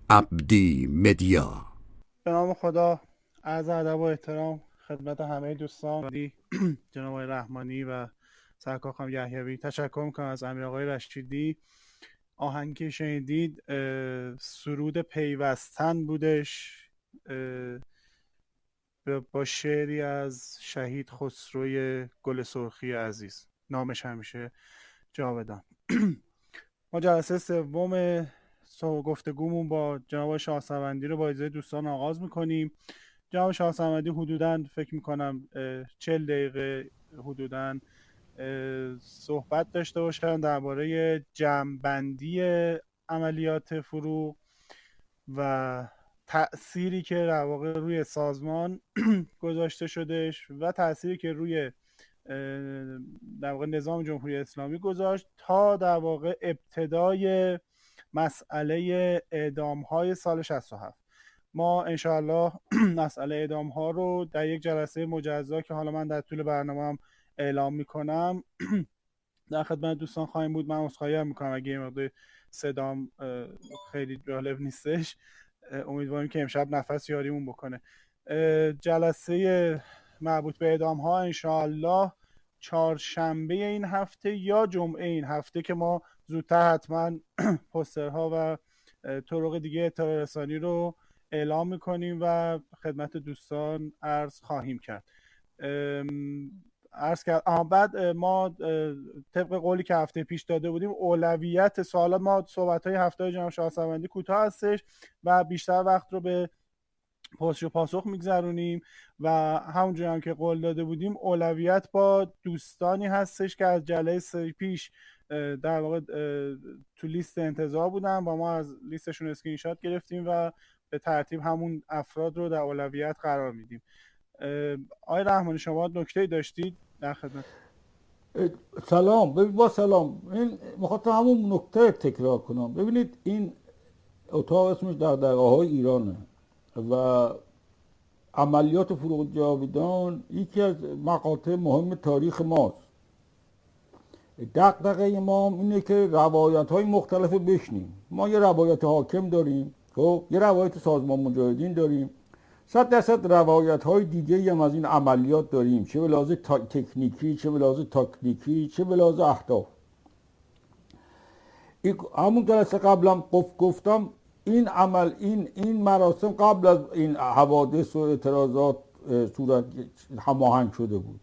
عبدی مدیا. به نام خدا، عرض ادب و احترام خدمت همه دوستان جناب آقای رحمانی و سرکار خانم یحیوی. تشکر میکنم از امیر آقای رشیدی. آهنگی که شنیدید سرود پیوستن بودش با شعری از شهید خسروی گل سرخی عزیز، نامش همیشه جاودان. ما جلسه سوم گفتگومون با جناب شاهصمدی رو با اجازه دوستان آغاز میکنیم. جناب شاهصمدی حدوداً فکر میکنم 40 دقیقه حدوداً صحبت داشته باشن درباره جمع‌بندی عملیات فروغ و تأثیری که در واقع روی سازمان گذاشته شدهش و تأثیری که روی در واقع نظام جمهوری اسلامی گذاشت تا در واقع ابتدای مسئله اعدام های سال 67. ما انشاءالله مسئله اعدام ها رو در یک جلسه مجزا که حالا من در طول برنامه اعلام میکنم در خدمت دوستان خواهیم بود. من عذرخواهی میکنم اگه یه مقدار صدام خیلی جالب نیستش. امیدواریم که امشب نفس یاریمون بکنه. جلسه مربوط به اعدام ها انشاءالله چهارشنبه این هفته یا جمعه این هفته که ما زودتر حتما پوسترها و طرق دیگه اطلاع رسانی رو اعلام میکنیم و خدمت دوستان عرض خواهیم کرد. بعد ما طبق قولی که هفته پیش داده بودیم اولویت سوالات، ما صحبت های هفته جناب شاهصمدی کوتاه هستش و بیشتر وقت رو به پرسش و پاسخ میگذرونیم و همونجوری هم که قول داده بودیم اولویت با دوستانی هستش که از جلسه پیش در واقع تو لیست انتظار بودن و ما از لیستشون اسکرین شات گرفتیم و به ترتیب همون افراد رو در اولویت قرار میدیم. آقای رحمانی شما نکته‌ای داشتید در خدمت؟ سلام. با سلام، این میخواستم همون نکته تکرار کنم. ببینید این اتاق اسمش دغدغه‌های ایرانه و عملیات فروغ جاویدان یکی از مقاطع مهم تاریخ ماست. دغدغه ما اینه که روایت‌های مختلف بشنیم. ما یه روایت حاکم داریم، خب یه روایت سازمان مجاهدین داریم، 100% روایت‌های دیگه‌ای هم از این عملیات داریم، چه به لحاظ تکنیکی، چه به لحاظ تاکتیکی، چه به لحاظ اهداف. همون جلسه قبلم گفتم این عمل این مراسم قبل از این حوادث و اعتراضات صورت هماهنگ شده بود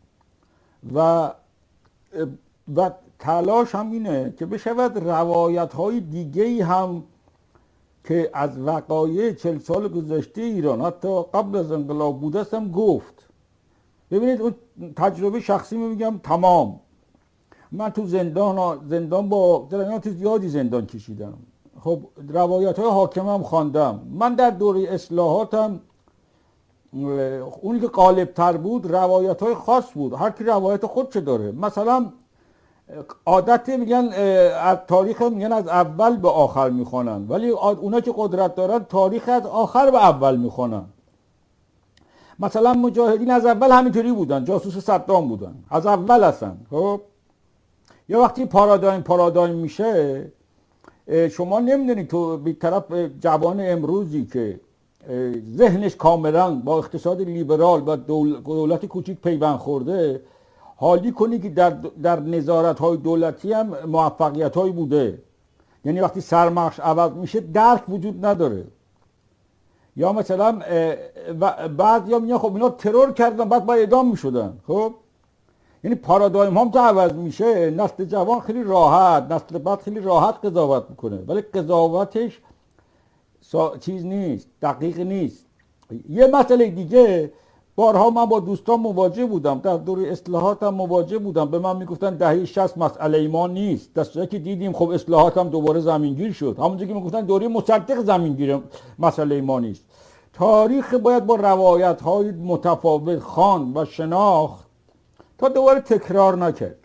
و تلاش هم اینه که بشود روایت‌های دیگه‌ای هم که از وقایع 40 سال گذشته ایران حتی قبل از انقلاب بوده است هم گفت. ببینید اون تجربه شخصی میگم تمام. من تو زندان با جریانات زیادی زندان کشیدم. خب روایت‌های حاکم هم خواندم. من در دوره اصلاحاتم اونی که غالب‌تر بود روایت‌های خاص بود. هر کی روایت خودش داره. مثلا عادت میگن از تاریخ میگن از اول به آخر میخونن، ولی اونا که قدرت دارن تاریخ از آخر به اول میخونن. مثلا مجاهدین از اول همینطوری بودن، جاسوس صدام بودن از اول هستن. خب یه وقتی پارادایم میشه، شما نمیدونید تو بی‌طرف جوان امروزی که ذهنش کاملا با اقتصاد لیبرال و دولت کوچیک پیوند خورده حالی کنی که در نظارت‌های دولتی هم موفقیت‌هایی بوده. یعنی وقتی سرمخش عوض میشه درک وجود نداره. یا مثلا بعد یا میگن خب اینا ترور کردن بعد باید اعدام میشدن. خب یعنی پارادایم هم که عوض میشه، نسل جوان خیلی راحت، نسل بعد خیلی راحت قضاوت میکنه، ولی قضاوتش چیز نیست، دقیق نیست. یه مسئله دیگه، بارها من با دوستان مواجه بودم، در دوره اصلاحات هم مواجه بودم، به من میگفتن دهه 60 مسئله ایمان نیست. دسته که دیدیم خب اصلاحات هم دوباره زمینگیر شد، همونجوری که میگفتن دوره مصدق زمینگیر مسئله ایمان نیست. تاریخ باید با روایت های متفاوت خواند و شناخت تا دوباره تکرار نکرد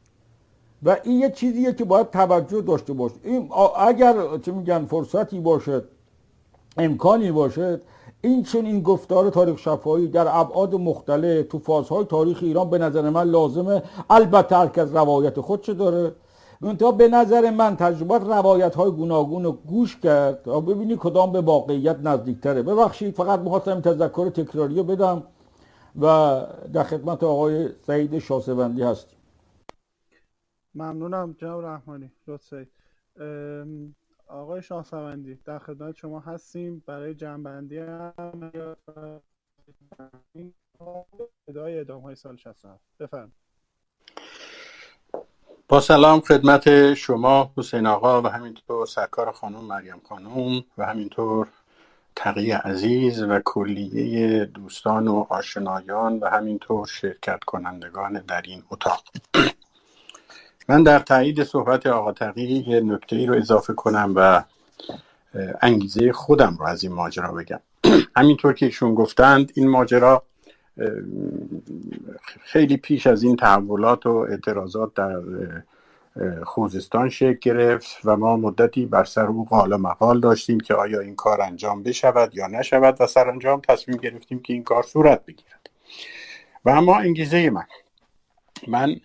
و این یه چیزیه که باید توجه داشته باشه. این اگر چه میگن فرصتی باشد، امکانی باشد، این گفتار تاریخ شفاهی در ابعاد مختلف تو فازهای تاریخ ایران به نظر من لازمه. البته هر کس روایت خودش داره منتها به نظر من تجربات روایت های گوناگون رو گوش کرد تا ببینی کدام به واقعیت نزدیکتره. ببخشید فقط می‌خواستم تذکر تکراری رو بدم و در خدمت آقای سعید شاسوندی هستیم. ممنونم جناب رحمانی. لطفاً آقای شاسوندی در خدمت شما هستیم برای جمع‌بندی عملیات و ادامه ادامه‌های سال 67. بفرمایید. با سلام خدمت شما حسین آقا و همینطور سرکار خانم مریم خانم و همینطور تقی عزیز و کلیه دوستان و آشنایان و همینطور شرکت کنندگان در این اتاق. من در تایید صحبت آقا تقی یه نکته‌ای رو اضافه کنم و انگیزه خودم رو از این ماجرا بگم. همینطور که ایشون گفتند این ماجرا خیلی پیش از این تحولات و اعتراضات در خوزستان شکل گرفت و ما مدتی بر سر او قال و مقال داشتیم که آیا این کار انجام بشود یا نشود و سرانجام تصمیم گرفتیم که این کار صورت بگیرد. و اما انگیزه من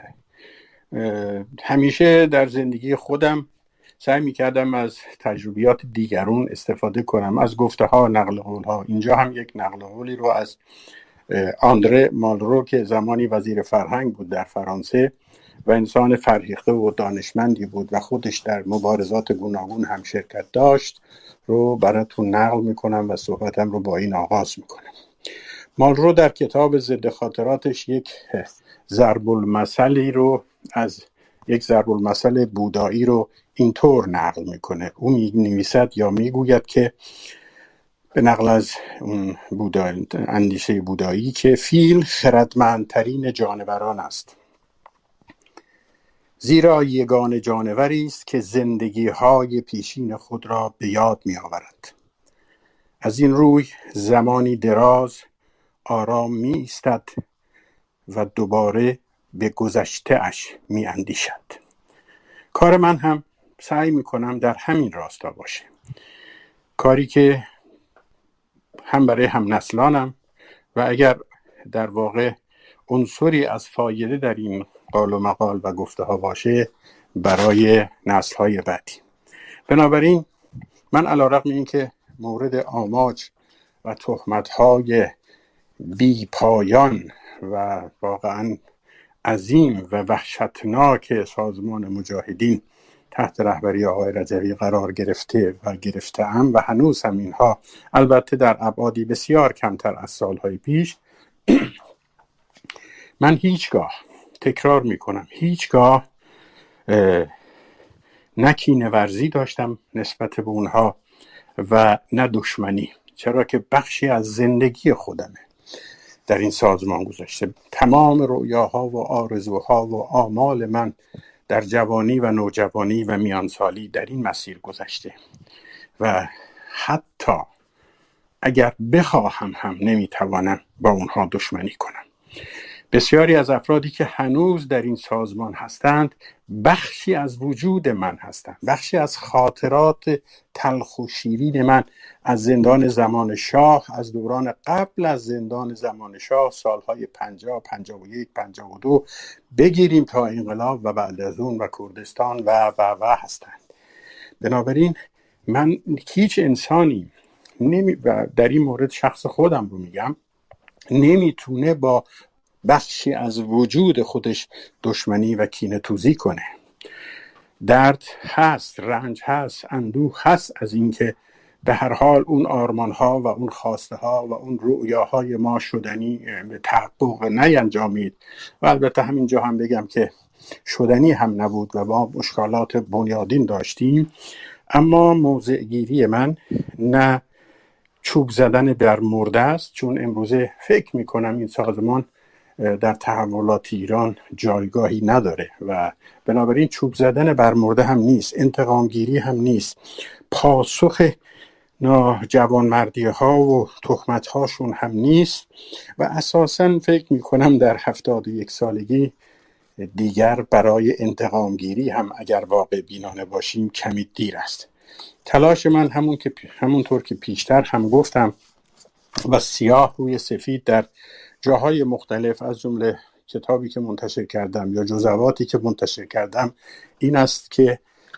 همیشه در زندگی خودم سعی می‌کردم از تجربیات دیگران استفاده کنم، از گفته ها، نقل قول ها. اینجا هم یک نقل قولی رو از آندره مالرو که زمانی وزیر فرهنگ بود در فرانسه و انسان فرهیخته و دانشمندی بود و خودش در مبارزات گوناگون هم شرکت داشت رو براتون نقل میکنم و صحبتم رو با این آغاز میکنم. مالرو در کتاب ضد خاطراتش یک ضرب المثلی رو از یک ضرب المثل بودایی رو اینطور نقل میکنه. او می‌نویسد یا میگوید که به نقل از اون اندیشه بودایی که فیل خردمندترین جانوران است، زیرا یگانه جانوری است که زندگی‌های پیشین خود را به یاد می‌آورد. از این روی زمانی دراز آرام می‌ایستد و دوباره به گذشته اش می‌اندیشد. کار من هم سعی می‌کنم در همین راستا باشه، کاری که هم برای هم نسلانم و اگر در واقع عنصری از فایده در این قال و مقال و گفته ها باشه برای نسل های بعدی. بنابراین من علیرغم این که مورد آماج و تهمت های بی پایان و واقعا عظیم و وحشتناک سازمان مجاهدین تحت رهبری آقای رجوی قرار گرفته و گرفته‌ام و هنوز هم اینها البته در ابعادی بسیار کمتر از سالهای پیش، من هیچگاه تکرار میکنم هیچگاه نه کینه ورزی داشتم نسبت به اونها و نه دشمنی، چرا که بخشی از زندگی خودمه در این سازمان گذاشته. تمام رؤیاها و آرزوها و آمال من در جوانی و نوجوانی و میانسالی در این مسیر گذشته و حتی اگر بخواهم هم نمیتوانم با اونها دشمنی کنم. بسیاری از افرادی که هنوز در این سازمان هستند بخشی از وجود من هستند، بخشی از خاطرات تلخ و شیرین من از زندان زمان شاه، از دوران قبل از زندان زمان شاه، سالهای 50، 51، 52 بگیریم تا انقلاب و بعد از اون و کردستان و هستند. بنابراین من هیچ انسانی در این مورد شخص خودم رو میگم نمیتونه با بخشی از وجود خودش دشمنی و کینه توزی کنه. درد هست، رنج هست، اندوه هست از اینکه به هر حال اون آرمان‌ها و اون خواسته‌ها و اون رؤیاهای ما شدنی به تحقق نینجامید و البته همینجا هم بگم که شدنی هم نبود و ما مشکلات بنیادین داشتیم. اما موضع گیری من نه چوب زدن در مرده است، چون امروزه فکر می‌کنم این سازمان در تحولات ایران جایگاهی نداره و بنابراین چوب زدن بر مرده هم نیست، انتقام گیری هم نیست، پاسخ جوانمردی ها و تهمت هاشون هم نیست و اساساً فکر می کنم در 71 سالگی دیگر برای انتقام گیری هم اگر واقع بینانه باشیم کمی دیر است. تلاش من همونطور که پیشتر هم گفتم و سیاه روی سفید در جاهای مختلف از جمله کتابی که منتشر کردم یا جزواتی که منتشر کردم این است که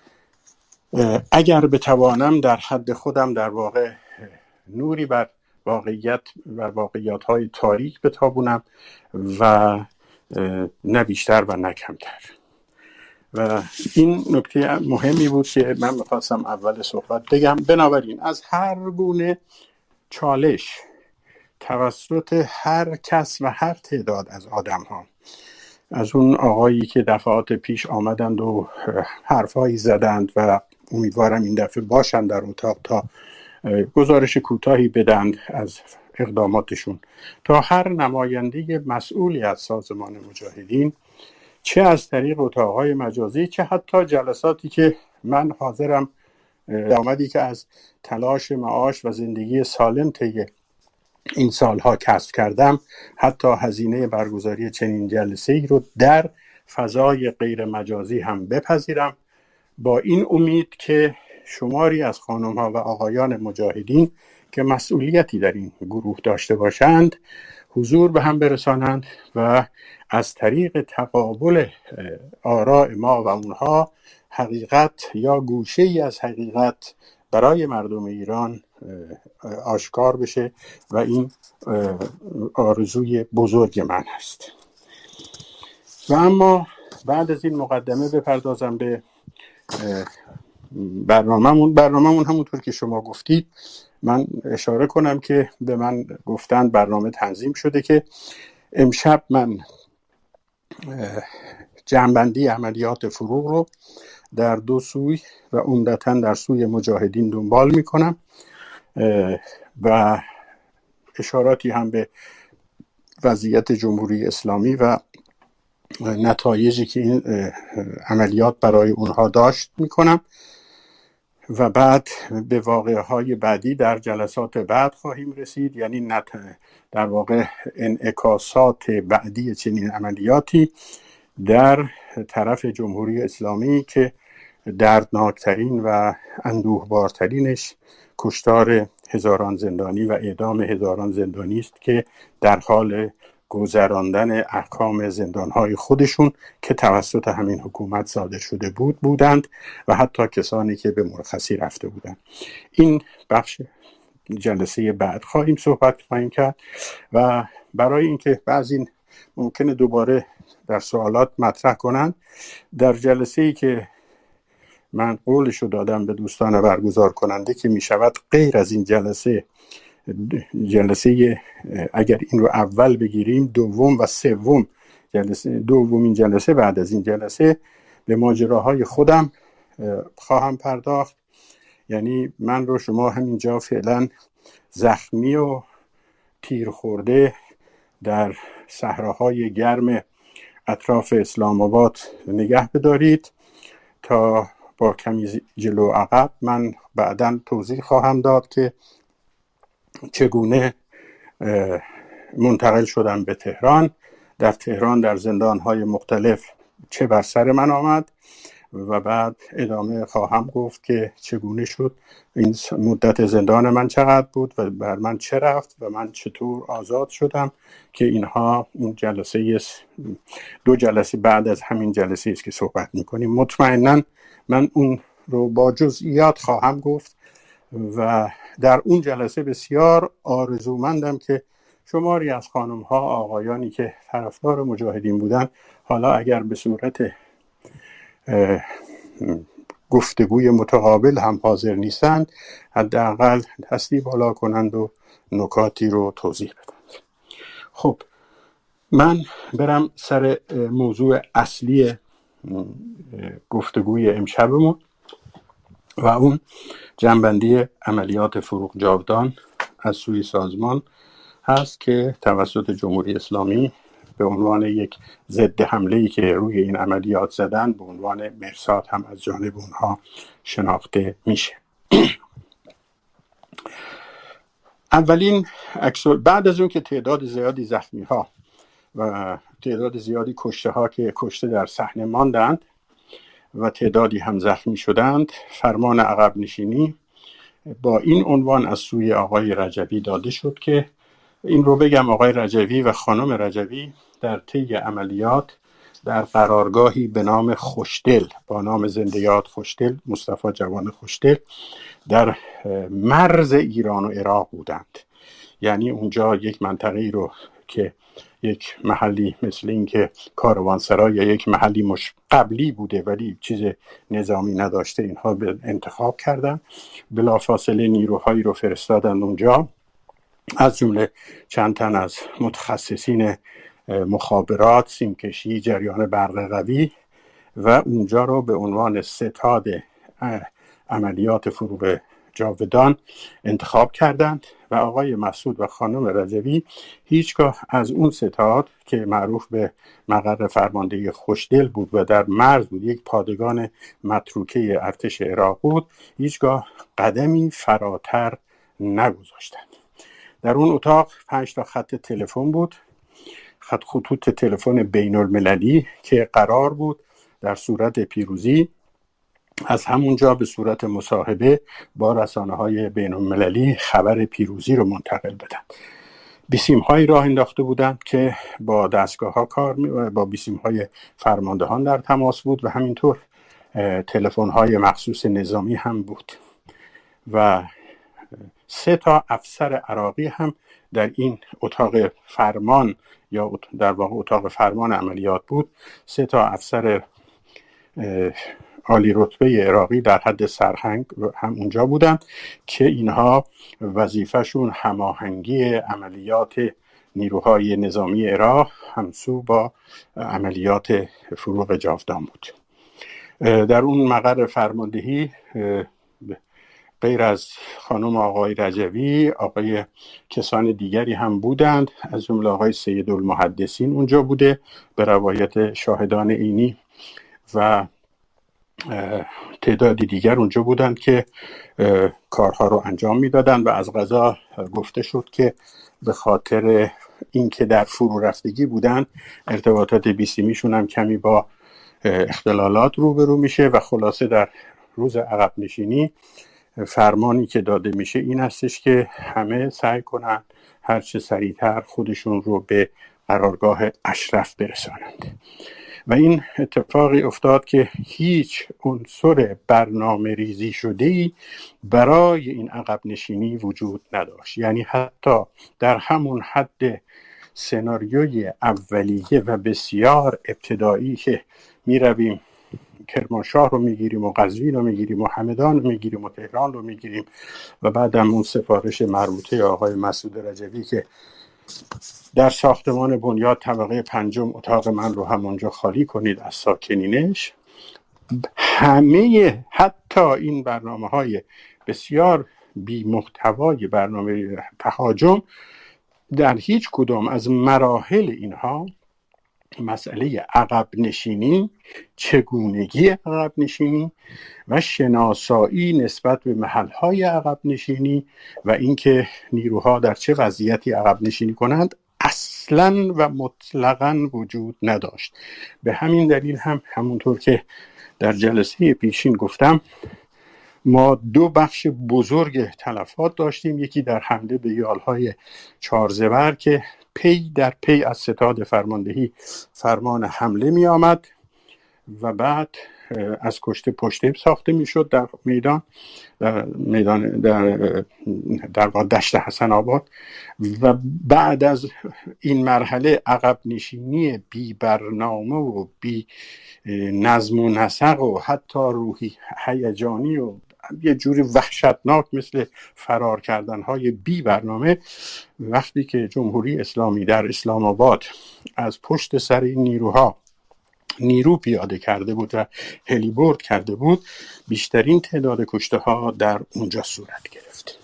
اگر بتوانم در حد خودم در واقع نوری بر واقعیت و واقعیات‌های تاریک بتابونم و نه بیشتر و نه کمتر. و این نکته مهمی بود که من می‌خواستم اول صحبت بگم. بنابراین از هر گونه چالش توسط هر کس و هر تعداد از آدم‌ها، از اون آقایی که دفعات پیش آمدند و حرفایی زدند و امیدوارم این دفعه باشند در اتاق تا گزارش کوتاهی بدند از اقداماتشون، تا هر نماینده مسئولی از سازمان مجاهدین، چه از طریق اتاقهای مجازی چه حتی جلساتی که من حاضرم درآمدی که از تلاش معاش و زندگی سالم طی این سالها کسب کردم، حتی هزینه برگزاری چنین جلسه‌ای رو در فضای غیر مجازی هم بپذیرم، با این امید که شماری از خانم‌ها و آقایان مجاهدین که مسئولیتی در این گروه داشته باشند حضور به هم برسانند و از طریق تقابل آراء ما و اونها حقیقت یا گوشه‌ای از حقیقت برای مردم ایران آشکار بشه و این آرزوی بزرگ من هست. و اما بعد از این مقدمه بپردازم به برنامه‌مون. همونطور که شما گفتید من اشاره کنم که به من گفتن برنامه تنظیم شده که امشب من جمع‌بندی عملیات فروغ رو در دو سوی و عمدتاً در سوی مجاهدین دنبال میکنم و اشاراتی هم به وضعیت جمهوری اسلامی و نتایجی که این عملیات برای اونها داشت میکنم و بعد به واقعه‌های بعدی در جلسات بعد خواهیم رسید، یعنی در واقع انعکاسات بعدی چنین عملیاتی در طرف جمهوری اسلامی که دردناکترین و اندوهبارترینش کشتار هزاران زندانی و اعدام هزاران زندانی است که در حال گذراندن احکام زندانهای خودشون که توسط همین حکومت صادر شده بودند و حتی کسانی که به مرخصی رفته بودند. این بخش جلسه بعد صحبت خواهیم کرد و برای اینکه بعضی ممکنه دوباره در سوالات مطرح کنند، در جلسه‌ای که من قولشو دادم به دوستان برگزار کننده که می شود غیر از این جلسه اگر این رو اول بگیریم دوم و سوم دومین جلسه بعد از این جلسه به ماجراهای خودم خواهم پرداخت. یعنی من رو شما همینجا فعلا زخمی و تیر خورده در صحراهای گرم اطراف اسلام آباد نگه بدارید تا با کمی جلو عقب من بعداً توضیح خواهم داد که چگونه منتقل شدم به تهران، در تهران در زندانهای مختلف چه بر سر من آمد و بعد ادامه خواهم گفت که چگونه شد، این مدت زندان من چقدر بود و بر من چه رفت و من چطور آزاد شدم، که اینها اون جلسه دو جلسه بعد از همین جلسه است که صحبت میکنیم. مطمئناً من اون رو با جزئیات خواهم گفت و در اون جلسه بسیار آرزومندم که شماری از خانم‌ها آقایانی که طرفدار مجاهدین بودن حالا اگر به صورت گفتگوی متقابل هم حاضر نیستند حداقل دستی بالا کنند و نکاتی رو توضیح بدند. خب من برم سر موضوع اصلی گفتگوی امشبمون و اون جمع‌بندی عملیات فروغ جاودان از سوی سازمان هست که توسط جمهوری اسلامی به عنوان یک ضد حمله‌ای که روی این عملیات زدن به عنوان مرصاد هم از جانب اونها شناخته میشه. اولین بعد از اون که تعداد زیادی زخمی ها و تعداد زیادی کشته ها که کشته در صحنه ماندند و تعدادی هم زخمی شدند، فرمان عقب نشینی با این عنوان از سوی آقای رجبی داده شد که این رو بگم آقای رجوی و خانم رجوی در طی عملیات در قرارگاهی به نام خوشدل، با نام زنده یاد خوشدل، مصطفی جوان خوشدل، در مرز ایران و عراق بودند. یعنی اونجا یک منطقه‌ای رو که یک محلی مثل این که کاروانسرای یا یک محلی قبلی بوده ولی چیز نظامی نداشته، اینها به انتخاب کردن. بلافاصله نیروهایی رو فرستادن اونجا، از جمله چند تن از متخصصین مخابرات، سیمکشی، جریان برق قوی، و اونجا رو به عنوان ستاد عملیات فروغ جاودان انتخاب کردند و آقای مسعود و خانم رجوی هیچگاه از اون ستاد که معروف به مقر فرماندهی خوشدل بود و در مرز بود، یک پادگان متروکه ارتش عراق بود، هیچگاه قدمی فراتر نگذاشتند. در اون اتاق 5 تا خط تلفن بود، خطوط تلفن بین المللی که قرار بود در صورت پیروزی از همونجا به صورت مصاحبه با رسانه‌های بین المللی خبر پیروزی رو منتقل بدن. بیسیم‌های راه انداخته بودند که با دستگاه‌ها با بیسیم‌های فرماندهان در تماس بود و همینطور تلفن‌های مخصوص نظامی هم بود و 3 تا افسر عراقی هم در این اتاق فرمان یا در واقع اتاق فرمان عملیات بود. 3 تا افسر عالی رتبه عراقی در حد سرهنگ هم اونجا بودند که اینها وظیفهشون هماهنگی عملیات نیروهای نظامی عراق همسو با عملیات فروغ جاودان بود. در اون مقر فرماندهی غیر از خانم آقای رجوی، آقای کسان دیگری هم بودند، از جمله آقای سیدالمحدثین اونجا بوده به روایت شاهدان عینی و تعدادی دیگر اونجا بودند که کارها رو انجام میدادند و از قضا گفته شد که به خاطر اینکه در فرو رفتگی بودند ارتباطات بیسیمیشون هم کمی با اختلالات روبرو میشه و خلاصه در روز عقب نشینی فرمانی که داده میشه این هستش که همه سعی کنن هرچه سریعتر خودشون رو به قرارگاه اشرف برسانند و این اتفاقی افتاد که هیچ عنصر برنامه ریزی شده‌ای برای این عقب نشینی وجود نداشت. یعنی حتی در همون حد سناریوی اولیه و بسیار ابتدایی که می رویم کرمانشاه رو میگیریم و قزوین رو میگیریم و همدان رو میگیریم و تهران رو میگیریم و بعد هم اون سفارش مربوطه آقای مسعود رجوی که در ساختمان بنیاد طبقه 5 اتاق من رو همونجا خالی کنید از ساکنینش، همه حتی این برنامه‌های بسیار بی محتوای برنامه تهاجم در هیچ کدام از مراحل اینها مسئله عقب نشینی، چگونگی عقب نشینی و شناسایی نسبت به محلهای عقب نشینی و اینکه نیروها در چه وضعیتی عقب نشینی کنند اصلاً و مطلقاً وجود نداشت. به همین دلیل هم همونطور که در جلسه پیشین گفتم ما 2 بخش بزرگ تلفات داشتیم. یکی در حمله به یالهای چارزور که پی در پی از ستاد فرماندهی فرمان حمله می آمد و بعد از کشته پشته ساخته می شد در میدان در دشت حسن آباد و بعد از این مرحله عقب نشینی بی برنامه و بی نظم و نسق و حتی روحی هیجانی و یه جوری وحشتناک مثل فرار کردنهای بی برنامه، وقتی که جمهوری اسلامی در اسلام آباد از پشت سر این نیروها نیرو پیاده کرده بود و هلیبورد کرده بود، بیشترین تعداد کشته ها در اونجا صورت گرفت.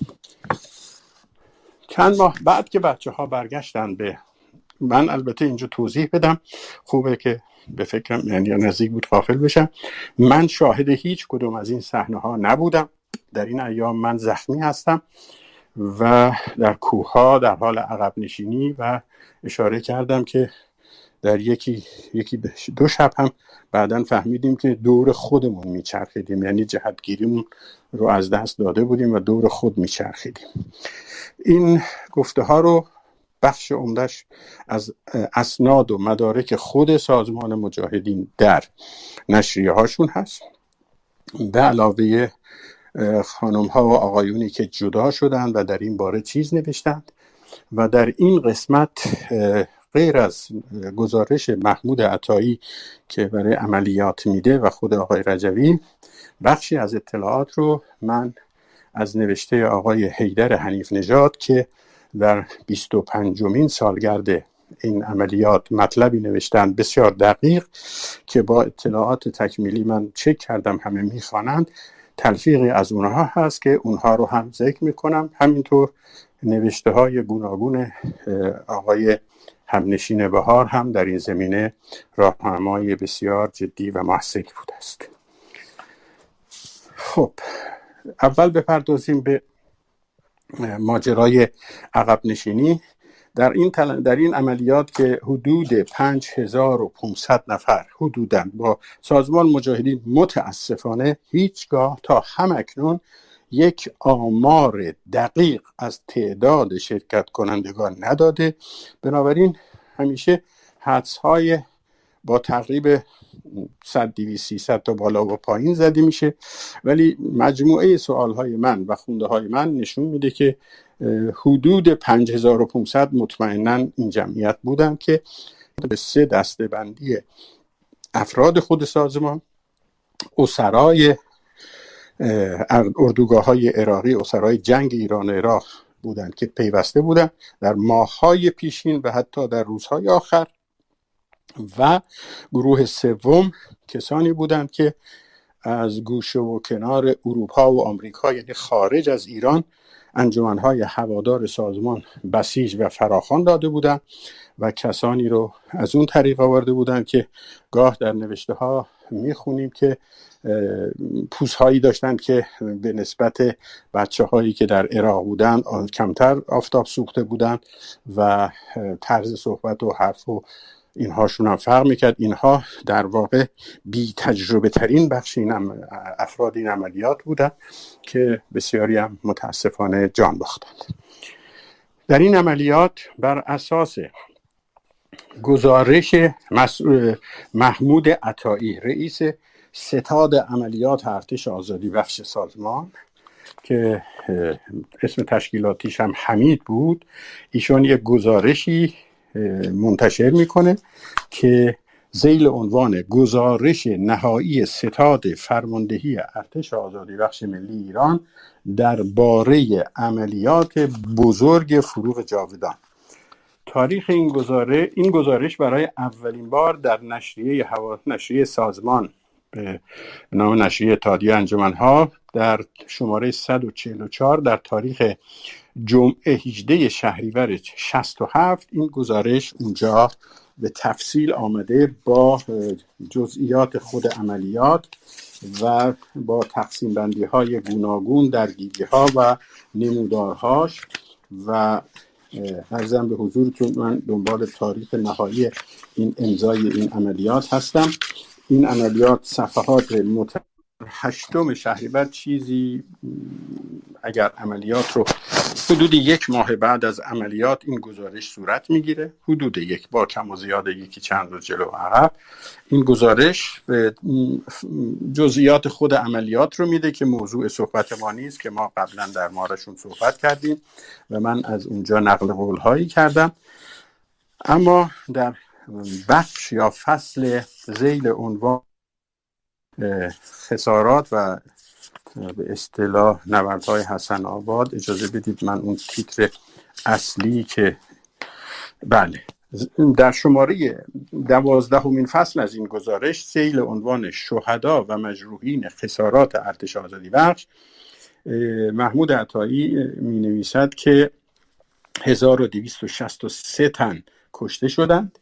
چند ماه بعد که بچه ها برگشتن به من، البته اینجا توضیح بدم خوبه که به فکرم یعنی نزدیک بود غافل بشم، من شاهد هیچ کدوم از این صحنه ها نبودم. در این ایام من زخمی هستم و در کوه ها در حال عقب نشینی و اشاره کردم که در یکی 2 شب هم بعداً فهمیدیم که دور خودمون میچرخیدیم، یعنی جهتگیریمون رو از دست داده بودیم و دور خود میچرخیدیم. این گفته ها رو بخش عمدهش از اسناد و مدارک خود سازمان مجاهدین در نشریه هاشون هست، به علاوه خانم ها و آقایونی که جدا شدند و در این باره چیز نوشتند. و در این قسمت غیر از گزارش محمود عطایی که برای عملیات میده و خود آقای رجوی، بخشی از اطلاعات رو من از نوشته آقای حیدر حنیف نژاد که در 25مین سالگرد این عملیات مطلبی نوشتند بسیار دقیق که با اطلاعات تکمیلی من چک کردم همه میخوانند، تلفیقی از اونها هست که اونها رو هم ذکر میکنم. همینطور نوشته های گوناگون آقای همنشین بهار هم در این زمینه راهنمایی بسیار جدی و محصل بوده است. خب اول بپردازیم به ماجرای عقب نشینی. در این عملیات که حدود 5500 نفر حدوداً با سازمان مجاهدین متاسفانه هیچگاه تا همکنون یک آمار دقیق از تعداد شرکت کنندگان نداده. بنابراین همیشه حدس‌های با تقریب 100 200 300 تا بالا و پایین زده میشه، ولی مجموعه سوالهای من و خونده های من نشون میده که حدود 5500 مطمئناً این جمعیت بودن که به 3 دسته بندی افراد خود سازمان، اسرای اردوگاه‌های عراقی، اسرای جنگ ایران و عراق بودند که پیوسته بودند در ماه‌های پیشین و حتی در روزهای آخر، و گروه سوم کسانی بودند که از گوشه و کنار اروپا و آمریکا، یعنی خارج از ایران، انجمن‌های هوادار سازمان بسیج و فراخوان داده بودند و کسانی رو از اون طریق آورده بودند که گاه در نوشته ها میخونیم که پوزهایی داشتند که به نسبت بچه هایی که در عراق بودند کمتر آفتاب سوخته بودند و طرز صحبت و حرف و اینهاشون هم فرق میکرد. اینها در واقع بی تجربه ترین بخش افراد این عملیات بودند که بسیاری هم متاسفانه جان باختند. در این عملیات بر اساس گزارش محمود عطایی، رئیس ستاد عملیات ارتش آزادی بخش سازمان که اسم تشکیلاتیش هم حمید بود، ایشون یک گزارشی منتشر میکنه که ذیل عنوان گزارش نهایی ستاد فرماندهی ارتش آزادی بخش ملی ایران درباره عملیات بزرگ فروغ جاودان. تاریخ این گزارش برای اولین بار در نشریه سازمان به نام نشریه اتحادیه انجمن‌ها در شماره 144 در تاریخ جمعه 18 شهریور 67 این گزارش اونجا به تفصیل آمده با جزئیات خود عملیات و با تقسیم بندی های گوناگون درگیری ها و نمودارهاش. و عرضم به حضورتون من دنبال تاریخ نهایی این امضای این عملیات هستم. این عملیات صفحات 8 شهریور چیزی اگر عملیات رو حدود 1 ماه بعد از عملیات این گزارش صورت میگیره، حدود 1 با کم و زیاد یکی چند روز جلو عقب. این گزارش جزئیات خود عملیات رو میده که موضوع صحبت ما نیست، که ما قبلا در موردشون صحبت کردیم و من از اونجا نقل قول هایی کردم. اما در بخش یا فصل ذیل عنوان خسارات و به اصطلاح نبردهای حسن آباد، اجازه بدید من اون تیتر اصلی که بله در شماره 12مین فصل از این گزارش، ذیل عنوان شهدا و مجروحین خسارات ارتش آزادی بخش، محمود عطایی می نویسد که 1263 تن کشته شدند،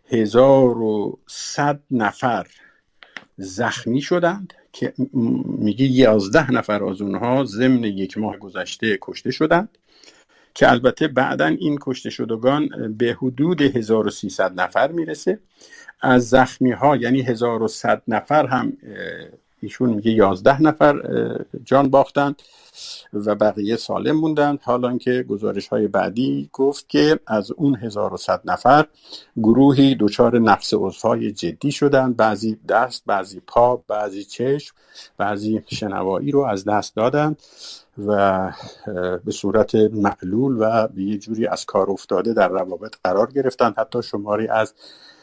1100 نفر زخمی شدند که میگه 11 نفر از اونها ضمن 1 ماه گذشته کشته شدند، که البته بعداً این کشته شدگان به حدود 1300 نفر میرسه. از زخمی ها یعنی 1100 نفر هم ایشون میگه 11 نفر جان باختند و بقیه سالم موندند، حالا که گزارش‌های بعدی گفت که از اون 1100 نفر گروهی دچار نقص عضوهای جدی شدند، بعضی دست، بعضی پا، بعضی چشم، بعضی شنوایی رو از دست دادند و به صورت معلول و به یه جوری از کار افتاده در روابط قرار گرفتند. حتی شماری از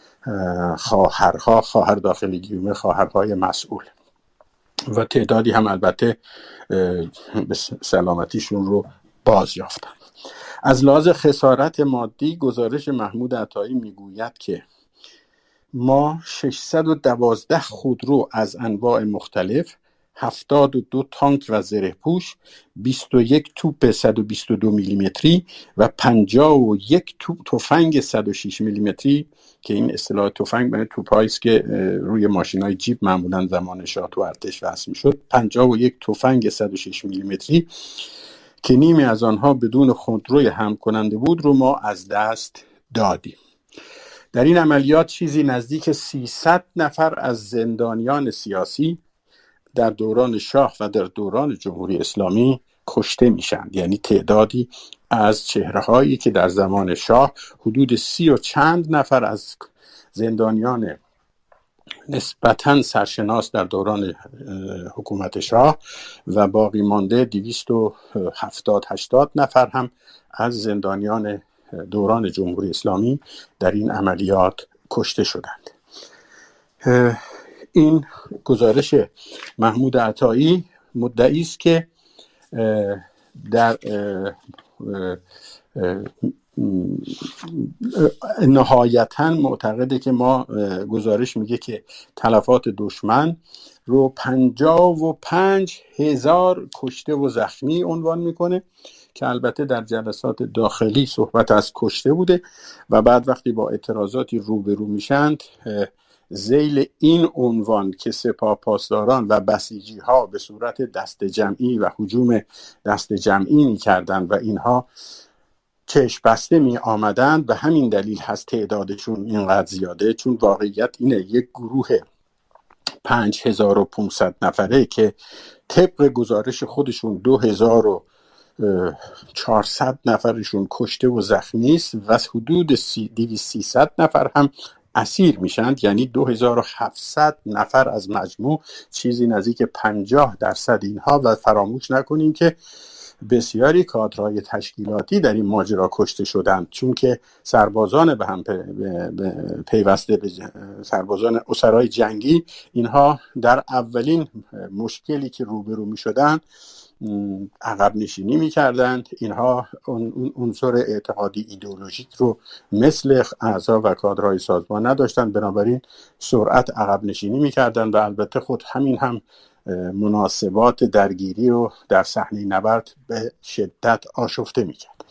خواهر داخل گیومه خواهرهای مسئول و تعدادی هم البته به سلامتیشون رو باز یافتند. از لحاظ خسارت مادی گزارش محمود عطایی میگوید که ما 612 خودرو از انواع مختلف، 72 تانک و زره‌پوش، 21 توپ 122 میلیمتری و 51 تفنگ 106 میلیمتری که این اصطلاح تفنگ برای توپایی است که روی ماشین‌های جیپ معمولاً زمان شاه تو ارتش وصل می‌شد، 51 تفنگ 106 میلیمتری که نیمی از آنها بدون خودروی حمل کننده بود رو ما از دست دادیم. در این عملیات چیزی نزدیک 300 نفر از زندانیان سیاسی در دوران شاه و در دوران جمهوری اسلامی کشته میشن، یعنی تعدادی از چهره‌هایی که در زمان شاه حدود 30 و چند نفر از زندانیان نسبتاً سرشناس در دوران حکومت شاه و باقی مانده 270-80 نفر هم از زندانیان دوران جمهوری اسلامی در این عملیات کشته شدند. این گزارش محمود عطایی مدعی است که در نهایتاً معتقده که ما گزارش میگه که تلفات دشمن رو 55,000 کشته و زخمی عنوان میکنه که البته در جلسات داخلی صحبت از کشته بوده و بعد وقتی با اعتراضاتی روبرو میشند ذیل این عنوان که سپاه پاسداران و بسیجی ها به صورت دست جمعی و هجوم دست جمعی می کردند و اینها چشم بسته می آمدند، به همین دلیل هست تعدادشون اینقدر زیاده، چون واقعیت اینه یک گروه 5500 نفره که طبق گزارش خودشون 2400 نفرشون کشته و زخمی است و حدود 300 نفر هم اسیر میشند، یعنی 2700 نفر از مجموع، چیزی نزدیک 50% اینها. و فراموش نکنیم که بسیاری کادرهای تشکیلاتی در این ماجرا کشته شدند، چون که سربازان به هم پیوسته به سربازان اسرای جنگی، اینها در اولین مشکلی که روبرو می شدند عقب نشینی می کردند. اینها عنصر اعتقادی ایدئولوژیک رو مثل اعضا و کادرهای سازمان نداشتند، بنابراین سرعت عقب نشینی می کردند و البته خود همین هم مناسبات درگیری رو در صحنه نبرد به شدت آشفته می کرد.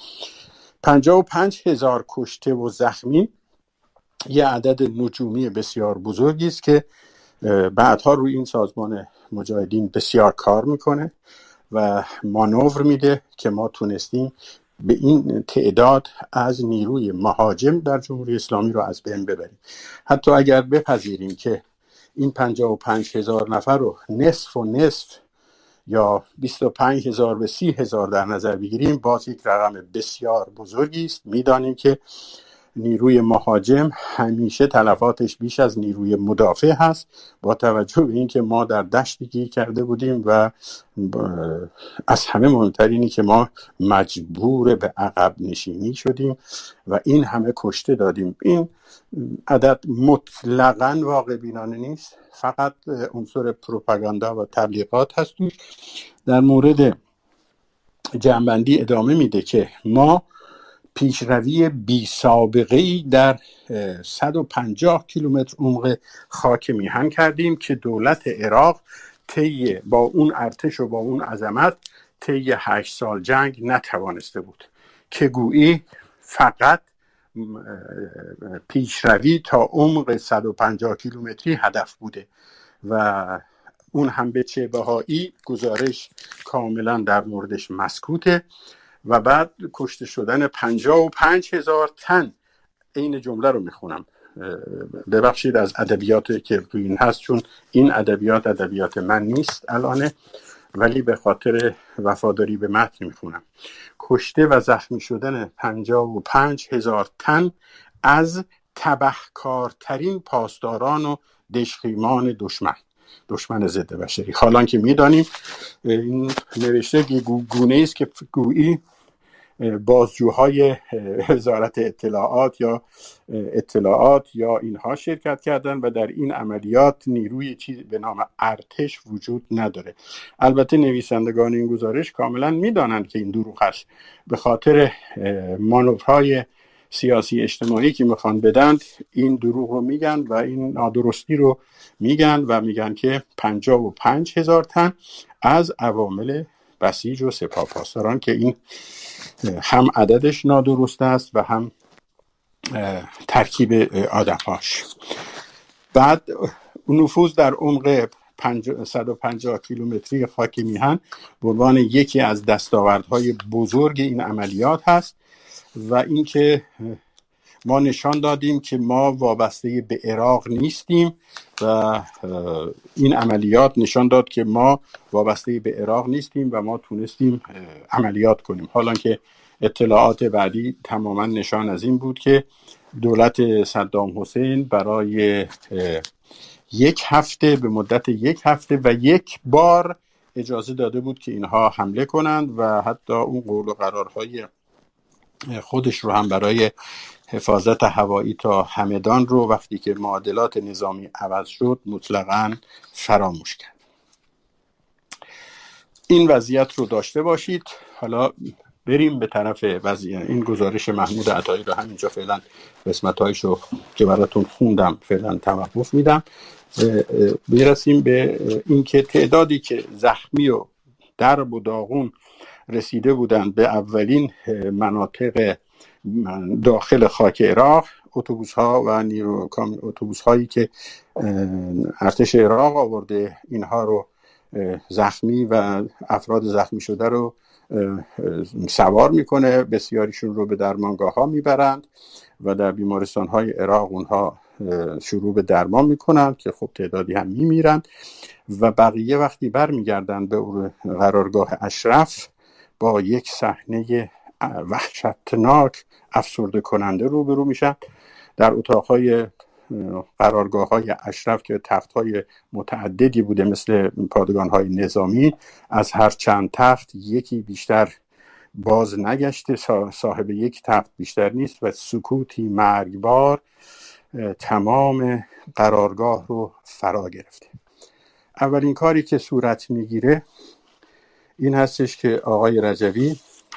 55,000 کشته و زخمی یه عدد نجومی بسیار بزرگی است که بعدها روی این سازمان مجاهدین بسیار کار میکنه و مانور میده که ما تونستیم به این تعداد از نیروی مهاجم در جمهوری اسلامی رو از بین ببریم. حتی اگر بپذیریم که این 55,000 نفر رو نصف و نصف یا 25,000 به 30,000 در نظر بگیریم، باز یک رقم بسیار بزرگی است. میدانیم که نیروی مهاجم همیشه تلفاتش بیش از نیروی مدافع هست، با توجه به اینکه ما در دشتی گیر کرده بودیم و از همه مهمتر اینه که ما مجبور به عقب نشینی شدیم و این همه کشته دادیم. این عدد مطلقاً واقع بینانه نیست، فقط عنصر پروپاگاندا و تبلیغات هست. در مورد جنبندی ادامه میده که ما پیشروی بی سابقه‌ای در 150 کیلومتر عمق خاک میهن کردیم که دولت عراق با اون ارتش و با اون عظمت طی 8 سال جنگ نتوانسته بود، که گویی فقط پیشروی تا عمق 150 کیلومتری هدف بوده و اون هم به چه بهایی گزارش کاملا در موردش مسکوته. و بعد کشته شدن 55,000 تن، این جمله رو میخونم، ببخشید از ادبیات که روی این هست، چون این ادبیات من نیست الانه، ولی به خاطر وفاداری به متن میخونم. کشته و زخمی شدن 55,000 تن از تبهکارترین پاسداران و دژخیمان دشمن ضد بشری. حالان که میدانیم این نوشته گونه است که گویی بازجوهای وزارت اطلاعات یا اینها شرکت کردن و در این عملیات نیروی چیزی به نام ارتش وجود نداره. البته نویسندگان این گزارش کاملا میدانند که این دروغ است، به خاطر مانورهای سیاسی اجتماعی که میخوان بدن این دروغ رو میگن و این نادرستی رو میگن و میگن که 55,000 تن از عوامل بسیج و سپاهپاسداران، که این هم عددش نادرست است و هم ترکیب آدم‌هاش. بعد نفوذ در عمق 150 کیلومتری خاک میهن به عنوان یکی از دستاوردهای بزرگ این عملیات هست و اینکه ما نشان دادیم که ما وابسته به عراق نیستیم و این عملیات نشان داد که ما وابسته به عراق نیستیم و ما تونستیم عملیات کنیم. حالا که اطلاعات بعدی تماما نشان از این بود که دولت صدام حسین برای یک هفته، به مدت یک هفته و یک بار اجازه داده بود که اینها حمله کنند و حتی اون قول و قرارهای خودش رو هم برای حفاظت هوایی تا همدان رو وقتی که معادلات نظامی عوض شد مطلقاً فراموش کرد. این وضعیت رو داشته باشید. حالا بریم به طرف وضعیت. این گزارش محمود عطایی رو همینجا فعلا قسمت‌هایش رو که براتون خوندم فعلا توقف میدم. برسیم به اینکه تعدادی که زخمی و درب و داغون رسیده بودند به اولین مناطق داخل خاک عراق، اتوبوس‌ها و اتوبوس‌هایی که ارتش عراق آورده اینها رو زخمی و افراد زخمی شده رو سوار میکنه، بسیاریشون رو به درمانگاه‌ها میبرند و در بیمارستان‌های عراق اونها شروع به درمان میکنند که خب تعدادی هم میمیرند و بقیه وقتی برمیگردن به قرارگاه اشرف با یک صحنه وحشتناک افسرده کننده روبرو میشن. در اتاقهای قرارگاه‌های اشرف که تخت‌های متعددی بوده مثل پادگان‌های نظامی، از هر چند تخت یکی بیشتر باز نگشته، صاحب یک تخت بیشتر نیست و سکوتی مرگبار تمام قرارگاه رو فرا گرفته. اولین کاری که صورت میگیره این هستش که آقای رجوی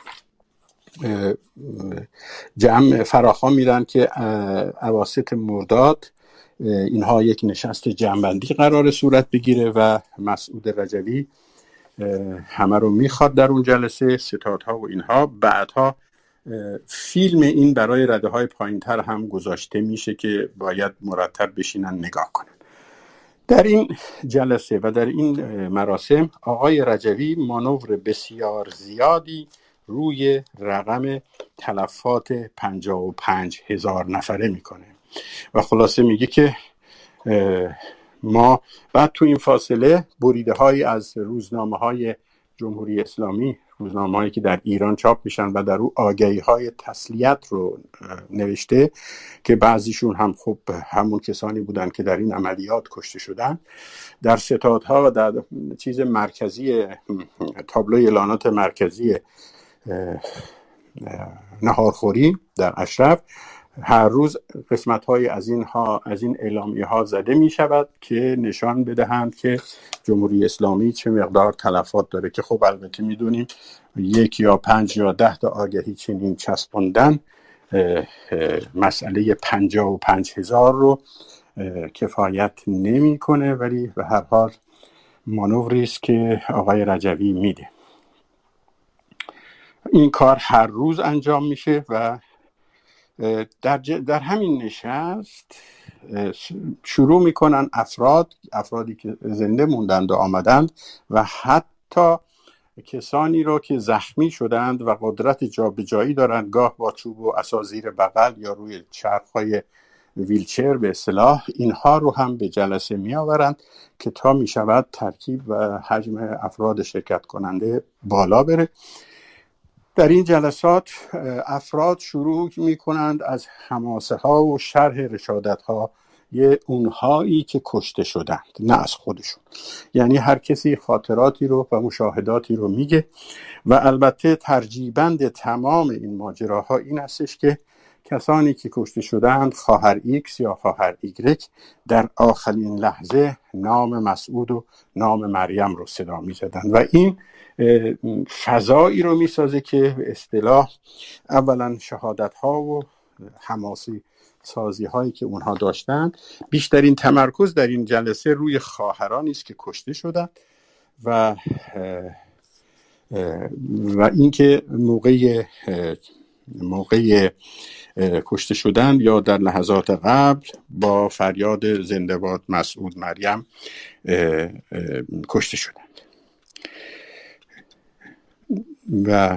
جمع فراخوان میدن که اواسط مرداد اینها یک نشست جمع‌بندی قرار صورت بگیره و مسعود رجوی همه رو میخواد در اون جلسه، ستادها و اینها. بعدها فیلم این برای رده‌های پایین‌تر هم گذاشته میشه که باید مرتب بشینن نگاه کنن. در این جلسه و در این مراسم آقای رجوی مانور بسیار زیادی روی رقم تلفات 55,000 نفره میکنه و خلاصه میگه که ما بعد تو این فاصله بریده هایی از روزنامه های جمهوری اسلامی، روزنامه هایی که در ایران چاپ میشن و در او آگهی های تسلیت رو نوشته که بعضیشون هم خب همون کسانی بودن که در این عملیات کشته شدن، در ستادها و در چیز مرکزی تابلوی اعلانات مرکزی نهارخوری در اشرف هر روز قسمت‌های از این اعلامیه‌ها زده می‌شود که نشان بدهند که جمهوری اسلامی چه مقدار تلفات داره، که خب البته می‌دونیم 1 یا 5 یا 10 تا آگهی چنین چسباندن مسئله 55,000 رو کفایت نمی‌کنه، ولی به هر حال مانوری است که آقای رجوی میده. این کار هر روز انجام میشه و در همین نشست شروع میکنن افرادی که زنده موندند و آمدند و حتی کسانی رو که زخمی شدند و قدرت جابجایی دارند، گاه با چوب و عصا زیر بغل یا روی چرخهای ویلچر به اصطلاح، اینها رو هم به جلسه می آورند که تا می شود ترکیب و حجم افراد شرکت کننده بالا بره. در این جلسات افراد شروع می کنند از حماسه ها و شرح رشادت ها اونهایی که کشته شدند، نه از خودشون. یعنی هر کسی خاطراتی رو و مشاهداتی رو میگه و البته ترجیبند تمام این ماجراها این هستش که کسانی که کشته شدند، خواهر ایکس یا خواهر ایگرک، در آخرین لحظه نام مسعود و نام مریم رو صدا می‌زدند و این فضایی رو میسازه که به اصطلاح اولا شهادت ها و حماسی سازی هایی که اونها داشتن، بیشترین تمرکز در این جلسه روی خواهرانی است که کشته شدند و اینکه موقع کشته شدن یا در لحظات قبل با فریاد زنده باد مسعود مریم کشته شدند. و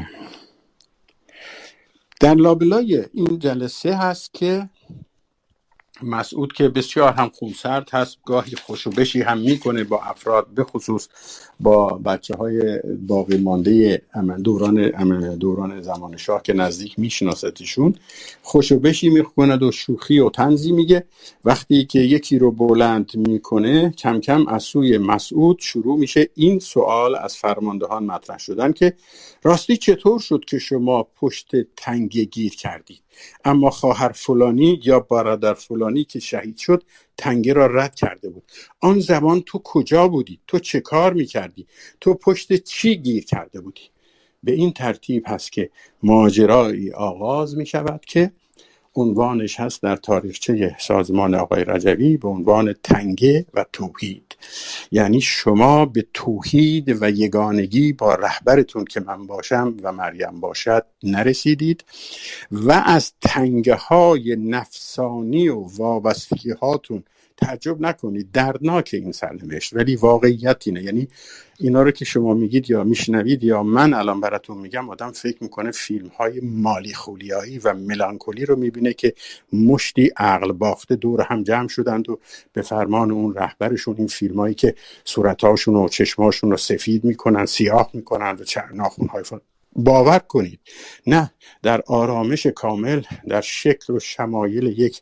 در لابلای این جلسه هست که مسعود که بسیار هم خونسرد هست، گاهی خوشوبشی هم میکنه با افراد، به خصوص با بچه های باقی مانده دوران زمان شاه که نزدیک میشناستشون، خوشوبشی میکنه و شوخی و طنزی میگه. وقتی که یکی رو بلند میکنه کم کم از سوی مسعود شروع میشه این سوال از فرماندهان مطرح شدن که راستی چطور شد که شما پشت تنگه گیر کردید، اما خواهر فلانی یا برادر فلانی که شهید شد تنگه را رد کرده بود؟ آن زمان تو کجا بودی؟ تو چه کار میکردی؟ تو پشت چی گیر کرده بودی؟ به این ترتیب هست که ماجرایی آغاز میشود که عنوانش هست در تاریخچه سازمان آقای رجوی به عنوان تنگه و توحید. یعنی شما به توحید و یگانگی با رهبرتون که من باشم و مریم باشد نرسیدید و از تنگه های نفسانی و وابستگی هاتون تعجب نکنید. دردناک این سرنوشت، ولی واقعیت اینه. یعنی اینا رو که شما میگید یا میشنوید یا من الان براتون میگم، آدم فکر میکنه فیلم های مالی خولیایی و ملانکولی رو میبینه که مشتی عقل باخته دور هم جمع شدند و به فرمان اون رهبرشون این فیلم هایی که صورتاشون و چشماشون رو سفید میکنن، سیاه میکنن و ناخونهای باور کنید نه، در آرامش کامل، در شکل و شمایل یک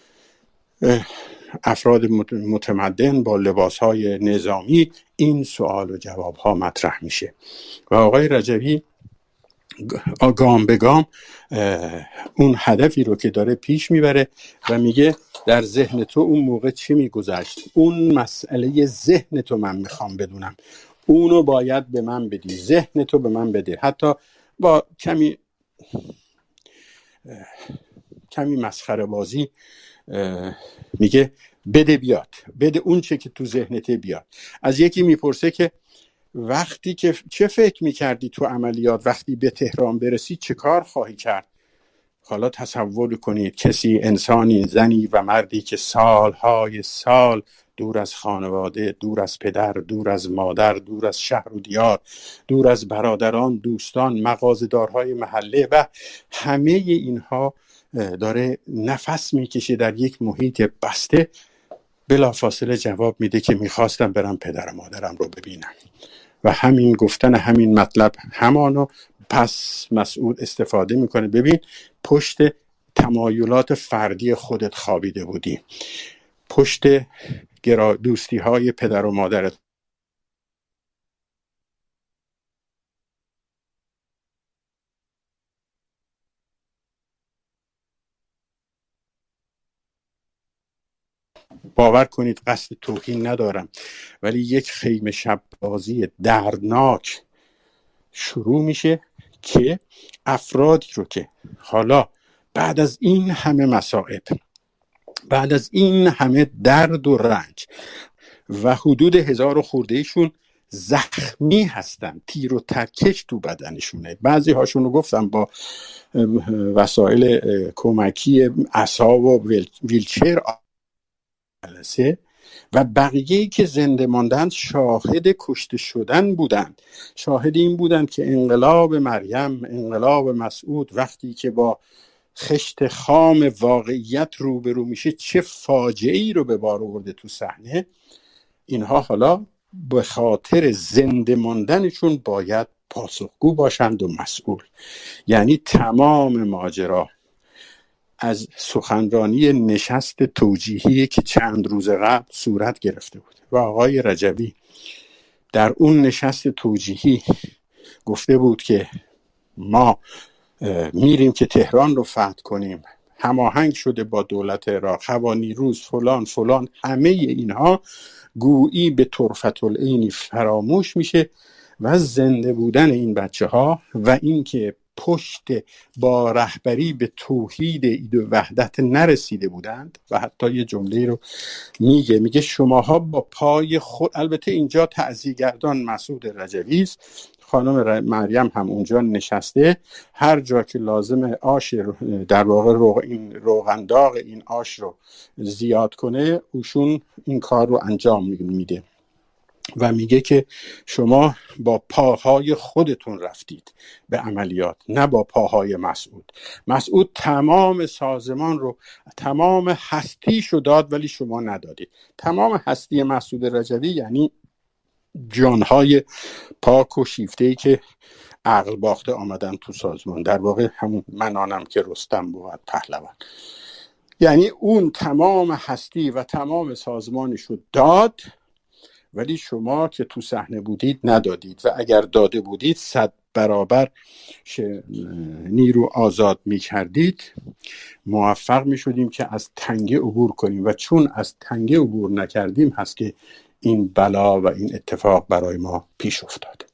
افراد متمدن با لباسهای نظامی این سوال و جواب ها مطرح میشه و آقای رجوی گام به گام اون هدفی رو که داره پیش میبره و میگه در ذهن تو اون موقع چی میگذشت، اون مسئله ذهن تو من میخوام بدونم، اونو باید به من بدی، ذهن تو به من بده. حتی با کمی مسخره بازی میگه بده بیاد، بده اون چه که تو ذهنته بیاد. از یکی میپرسه که وقتی که چه فکر میکردی تو عملیات، وقتی به تهران برسی چه کار خواهی کرد؟ حالا تصور کنید کسی، انسانی، زنی و مردی که سالهای سال دور از خانواده، دور از پدر، دور از مادر، دور از شهر و دیار، دور از برادران، دوستان، مغازه‌دارهای محله و همه اینها داره نفس میکشه در یک محیط بسته، بلافاصله جواب میده که میخواستم برم پدر و مادرم رو ببینم. و همین گفتن همین مطلب همانو پس مسعود استفاده میکنه. ببین، پشت تمایلات فردی خودت خوابیده بودی، پشت دوستی های پدر و مادرت باور کنید قصد توهین ندارم، ولی یک خیمه شب بازی دردناک شروع میشه که افرادی رو که حالا بعد از این همه مصائب، بعد از این همه درد و رنج و حدود 1000 خوردهشون زخمی هستن، تیر و ترکش تو بدنشونه، بعضی هاشون رو گفتم با وسایل کمکی عصا و ویلچر جلسه، و بقیه‌ای که زنده ماندند شاهد کشته شدن بودند، شاهد این بودند که انقلاب مریم، انقلاب مسعود وقتی که با خشت خام واقعیت روبرو میشه، چه فاجعه‌ای رو به بار آورده تو صحنه، اینها حالا به خاطر زنده ماندنشون باید پاسخگو باشند و مسئول. یعنی تمام ماجرا از سخنرانی نشست توجیهی که چند روز قبل صورت گرفته بود و آقای رجوی در اون نشست توجیهی گفته بود که ما میریم که تهران رو فتح کنیم، هماهنگ شده با دولت عراق، هوا نیروز فلان فلان، همه اینها گویی به طرفت العینی فراموش میشه و زنده بودن این بچه ها و اینکه پشت با رهبری به توحید ایده وحدت نرسیده بودند. و حتی یه جمله رو میگه شماها با پای خود، البته اینجا تعزیه‌گردان مسعود رجوی است، خانم مریم هم اونجا نشسته، هر جا که لازم آش در واقع این روغن داغ این آش رو زیاد کنه اوشون این کار رو انجام میده و میگه که شما با پاهای خودتون رفتید به عملیات، نه با پاهای مسعود تمام سازمان رو، تمام هستیش رو داد ولی شما ندادید. تمام هستی مسعود رجوی یعنی جانهای پاک و شیفته‌ای که عقل باخته آمدن تو سازمان، در واقع همون منانم که رستم بود پهلوان، یعنی اون تمام هستی و تمام سازمانش رو داد ولی شما که تو صحنه بودید ندادید و اگر داده بودید 100 برابر نیرو آزاد می کردید موفق می شدیم که از تنگه عبور کنیم و چون از تنگه عبور نکردیم هست که این بلا و این اتفاق برای ما پیش افتاد.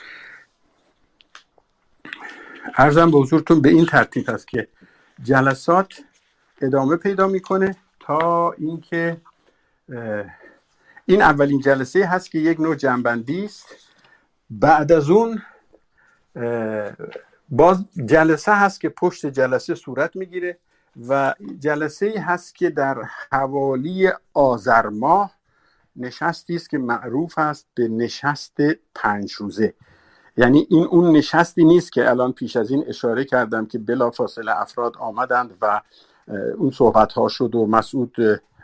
عرضم به حضورتون به این ترتیب است که جلسات ادامه پیدا میکنه تا اینکه این اولین جلسه هست که یک نوع جنبندی است. بعد از اون باز جلسه هست که پشت جلسه صورت میگیره و جلسه هست که در حوالی آذر ماه نشستی است که معروف است به نشست 5 روزه. یعنی این اون نشستی نیست که الان پیش از این اشاره کردم که بلافاصله افراد آمدند و اون صحبت ها شد و مسعود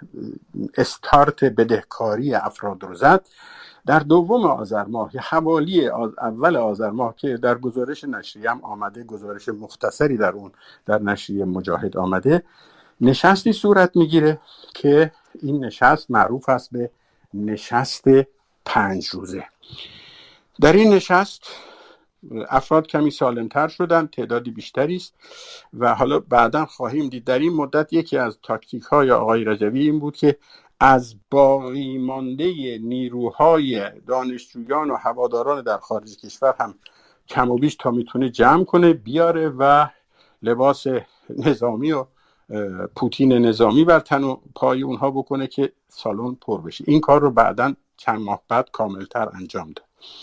استارت بدهکاری افراد رو زد. در دوم آذر ماه یا حوالی اول آذر ماه که در گزارش نشریه هم آمده، گزارش مختصری در اون در نشریه مجاهد آمده، نشستی صورت میگیره که این نشست معروف است به نشست 5 روزه. در این نشست افراد کمی سالمتر شدن، تعدادی بیشتری است و حالا بعداً خواهیم دید. در این مدت یکی از تاکتیک های آقای رجوی این بود که از باقی مانده نیروهای دانشجویان و هواداران در خارج کشور هم کم و بیش تا میتونه جمع کنه بیاره و لباس نظامی و پوتین نظامی بر تن و پای اونها بکنه که سالن پر بشه. این کار رو بعداً چند ماه بعد کاملتر انجام داد.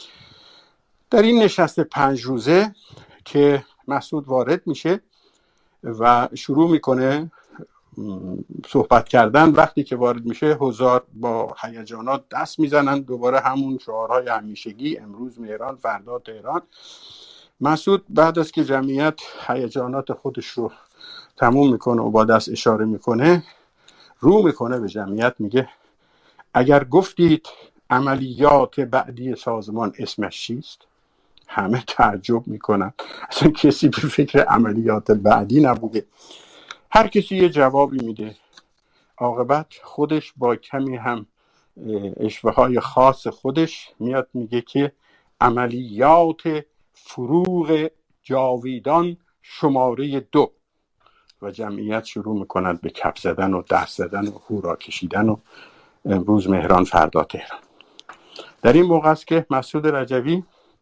در این نشست 5 روزه که مسعود وارد میشه و شروع میکنه صحبت کردن، وقتی که وارد میشه حضار با هیجانات دست میزنن، دوباره همون شعارهای همیشگی، امروز مهران فردا تهران. مسعود بعد از که جمعیت هیجانات خودش رو تموم میکنه و با دست اشاره میکنه رو میکنه به جمعیت، میگه اگر گفتید عملیات بعدی سازمان اسمش چیست؟ همه تعجب میکنن، اصلا کسی به فکر عملیات بعدی نبوده. هر کسی یه جوابی میده، عاقبت خودش با کمی هم اشوه های خاص خودش میاد میگه که عملیات فروغ جاویدان شماره 2 و جمعیت شروع میکنند به کف زدن و دست زدن و هورا کشیدن و امروز مهران فردا تهران. در این موقع است که مسعود رجوی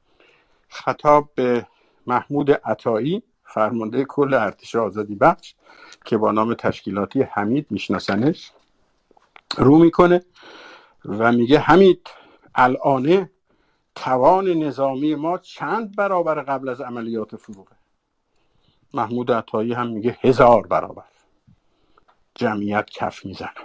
خطاب به محمود عطایی فرمانده کل ارتش آزادی بخش که با نام تشکیلاتی حمید میشناسنش رو میکنه و میگه حمید، الان توان نظامی ما چند برابر قبل از عملیات فروغه؟ محمود عطایی هم میگه 1000 برابر. جمعیت کف میزنند.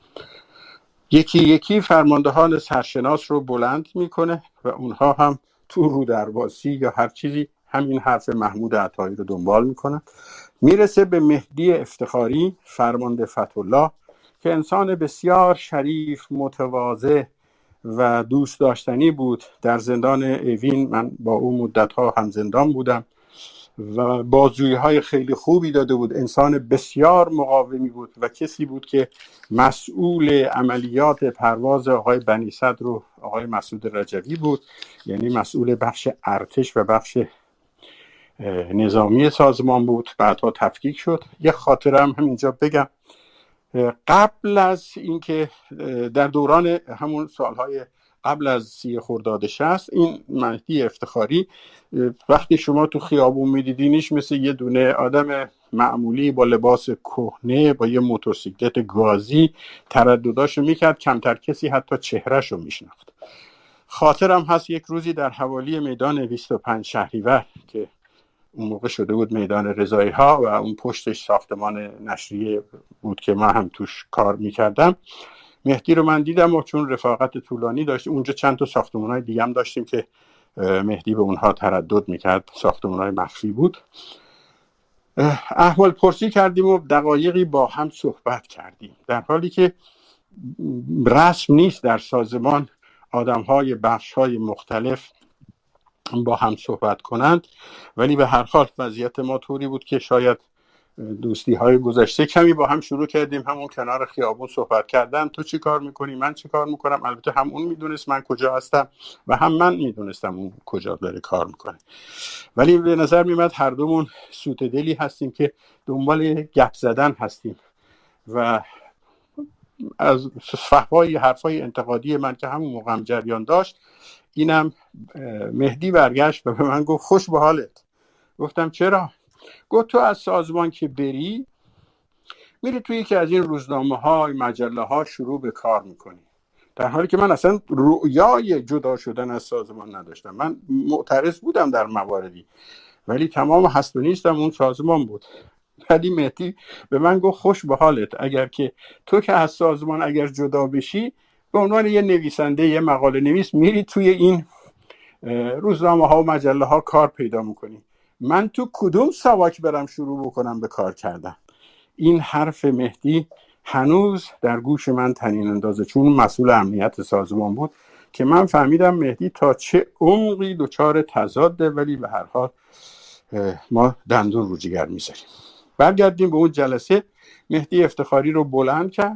یکی یکی فرماندهان سرشناس رو بلند میکنه و اونها هم تو رو درواسی یا هر چیزی همین حرف محمود عطایی رو دنبال میکنن میرسه به مهدی افتخاری فرمانده فتح‌الله که انسان بسیار شریف، متواضع و دوست داشتنی بود. در زندان اوین من با او مدت‌ها هم زندان بودم و بازجویی‌های خیلی خوبی داده بود. انسان بسیار مقاومی بود و کسی بود که مسئول عملیات پرواز آقای بنی صدر رو آقای مسعود رجوی بود، یعنی مسئول بخش ارتش و بخش نظامی سازمان بود. بعدها تفکیک شد. یه خاطره هم اینجا بگم. قبل از اینکه در دوران همون سالهای قبل از 30 خرداد 60 این مهدی افتخاری وقتی شما تو خیابون میدیدینش مثل یه دونه آدم معمولی با لباس کهنه با یه موتورسیکلت گازی تردداشو میکرد، کمتر کسی حتی چهرهشو میشناخت. خاطرم هست یک روزی در حوالی میدان 25 شهریور که اون موقع شده بود میدان رضایی ها و اون پشتش ساختمان نشریه بود که من هم توش کار میکردم، مهدی رو من دیدم و چون رفاقت طولانی داشت اونجا چند تا ساختمان‌های دیگه هم داشتیم که مهدی به اونها تردد میکرد، ساختمان‌های مخفی بود. احوال پرسی کردیم و دقایقی با هم صحبت کردیم، در حالی که رسم نیست در سازمان آدم‌های بخش‌های مختلف با هم صحبت کنند، ولی به هر حال وضعیت ما طوری بود که شاید دوستی های گذشته کمی با هم شروع کردیم همون کنار خیابون صحبت کردن. تو چی کار میکنی؟ من چی کار میکنم؟ البته هم اون میدونست من کجا هستم و هم من میدونستم اون کجا داره کار میکنه، ولی به نظر میمد هر دومون سوت دلی هستیم که دنبال گپ زدن هستیم و از فحوای حرفای انتقادی من که همون موقع هم جریان داشت اینم مهدی برگشت و به من گفت خوش به حالت. گفتم چرا؟ گفت تو از سازمان که بری میری توی یکی از این روزنامه ها مجله ها شروع به کار میکنی، در حالی که من اصلا رؤیای جدا شدن از سازمان نداشتم. من معترض بودم در مواردی ولی تمام هست و نیستم اون سازمان بود. ولی مهدی به من گفت خوش به حالت، اگر که تو که از سازمان اگر جدا بشی به عنوان یه نویسنده یه مقاله نویس میری توی این روزنامه ها و مجله ها کار پیدا میکنی، من تو کدوم سواک برم شروع بکنم به کار کردن؟ این حرف مهدی هنوز در گوش من طنین اندازه، چون مسئول امنیت سازمان بود که من فهمیدم مهدی تا چه عمقی دچار تضاده، ولی به هر حال ما دندون رو جگر میذاریم. برگردیم به اون جلسه. مهدی افتخاری رو بلند کرد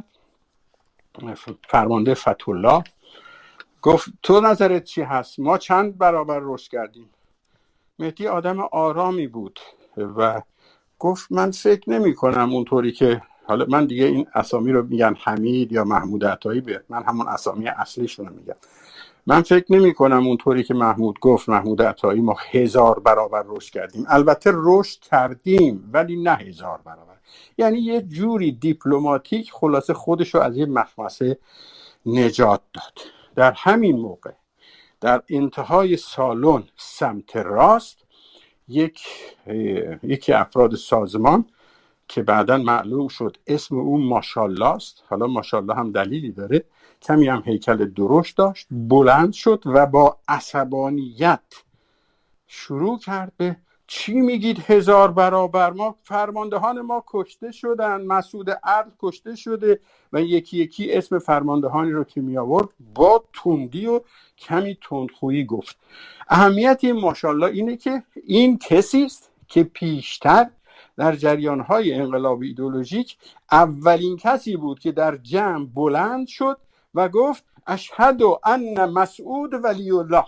فرمانده فتح‌الله، گفت تو نظرت چی هست؟ ما چند برابر رشد کردیم. مهدی آدم آرامی بود و گفت من فکر نمی کنم اونطوری که حالا من دیگه این اسامی رو میگن حمید یا محمود عطایی بیاد، من همون اسامی اصلیشون رو میگم. من فکر نمی کنم اونطوری که محمود گفت محمود عطایی ما 1000 برابر رشد کردیم. البته رشد کردیم ولی نه 1000 برابر. یعنی یه جوری دیپلماتیک خلاصه خودشو از یه مخمسه نجات داد. در همین موقع در انتهای سالن سمت راست یکی افراد سازمان که بعداً معلوم شد اسم اون ماشاءالله است، حالا ماشاءالله هم دلیلی داره، کمی هم هیکل درشت داشت، بلند شد و با عصبانیت شروع کرد به چی میگید 1000 برابر؟ ما فرماندهان ما کشته شدن، مسعود عدل کشته شده و یکی یکی اسم فرماندهانی رو که می آورد با تندی و کمی تندخویی گفت. اهمیت این ماشاءالله اینه که این کسی است که پیشتر در جریان‌های انقلاب ایدئولوژیک اولین کسی بود که در جمع بلند شد و گفت اشهد ان مسعود ولی الله.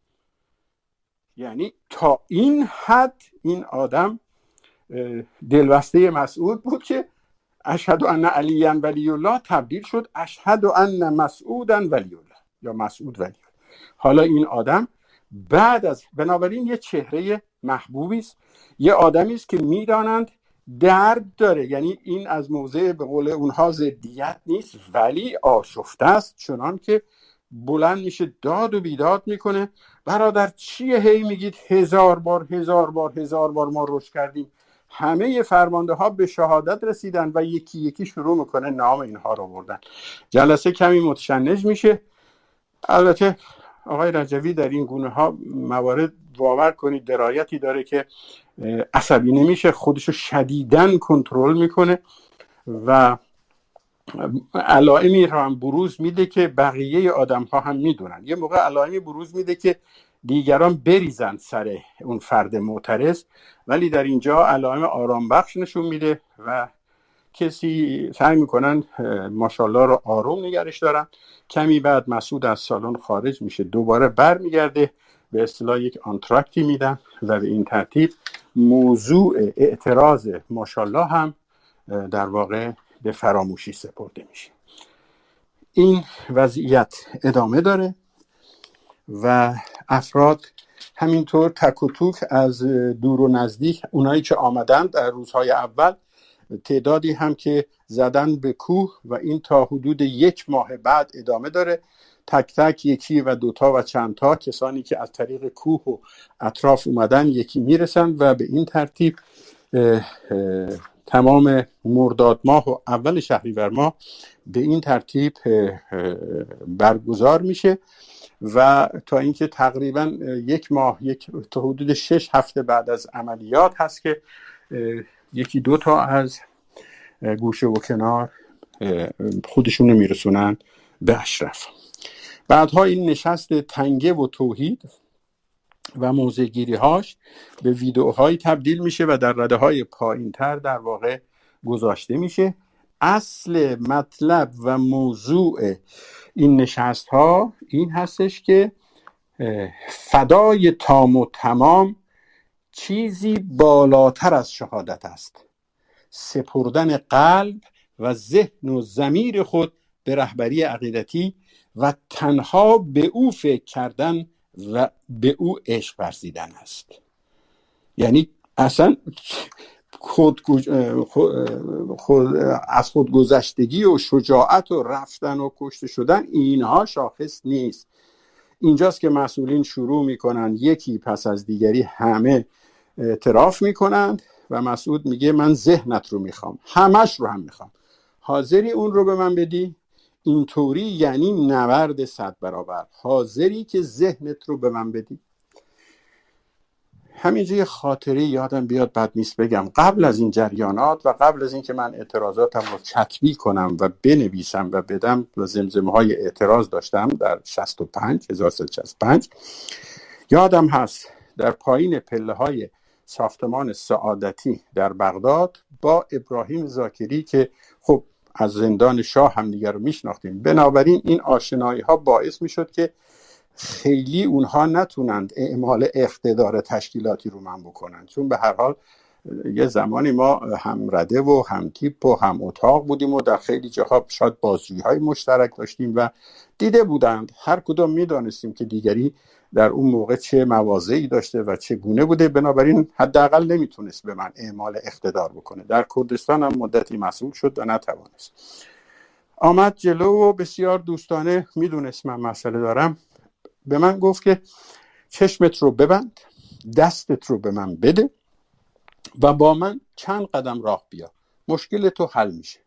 یعنی تا این حد این آدم دلبسته مسعود بود که اشهد ان علی ولی الله تبدیل شد اشهد ان مسعودا ولی الله یا مسعود ولی الله. حالا این آدم بعد از بنابراین یه چهره محبوبی است، یه آدمی است که میدانند درد داره، یعنی این از موضع به قول اونها ضدیت نیست ولی آشفته است، چنان که بلند میشه داد و بیداد میکنه برادر چیه هی میگید 1000 بار 1000 بار 1000 بار ما رشد کردیم. همه فرمانده ها به شهادت رسیدن و یکی یکی شروع میکنه نام اینها رو بردن. جلسه کمی متشنج میشه. البته آقای رجوی در این گونه ها موارد باور کنید درایتی داره که عصبی نمیشه، خودشو شدیداً کنترل میکنه و علائمی رو هم بروز میده که بقیه آدم ها هم میدونن. یه موقع علائمی بروز میده که دیگران بریزن سر اون فرد معترض، ولی در اینجا علائم آرام بخش نشون میده و کسی سعی میکنن ماشاءالله رو آروم نگرش دارن. کمی بعد مسعود از سالن خارج میشه، دوباره بر میگرده، به اصطلاح یک آنتراکتی میدن و به این ترتیب موضوع اعتراض ماشاءالله هم در واقع به فراموشی سپرده میشه. این وضعیت ادامه داره و افراد همینطور تک و توک از دور و نزدیک، اونایی که آمدن در روزهای اول، تعدادی هم که زدن به کوه و این تا حدود 1 ماه بعد ادامه داره. تک تک یکی و دوتا و چندتا کسانی که از طریق کوه و اطراف اومدن یکی میرسن و به این ترتیب تمام مرداد ماه و اول شهریور ماه به این ترتیب برگزار میشه و تا اینکه تقریبا 1 ماه، تا حدود 6 هفته بعد از عملیات هست که یکی دوتا از گوشه و کنار خودشون رو میرسونن به اشرف. بعدها این نشست تنگه و توحید و موضع‌گیری هاش به ویدئوهایی تبدیل میشه و در رده های پایین تر در واقع گذاشته میشه. اصل مطلب و موضوع این نشست ها این هستش که فدای تام و تمام چیزی بالاتر از شهادت است. سپردن قلب و ذهن و ضمیر خود به رهبری عقیدتی و تنها به او فکر کردن و به او عشق ورزیدن است. یعنی اصلا از خودگذشتگی و شجاعت و رفتن و کشته شدن اینها شاخص نیست. اینجاست که مسئولین شروع میکنن یکی پس از دیگری همه اعتراف میکنن و مسعود میگه من ذهنت رو میخوام، همش رو هم میخوام، حاضری اون رو به من بدی؟ اینطوری یعنی نورد 100 برابر. حاضری که ذهنت رو به من بدی؟ همینجا یه خاطره یادم بیاد بد نیست بگم. قبل از این جریانات و قبل از این که من اعتراضاتم رو کتبی کنم و بنویسم و بدم و زمزمه های اعتراض داشتم در 1365 یادم هست در پایین پله های ساختمان سعادتی در بغداد با ابراهیم زاکری که خب از زندان شاه هم دیگر رو میشناختیم، بنابراین این آشنایی ها باعث میشد که خیلی اونها نتونند اعمال اقتدار تشکیلاتی رو من بکنن، چون به هر حال یه زمانی ما هم رده و هم تیپ و هم اتاق بودیم و در خیلی جاها شاید بازجویی های مشترک داشتیم و دیده بودند، هر کدوم میدانستیم که دیگری در اون موقع چه مواضعی داشته و چه گونه بوده، بنابراین حداقل نمیتونست به من اعمال اقتدار بکنه. در کردستان هم مدتی مسئول شد و نتوانست. آمد جلو و بسیار دوستانه، میدونست من مسئله دارم، به من گفت که چشمت رو ببند، دستت رو به من بده و با من چند قدم راه بیا، مشکل تو حل میشه.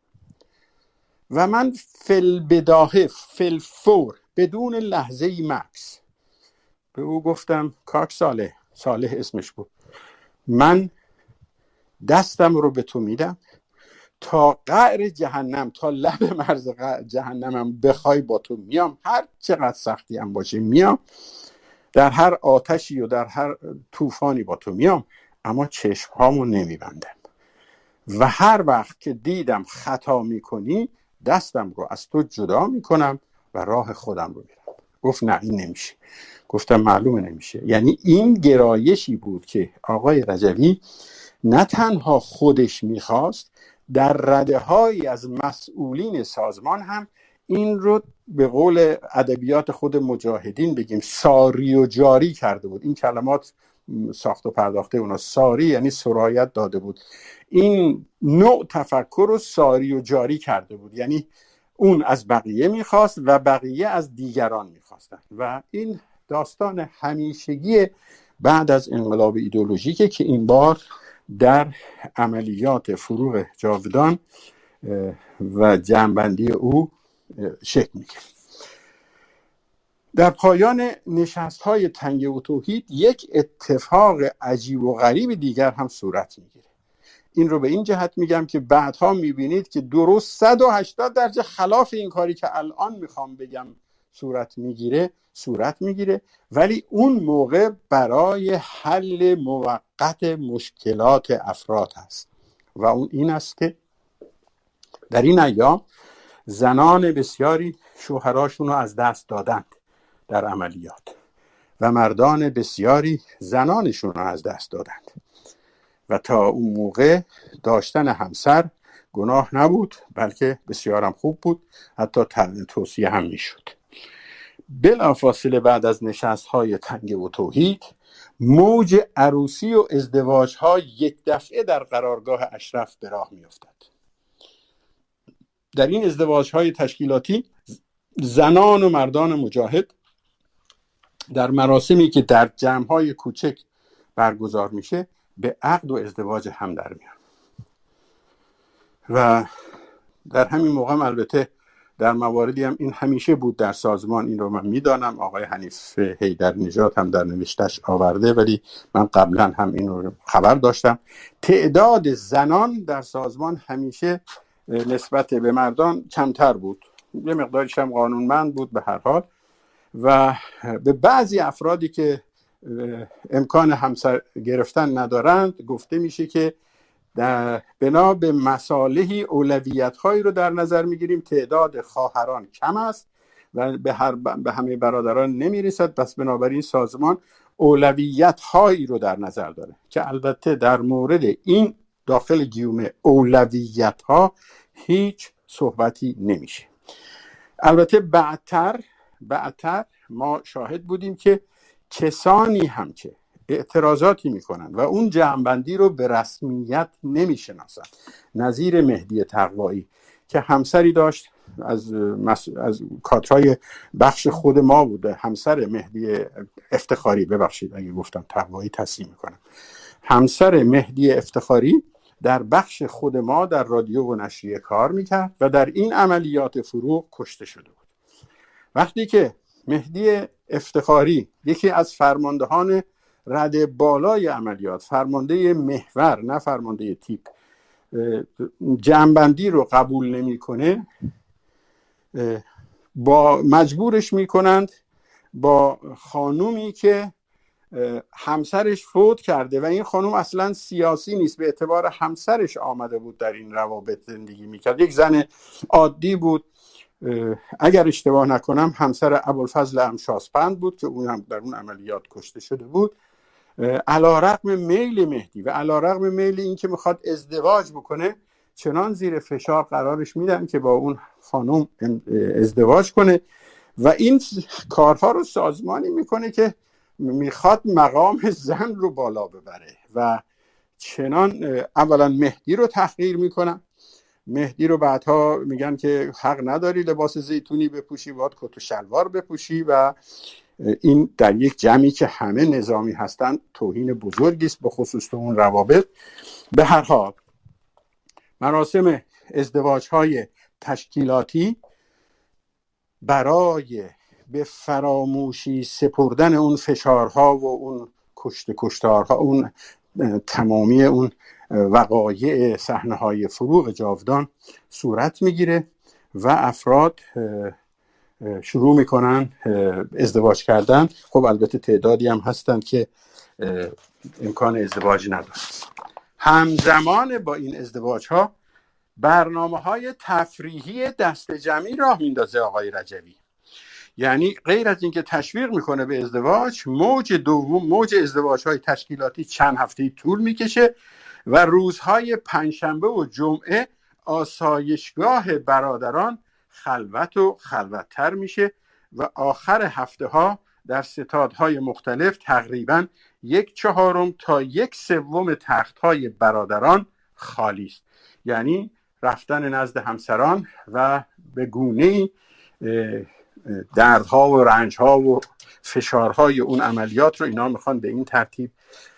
و من فی‌البداهه فی‌الفور بدون لحظه مکس به او گفتم کاک صالح اسمش بود، من دستم رو به تو میدم، تا قعر جهنم، تا لب مرز جهنمم بخوای با تو میام، هر چقدر سختی هم باشه میام، در هر آتشی و در هر طوفانی با تو میام، اما چشمهامو نمیبندم و هر وقت که دیدم خطا میکنی دستم رو از تو جدا میکنم و راه خودم رو میرم. گفت نه این نمیشه. گفتم معلومه نمیشه. یعنی این گرایشی بود که آقای رجوی نه تنها خودش میخواست، در رده‌هایی از مسئولین سازمان هم این رو به قول ادبیات خود مجاهدین بگیم ساری و جاری کرده بود. این کلمات ساخت و پرداخته اونا، ساری یعنی سرایت داده بود، این نوع تفکر رو ساری و جاری کرده بود، یعنی اون از بقیه میخواست و بقیه از دیگران میخواستن. و این داستان همیشگی بعد از انقلاب ایدئولوژیکه که این بار در عملیات فروغ جاودان و جمع‌بندی او شکل میگیره. در پایان نشست‌های تنگه و توحید یک اتفاق عجیب و غریب دیگر هم صورت میگیره. این رو به این جهت میگم که بعدها میبینید که درست 180 درجه خلاف این کاری که الان میخوام بگم صورت میگیره، ولی اون موقع برای حل موقت مشکلات افراد هست و اون این است که در این ایام زنان بسیاری شوهراشون رو از دست دادند در عملیات و مردان بسیاری زنانشون رو از دست دادند و تا اون موقع داشتن همسر گناه نبود، بلکه بسیارم خوب بود، حتی توصیه هم میشد. بلافاصله بعد از نشست‌های تنگه و توحید موج عروسی و ازدواج‌ها یک دفعه در قرارگاه اشرف به راه می‌افتد. در این ازدواج‌های تشکیلاتی زنان و مردان مجاهد در مراسمی که در جمع‌های کوچک برگزار میشه به عقد و ازدواج هم در میان و در همین موقع هم البته در مواردی هم این همیشه بود در سازمان، این رو من میدانم، آقای حنیف حیدر نژاد هم در نوشتش آورده، ولی من قبلا هم این رو خبر داشتم، تعداد زنان در سازمان همیشه نسبت به مردان کمتر بود، یه مقدارش هم قانونمند بود به هر حال، و به بعضی افرادی که امکان همسر گرفتن ندارند گفته میشه که بنا به مصالحی اولویت‌هایی رو در نظر میگیریم، تعداد خواهران کم است و به همه برادران نمیرسد، پس بنابراین سازمان اولویت‌هایی رو در نظر داره که البته در مورد این داخل گیومه اولویت‌ها هیچ صحبتی نمیشه. البته بعدتر ما شاهد بودیم که کسانی هم که اعتراضاتی میکنن و اون جمع‌بندی رو به رسمیت نمیشناسن، نظیر مهدی تقوایی که همسری داشت از کادرهای بخش خود ما بوده، همسر مهدی افتخاری، ببخشید اگه گفتم تقوایی تصحیح میکنم، همسر مهدی افتخاری در بخش خود ما در رادیو و نشریه کار میکرد و در این عملیات فروغ کشته شده بود. وقتی که مهدی افتخاری یکی از فرماندهان رده بالای عملیات، فرمانده محور نه فرمانده تیپ، جمع‌بندی رو قبول نمیکنه، با مجبورش میکنند با خانومی که همسرش فوت کرده و این خانوم اصلا سیاسی نیست، به اعتبار همسرش آمده بود در این روابط زندگی میکرد، یک زن عادی بود، اگر اشتباه نکنم همسر ابوالفضل امشاسپند بود که اون هم در اون عملیات کشته شده بود. علیرغم میل مهدی و علیرغم میل این که میخواد ازدواج بکنه، چنان زیر فشار قرارش میدن که با اون خانم ازدواج کنه و این کارها رو سازمانی میکنه که میخواد مقام زن رو بالا ببره و چنان اولا مهدی رو تحقیر میکنن، مهدی رو بعدها میگن که حق نداری لباس زیتونی بپوشی، باید کت و شلوار بپوشی و این در یک جمعی که همه نظامی هستن توهین بزرگی است به خصوص اون روابط. به هر حال مراسم ازدواج‌های تشکیلاتی برای به فراموشی سپردن اون فشارها و اون کشتارها، اون تمامی اون وقایع صحنه‌های فروغ جاودان صورت میگیره و افراد شروع میکنن ازدواج کردن. خب البته تعدادی هم هستن که امکان ازدواج ندارن. همزمان با این ازدواج ها برنامه‌های تفریحی دست جمعی راه میندازه آقای رجوی. یعنی غیر از اینکه تشویق میکنه به ازدواج، موج دوم، موج ازدواج‌های تشکیلاتی چند هفته‌ای طول میکشه و روزهای پنجشنبه و جمعه آسایشگاه برادران خلوت و خلوت‌تر میشه و آخر هفته ها در ستادهای مختلف تقریباً 1/4 تا 1/3 تخت‌های برادران خالی است. یعنی رفتن نزد همسران و به گونه‌ای دردها و رنجها و فشارهای اون عملیات رو اینا میخوان به این ترتیب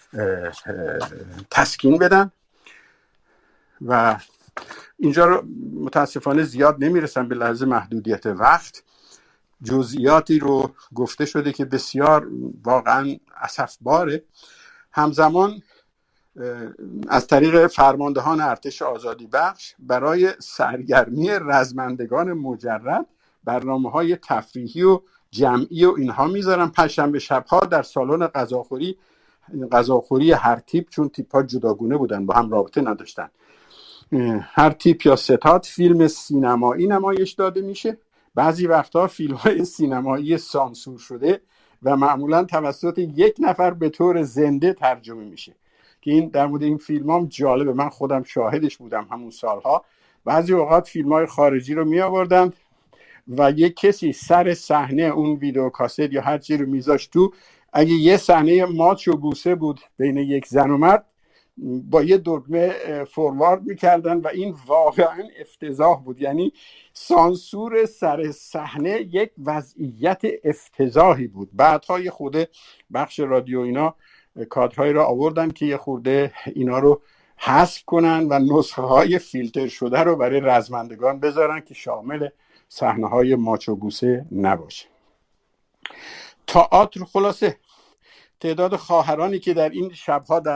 تسکین بدن و اینجا رو متاسفانه زیاد نمیرسم به لحاظ محدودیت وقت. جزئیاتی رو گفته شده که بسیار واقعا اسفباره. همزمان از طریق فرماندهان ارتش آزادی بخش برای سرگرمی رزمندگان مجرد برنامه‌های تفریحی و جمعی و اینها میذارن. پنجشنبه شب‌ها در سالن غذاخوری هر تیپ، چون تیپ‌ها جداگونه بودن با هم رابطه نداشتن، هر تیپ یا ستاد فیلم سینمایی نمایش داده میشه. بعضی وقتها فیلم‌های سینمایی سانسور شده و معمولا توسط یک نفر به طور زنده ترجمه میشه که این در مورد این فیلم هم جالبه. من خودم شاهدش بودم همون سالها. بعضی اوقات فیلم‌های خارجی رو می آوردن و یک کسی سر صحنه اون ویدیو کاست یا هر چیزی رو میذاشت تو، اگه یه صحنه ماچ و بوسه بود بین یک زن و مرد، با یه دکمه فوروارد میکردن و این واقعا افتضاح بود. یعنی سانسور سر صحنه یک وضعیت افتضاحی بود. بعدها یه خورده بخش رادیو اینا کادرهایی را آوردن که یه خورده اینا رو حذف کنن و نسخه های فیلتر شده رو برای رزمندگان بذارن که شامل صحنه های ماچ و بوسه نباشه. تئاتر، خلاصه تعداد خواهرانی که در این شبها در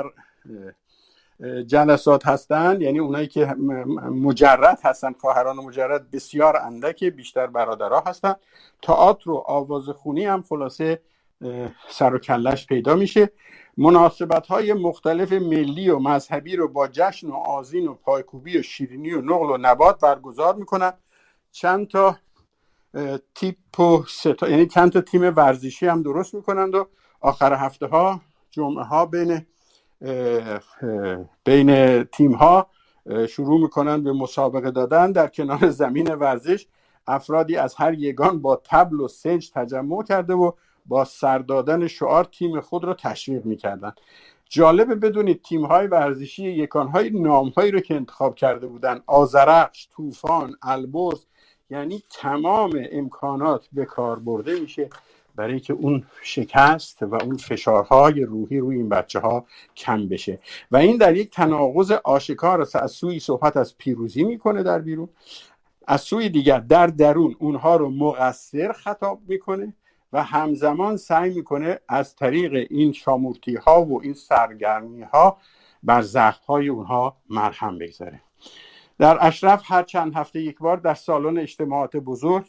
جلسات هستن، یعنی اونایی که مجرد هستن، خواهران مجرد بسیار اندکه، بیشتر برادرها هستن. تئاتر و آوازخونی هم خلاصه سر و کلش پیدا میشه. مناسبت‌های مختلف ملی و مذهبی رو با جشن و آذین و پایکوبی و شیرینی و نقل و نبات برگزار میکنن. چند تا تیپ و یعنی چند تا تیم ورزشی هم درست میکنند و آخر هفته ها، جمعه ها بین تیم ها شروع میکنن به مسابقه دادن. در کنار زمین ورزش افرادی از هر یگان با طبل و سنج تجمع کرده و با سر دادن شعار تیم خود رو تشویق میکردن. جالبه بدونید تیم های ورزشی یکان های نام هایی رو که انتخاب کرده بودن: آذرخش، طوفان، البرز، یعنی تمام امکانات به کار برده میشه برای اینکه اون شکست و اون فشارهای روحی روی این بچه ها کم بشه. و این در یک تناقض آشکار است. از سوی صحبت از پیروزی میکنه در بیرون، از سوی دیگر در درون اونها رو مقصر خطاب میکنه و همزمان سعی میکنه از طریق این شامورتی ها و این سرگرمی ها بر زخم های اونها مرهم بگذاره. در اشرف هر چند هفته یک بار در سالن اجتماعات بزرگ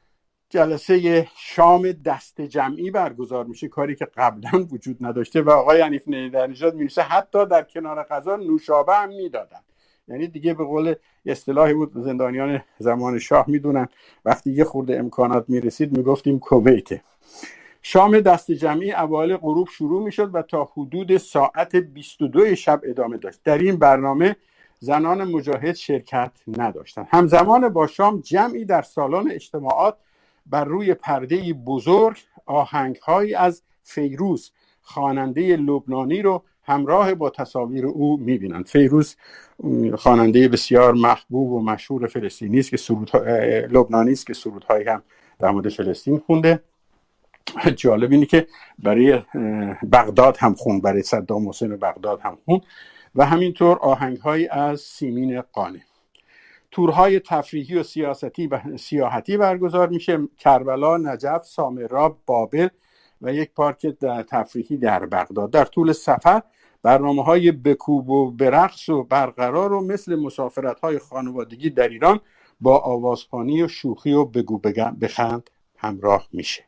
جلسه شام دست جمعی برگزار میشه، کاری که قبلا وجود نداشته و آقای حنیف نژاد می‌نویسه حتی در کنار غذا نوشابه هم میدادن. یعنی دیگه به قول اصطلاحی بود زندانیان زمان شاه میدونن، وقتی یه خورده امکانات میرسید میگفتیم کویته. شام دست جمعی اوایل غروب شروع میشد و تا حدود ساعت 22 شب ادامه داشت. در این برنامه زنان مجاهد شرکت نداشتند. همزمان با شام جمعی در سالن اجتماعات بر روی پرده بزرگ آهنگ‌هایی از فیروز، خواننده لبنانی رو همراه با تصاویر او می‌بینند. فیروز خواننده بسیار محبوب و مشهور فلسطینی است که لبنانی است که سرودهایی هم در مورد فلسطین خونده. جالب اینه که برای بغداد هم خوند، برای صدام حسین بغداد هم خوند و همینطور آهنگ‌هایی از سیمین قانع. تورهای تفریحی و سیاحتی برگزار میشه: کربلا، نجف، سامرا، بابل و یک پارک تفریحی در بغداد. در طول سفر برنامه‌های بکوب و برقص و برقرار و مثل مسافرت‌های خانوادگی در ایران با آوازخوانی و شوخی و بگو بخند همراه میشه.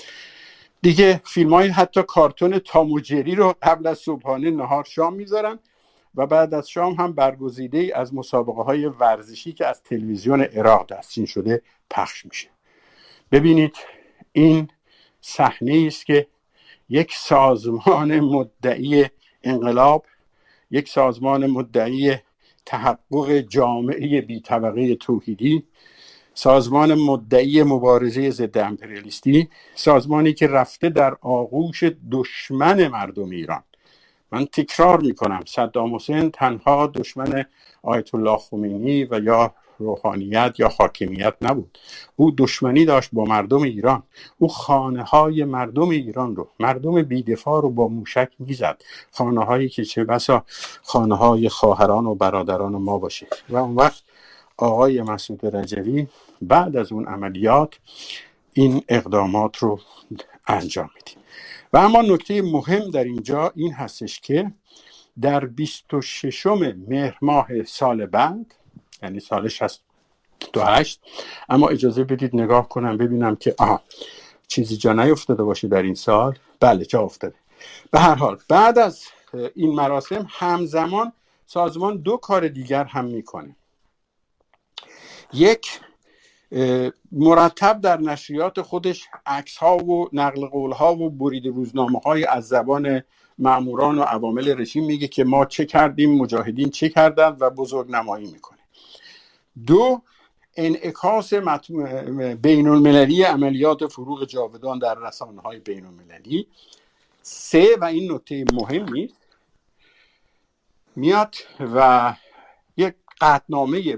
دیگه فیلم‌های حتی کارتون تام و جری رو قبل از صبحانه نهار شام میذارن و بعد از شام هم برگزیده از مسابقه‌های ورزشی که از تلویزیون عراق دستچین شده پخش میشه. ببینید این صحنه است که یک سازمان مدعی انقلاب، یک سازمان مدعی تحقق جامعه بی طبقه توحیدی، سازمان مدعی مبارزه ضد امپریالیستی، سازمانی که رفته در آغوش دشمن مردم ایران. من تکرار میکنم، صدام حسین تنها دشمن آیت الله خمینی و یا روحانیت یا حاکمیت نبود، او دشمنی داشت با مردم ایران. او خانه های مردم ایران رو، مردم بیدفاع رو با موشک میزد، خانه هایی که چه بسا خانه های خواهران و برادران ما باشه. و اون وقت آقای مسعود رجوی بعد از اون عملیات این اقدامات رو انجام میدیم. و اما نکته مهم در اینجا این هستش که در 26 مهر ماه سال بعد، یعنی سال 68، اما اجازه بدید نگاه کنم ببینم که چیزی جا نیفتاده باشه در این سال. بله جا افتاده. به هر حال بعد از این مراسم همزمان سازمان 2 کار دیگر هم میکنه. یک، مرتب در نشریات خودش عکس ها و نقل قول ها و برید روزنامه های از زبان مأموران و عوامل رژیم میگه که ما چه کردیم، مجاهدین چه کردن و بزرگ نمایی میکنه. 2، انعکاس بین المللی عملیات فروغ جاودان در رسانه های بین المللی. 3، و این نکته مهمی، میاد و یک قطعنامه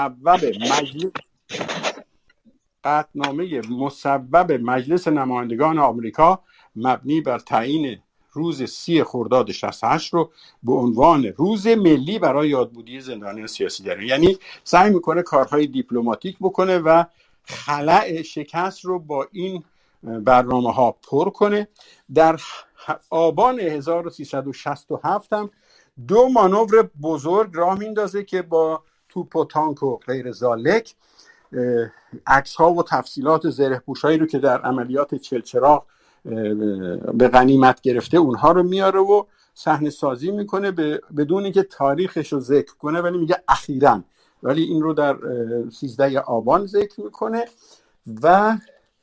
مصوب مجلس نمایندگان آمریکا مبنی بر تعیین روز 30 خرداد 68 رو به عنوان روز ملی برای یادبودی زندانیان سیاسی داره. یعنی سعی میکنه کارهای دیپلماتیک بکنه و خلأ شکست رو با این برنامه ها پر کنه. در آبان 1367 هم 2 مانور بزرگ راه میندازه که با توپ و تانک و غیر ذالک عکس ها و تفصیلات زره‌پوشایی رو که در عملیات چلچراغ به غنیمت گرفته اونها رو میاره و صحنه سازی میکنه بدون اینکه تاریخش رو ذکر کنه، ولی میگه اخیراً، ولی این رو در 13 آبان ذکر میکنه. و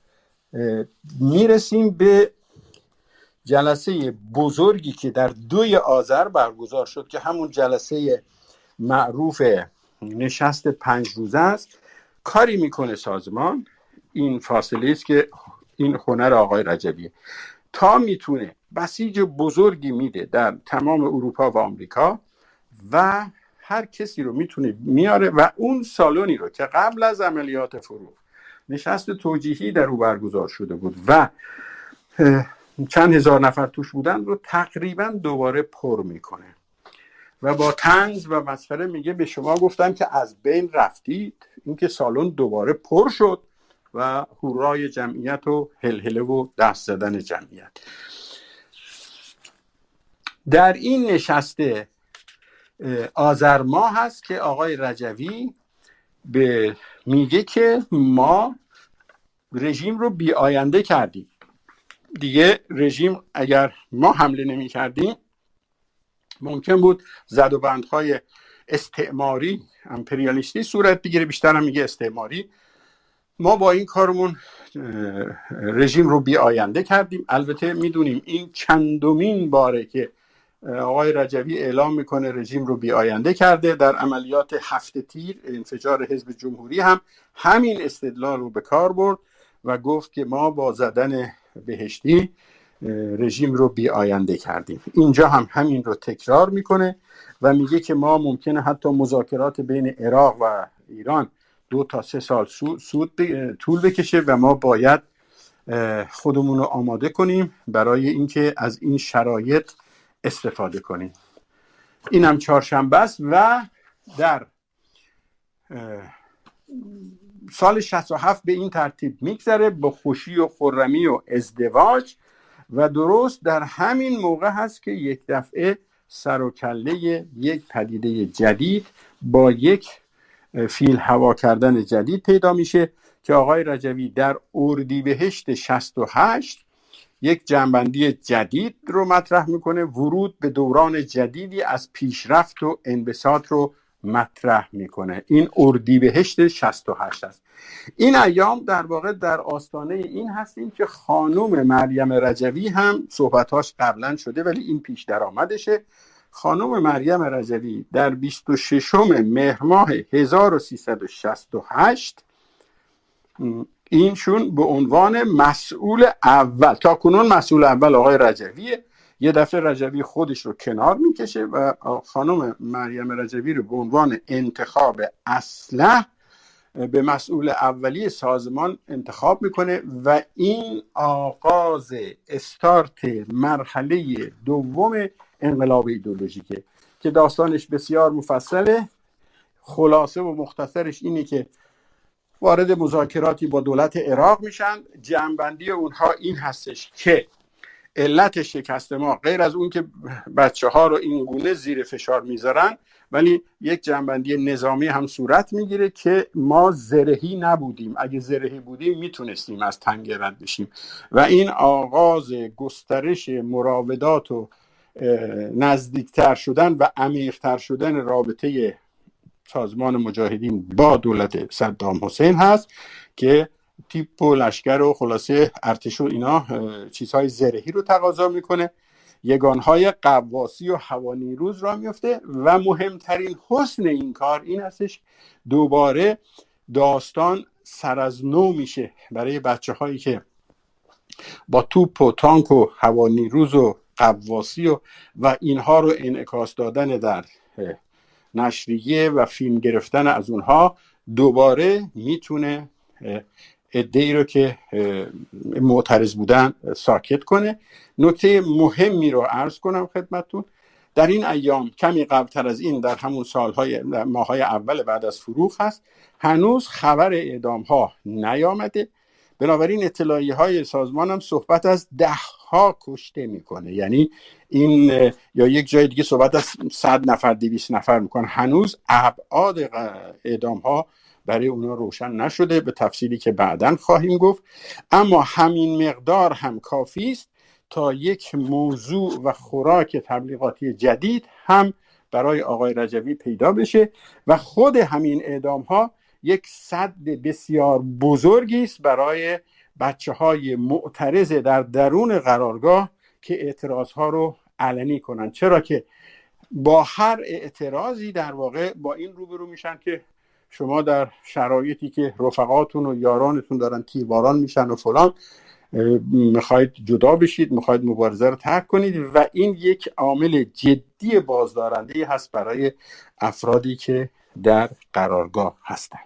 میرسیم به جلسه بزرگی که در 2 آذر برگزار شد که همون جلسه معروف نشست 5 روزه است. کاری میکنه سازمان، این فاصله است که این هنر آقای رجویه، تا میتونه بسیج بزرگی میده در تمام اروپا و آمریکا و هر کسی رو میتونه میاره و اون سالونی رو که قبل از عملیات فروغ نشست توجیهی در او برگزار شده بود و چند هزار نفر توش بودن رو تقریبا دوباره پر میکنه و با طنز و مسخره میگه به شما گفتم که از بین رفتید، اینکه سالن دوباره پر شد و هورای جمعیت و هلهله و دست زدن جمعیت. در این نشست آذر ماه هست که آقای رجوی میگه که ما رژیم رو بی آینده کردیم. دیگه رژیم اگر ما حمله نمی کردیم ممکن بود زد و بندهای استعماری امپریالیستی صورت بگیره، بیشتر هم میگه استعماری. ما با این کارمون رژیم رو بی آینده کردیم. البته میدونیم این چندمین باره که آقای رجوی اعلام میکنه رژیم رو بی آینده کرده. در عملیات 7 تیر انفجار حزب جمهوری هم همین استدلال رو به کار برد و گفت که ما با زدن بهشتی رژیم رو بی آینده کردیم. اینجا هم همین رو تکرار میکنه و میگه که ما ممکنه حتی مذاکرات بین عراق و ایران 2 تا 3 سال طول بکشه و ما باید خودمون رو آماده کنیم برای اینکه از این شرایط استفاده کنیم. این هم چهارشنبه است و در سال 67 به این ترتیب میگذره با خوشی و خرمی و ازدواج و درست در همین موقع هست که یک دفعه سر و کله یک پدیده جدید با یک فیل هوا کردن جدید پیدا میشه که آقای رجوی در اردیبهشت 68 یک جنبندی جدید رو مطرح میکنه، ورود به دوران جدیدی از پیشرفت و انبساط رو مطرح میکنه. این اردیبهشت 68 است. این ایام در واقع در آستانه این هستیم که خانم مریم رجوی هم صحبتاش قبلا شده ولی این پیش درآمدشه. خانم مریم رجوی در 26 مهر ماه 1368 اینشون به عنوان مسئول اول، تا کنون مسئول اول آقای رجویه، یه دفعه رجوی خودش رو کنار میکشه و خانم مریم رجوی رو به عنوان انتخاب اصلح به مسئول اولی سازمان انتخاب میکنه و این آغاز استارت مرحله دوم انقلاب ایدئولوژیکه که داستانش بسیار مفصله. خلاصه و مختصرش اینه که وارد مذاکراتی با دولت عراق میشن. جمع‌بندی اونها این هستش که علت شکست ما غیر از اون که بچه ها رو این گونه زیر فشار میذارن، ولی یک جنبندی نظامی هم صورت میگیره که ما زرهی نبودیم. اگه زرهی بودیم میتونستیم از تنگه رد بشیم و این آغاز گسترش مراودات و نزدیکتر شدن و عمیق‌تر شدن رابطه سازمان مجاهدین با دولت صدام حسین هست که تیپ و لشکر و خلاصه ارتش و اینا چیزهای زرهی رو تقاضا میکنه، یگانهای قواسی و هوانیروز را میفته و مهمترین حسن این کار این هستش دوباره داستان سر از نو میشه برای بچه هایی که با توپ و تانک و هوانیروز و قواسی و اینها رو انعکاس دادن در نشریه و فیلم گرفتن از اونها دوباره میتونه عده‌ای رو که معترض بودن ساکت کنه. نکته مهمی رو عرض کنم خدمتتون. در این ایام کمی قبلتر از این در همون ماهای اول بعد از فروغ هست، هنوز خبر اعدام ها نیامده. بنابراین اطلاعیه های سازمان هم صحبت از 10 کشته میکنه، یعنی این یا یک جای دیگه صحبت از 100 نفر 200 نفر میکنه. هنوز ابعاد اعدام ها برای اونا روشن نشده، به تفصیلی که بعداً خواهیم گفت. اما همین مقدار هم کافی است تا یک موضوع و خوراک تبلیغاتی جدید هم برای آقای رجوی پیدا بشه و خود همین اعدام ها یک سد بسیار بزرگی است برای بچه های معترض در درون قرارگاه که اعتراض ها رو علنی کنن، چرا که با هر اعتراضی در واقع با این روبرو میشن که شما در شرایطی که رفقاتون و یارانتون دارن تیرباران میشن و فلان میخواید جدا بشید، میخواید مبارزه رو ترک کنید و این یک عامل جدی بازدارنده هست برای افرادی که در قرارگاه هستند.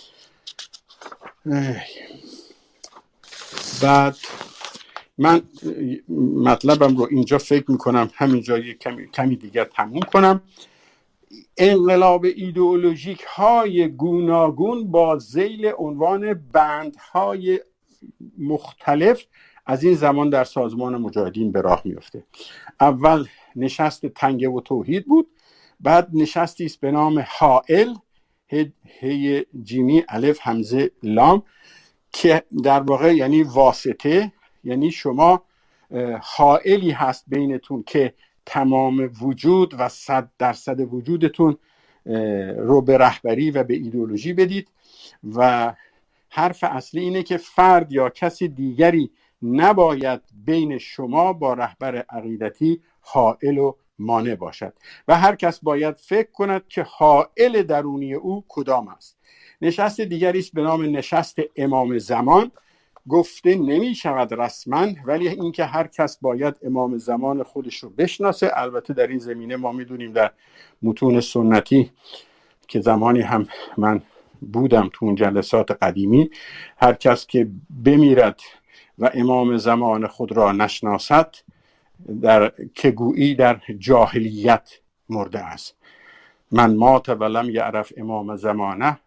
بعد من مطلبم رو اینجا فکر میکنم همینجا کمی دیگر تموم کنم. انقلاب ایدئولوژیک های گوناگون با ذیل عنوان بندهای مختلف از این زمان در سازمان مجاهدین به راه میفته. اول نشست تنگه و توحید بود، بعد نشستی است به نام حائل، هی جیمی الف همزه لام، که در واقع یعنی واسطه، یعنی شما حائلی هست بینتون که تمام وجود و 100% وجودتون رو به رهبری و به ایدئولوژی بدید و حرف اصلی اینه که فرد یا کسی دیگری نباید بین شما با رهبر عقیدتی حائل و مانع باشد و هر کس باید فکر کند که حائل درونی او کدام است. نشست دیگری است به نام نشست امام زمان. گفته نمی شود رسما، ولی اینکه هر کس باید امام زمان خودش رو بشناسه. البته در این زمینه ما میدونیم در متون سنتی که زمانی هم من بودم تو اون جلسات قدیمی، هر کس که بمیرد و امام زمان خود را نشناسد که گویی در جاهلیت مرده است. من مات ولم یعرف امام زمانه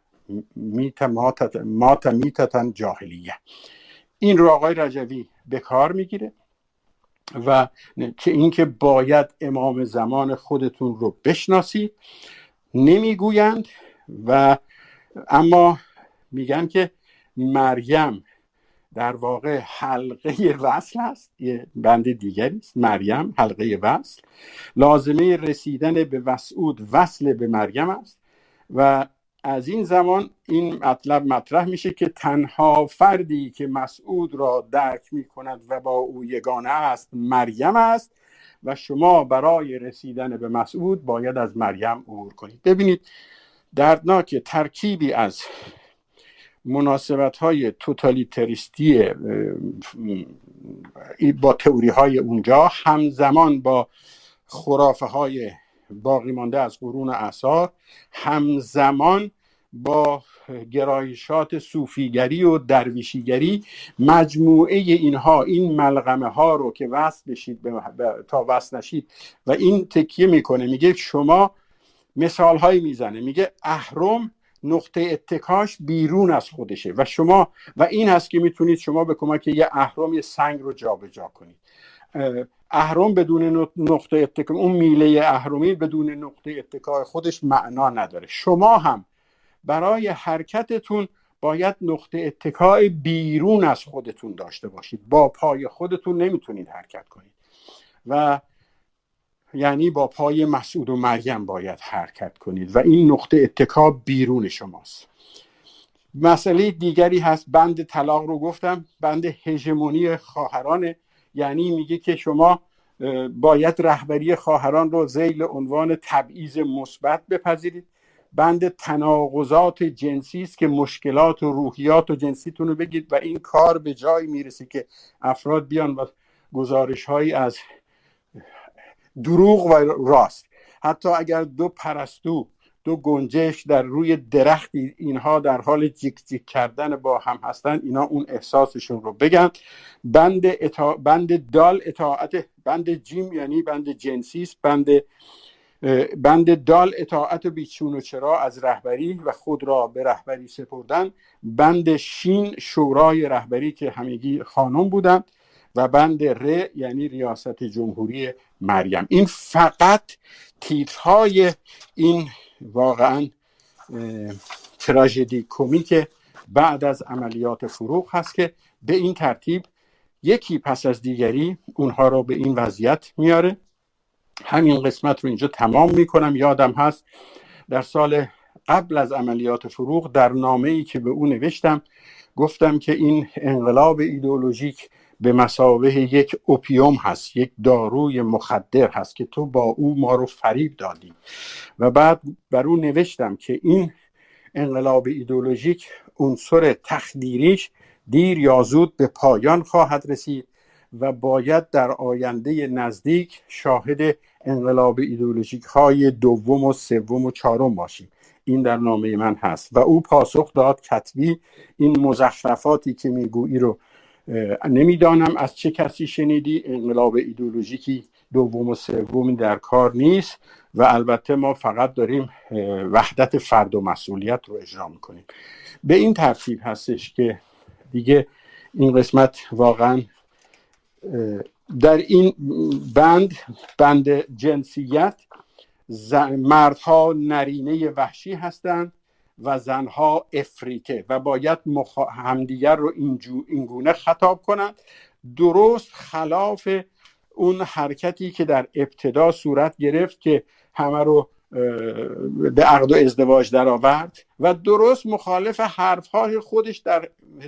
مات میتتن جاهلیه. این رو آقای رجوی به کار میگیره و که اینکه باید امام زمان خودتون رو بشناسید نمیگویند و اما میگن که مریم در واقع حلقه وصل است. یه بند دیگری است، مریم حلقه وصل. لازمه رسیدن به مسعود وصل به مریم است و از این زمان این مطلب مطرح میشه که تنها فردی که مسعود را درک میکند و با او یگانه است مریم است و شما برای رسیدن به مسعود باید از مریم عبور کنید. ببینید دردناک ترکیبی از مناسبت‌های توتالیتریستی با تئوری‌های اونجا همزمان با خرافه‌های باقی مانده از قرون اعصار، همزمان با گرایشات صوفیگری و درویشیگری، مجموعه اینها، این ملغمه ها رو که وصل بشید تا وصل نشید و این تکیه میکنه. میگه شما مثال هایی میزنه، میگه اهرم نقطه اتکاش بیرون از خودشه و این هست که میتونید شما به کمک یه اهرم یه سنگ رو جابجا کنید. اهرم بدون نقطه اتکا، اون میله اهرمی بدون نقطه اتکای خودش معنا نداره. شما هم برای حرکتتون باید نقطه اتکای بیرون از خودتون داشته باشید. با پای خودتون نمیتونید حرکت کنید و یعنی با پای مسعود و مریم باید حرکت کنید و این نقطه اتکا بیرون شماست. مسئله دیگری هست، بند طلاق رو گفتم، بند هژمونی خواهرانه، یعنی میگه که شما باید رهبری خواهران رو ذیل عنوان تبعیض مثبت بپذیرید. بند تناقضات جنسی است که مشکلات و روحیات و جنسیتون رو بگید و این کار به جایی میرسه که افراد بیان و گزارش‌هایی از دروغ و راست، حتی اگر دو پرستو، دو گنجش در روی درختی اینها در حال جیک جیک کردن با هم هستن، اینا اون احساسشون رو بگن. بند دال اطاعت، بند جیم یعنی بند جنسی است، بند دال اطاعت بیچون و چرا از رهبری و خود را به رهبری سپردن. بند شین شورای رهبری که همگی خانم بودند و بند ر یعنی ریاست جمهوری مریم. این فقط تیترهای این واقعا تراژدی کمیک بعد از عملیات فروغ هست که به این ترتیب یکی پس از دیگری اونها رو به این وضعیت میاره. همین قسمت رو اینجا تمام میکنم. یادم هست در سال قبل از عملیات فروغ در نامه‌ای که به او نوشتم گفتم که این انقلاب ایدئولوژیک به مثابه یک اوپیوم هست، یک داروی مخدر هست که تو با او ما رو فریب دادی. و بعد بر او نوشتم که این انقلاب ایدئولوژیک عنصر تخدیریش دیر یا زود به پایان خواهد رسید و باید در آینده نزدیک شاهد انقلاب ایدئولوژیک های دوم و سوم و چهارم باشیم. این در نامه من هست. و او پاسخ داد کتبی این مزخرفاتی که میگویی رو نمیدانم از چه کسی شنیدی، انقلاب ایدئولوژیکی دوم و سومی در کار نیست و البته ما فقط داریم وحدت فرد و مسئولیت رو اجرا میکنیم. به این ترتیب هستش که دیگه این قسمت واقعا در این بند جنسیت مردها نرینه وحشی هستند و زنها افریته و باید همدیگر رو اینگونه خطاب کنند، درست خلاف اون حرکتی که در ابتدا صورت گرفت که همه رو به عقد و ازدواج در آورد و درست مخالف حرفهای خودش در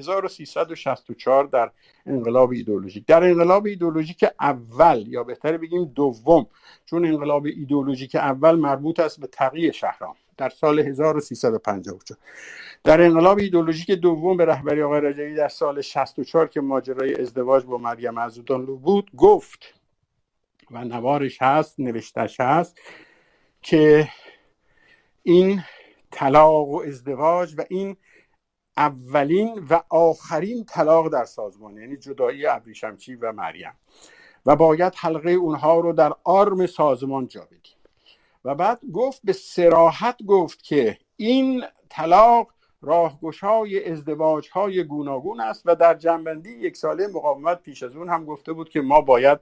1364 در انقلاب ایدئولوژیک. در انقلاب ایدئولوژیک اول یا بهتر بگیم دوم، چون انقلاب ایدئولوژیک اول مربوط است به تقی شهرام در سال 1354. در انقلاب ایدئولوژیک دوم به رهبری آقای رجبی در سال 64 که ماجرای ازدواج با مریم عزیزالله بود گفت و نوارش هست، نوشتش هست که این طلاق و ازدواج و این اولین و آخرین طلاق در سازمان، یعنی جدایی ابریشمچی و مریم، و باید حلقه اونها رو در آرم سازمان جا بدیم. و بعد گفت به صراحت گفت که این طلاق راهگشای ازدواج‌های گوناگون است و در جنبندی یک ساله مقاومت پیش از اون هم گفته بود که ما باید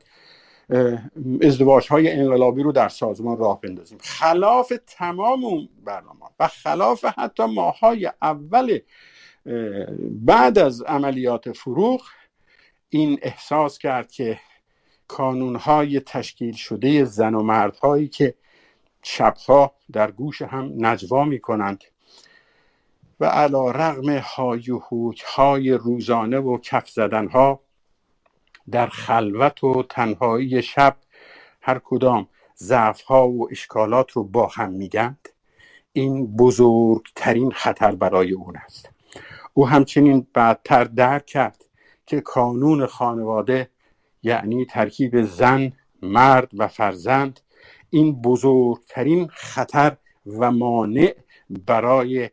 ازدواج‌های انقلابی رو در سازمان راه بندازیم. خلاف تمام اون برنامه و خلاف حتی ماه‌های اول بعد از عملیات فروغ این احساس کرد که کانون‌های تشکیل شده زن و مردهایی که شبها در گوش هم نجوا می‌کنند و علی رغم های و هوک‌های روزانه و کف زدن‌ها در خلوت و تنهایی شب هر کدام ضعف‌ها و اشکالات رو با هم میگند، این بزرگترین خطر برای اون است. او همچنین بعدتر درک کرد که کانون خانواده یعنی ترکیب زن، مرد و فرزند، این بزرگترین خطر و مانع برای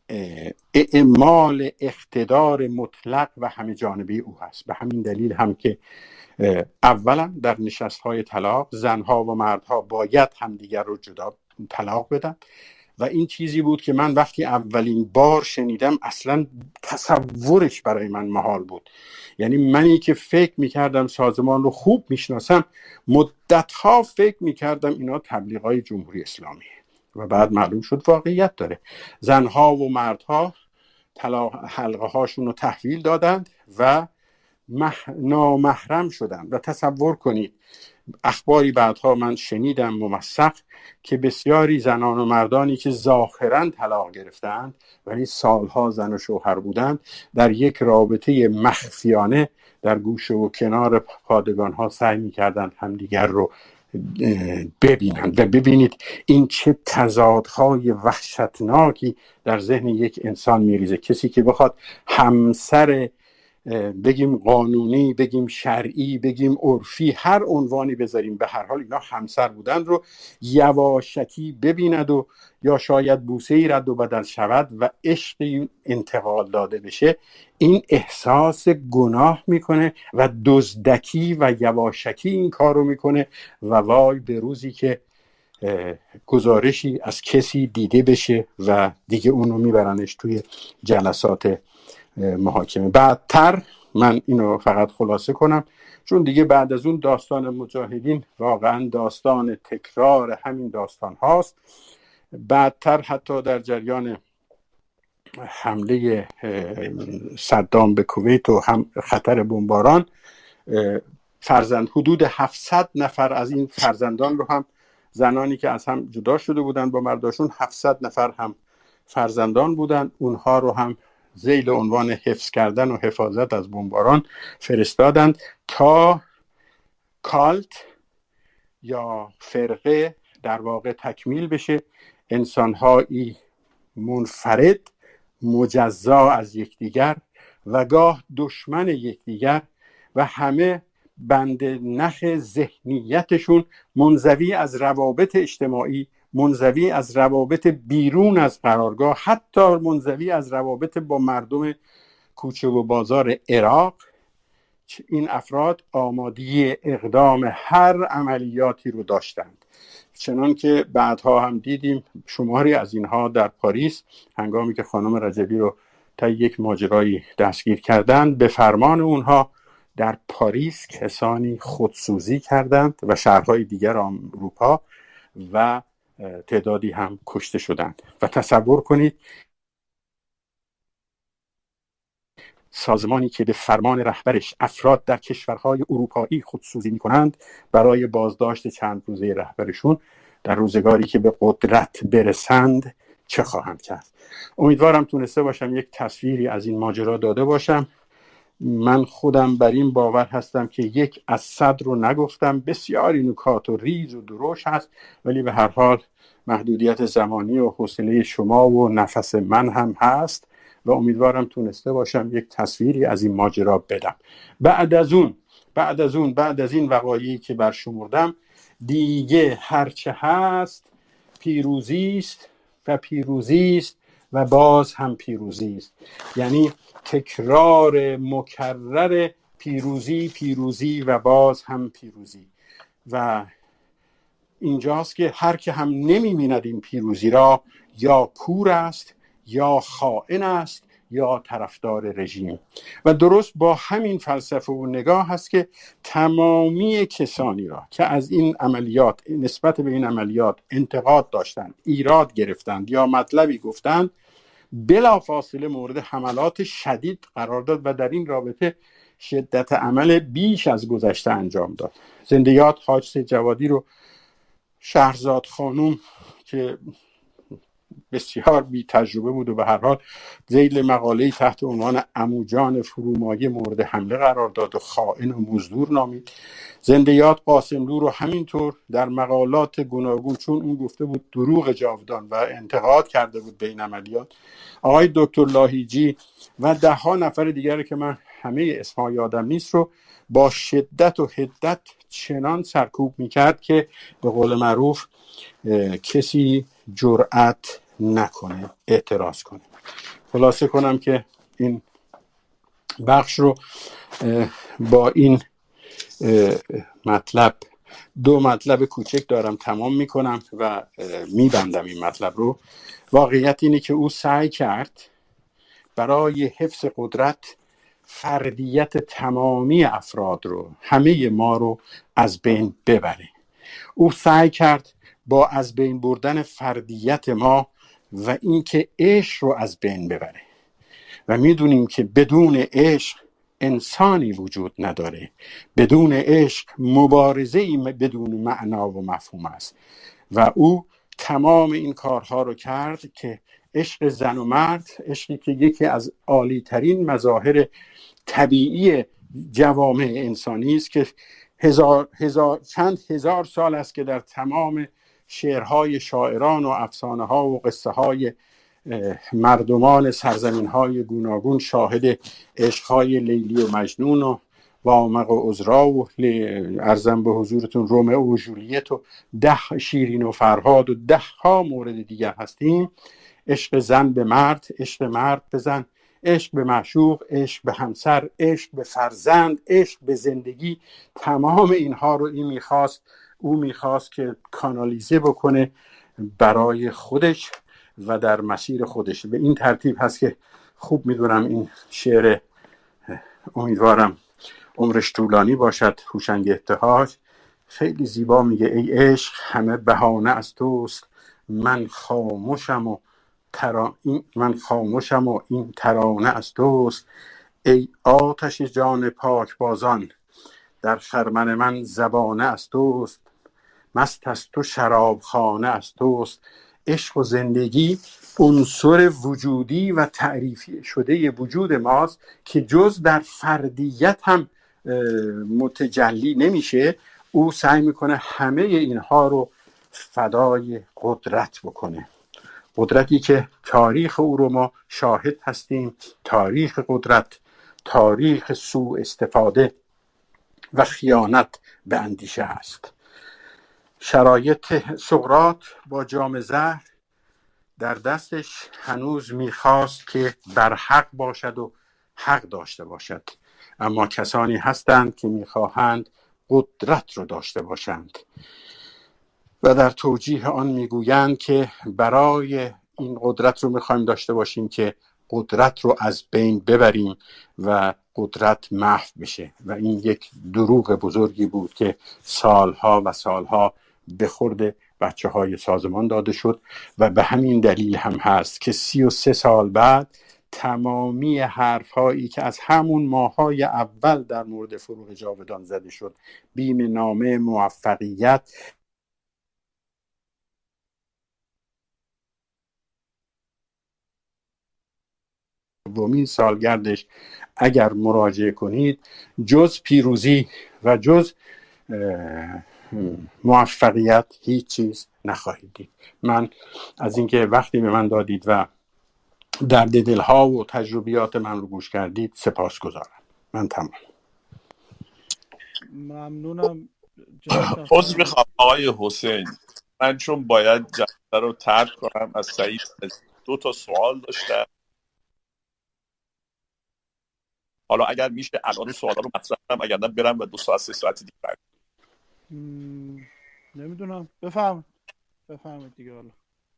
اعمال اقتدار مطلق و همه جانبه او هست. به همین دلیل هم که اولا در نشست‌های طلاق زنها و مردها باید همدیگر رو جدا طلاق بدن و این چیزی بود که من وقتی اولین بار شنیدم اصلا تصورش برای من محال بود. یعنی منی که فکر میکردم سازمان رو خوب میشناسم، مدتها فکر میکردم اینا تبلیغای جمهوری اسلامی و بعد معلوم شد واقعیت داره. زنها و مردها حلقه هاشون رو تحویل دادند و نامحرم شدند. و تصور کنید اخباری بعدها من شنیدم ممسق که بسیاری زنان و مردانی که ظاهراً طلاق گرفتند ولی سالها زن و شوهر بودند، در یک رابطه مخفیانه در گوشه و کنار پادگان ها سعی می‌کردند همدیگر رو ببینند. و ببینید این چه تضادهای وحشتناکی در ذهن یک انسان میریزه. کسی که بخواد همسر بگیم قانونی، بگیم شرعی، بگیم عرفی، هر عنوانی بذاریم، به هر حال اینا همسر بودن رو یواشکی ببیند و یا شاید بوسه‌ای رد و بدل شود و عشق انتقال داده بشه، این احساس گناه میکنه و دزدکی و یواشکی این کار رو میکنه و وای به روزی که گزارشی از کسی دیده بشه و دیگه اونو میبرنش توی جلسات محاکمه. بعدتر من اینو فقط خلاصه کنم چون دیگه بعد از اون داستان مجاهدین واقعا داستان تکرار همین داستان هاست. بعدتر حتی در جریان حمله صدام به کویت و هم خطر بمباران حدود 700 نفر از این فرزندان رو هم، زنانی که از هم جدا شده بودن با مرداشون، 700 نفر هم فرزندان بودن، اونها رو هم ذیل عنوان حفظ کردن و حفاظت از بمباران فرستادند تا کالت یا فرقه در واقع تکمیل بشه، انسان‌هایی منفرد، مجزا از یکدیگر و گاه دشمن یکدیگر و همه بند نخ ذهنیتشون منزوی از روابط اجتماعی، منزوی از روابط بیرون از قرارگاه، حتی منزوی از روابط با مردم کوچه و بازار عراق. این افراد آمادگی اقدام هر عملیاتی رو داشتند، چنان که بعدها هم دیدیم شماری از اینها در پاریس هنگامی که خانم رجبی رو تا یک ماجرایی دستگیر کردند، به فرمان اونها در پاریس کسانی خودسوزی کردند و شهرهای دیگر اروپا و تعدادی هم کشته شدند. و تصور کنید سازمانی که به فرمان رهبرش افراد در کشورهای اروپایی خودسوزی می‌کنند برای بازداشت چند روزه رهبرشون، در روزگاری که به قدرت برسند چه خواهند کرد. امیدوارم تونسته باشم یک تصویری از این ماجرا داده باشم. من خودم بر این باور هستم که 1 از 100 رو نگفتم، بسیاری نکات و ریز و دروش هست، ولی به هر حال محدودیت زمانی و حوصله شما و نفس من هم هست و امیدوارم تونسته باشم یک تصویری از این ماجرا بدم. بعد از این وقایعی که برشمردم، دیگه هرچه هست پیروزی است و پیروزی است و باز هم پیروزی است. یعنی تکرار مکرر پیروزی و باز هم پیروزی. و اینجاست که هر که هم نمی‌بیند این پیروزی را یا کور است یا خائن است یا طرفدار رژیم. و درست با همین فلسفه و نگاه هست که تمامی کسانی را که از این عملیات، نسبت به این عملیات انتقاد داشتند، ایراد گرفتند یا مطلبی گفتند، بلافاصله مورد حملات شدید قرار داد و در این رابطه شدت عمل بیش از گذشته انجام داد. زندیات حاج سید جوادی رو شهرزاد خانوم که بسیار بی تجربه بود و به هر حال ذیل مقاله‌ای تحت عنوان عموجان فرومایه مورد حمله قرار داد و خائن و مزدور نامید. زندیات قاسملو رو همینطور در مقالات گوناگون، چون اون گفته بود دروغ جاودان و انتقاد کرده بود به این عملیات، آقای دکتر لاهیجی و 10 نفر دیگری که من همه اسمها یادم نیست رو با شدت و حدت چنان سرکوب میکرد که به قول معروف کسی جرأت نکنه اعتراض کنه. خلاصه کنم که این بخش رو با این مطلب 2 مطلب کوچک دارم تمام میکنم و میبندم این مطلب رو. واقعیت اینه که او سعی کرد برای حفظ قدرت فردیت تمامی افراد رو، همه ما رو از بین ببره. او سعی کرد با از بین بردن فردیت ما و اینکه عشق رو از بین ببره و میدونیم که بدون عشق انسانی وجود نداره، بدون عشق مبارزه‌ای بدون معنا و مفهوم است و او تمام این کارها رو کرد که عشق زن و مرد، عشقی که یکی از عالی ترین مظاهر طبیعی جوامع انسانی است که چند هزار سال است که در تمام شعرهای شاعران و افسانه ها و قصه های مردمان سرزمین های گوناگون شاهد عشقهای لیلی و مجنون و وامق و عذرا و ارزم به حضورتون رومئو و جولیت و 10 شیرین و فرهاد و 10 ها مورد دیگر هستیم. عشق زن به مرد، عشق مرد به زن، عشق به معشوق، عشق به همسر، عشق به فرزند، عشق به زندگی، تمام اینها رو او میخواست که کانالیزه بکنه برای خودش و در مسیر خودش. به این ترتیب هست که خوب میدونم این شعر، امیدوارم عمرش طولانی باشد، هوشنگ ابتهاج، خیلی زیبا میگه: ای عشق همه بهانه از توست، من خاموشم و این ترانه از توست. ای آتش جان پاک بازان، در خرمن من زبانه از توست. مست از تو شرابخانه از توست. عشق و زندگی عنصر وجودی و تعریفی شده وجود ماست که جز در فردیت هم متجلی نمیشه. او سعی میکنه همه اینها رو فدای قدرت بکنه، قدرتی که تاریخ او رو ما شاهد هستیم، تاریخ قدرت، تاریخ سوء استفاده و خیانت به اندیشه است. شرایط سقراط با جام زهر در دستش هنوز میخواست که بر حق باشد و حق داشته باشد، اما کسانی هستند که میخواهند قدرت رو داشته باشند و در توجیه آن میگویند که برای این قدرت رو میخوایم داشته باشیم که قدرت رو از بین ببریم و قدرت محو بشه و این یک دروغ بزرگی بود که سالها و سالها به خورد بچه‌های سازمان داده شد و به همین دلیل هم هست که 33 سال بعد تمامی حرف‌هایی که از همون ماه‌های اول در مورد فروغ جاودان زده شد، بیم نامه موفقیت، دومین سالگردش اگر مراجعه کنید، جز پیروزی و جز موفقیت هیچ چیز نخواهید دید. من از اینکه وقتی به من دادید و درد دلها و تجربیات من رو گوش کردید سپاسگزارم. من تمام. ممنونم. عذر میخوام آقای حسین، من چون باید جلسه رو ترک کنم از سعید 2 تا سوال داشتم. حالا اگر میشه الان سوالا رو مطرح کنم، اگر نه برم و 2 ساعت 3 ساعت دیگه برم. نمیدونم، بفرمایید دیگه. حالا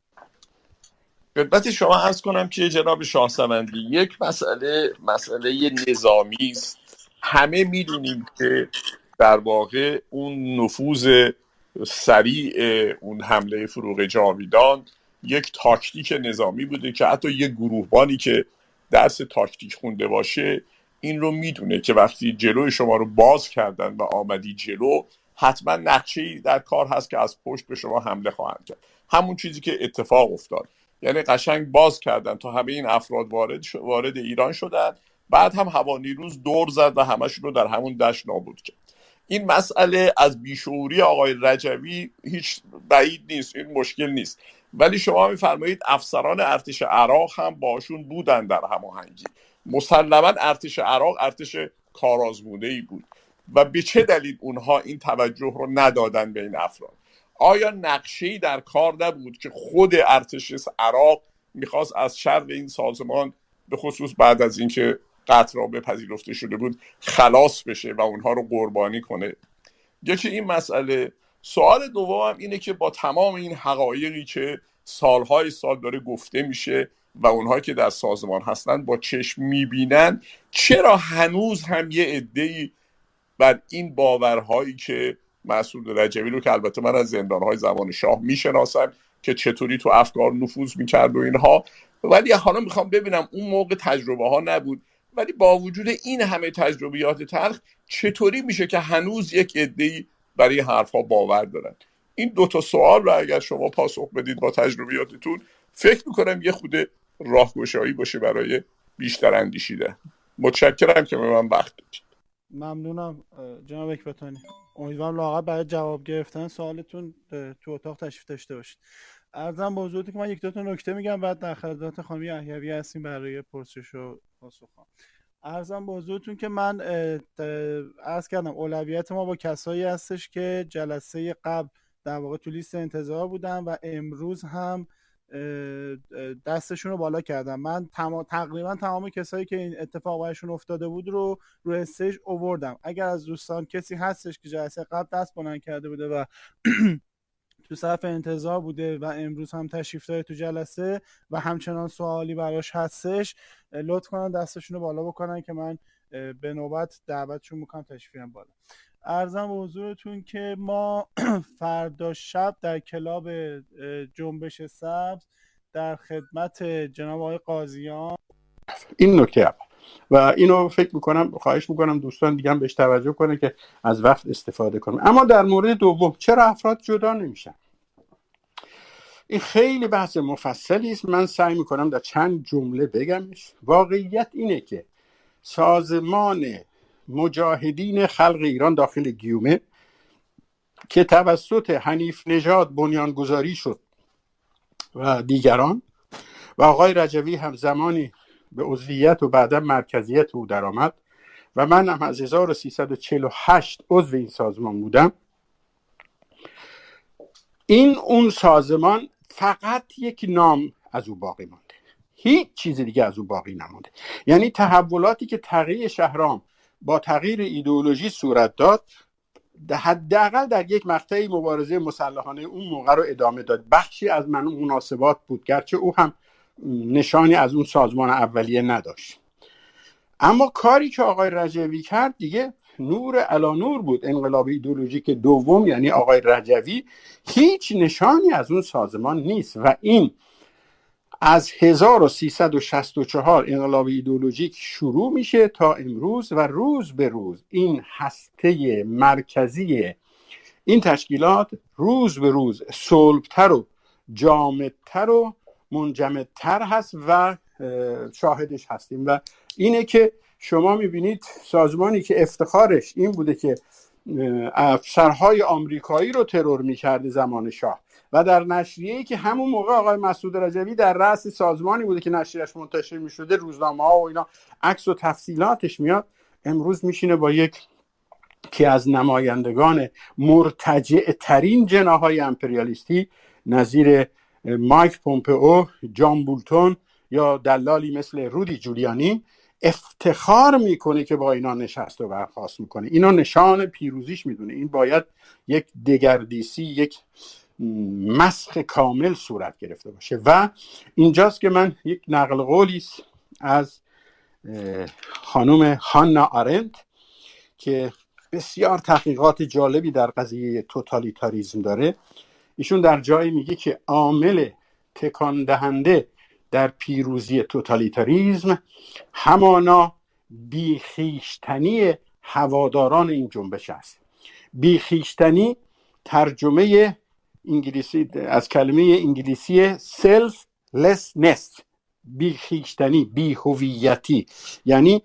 خدمت شما عرض کنم که جناب شاهسوندی، یک مسئله نظامی است. همه میدونیم که در واقع اون نفوذ سریع اون حمله فروغ جاویدان یک تاکتیک نظامی بوده که حتی یک گروهبانی که درس تاکتیک خونده باشه این رو میدونه که وقتی جلوی شما رو باز کردن و آمدی جلو، حتما نقشه‌ای در کار هست که از پشت به شما حمله خواهند کرد. همون چیزی که اتفاق افتاد، یعنی قشنگ باز کردن تا همه این افراد وارد ایران شدن، بعد هم هوانیروز دور زد و همشون رو در همون دشت نابود کرد. این مسئله از بیشعوری آقای رجوی هیچ بعید نیست، این مشکل نیست، ولی شما میفرمایید افسران ارتش عراق هم باشون بودن در هماهنگی. مسلما ارتش عراق ارتش کارآزموده‌ای بود و به چه دلیل اونها این توجه رو ندادن به این افراد؟ آیا نقشه‌ای در کار نبود که خود ارتش عراق میخواست از شر این سازمان به خصوص بعد از اینکه قطع رابطه پذیرفته شده بود خلاص بشه و اونها رو قربانی کنه؟ یکی این مسئله. سوال دوم اینه که با تمام این حقایقی که سالهای سال داره گفته میشه و اونهایی که در سازمان هستن با چشم میبینن، چرا هنوز هم یه عده‌ای بر این باورهایی که مسعود رجوی رو که البته من از زندانهای زمان شاه میشناسم که چطوری تو افکار نفوذ میکرد و اینها، ولی حالا میخوام ببینم اون موقع تجربه ها نبود، ولی با وجود این همه تجربیات تلخ چطوری میشه که هنوز یک عده‌ای برای حرفها باور دارن؟ این دوتا سوال رو اگر شما پاسخ بدید با تجربیاتتون، فکر میکنم یه خود راهگشایی باشه برای بیشتر اندیشیدن. متشکرم که به من وقت دادید. ممنونم جناب اکباتانی. امیدوارم لااقل برای جواب گرفتن سوالتون تو اتاق تشریف داشته باشید. عرضم به حضورتون که من یک دو تا نکته میگم، بعد در خدمت خانم یحیوی هستیم برای پرسش و پاسخ. عرضم به حضورتون که من عرض کردم اولویت ما با کسایی هستش که جلسه قبل در واقع تو لیست انتظار بودن و امروز هم دستشون رو بالا کردم. من تقریبا تمام کسایی که این اتفاق براشون افتاده بود رو استیج آوردم. اگر از دوستان کسی هستش که جلسه قبل دست بلند کرده بوده و تو صف انتظار بوده و امروز هم تشریف داره تو جلسه و همچنان سوالی براش هستش، لطف کنن دستشون رو بالا بکنن که من به نوبت دعوتشون میکنم تشریف بیارن بالا. عرضم به حضورتون که ما فردا شب در کلاب جنبش سبز در خدمت جناب آقای قاضیان. این نکته اول و اینو فکر میکنم خواهش میکنم دوستان دیگه هم بهش توجه کنه که از وقت استفاده کنم. اما در مورد دوم، چرا افراد جدا نمیشن؟ این خیلی بحث مفصلی است. من سعی میکنم در چند جمله بگمش. واقعیت اینه که سازمان مجاهدین خلق ایران داخل گیومه که توسط حنیف نژاد بنیانگذاری شد و دیگران و آقای رجوی هم زمانی به عضویت و بعدا مرکزیت او درآمد و من هم از 1348 عضو این سازمان بودم، این اون سازمان فقط یک نام از او باقی مانده، هیچ چیز دیگه از او باقی نمانده. یعنی تحولاتی که تغییر شهرام با تغییر ایدئولوژی صورت داد، حداقل در یک مقطعی مبارزه مسلحانه اون موقع رو ادامه داد. بخشی از مناسبات بود، گرچه او هم نشانی از اون سازمان اولیه نداشت. اما کاری که آقای رجوی کرد دیگه نور علی نور بود. انقلاب ایدئولوژیک دوم یعنی آقای رجوی هیچ نشانی از اون سازمان نیست و این از 1364 انقلاب ایدئولوژیک شروع میشه تا امروز و روز به روز این هسته مرکزی این تشکیلات روز به روز صلبتر و جامدتر و منجمدتر هست و شاهدش هستیم. و اینه که شما میبینید سازمانی که افتخارش این بوده که افسرهای آمریکایی رو ترور میکرده زمان شاه و در نشریه‌ای که همون موقع آقای مسعود رجوی در رأس سازمانی بوده که نشریه‌اش منتشر میشده، روزنامه‌ها و اینا عکس و تفصیلاتش میاد، امروز میشینه با یک که از نمایندگان مرتجع ترین جناح‌های امپریالیستی نظیر مایک پومپئو، جان بولتون یا دلالی مثل رودی جولیانی افتخار میکنه که با اینا نشست و برخاست میکنه. اینا نشان پیروزیش میدونه. این باید یک دگردیسی، یک مسخ کامل صورت گرفته باشه. و اینجاست که من یک نقل قولی از خانم هانا آرنت که بسیار تحقیقات جالبی در قضیه توتالیتاریسم داره، ایشون در جایی میگه که عامل تکان دهنده در پیروزی توتالیتاریسم همانا بیخیشتنی هواداران این جنبش است. بیخیشتنی ترجمه انگلیسی از کلمه انگلیسی selflessness، بیخیشتنی، بی‌هویتی، یعنی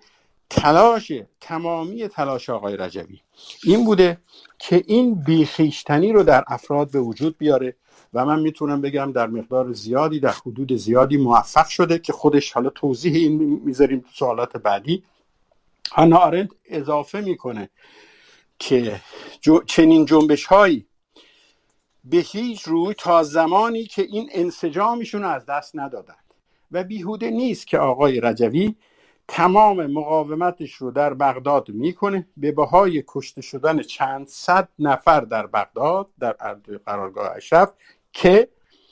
تمامی تلاش آقای رجوی این بوده که این بیخیشتنی رو در افراد به وجود بیاره و من میتونم بگم در مقدار زیادی، در حدود زیادی موفق شده که خودش حالا توضیح این میذاریم تو سوالات بعدی. هانا آرنت اضافه میکنه که چنین جنبش هایی به هیچ روی تا زمانی که این انسجامشون از دست ندادند و بیهوده نیست که آقای رجوی تمام مقاومتش رو در بغداد میکنه به بهای کشته شدن چند صد نفر در بغداد در قرارگاه اشرف که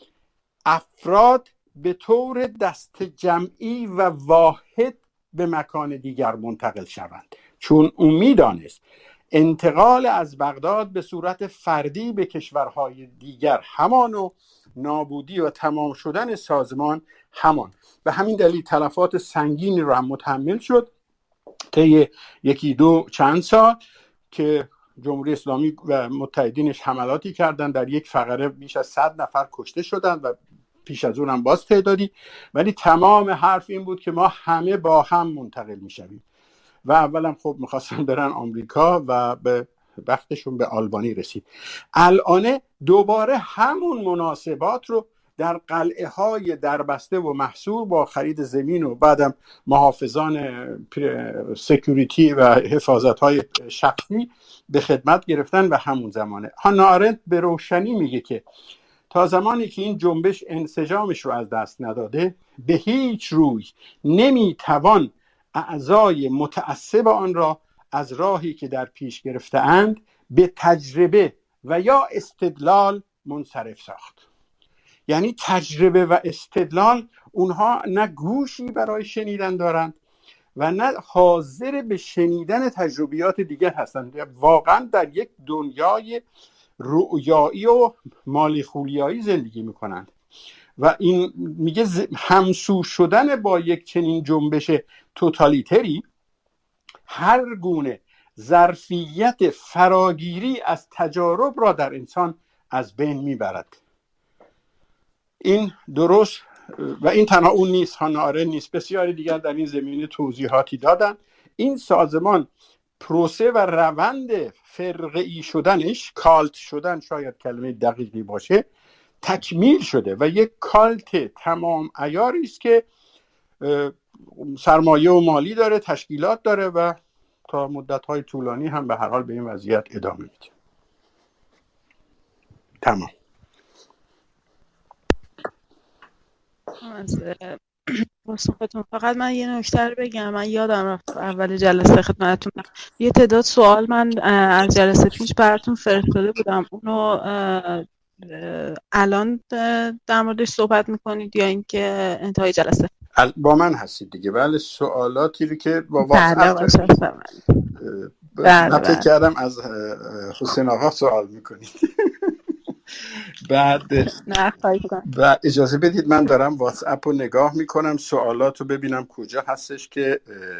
افراد به طور دست جمعی و واحد به مکان دیگر منتقل شوند، چون او میدانست انتقال از بغداد به صورت فردی به کشورهای دیگر همان و نابودی و تمام شدن سازمان همان. به همین دلیل تلفات سنگینی رو هم متحمل شد طی چند سال که جمهوری اسلامی و متحدینش حملاتی کردند. در یک فقره بیش از 100 نفر کشته شدند و پیش از اون هم باز تعدادی، ولی تمام حرف این بود که ما همه با هم منتقل میشویم و اولا خب میخواستن برن آمریکا و به وقتشون به آلبانی رسید. الان دوباره همون مناسبات رو در قلعه های دربسته و محصور با خرید زمین و بعدم محافظان سکیوریتی و حفاظت های شخصی به خدمت گرفتن و همون زمانه. هانا آرنت به روشنی میگه که تا زمانی که این جنبش انسجامش رو از دست نداده به هیچ روی نمیتوان اعضای متعصب آن را از راهی که در پیش گرفته اند به تجربه و یا استدلال منصرف ساخت. یعنی تجربه و استدلال اونها نه گوشی برای شنیدن دارند و نه حاضر به شنیدن تجربیات دیگر هستند. واقعا در یک دنیای رؤیایی و مالی خولیایی زندگی میکنند و این میگه همسو شدن با یک چنین جنبش توتالیتری هر گونه ظرفیت فراگیری از تجارب را در انسان از بین میبرد. این درست و این تنها اون نیست، هانا آرنت نیست، بسیاری دیگر در این زمینه توضیحاتی دادن. این سازمان پروسه و روند فرقه‌ای شدنش، کالت شدن شاید کلمه دقیقی باشه، تکمیل شده و یک کالت تمام عیاری است که سرمایه و مالی داره، تشکیلات داره و تا مدت‌های طولانی هم به هر حال به این وضعیت ادامه میده. تمام. از پاسختون فقط من یه نکته رو بگم. من یادم رفت اول جلسه خدمتتون یه تعداد سوال من از جلسه پیش براتون فرستاده بودم. اونو الان در موردش صحبت میکنید یا اینکه انتهای جلسه؟ با من هستید دیگه. بله، سوالاتی رو که با واتساپ من فکر کردم از حسین آقا سوال میکنید. بعد اجازه بدید من دارم واتساپ رو نگاه میکنم، سوالات رو ببینم کجا هستش که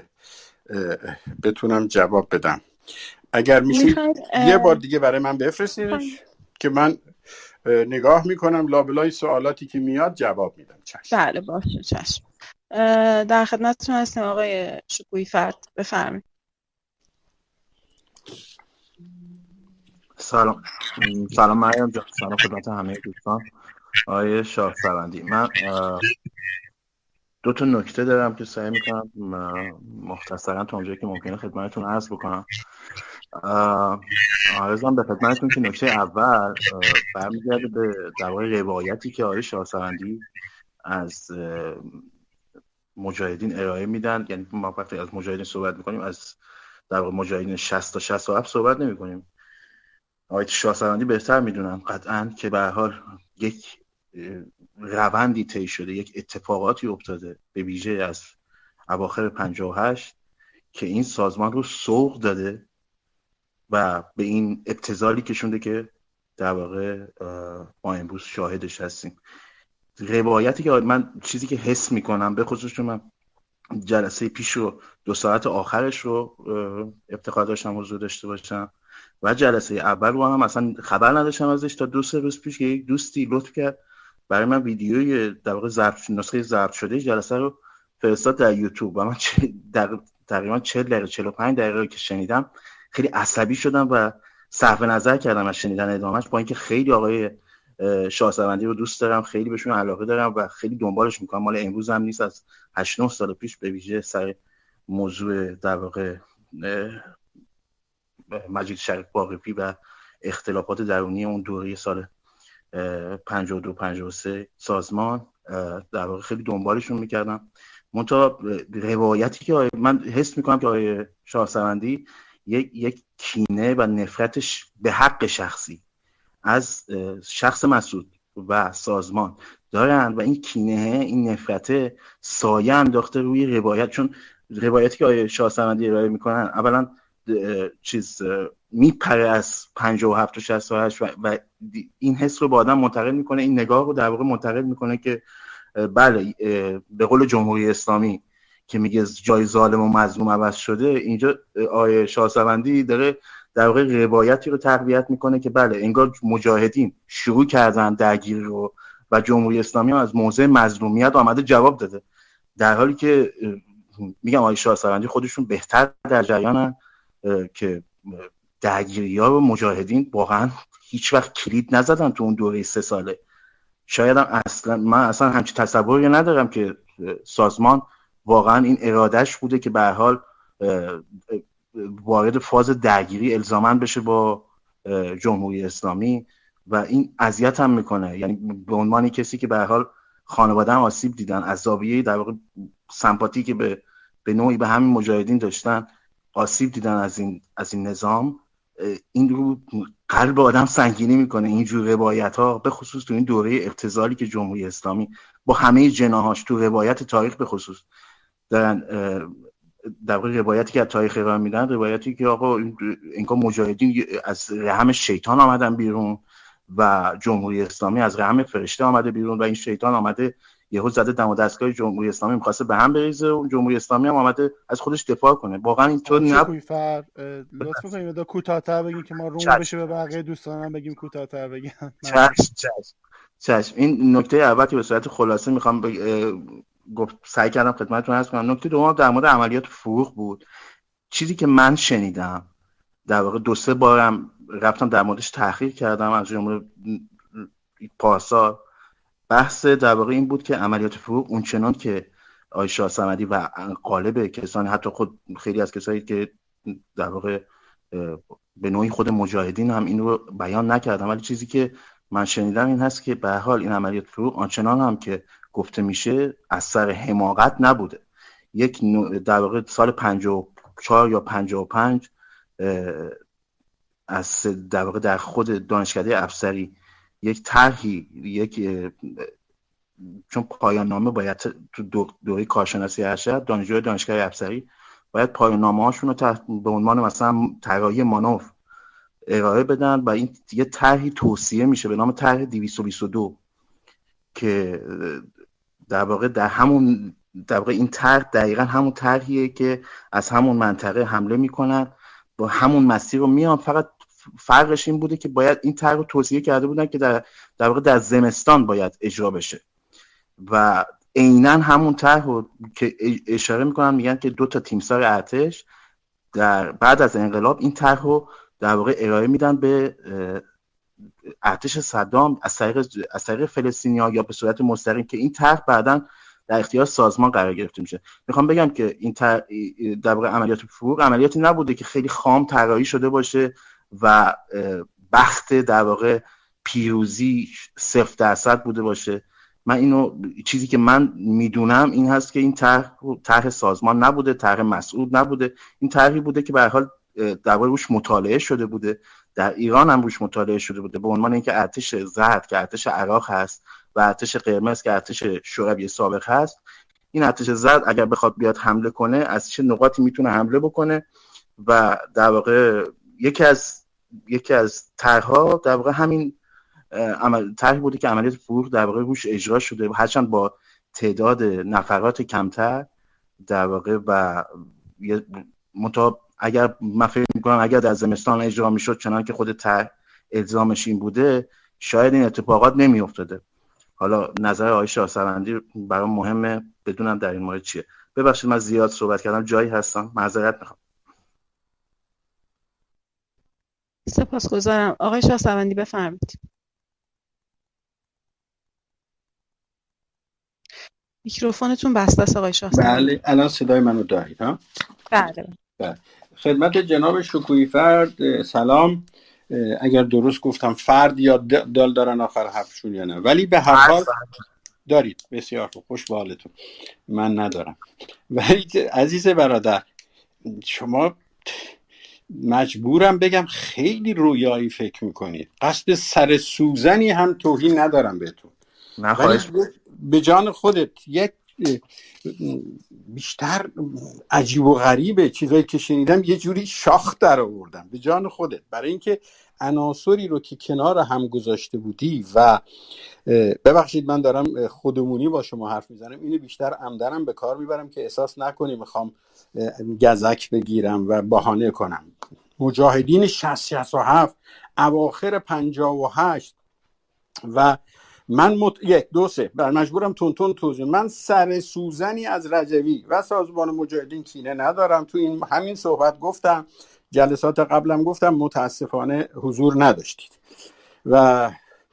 بتونم جواب بدم. اگر میشه یه بار دیگه برای من بفرستینش که من نگاه میکنم، لابلای سوالاتی که میاد جواب میدم. چشم. بله باشه، چشم. در خدمتتون هستیم آقای شکوهی فرد، بفرمایید. سلام مریم جان، سلام خدمت همه دوستان. آقای شاهسوندی، من دو تا نکته دارم که سعی میکنم مختصرا تا اونجایی که ممکنه خدمتتون عرض بکنم. عرضم به خدمتتون که نکته اول برمیگرده به در واقع روایتی که آقای شاهسوندی از مجاهدین ارائه میدن. یعنی ما وقتی از مجاهدین صحبت میکنیم از در واقع مجاهدین 60 تا 67 صحبت نمیکنیم. آقای شاهسوندی بهتر میدونن قطعاً که به هر حال یک روندی طی شده، یک اتفاقاتی افتاده به ویژه از اواخر 58 که این سازمان رو سوق داده و به این ابتذالی کشونده که در واقع ما امروز شاهدش هستیم. روایتی که من چیزی که حس میکنم، به خصوص من جلسه پیش رو 2 ساعت آخرش رو افتخار داشتم حضور داشته باشم و جلسه اول رو هم اصلا خبر نداشتم ازش تا 2-3 روز پیش که یک دوستی لطف کرد برای من ویدیوی در واقع نسخه ضبط شده جلسه رو فرستاد در یوتیوب و من تقریبا 40 دقیقه 45 دقیقه که شنیدم خیلی عصبی شدم و صرف نظر کردم از شنیدن ادامهش، با اینکه خیلی آقای شاهسوندی رو دوست دارم، خیلی بهشون علاقه دارم و خیلی دنبالش میکنم. مال امروز هم نیست، از 8-9 سال پیش به ویژه سر موضوع در واقع مجید شریف باقری و اختلافات درونی اون دوره سال 52-53 سازمان در واقع خیلی دنبالشون میکردم. منتها روایتی که من حس میکنم که آقای شاهصمدی یک کینه و نفرتش به حق شخصی از شخص مسعود و سازمان دارن و این کینه، این نفرت سایه انداخته روی روایت. چون روایتی که آقای شاهصمدی ارائه میکنن اولا میپره از 57 و 68 و این حس رو با آدم منتقل میکنه، این نگاه رو در واقع منتقل میکنه که بله به قول جمهوری اسلامی که میگه جای ظالم و مظلوم عوض شده، اینجا آقای شاهصمدی داره در واقع روایتی رو تقویت میکنه که بله انگار مجاهدین شروع کردن درگیری رو و جمهوری اسلامی هم از موضع مظلومیت آمده جواب داده، در حالی که میگم آقای شاهصمدی خودشون بهتر در جریانن که درگیری‌ها و مجاهدین واقعا هیچ وقت کلید نزدن تو اون دوره 3 ساله. شاید هم من اصلا همچین تصوری ندارم که سازمان واقعا این ارادهش بوده که به هر حال وارد فاز درگیری الزاماً بشه با جمهوری اسلامی و این اذیت هم میکنه. یعنی به عنوان کسی که به هر حال خانواده هم آسیب دیدن، از زاویه در واقع سمپاتی که به نوعی به همین مجاهدین داشتن آسیب دیدن از این نظام، این رو قلب آدم سنگینی میکنه. اینجور روایت ها به خصوص تو این دوره اقتزالی که جمهوری اسلامی با همه جناحاش تو روایت تاریخ به خصوص دارن در واقع روایتی که از تاریخ ارائه میدن، روایتی که آقا انگار مجاهدین از رحم شیطان آمدن بیرون و جمهوری اسلامی از رحم فرشته آمده بیرون و این شیطان آمده یهو زده دم و دستگاه جمهوری اسلامی می‌خواسته به هم بریزه و جمهوری اسلامی هم آمده از خودش دفاع کنه. واقعا اینطور لطف می‌کنید تا کوتاه‌تر بگین که ما روم بشه به بقیه دوستانم بگیم کوتاه‌تر بگن. چشم. این نکته اول که به صورت خلاصه می‌خوام سعی کردم خدمتتون عرض کنم. نکته دوم در مورد عملیات فروغ بود. چیزی که من شنیدم در واقع 2-3 بارم رفتم در موردش تحقیق کردم، از جمله پارسال بحث در واقع این بود که عملیات فروغ اونچنان که آقای شاهصمدی و غالب کسانی، حتی خود خیلی از کسایی که در واقع به نوعی خود مجاهدین هم این رو بیان نکردن، ولی چیزی که من شنیدم این هست که به هر حال این عملیات فروغ آنچنان هم که گفته میشه از سر حماقت نبوده. یک در واقع سال 54 یا 55 از در واقع در خود دانشکده افسری یک طرحی چون پایان نامه باید تو دوره کارشناسی ارشد دانشجوی دانشگاه افسری باید پایان نامه هاشون رو به عنوان مثلا طراحی مانور ارائه بدن و این یه طرحی توصیه میشه به نام طرح 222 که در واقع این طرح دقیقاً همون طرحیه که از همون منطقه حمله میکنن با همون مسیر رو میان، فقط فرقش این بوده که باید این طرح رو توصیه کرده بودن که در واقع در زمستان باید اجرا بشه و عیناً همون طرح رو که اشاره میکنن میگن که 2 تیمسار ارتش در بعد از انقلاب این طرح رو در واقع ارائه میدن به ارتش صدام از طریق فلسطینی‌ها یا به صورت مستقیم که این طرح بعداً در اختیار سازمان قرار گرفته میشه. میخوام بگم که این در واقع عملیات فروغ عملیاتی نبوده که خیلی خام طراحی شده باشه و بخت در واقع پیروزی 0% بوده باشه. من اینو چیزی که من میدونم این هست که این طرح سازمان نبوده، طرح مسعود نبوده، این طرحی بوده که به هر حال در واقع روش مطالعه شده بوده، در ایران هم روش مطالعه شده بوده به عنوان اینکه ارتش زرد که ارتش عراق هست و ارتش قرمز که ارتش شوروی سابق هست، این ارتش زرد اگر بخواد بیاد حمله کنه از چه نقاطی میتونه حمله بکنه و در واقع یکی از طرح‌ها در واقع همین طرحی بوده که عملیات فروغ در واقع روش اجرا شده، هرچند با تعداد نفرات کمتر در واقع و اگر من فکر می‌کنم اگر در زمستان اجرا می‌شد چنان که خود طرح الزامش این بوده شاید این اتفاقات نمی‌افتاده. حالا نظر آقای شاهصمدی برام مهمه بدونم در این مورد چیه. ببخشید من زیاد صحبت کردم، جایی هستم، معذرت می‌خوام. سپاسگزارم. آقای شاهصمدی بفرمایید. میکروفونتون بسته است آقای شاهصمدی. بله الان صدای منو دارید ها؟ بله. خدمت جناب شکوهی فرد سلام. اگر درست گفتم فرد یا دال دارن آخر حرفشون یا نه، ولی به هر حال دارید. بسیار خوش به حالتون. من ندارم. ولی عزیز برادر، شما مجبورم بگم خیلی رویایی فکر میکنید. قصد سر سوزنی هم توهین ندارم بهتون، ولی به جان خودت یک بیشتر عجیب و غریبه چیزایی که شنیدم، یه جوری شاخ در آوردم به جان خودت، برای اینکه عناصری رو که کنار هم گذاشته بودی و ببخشید من دارم خودمونی با شما حرف میزنم، اینو بیشتر عمدنم به کار میبرم که احساس نکنی میخوام گزک بگیرم و بهانه کنم. مجاهدین 60-67 اواخر 58 و من مجبورم تون توضیح. من سر سوزنی از رجوی و سازمان مجاهدین کینه ندارم. تو این همین صحبت گفتم، جلسات قبلم گفتم، متاسفانه حضور نداشتید و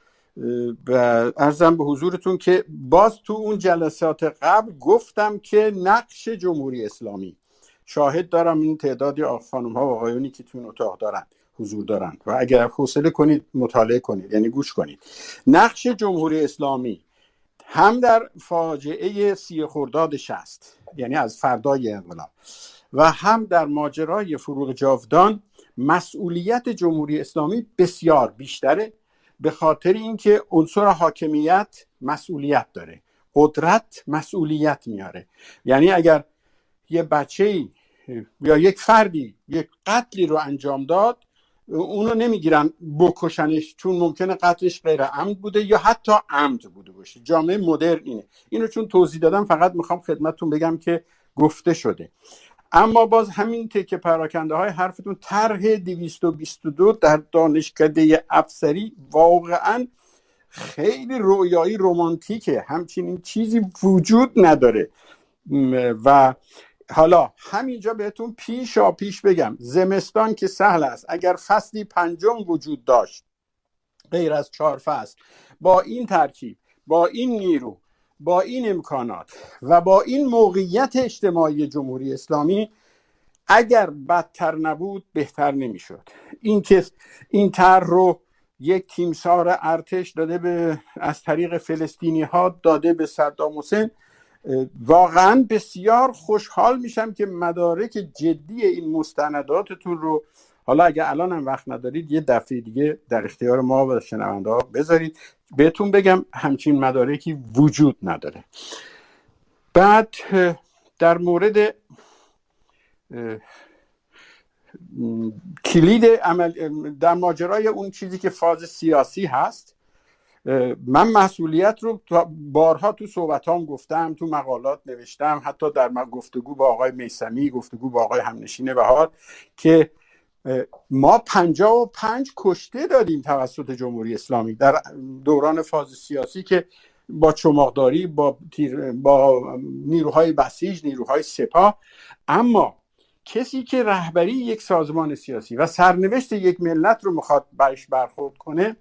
عرضم به حضورتون که باز تو اون جلسات قبل گفتم که نقش جمهوری اسلامی، شاهد دارم این تعدادی خانم ها و آقایونی که تو این اتاق دارن حضور دارن و اگر حوصله کنید مطالعه کنید، یعنی گوش کنید، نقش جمهوری اسلامی هم در فاجعه 30 خرداد 60، یعنی از فردای انقلاب، و هم در ماجرای فروغ جاودان، مسئولیت جمهوری اسلامی بسیار بیشتره، به خاطر اینکه عنصر حاکمیت مسئولیت داره، قدرت مسئولیت میاره. یعنی اگر یه بچه‌ای یا یک فردی یک قتلی رو انجام داد، اونو نمیگیرن بکشنش، چون ممکنه قتلش غیر عمد بوده یا حتی عمد بوده باشه. جامعه مدرن اینه. اینو چون توضیح دادم فقط میخوام خدمتتون بگم که گفته شده. اما باز همین تکه پراکنده های حرفتون، طرح 222 در دانشکده افسری واقعا خیلی رویایی رمانتیکه، همچنین چیزی وجود نداره. و حالا همینجا بهتون پیش بگم، زمستان که سهل است، اگر فصلی 5 وجود داشت غیر از 4 فصل، با این ترکیب، با این نیرو، با این امکانات و با این موقعیت اجتماعی جمهوری اسلامی، اگر بدتر نبود بهتر نمیشد. این که این طرح رو یک تیمسار ارتش داده از طریق فلسطینی ها داده به صدام حسین، واقعا بسیار خوشحال میشم که مدارک جدی این مستنداتتون رو، حالا اگه الان هم وقت ندارید یه دفعه دیگه در اختیار ما و شنونده ها بذارید. بهتون بگم همچین مدارکی وجود نداره. بعد در مورد کلید عمل در ماجرای اون چیزی که فاز سیاسی هست، من مسئولیت رو بارها تو صحبتام گفتم، تو مقالات نوشتم، حتی در گفتگو با آقای میثمی، گفتگو با آقای همنشین بهار، که ما 55 کشته دادیم توسط جمهوری اسلامی در دوران فاز سیاسی که با چماقداری، با نیروهای بسیج، نیروهای سپاه. اما کسی که رهبری یک سازمان سیاسی و سرنوشت یک ملت رو میخواد برش برخورد کنه،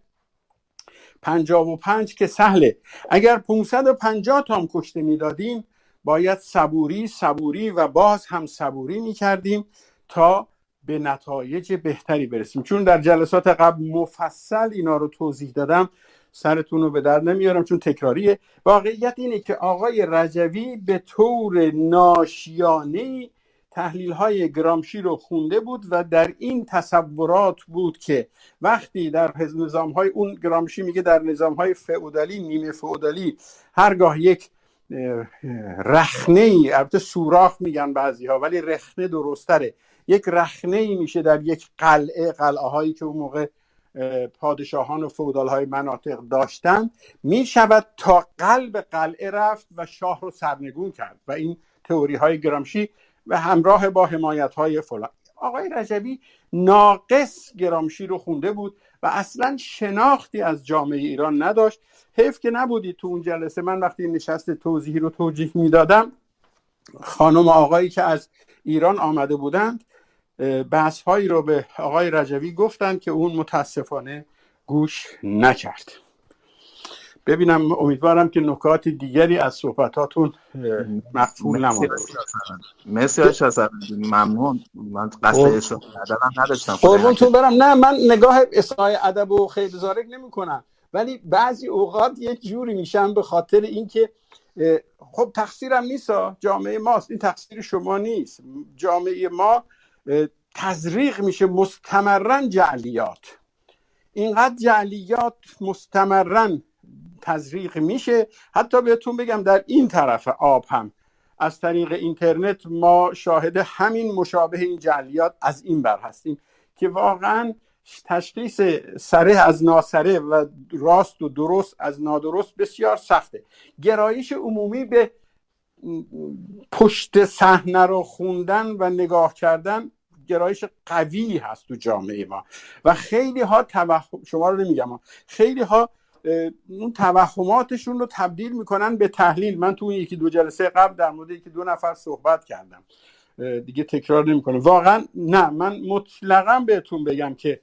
55 که سهله. اگر 550 تا هم کشته میدادیم، باید صبوری و باز هم صبوری میکردیم تا به نتایج بهتری برسیم. چون در جلسات قبل مفصل اینا رو توضیح دادم، سرتون رو به در نمیارم چون تکراریه. واقعیت اینه که آقای رجوی به طور ناشیانه‌ای تحلیل‌های گرامشی رو خونده بود و در این تصورات بود که وقتی در نظام‌های، اون گرامشی میگه در نظام‌های فئودالی، نیمه فئودالی، هرگاه یک رخنه‌ای، البته سوراخ میگن بعضی‌ها ولی رخنه درست‌تره، یک رخنه‌ای میشه در یک قلعه‌هایی که اون موقع پادشاهان و فئودال‌های مناطق داشتن، میشود تا قلب قلعه رفت و شاه رو سرنگون کرد. و این تئوری‌های گرامشی و همراه با حمایت‌های فلان. آقای رجوی ناقص گرامشی رو خونده بود و اصلا شناختی از جامعه ایران نداشت. حیف که نبودی تو اون جلسه. من وقتی نشست توضیحی رو توجیه میدادم، خانم آقایی که از ایران آمده بودند بحث‌هایی رو به آقای رجوی گفتند که اون متاسفانه گوش نکرد. ببینم، امیدوارم که نکات دیگری از صحبتاتون مغفول نمانده باشه. مرسی آقای شاهصفندی، ممنون. من قصد اصلاح ادب هم نداشتم. قربونتون برم. نه، من نگاه اصلاح ادب و خیلی زارگ نمی‌کنم. ولی بعضی اوقات یک جوری میشن به خاطر اینکه خب تقصیرم نیست، جامعه ماست، این تقصیر شما نیست. جامعه ما تزریق میشه مستمرن جعلیات، اینقدر جعلیات مستمرن تزریق میشه. حتی بهتون بگم در این طرف آب هم از طریق اینترنت ما شاهد همین مشابه این جعلیات از این بر هستیم که واقعا تشخیص صریح از ناصریح و راست و درست از نادرست بسیار سخته. گرایش عمومی به پشت صحنه رو خوندن و نگاه کردن گرایش قوی هست تو جامعه ما و خیلی ها شما رو نمیگم، خیلی ها اون توهماتشون رو تبدیل میکنن به تحلیل. من تو یکی دو جلسه قبل در مورد یکی دو نفر صحبت کردم، دیگه تکرار نمیکنم. واقعا نه، من مطلقاً بهتون بگم که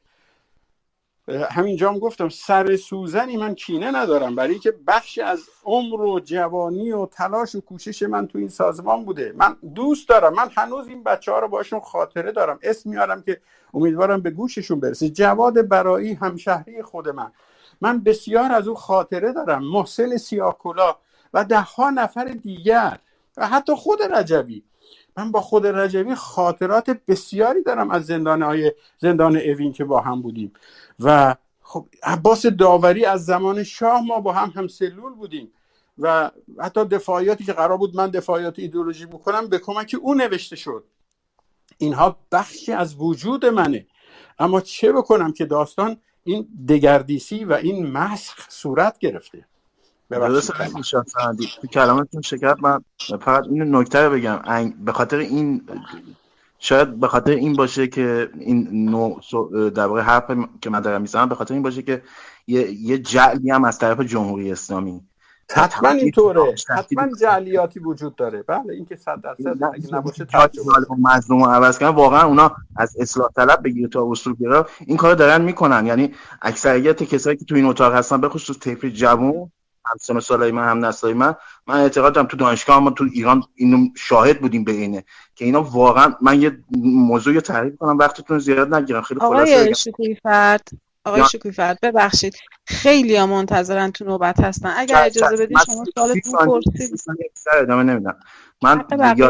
همینجا هم گفتم سر سوزنی من کینه ندارم، برای که بخشی از عمر و جوانی و تلاش و کوشش من تو این سازمان بوده. من دوست دارم، من هنوز این بچه‌ها رو باشون خاطره دارم، اسم میارم که امیدوارم به گوششون برسه. جواد برایی همشهری خود من بسیار از او خاطره دارم، محسن سیاه‌کلاه و ده ها نفر دیگر و حتی خود رجبی. من با خود رجبی خاطرات بسیاری دارم از زندان اوین که با هم بودیم و خب عباس داوری از زمان شاه ما با هم سلول بودیم و حتی دفاعیاتی که قرار بود من دفاعیات ایدئولوژی بکنم به کمک او نوشته شد. اینها بخشی از وجود منه، اما چه بکنم که داستان این دگردیسی و این مسخ صورت گرفته. درسته تو کلامتون شکر. من فقط این نکته رو بگم، به خاطر این شاید به خاطر این باشه که این نوع در واقع حرف که من دارم میزنم به خاطر این باشه که یه جعلی هم از طرف جمهوری اسلامی حتما اینطوره، حتما جعلیاتی وجود داره. بله این که 100% اگه نباشه تعجب مظلوم رو عوض کردن. واقعا اونا از اصلاح طلب بگیر تا اصولگرا این کارو دارن میکنن. یعنی اکثریت کسایی که تو این اتاق هستن به خصوص طیف جوان همسن سالای من هم نسلای من اعتقاد دارم تو دانشگاه ما تو ایران اینو شاهد بودیم به اینه که اینا واقعا. من یه موضوعی تعریف کنم وقتتون رو زیاد نگیرم، خیلی خلاصه آقای شکوفرد ببخشید خیلی ها منتظرن تو نوبت هستن، اگر اجازه بدید شما سوالتون پرسید. ادامه نمیدم. من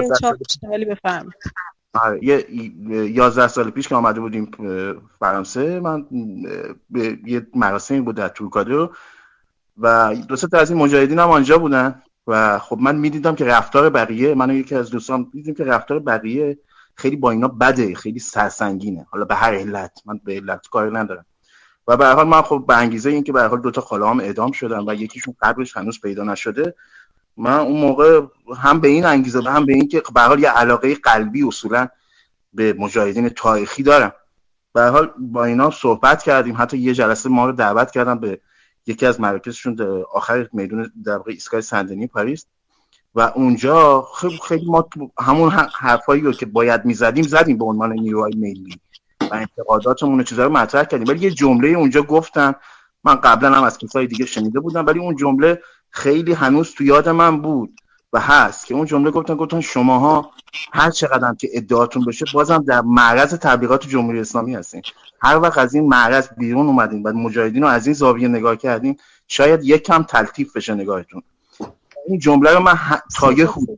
11 سال پیش که آمده بودیم فرانسه، من به یه مراسمی بود در تورکادو و دو سه تا از این مجاهدین هم آنجا بودن و خب من میدیدم که رفتار بقیه، من و یکی از دوستان دیدیم که رفتار بقیه خیلی با اینا بده، خیلی سرسنگینه. حالا به هر علت، من به علت کاری ندارم. و به هر حال من خب به انگیزه این که به هر حال دو تا خاله‌ام اعدام شدن و یکیشون قبرش هنوز پیدا نشده، من اون موقع هم به این انگیزه و هم به این که به هر حال یه علاقه قلبی اصولا به مجاهدین تاریخی دارم، به هر حال با اینا صحبت کردیم. حتی یه جلسه ما رو دعوت کردن به یکی از مراکزشون در آخر میدون در واقع ایستگاه سندنی پاریس و اونجا خیلی ما همون حرفایی رو که باید میزدیم زدیم به عنوان نیروهای ملی و انتقاداتمون و چیزا رو مطرح کردیم. ولی یه جمله اونجا گفتن، من قبلا هم از کسای دیگه شنیده بودم ولی اون جمله خیلی هنوز تو یاد من بود و هست که اون جمله گفتن شماها هر چقدر که ادعاتون بشه بازم در معرض تبلیغات جمهوری اسلامی هستین. هر وقت از این معرض بیرون اومدین و مجاهدین رو از این زاویه نگاه کردین شاید یک کم تلطیف بشه نگاهتون. این جمله رو من تا یه خود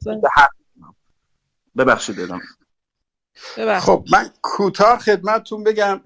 ببخشید دادم. خب من کوتاه خدمتتون بگم،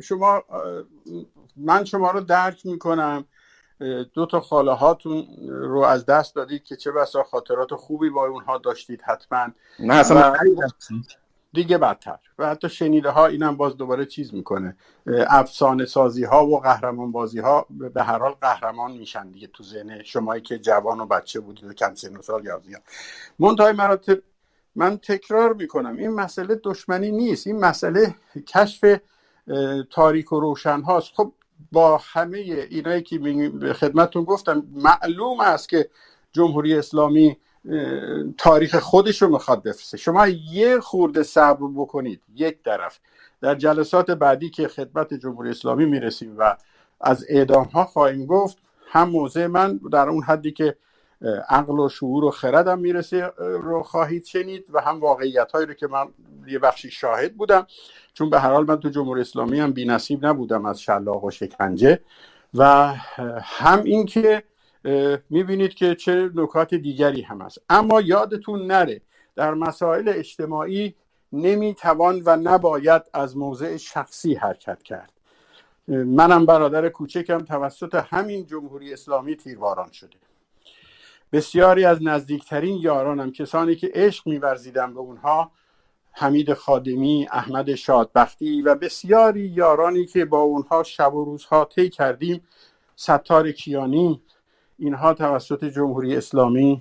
من شما رو درک میکنم. دو تا خاله هاتون رو از دست دادید که چه بسا خاطرات خوبی با اونها داشتید حتما. نه اصلا دیگه بدتر و حتی شنیده ها اینم باز دوباره چیز میکنه. افسانه سازی ها و قهرمان بازی ها به هر حال قهرمان میشن دیگه تو ذهن شمایی که جوان و بچه بودید و کم سن و سال یازی ها. منتهای مراتب من تکرار میکنم این مسئله دشمنی نیست، این مسئله کشف تاریک و روشن هاست. خب با همه اینایی که خدمتتون گفتم معلوم است که جمهوری اسلامی تاریخ خودش رو میخواد بفرسته. شما یه خورده صبر بکنید، یک طرف در جلسات بعدی که خدمت جمهوری اسلامی میرسیم و از اعدام ها خواهیم گفت، هم موضع من در اون حدی که عقل و شعور و خردم میرسه رو خواهید شنید و هم واقعیت هایی رو که من یه بخشی شاهد بودم، چون به هر حال من تو جمهوری اسلامی هم بی‌نصیب نبودم از شلاق و شکنجه و هم این که میبینید که چه نکات دیگری هم هست. اما یادتون نره در مسائل اجتماعی نمیتوان و نباید از موضع شخصی حرکت کرد. منم برادر کوچکم توسط همین جمهوری اسلامی تیرباران شده. بسیاری از نزدیکترین یارانم، کسانی که عشق می‌ورزیدم به اونها، حمید خادمی، احمد شادبختی و بسیاری یارانی که با اونها شب و روزها طی کردیم، ستار کیانی، اینها توسط جمهوری اسلامی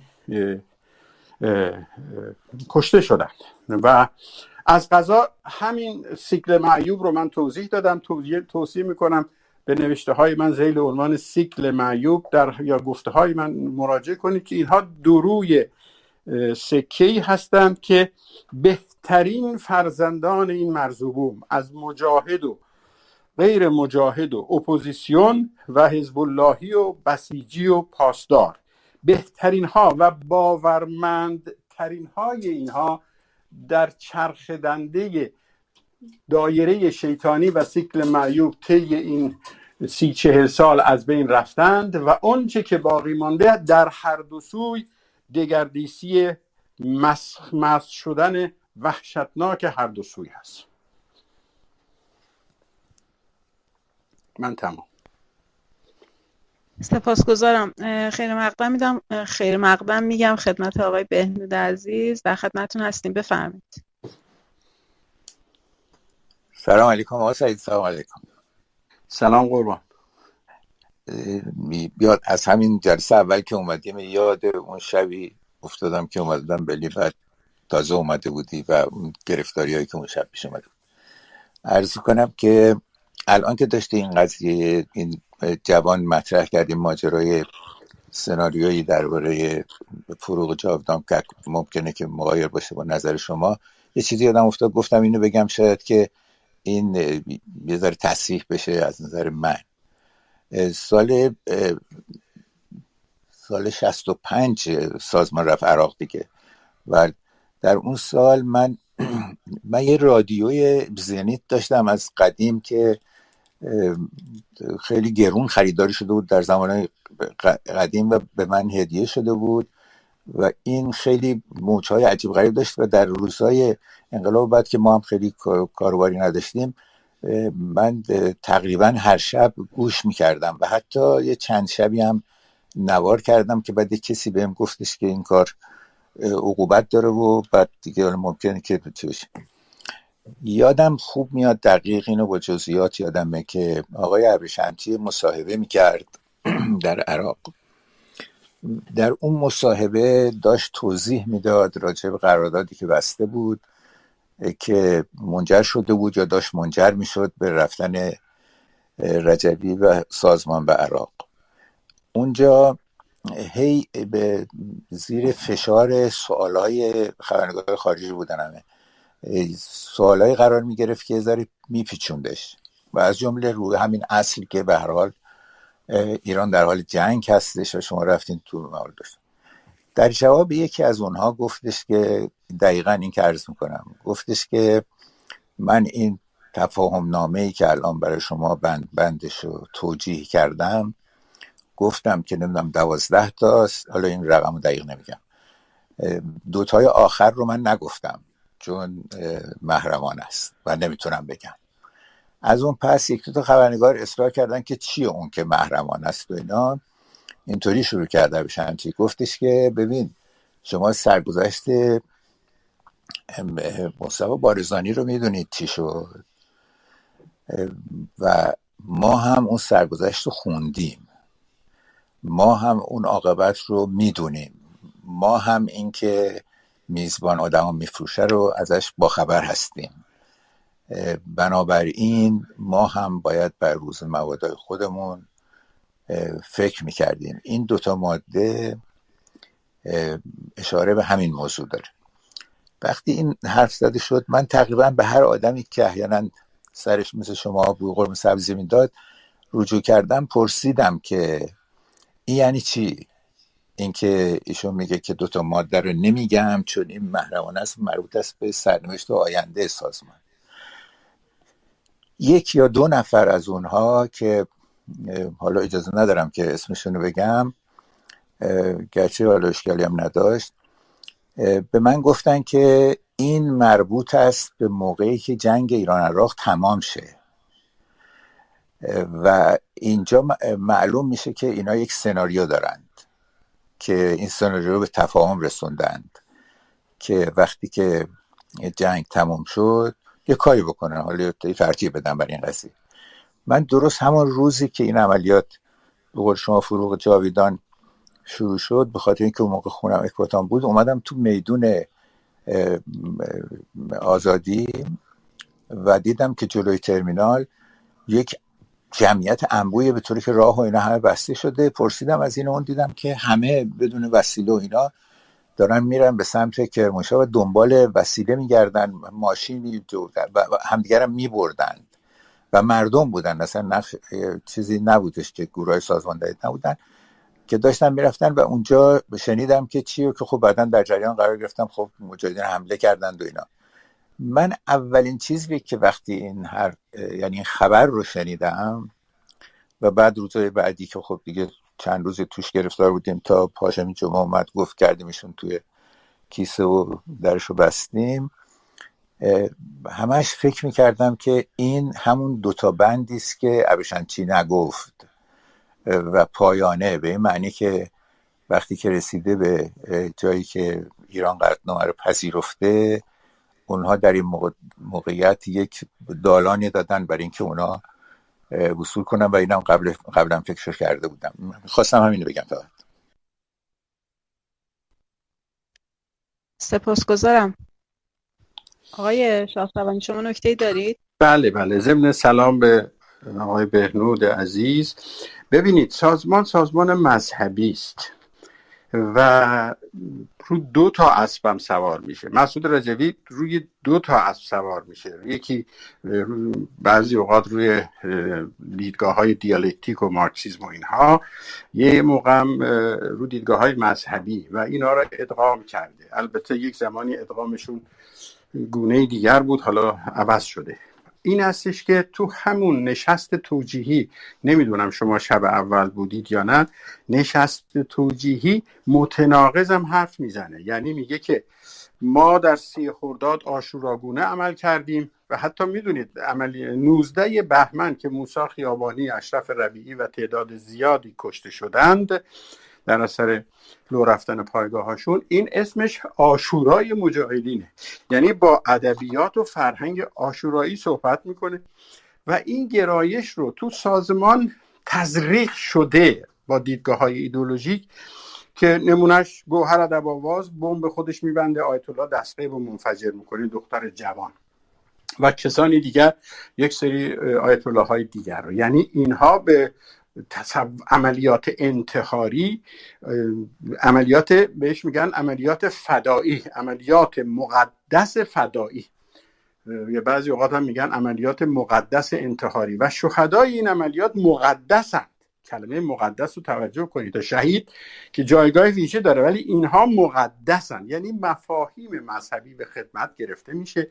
کشته شدند. و از قضا همین سیکل معیوب رو من توضیح دادم، توصیه میکنم به نوشته های من زیل عنوان سیکل معیوب یا گفته های من مراجعه کنید که اینها دروی سکه‌ای هستند که بهترین فرزندان این مرزوبوم از مجاهد و غیر مجاهد و اپوزیسیون و حزب اللهی و بسیجی و پاسدار، بهترین ها و باورمندترین های اینها در چرخدنده دایره شیطانی و سیکل معیوب طی این 30-40 سال از بین رفتند و اونچه که باقی مانده در هر دو سوی دگردیسی مسخ شدن وحشتناک هر دو سوی هست. من تمام. سپاسگزارم. خیر مقدم میگم خدمت آقای بهنود عزیز. در خدمتتون هستیم، بفرمایید. سلام علیکم آقا سعید. سلام علیکم. سلام قربان. بیاد از همین جلسه اول که اومدیم یاد اون شبی افتادم که اومدم بلی، بعد تازه اومده بودی و اون گرفتاری هایی که اون شب پیش اومده بود. عرض کنم که الان که داشته این قضیه این جوان مطرح کردیم ماجرای سناریویی درباره فروغ جاودان که ممکنه که مغایر باشه با نظر شما، یه چیزی یادم افتاد گفتم اینو بگم شاید که این یه ذره تصحیح بشه از نظر من. سال 65 سازمان رفت عراق دیگه و در اون سال من یه رادیوی زنیت داشتم از قدیم که خیلی گرون خریداری شده بود در زمان قدیم و به من هدیه شده بود و این خیلی موجهای عجیب غریب داشت و در روزهای انقلاب بعد که ما هم خیلی کاروباری نداشتیم من تقریبا هر شب گوش میکردم و حتی یه چند شبی هم نوار کردم که بعد کسی بهم گفتش که این کار عقوبت داره و بعد دیگه ممکنه که بشه. یادم خوب میاد دقیق اینو با جزئیات یادمه که آقای ابریشمسی مصاحبه میکرد در عراق. در اون مصاحبه داشت توضیح میداد راجع به قراردادی که بسته بود که منجر شده بود یا داشت منجر میشد به رفتن رجبی و سازمان به عراق. اونجا هی به زیر فشار سوالای خبرنگار خارجی بودن، همه سوالای قرار میگرفت که ذره میپیچوندش و از جمله روی همین اصل که به هر حال ایران در حال جنگ هستش و شما رفتین تو مورد داشت. در جواب یکی از اونها گفتش که دقیقاً این که عرض میکنم، گفتش که من این تفاهم نامه‌ای که الان برای شما بندش رو توجیه کردم گفتم که نمیدونم 12 تاست، حالا این رقم رو دقیق نمیگم، 2 تای آخر رو من نگفتم چون محرمانه است و نمیتونم بگم. از اون پس 1-2 تا خبرنگار اصرار کردن که چیه اون که محرمانه است و اینا. اینطوری شروع کرده بشن چی گفتش که ببین شما سرگذشت مصطفی بارزانی رو میدونید چی شد و ما هم اون سرگذشت رو خوندیم، ما هم اون عاقبت رو میدونیم، ما هم این که میزبان آدم میفروشه رو ازش باخبر هستیم. بنابراین ما هم باید بر روز مبادای خودمون فکر میکردیم. این 2 تا ماده اشاره به همین موضوع داره. وقتی این حرف زده شد من تقریبا به هر آدمی که احیانا سرش مثل شما بوی قرمه سبزی میداد رجوع کردم، پرسیدم که این یعنی چی؟ این که ایشون میگه که 2 تا ماده رو نمیگم چون این محرمانه است، مربوط است به سرنوشت و آینده سازمان. 1 یا 2 نفر از اونها که حالا اجازه ندارم که اسمشونو بگم، گرچه حالا اشکالی هم نداشت، به من گفتن که این مربوط است به موقعی که جنگ ایران عراق تمام شه و اینجا معلوم میشه که اینا یک سناریو دارند که این سناریو رو به تفاهم رسوندند که وقتی که جنگ تمام شد یه کاری بکنن، حالا ترتیب بدن برای این قضیه. من درست همون روزی که این عملیات به قول شما فروغ جاویدان شروع شد، به خاطر اینکه اون موقع خونم اکباتان بود، اومدم تو میدون آزادی و دیدم که جلوی ترمینال یک جمعیت انبوهی به طوری که راه و اینا همه بسته شده. پرسیدم از این اون، دیدم که همه بدون وسیله و اینا دارن میرن به سمت کرمانشاه و دنبال وسیله میگردن، ماشینی و همدیگر هم میبردن و مردم بودن، اصلا چیزی نبودش که گروه سازماندهی نبودن که داشتن میرفتن. و اونجا شنیدم که چیه که خب بعدن در جریان قرار گرفتم، خب مجاهدین حمله کردند و اینا. من اولین چیزی که وقتی این یعنی این خبر رو شنیدم و بعد روزهای بعدی که خب دیگه چند روز توش گرفتار بودیم تا پاشمی جمعه اومد گفت کردیمشون توی کیسه و درشو بستیم، همش فکر میکردم که این همون دوتا بندیست که ابریشمچی نگفت و پایانه، به این معنی که وقتی که رسیده به جایی که ایران قطعنامه رو پذیرفته، اونها در این موقعیت یک دالانی دادن برای اینکه اونا وصول کنن و اینم قبلا فکرشو کرده بودم. خواستم همینو بگم فقط. سپاسگزارم. آقای شاهسوانی شما نکته‌ای دارید؟ بله، ضمن سلام به آقای بهنود عزیز. ببینید، سازمان مذهبی است و رو 2 تا اسبم سوار میشه. مسعود رجوی روی 2 تا اسب سوار میشه، یکی بعضی اوقات روی دیدگاه‌های دیالکتیک و مارکسیسم و اینها، یه موقع رو دیدگاه‌های مذهبی و اینا را ادغام کرده. البته یک زمانی ادغامشون گونه دیگر بود، حالا عوض شده. این هستش که تو همون نشست توجیهی، نمیدونم شما شب اول بودید یا نه، نشست توجیهی متناقضم حرف میزنه. یعنی میگه که ما در 30 خرداد عاشوراگونه عمل کردیم و حتی میدونید 19 بهمن که موسی خیابانی، اشرف ربیعی و تعداد زیادی کشته شدند در اثر لو رفتن پایگاه هاشون، این اسمش عاشورای مجاهدینه. یعنی با ادبیات و فرهنگ عاشورایی صحبت میکنه و این گرایش رو تو سازمان تزریق شده با دیدگاه‌های ایدئولوژیک که نمونهش گوهر ادب‌آواز بمب خودش میبنده، آیت الله دستگاه رو منفجر میکنه، دختر جوان و کسانی دیگر، یک سری آیت الله های دیگر رو. یعنی اینها به عملیات انتحاری، عملیات بهش میگن عملیات فدایی، عملیات مقدس فدایی، یا بعضی اوقات هم میگن عملیات مقدس انتحاری و شهدای این عملیات مقدسند. کلمه مقدس رو توجه کنید، تا شهید که جایگاه ویژه داره ولی اینها مقدسند، یعنی مفاهیم مذهبی به خدمت گرفته میشه.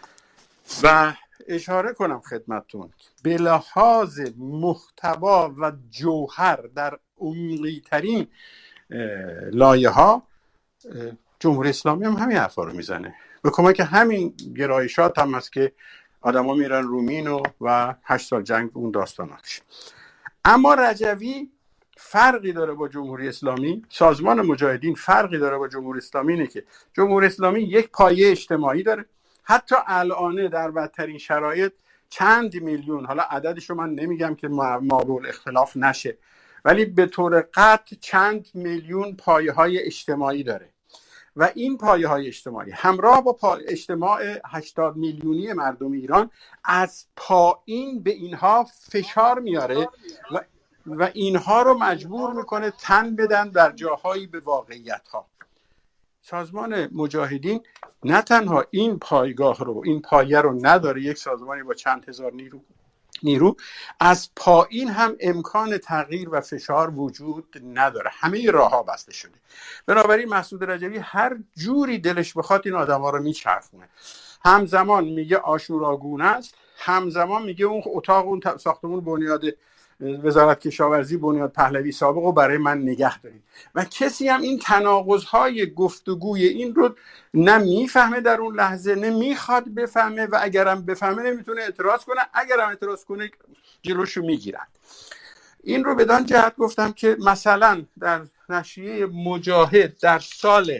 و اشاره کنم خدمتتون به لحاظ محتوا و جوهر در عمقی ترین لایه ها جمهوری اسلامی هم همین حرفا رو میزنه، به کمک همین گرایشات هم هست که آدما میرن رومین و 8 سال جنگ اون داستاناش. اما رجوی فرقی داره با جمهوری اسلامی، سازمان مجاهدین فرقی داره با جمهوری اسلامی، اینه که جمهوری اسلامی یک پایه اجتماعی داره. حتی الان در بدترین شرایط چند میلیون، حالا عددش رو من نمیگم که موضوع اختلاف نشه، ولی به طور قطع چند میلیون پایه های اجتماعی داره و این پایه های اجتماعی همراه با اجتماع 80 میلیونی مردم ایران از پایین به اینها فشار میاره و اینها رو مجبور میکنه تن بدن در جاهایی به واقعیت ها. سازمان مجاهدین نه تنها این پایگاه رو، این پایه رو نداره، یک سازمانی با چند هزار نیرو، از پایین هم امکان تغییر و فشار وجود نداره. همه راه ها بسته شده. بنابراین مسعود رجوی هر جوری دلش بخواد این آدم ها رو میچرخونه. همزمان میگه عاشوراگونه است، همزمان میگه اون اتاق، اون ساختمون بنیاد وزارت کشاورزی بنیاد پهلوی سابق رو برای من نگه دارید. و کسی هم این تناقض‌های گفتگوی این رو نه میفهمه در اون لحظه، نه میخواد بفهمه، و اگرم بفهمه نمیتونه اعتراض کنه، اگرم اعتراض کنه جلوشو میگیرن. این رو بدان جهت گفتم که مثلا در نشریه مجاهد در سال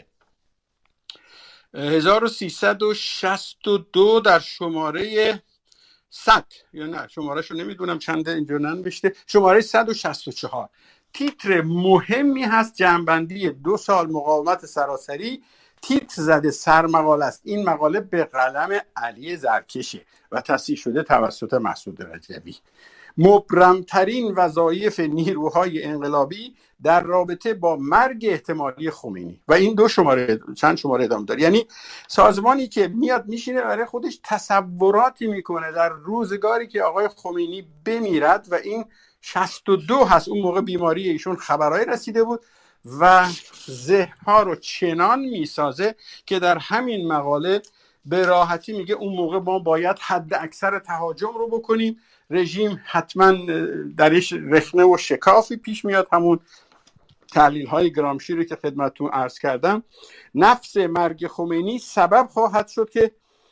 1362 در شماره 100 یا نه شمارهشو نمیدونم چنده اینجا ننوشته، شماره 164 تیتر مهمی هست، جمع‌بندی 2 سال مقاومت سراسری، تیتر زده سرمقاله است. این مقاله به قلم علی زرکشه و تصحیح شده توسط مسعود رجبی. مبرمترین وظایف نیروهای انقلابی در رابطه با مرگ احتمالی خمینی. و این 2 شماره، چند شماره ادامه داره. یعنی سازمانی که میاد میشینه برای خودش تصوراتی میکنه در روزگاری که آقای خمینی بمیرد، و این 62 هست، اون موقع بیماری ایشون خبرهای رسیده بود، و ذهن‌ها رو چنان میسازه که در همین مقاله به راحتی میگه اون موقع ما باید حد اکثر تهاجم رو بکنیم، رژیم حتما درش رخنه و شکافی پیش میاد، همون تحلیل های گرامشی رو که خدمتتون عرض کردم. نفس مرگ خمینی سبب خواهد شد که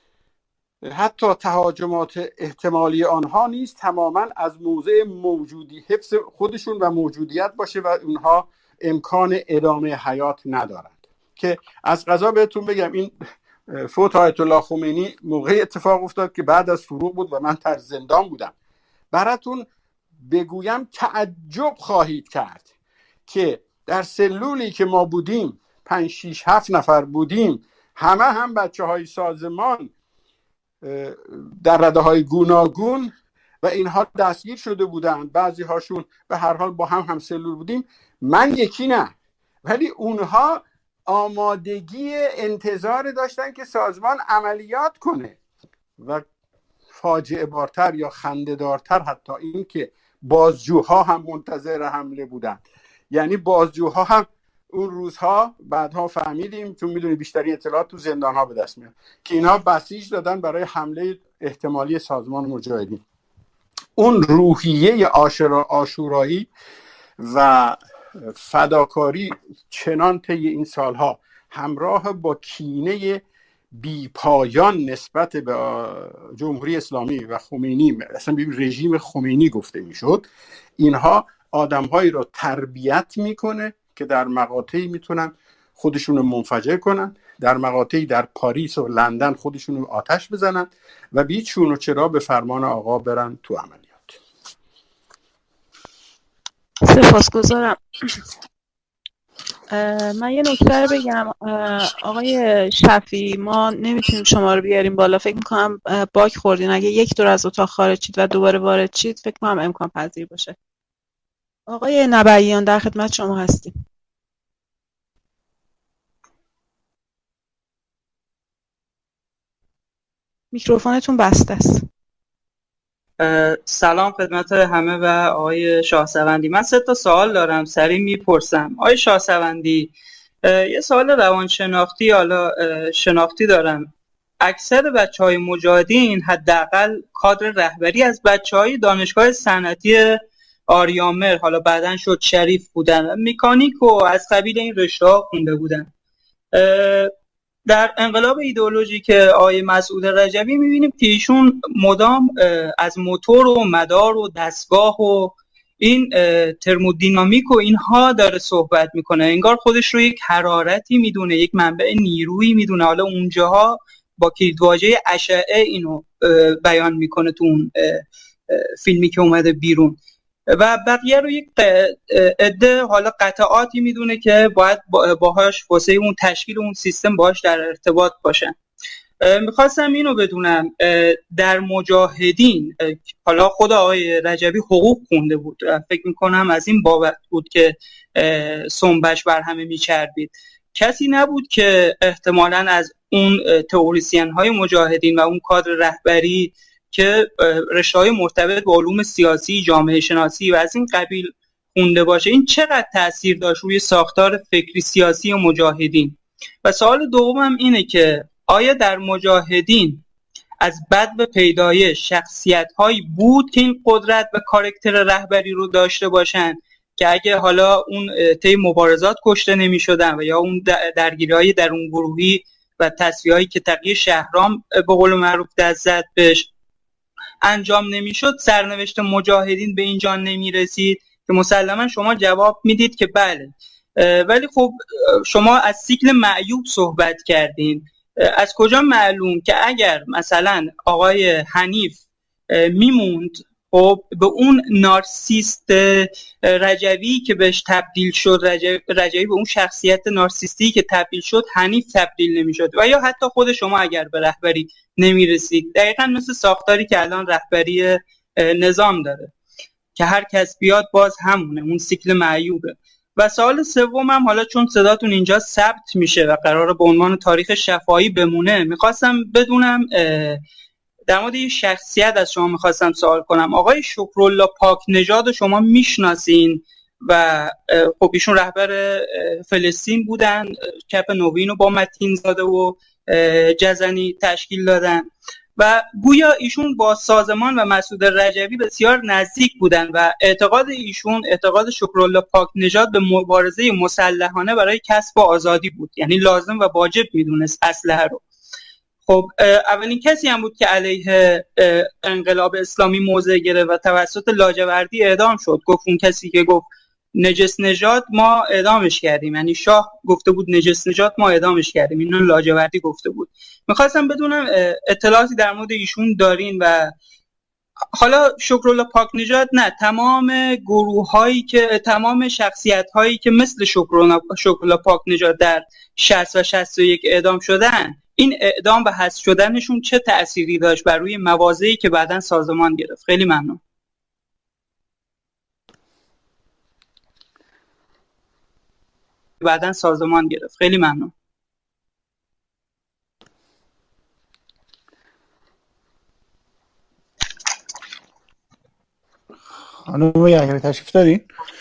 حتی تهاجمات احتمالی آنها نیز تماما از موضع موجودی حفظ خودشون و موجودیت باشه و اونها امکان ادامه حیات ندارند. که از قضا بهتون بگم این فوت آیت الله خمینی موقع اتفاق افتاد که بعد از فروغ بود و من در زندان بودم. براتون بگویم تعجب خواهید کرد که در سلولی که ما بودیم 5 6 7 نفر بودیم، همه هم بچه‌های سازمان در رده‌های گوناگون و اینها دستگیر شده بودند، بعضی هاشون به هر حال با هم سلول بودیم. من یکی نه، ولی اونها آمادگی انتظار داشتن که سازمان عملیات کنه. و فاجعه بارتر یا خنده‌دارتر حتی این که بازجوها هم منتظر حمله بودن. یعنی بازجوها هم اون روزها بعدها فهمیدیم، چون میدونی بیشتری اطلاعات تو زندانها به دست میاد، که اینها بسیج دادن برای حمله احتمالی سازمان مجاهدین. اون روحیه آشورایی و فداکاری چنان طی این سالها همراه با کینه بی پایان نسبت به جمهوری اسلامی و خمینی، اصلا به رژیم خمینی گفته میشد، اینها آدمهایی رو تربیت میکنه که در مقاطعی میتونن خودشون رو منفجر کنن، در مقاطعی در پاریس و لندن خودشون رو آتش بزنن و بیچون و چرا به فرمان آقا برن تو عملیات. سپاسگزارم. من یه نکته رو بگم آقای شفیعی، ما نمیتونیم شما رو بیاریم بالا، فکر میکنم باگ خوردین. اگه 1 دور از اتاق خارج شید و دوباره وارد شید فکر میکنم امکان پذیر باشه. آقای نبیان در خدمت شما هستیم. میکروفونتون بسته است. سلام خدمت همه و آقای شاهسوندی. من 3 تا سوال دارم، سریع میپرسم. آقای شاهسوندی، یه سوال روانشناختی حالا شناختی دارم. اکثر بچهای مجاهدین حداقل کادر رهبری از بچهای دانشگاه صنعتی آریامر، حالا بعدن شد شریف بودن، مکانیک و از قبیل این رشته‌ها خونده بودن. در انقلاب ایدئولوژیک آقای مسعود رجبی می‌بینیم که ایشون مدام از موتور و مدار و دستگاه و این ترمودینامیک و اینها داره صحبت میکنه، انگار خودش رو یک حرارتی میدونه، یک منبع نیرویی میدونه. حالا اونجاها با کلیدواژه اشعه اینو بیان میکنه تو اون فیلمی که اومده بیرون، و بقیه رو یک عده حالا قطعاتی میدونه که باید باهاش واسه اون تشکیل اون سیستم باهاش در ارتباط باشن. میخواستم اینو بدونم در مجاهدین، حالا خود آقای رجبی حقوق خونده بود، فکر میکنم از این بابت بود که سنبش بر همه میچربید، کسی نبود که احتمالاً از اون تئوریسین های مجاهدین و اون کادر رهبری که رشته‌های مرتبط با علوم سیاسی، جامعه شناسی و از این قبیل خونده باشه، این چقدر تأثیر داشت روی ساختار فکری سیاسی مجاهدین؟ و سوال دومم اینه که آیا در مجاهدین از بد به پیدایش شخصیت‌هایی بود که این قدرت و کاراکتر رهبری رو داشته باشن که اگه حالا اون طی مبارزات کشته نمی‌شدن و یا اون درگیری‌های درون گروهی و تصفیه‌هایی که تقی شهرام به قول معروف دست زد بهش انجام نمی‌شد، سرنوشت مجاهدین به اینجا نمی‌رسید که مسلما شما جواب میدید که بله. ولی خب شما از سیکل معیوب صحبت کردین. از کجا معلوم که اگر مثلا آقای حنیف میموند خب به اون نارسیست رجوی که بهش تبدیل شد، رجوی به اون شخصیت نارسیستی که تبدیل شد حنیف تبدیل نمیشد و یا حتی خود شما اگر به رهبری نمیرسید. دقیقا مثل ساختاری که الان رهبری نظام داره که هر کس بیاد باز همونه، اون سیکل معیوبه. و سوال سومم حالا چون صداتون اینجا ثبت میشه و قراره به عنوان تاریخ شفاهی بمونه، میخواستم بدونم در مورد یه شخصیت از شما میخواستم سوال کنم. آقای شکرالله پاک نژاد شما میشناسین و خب ایشون رهبر فلسطین بودن، کپ نوین رو با متین زاده و جزنی تشکیل دادن و گویا ایشون با سازمان و مسعود رجوی بسیار نزدیک بودن و اعتقاد ایشون، اعتقاد شکرالله پاک نژاد به مبارزه مسلحانه برای کسب آزادی بود، یعنی لازم و واجب میدونست اسلحه رو. خب اولین کسی هم بود که علیه انقلاب اسلامی موضع گرفت و توسط لاجوردی اعدام شد. گفت اون کسی که گفت نجس نژاد ما اعدامش کردیم، یعنی شاه گفته بود نجس نژاد ما اعدامش کردیم، اینو لاجوردی گفته بود. میخواستم بدونم اطلاعاتی در مورد ایشون دارین و حالا شکرالله پاک نژاد نه، تمام گروه‌هایی که تمام شخصیت‌هایی که مثل شکرالله پاک نژاد در 60 و 61 اعدام شدن، این اعدام و حذف شدنشون چه تأثیری داشت بر روی موازه‌ای که بعداً سازمان گرفت؟ خیلی ممنون. خیلی ممنون. خانم یحیی تشریف دارین؟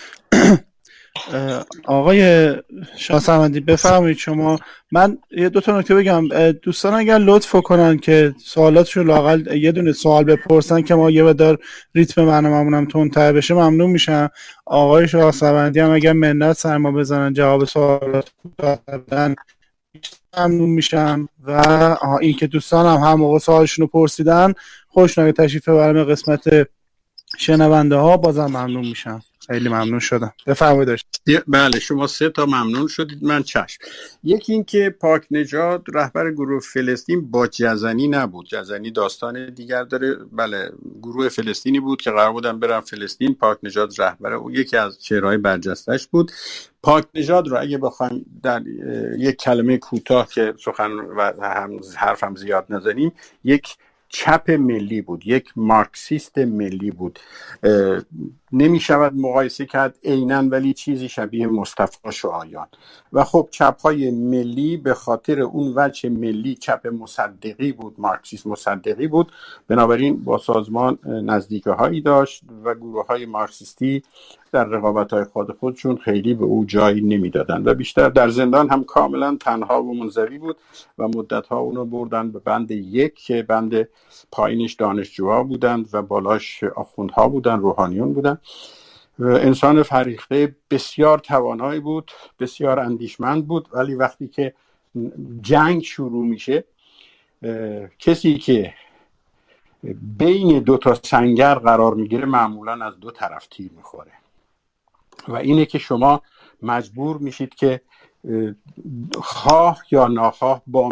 آقای شاهسوندی بفرمایید شما. من یه دو تا نکته بگم. دوستان اگر لطف کنن که سوالاتشو لااقل یه دونه سوال بپرسن که ما یه مقدار ریتم برنامه‌مون تندتر بشه ممنون میشم. آقای شاهسوندی هم اگر منت سر ما بزنن جواب سوالات بدن ممنون میشم. و این که دوستان هم موقع سوالشون رو پرسیدن خوشناگه تشریف ببرم قسمت شنونده ها بازم ممنون میشم. خیلی ممنون شدم. بفرمایید. بله شما 3 تا ممنون شدید. من چشم. یکی این که پاک نژاد رهبر گروه فلسطین با جزنی نبود. جزنی داستان دیگر داره. بله گروه فلسطینی بود که قرار بودن برن فلسطین. پاک نژاد رهبر او یکی از چهره‌های برجسته‌اش بود. پاک نژاد رو اگه بخوایم در یک کلمه کوتاه که سخن و حرفم زیاد نزنیم، یک چپ ملی بود، یک مارکسیست ملی بود. نمی شود مقایسه کرد عیناً، ولی چیزی شبیه مصطفی شعایان. و خب چپ های ملی به خاطر اون وجه ملی چپ مصدقی بود، مارکسیست مصدقی بود، بنابراین با سازمان نزدیکی هایی داشت و گروه های مارکسیستی در رقابت های خودشون خیلی به او جایی نمی دادن و بیشتر در زندان هم کاملا تنها و منزوی بود و مدت ها اونو بردن به بند 1 که بند پایینش دانشجوها بودند و بالاش آخوندها بودن، روحانیون بودن. انسان فریخته بسیار توانایی بود، بسیار اندیشمند بود، ولی وقتی که جنگ شروع میشه کسی که بین 2 تا سنگر قرار میگیره معمولا از 2 طرف تیر میخوره و اینه که شما مجبور میشید که خواه یا ناخواه با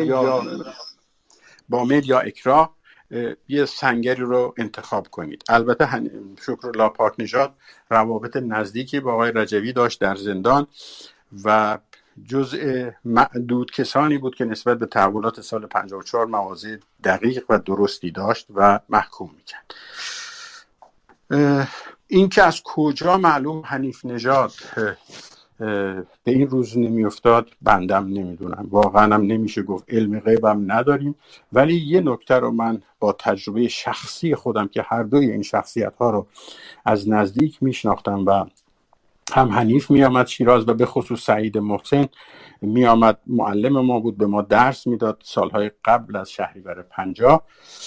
میل یا اکراه یه سنگری رو انتخاب کنید. البته شکرالله پاک نژاد روابط نزدیکی با آقای رجوی داشت در زندان و جزء معدود کسانی بود که نسبت به تحولات سال 54 مواضع دقیق و درستی داشت و محکوم میکرد. این که از کجا معلوم حنیف نژاد به این روز نمیافتاد بندم نمیدونم، واقعا هم نمیشه گفت، علم غیبم نداریم. ولی یه نکته رو من با تجربه شخصی خودم که هر دوی این شخصیت ها رو از نزدیک میشناختم و هم حنیف می آمد شیراز و به خصوص سعید محسن می آمد، معلم ما بود، به ما درس میداد سالهای قبل از شهریور 50.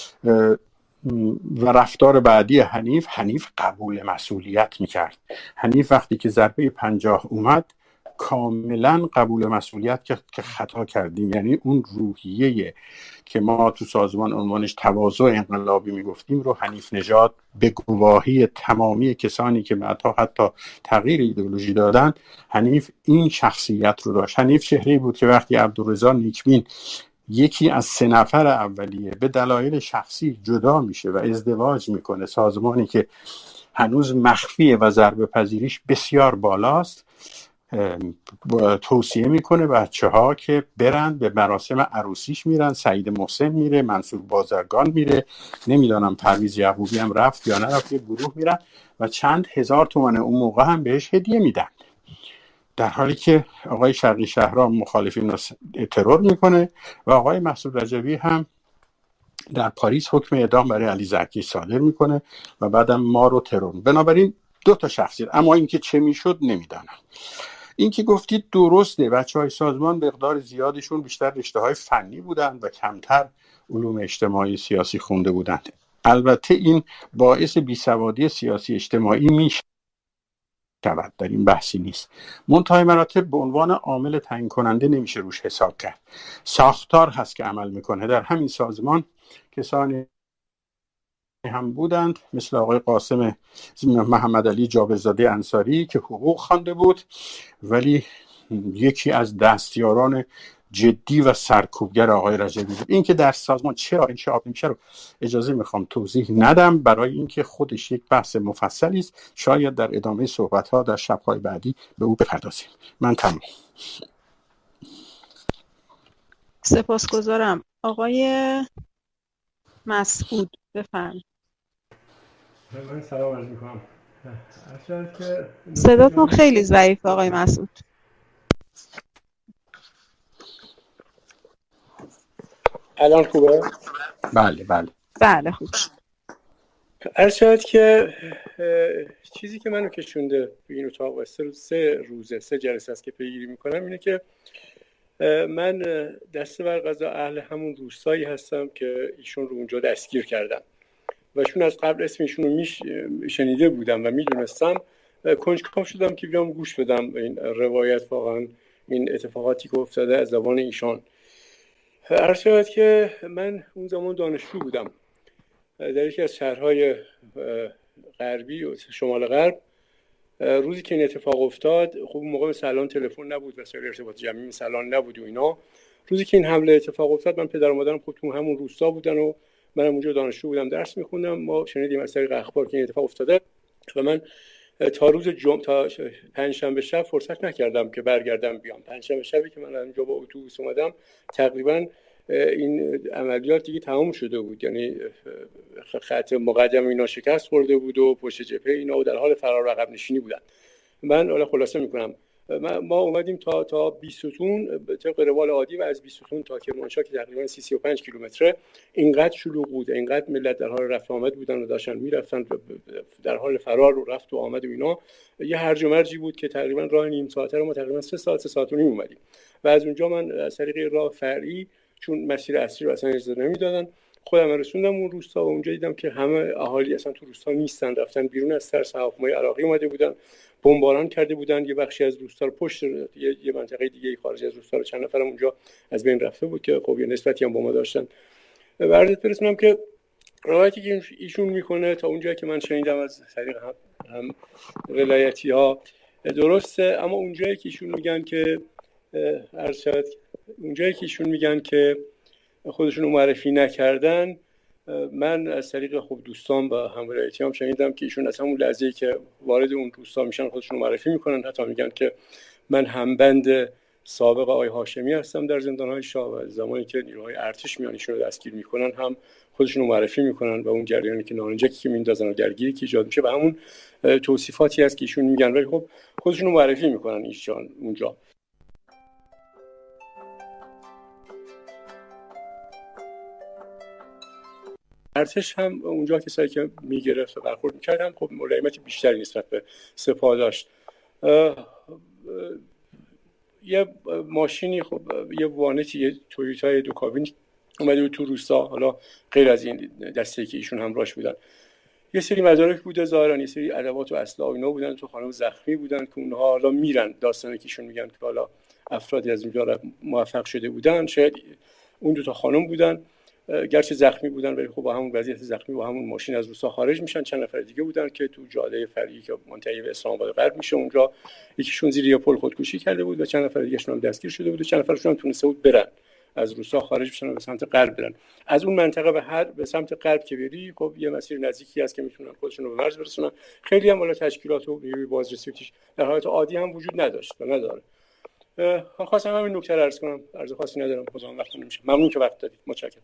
و رفتار بعدی حنیف قبول مسئولیت میکرد. حنیف وقتی که ضربه 50 اومد کاملا قبول مسئولیت کرد که خطا کردیم. یعنی اون روحیه که ما تو سازمان عنوانش تواضع انقلابی میگفتیم رو حنیف نژاد به گواهی تمامی کسانی که بعدها حتی تغییر ایدئولوژی دادن، حنیف این شخصیت رو داشت. حنیف چهره‌ای بود که وقتی عبدالرضا نیکبین یکی از 3 نفر اولیه به دلایل شخصی جدا میشه و ازدواج میکنه، سازمانی که هنوز مخفیه و ضربه پذیریش بسیار بالاست، توصیه میکنه بچه‌ها که برن به مراسم عروسیش. میرن، سعید محسن میره، منصور بازرگان میره، نمیدونم پرویز یعقوبی هم رفت یا نرفت، یه گروه میرن و چند هزار تومان اون موقع هم بهش هدیه میدن، در حالی که آقای شرقی شهرام مخالفین رو ترور میکنه و آقای مسعود رجبی هم در پاریس حکم اعدام برای علی زکی صادر میکنه و بعدم ما رو ترور. بنابراین 2 تا شخصیت. اما اینکه چه میشد نمیدانم. این که گفتید درسته، بچهای سازمان مقدار زیادشون بیشتر رشته‌های فنی بودند و کمتر علوم اجتماعی سیاسی خونده بودند. البته این باعث بیسوادی سیاسی اجتماعی میشه شود، در این بحثی نیست. منتهای مراتب به عنوان عامل تعیین کننده نمیشه روش حساب کرد. ساختار هست که عمل میکنه. در همین سازمان کسانی هم بودند مثل آقای قاسم محمد علی جاوزاده انصاری که حقوق خوانده بود ولی یکی از دستیاران جدی و سرکوبگر آقای رجبی بود. این که در سازمان چرا انشعاب میشه رو اجازه میخوام توضیح ندم، برای اینکه خودش یک بحث مفصلی است. شاید در ادامه صحبت‌ها در شب‌های بعدی به او بپردازیم. من تمام. سپاسگزارم. آقای مسعود بفرمایید. من سلام عرض می‌کنم. صداتون خیلی ضعیف آقای مسعود. الان خوبه؟ بله خوب. عرض شد که چیزی که منو کشونده به این اتاق و 3 جلسه است که پیگیری میکنم اینه که من دسته بر قضا اهل همون روستایی هستم که ایشون رو اونجا دستگیر کردن و چون از قبل اسم ایشون رو شنیده بودم و میدونستم، کنجکاو شدم که بیام گوش بدم این روایت، واقعا این اتفاقاتی که افتاده از زبان ایشان. عرض شد که من اون زمان دانشجو بودم در یکی از شهرهای غربی و شمال غرب. روزی که این اتفاق افتاد، خب اون موقع مثل الان تلفن نبود، وسایل ارتباط جمعی مثل الان نبود و اینا. روزی که این حمله اتفاق افتاد، من پدر و مادرم خب تو همون روستا بودن و منم اونجا دانشجو بودم درس می‌خوندم. ما شنیدیم از طریق اخبار که این اتفاق افتاده و من تا روز تا پنجشنبه شب فرصت نکردم که برگردم بیام. پنجشنبه شبی که من اونجا با اتوبوس اومدم، تقریبا این عملیات دیگه تمام شده بود. یعنی خط مقدم اینا شکست خورده بود و پشت جبهه اینا در حال فرار و عقب نشینی بودن. من حالا خلاصه میکنم، ما اومدیم تا بیستون طبق روال عادی و از بیستون تا کرمانشاه که تقریبا 35 کیلومتره اینقدر شلوغ بود، اینقدر ملت در حال رفت و آمد بودن و داشتن میرفتن در حال فرار و رفت و آمد و اینا. یه هرج و مرجی بود که تقریبا راه نیم ساعته رو ما تقریبا 3 ساعت و نیم اومدیم و از اونجا من از طریق راه فرعی، چون مسیر اصلی رو اصلا اجازه نمیدادن، خودم رسوندم اون روستا و اونجا دیدم که همه اهالی اصلا تو روستا نیستن، رفتن بیرون از ترس. هواپیمای عراقی اومده بودن، بمباران کرده بودن یه بخشی از روستا رو، پشت یه منطقه دیگه خارج از روستا رو چند نفرم اونجا از بین رفته بود که خب یه نسبتی هم با ما داشتن. عرضت برسونم که روایتی که ایشون میکنه تا اونجایی که من شنیدم از طریق هم ولایتی ها درسته، اما اونجایی که ایشون میگن که اونجایی که ایشون میگن که خودشون رو معرفی نکردن، من از طریق خب دوستان و همولایتی هم شنیدم که ایشون از همون لحظه‌ای که وارد اون دوستا میشن خودشون رو معرفی میکنن. حتی میگن که من همبند سابق آقای هاشمی هستم در زندان‌های شاه و زمانی که نیروهای ارتش میان ایشون رو دستگیر میکنن هم خودشون رو معرفی میکنن و اون جریانی که نارنجکی که میندازن و درگیری که ایجاد میشه و همون توصیفاتی هست که ایشون میگن، ولی خب خودشون رو معرفی میکنن ایشون اونجا. ارتش هم اونجا کسایی که میگرفت و برخورد میکرد هم خب ملایمت بیشتری نسبت به سپاه داشت یه ماشینی، خب یه وانتی، یه تویوتا 2 کابین اومده بود تو روستا، حالا غیر از این دسته که ایشون همراهش بودن، یه سری مدارک بوده ظاهرا، یه سری ادوات و اسلحه و اینا بودن، تو خانم زخمی بودن که اونها حالا میرن، داستانی که ایشون میگن که حالا افرادی از اونجا موفق شده بودن، شاید اون 2 تا خانم بودن، گرچه زخمی بودن ولی خب با همون وضعیت زخمی با همون ماشین از روستا خارج میشن. چند نفر دیگه بودن که تو جاده فرعی که منتهی به اسلام آباد غرب میشه اونجا، یکیشون زیر یه پل خودکشی کرده بود و چند نفر دیگه‌شون هم دستگیر شده بود و چند نفرشون هم تونسته بود برن از روستا خارج بشن و به سمت غرب برن. از اون منطقه به سمت غرب که بری، خب یه مسیر نزدیکی هست که میتونن خودشون رو به مرز برسونن. خیلی هم والا تشکیلات و نیروی بازرسیش در حالت عادی هم وجود نداشت و نداره. خواستم همین نکته رو عرض کنم، عرض خاصی ندارم، بازم وقت نمیشه. ممنون که وقت دادید. متشکرم.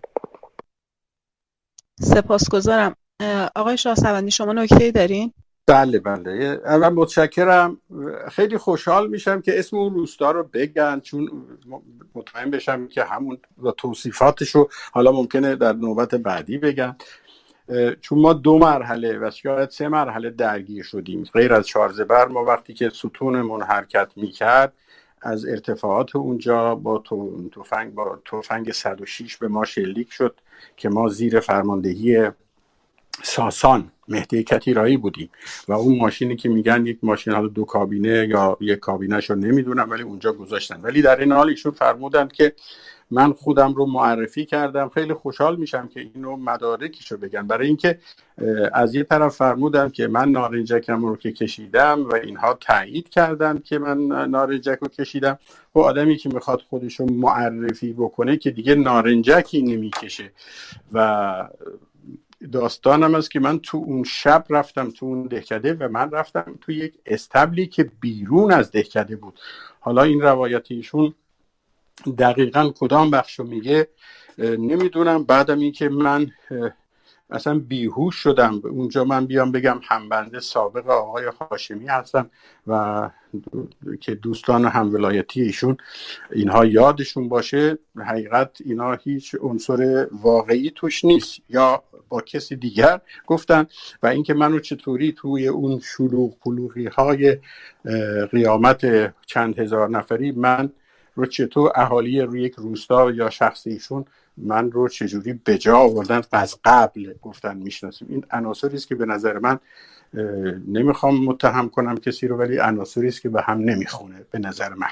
سپاسگزارم. آقای شاهصوندی شما نکته‌ای دارین؟ بله. اول متشکرم. خیلی خوشحال میشم که اسم اون روستا رو بگن، چون مطمئن بشم که همون توصیفاتشو حالا ممکنه در نوبت بعدی بگن، چون ما 2 مرحله و شاید 3 مرحله درگیر شدیم. غیر از چارزبر، ما وقتی که ستونمون حرکت میکرد از ارتفاعات اونجا با تفنگ 106 به ما شلیک شد که ما زیر فرماندهی ساسان مهدی کتیرایی بودیم و اون ماشینی که میگن یک ماشین حالا 2 کابینه یا 1 کابینه شو نمیدونم، ولی اونجا گذاشتن. ولی در این حال ایشون فرمودند که من خودم رو معرفی کردم. خیلی خوشحال میشم که اینو مدارکیشو بگن، برای اینکه از یه طرف فرمودن که من نارنجکم رو که کشیدم و اینها تایید کردن که من نارنجک رو کشیدم. و آدمی که میخواد خودشو معرفی بکنه که دیگه نارنجکی نمیکشه. و داستانم است که من تو اون شب رفتم تو اون دهکده و من رفتم تو یک استبلی که بیرون از دهکده بود. حالا این روایت ایشون دقیقاً کدام بخشو میگه نمیدونم. بعدم این که من اصلا بیهوش شدم اونجا، من بیام بگم همبنده سابق آقای هاشمی هستم و که دوستان هم ولایتی ایشون اینها یادشون باشه، حقیقت اینا هیچ عنصر واقعی توش نیست، یا با کسی دیگر گفتن. و اینکه منو چطوری توی اون شلوغ پلوغی های قیامت چند هزار نفری من رو چطور اهالی روی یک روستا یا شخصیشون من رو چجوری به جا آوردن از قبل گفتن میشناسیم. این عناصری است که به نظر من، نمیخوام متهم کنم کسی رو، ولی عناصری است که به هم نمیخونه به نظر من.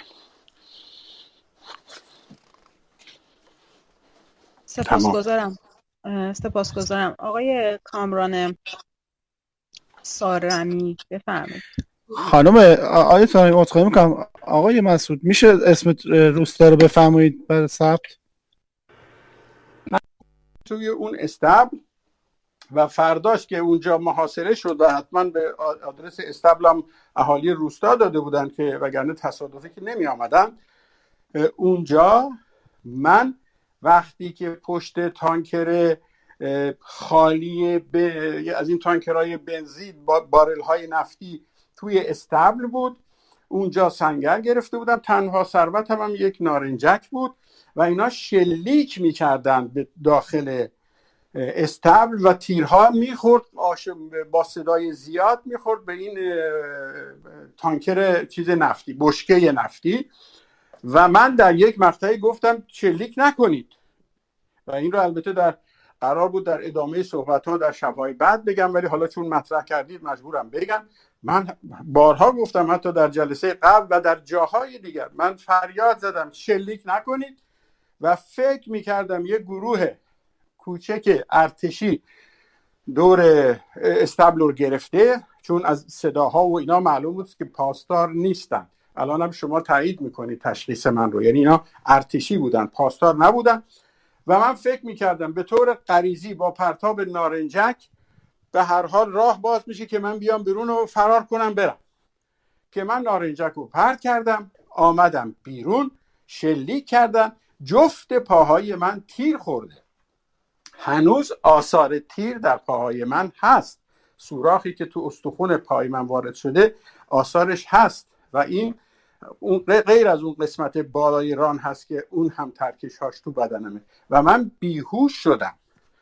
سپاسگزارم. آقای کامران سارمی بفرمایید. خانم آقای سارمی عذرخواهی میکنم، آقای مسعود میشه اسم روستا رو بفرمایید برای ثبت؟ توی اون استبل و فرداش که اونجا محاصره شد و حتما به آدرس استبلم اهالی روستا داده بودن که وگرنه تصادفی که نمی آمدن اونجا، من وقتی که پشت تانکر خالی از این تانکرهای بنزین بارل های نفتی توی استبل بود، اونجا سنگر گرفته بودم، تنها ثروت هم یک نارنجک بود و اینا شلیک میکردن به داخل استبل و تیرها میخورد با صدای زیاد میخورد به این تانکر چیز نفتی، بشکه نفتی. و من در یک مقطعی گفتم شلیک نکنید و این رو البته قرار بود در ادامه صحبت‌ها در شب‌های بعد بگم، ولی حالا چون مطرح کردید مجبورم بگم. من بارها گفتم، حتی در جلسه قبل و در جاهای دیگر من فریاد زدم شلیک نکنید و فکر می‌کردم یه گروه کوچک ارتشی دور استبل رو گرفته، چون از صداها و اینا معلوم بود که پاسدار نیستن. الان هم شما تایید میکنید تشخیص من رو، یعنی اینا ارتشی بودن، پاسدار نبودن. و من فکر میکردم به طور غریزی با پرتاب نارنجک به هر حال راه باز میشه که من بیام بیرون و فرار کنم برم، که من نارنجک رو پرت کردم، آمدم بیرون، شلیک کردن، جفت پاهای من تیر خورده، هنوز آثار تیر در پاهای من هست، سوراخی که تو استخون پای من وارد شده آثارش هست و این غیر از اون قسمت بالای ران هست که اون هم ترکش هاش تو بدنمه و من بیهوش شدم.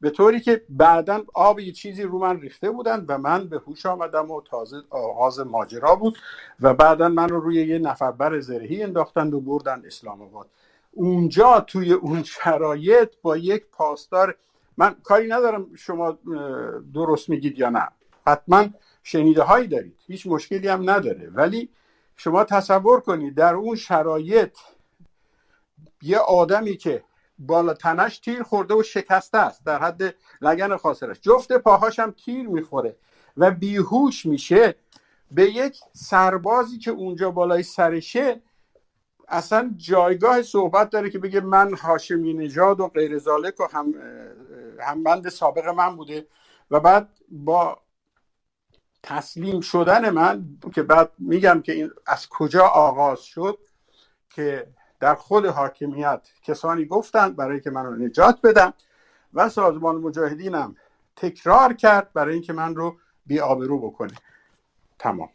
به طوری که بعداً آب یه چیزی رو من ریخته بودن و من به هوش آمدم و تازه آغاز ماجرا بود و بعداً من رو روی یه نفربر زرهی انداختند و بردن اسلام آباد. اونجا توی اون شرایط با یک پاسدار، من کاری ندارم شما درست میگید یا نه، حتما شنیده هایی دارید، هیچ مشکلی هم نداره، ولی شما تصور کنید در اون شرایط یه آدمی که بالا تنش تیر خورده و شکسته است در حد لگن خاصرش، جفت پاهاش هم تیر میخوره و بیهوش میشه، به یک سربازی که اونجا بالای سرشه اصلا جایگاه صحبت داره که بگه من هاشمی نژاد و غیر ذالک و همبند سابق من بوده و بعد با تسلیم شدن من که بعد میگم که این از کجا آغاز شد که در خود حاکمیت کسانی گفتند برای که من رو نجات بدم و سازمان مجاهدینم تکرار کرد برای اینکه من رو بی آبرو بکنه. تمام.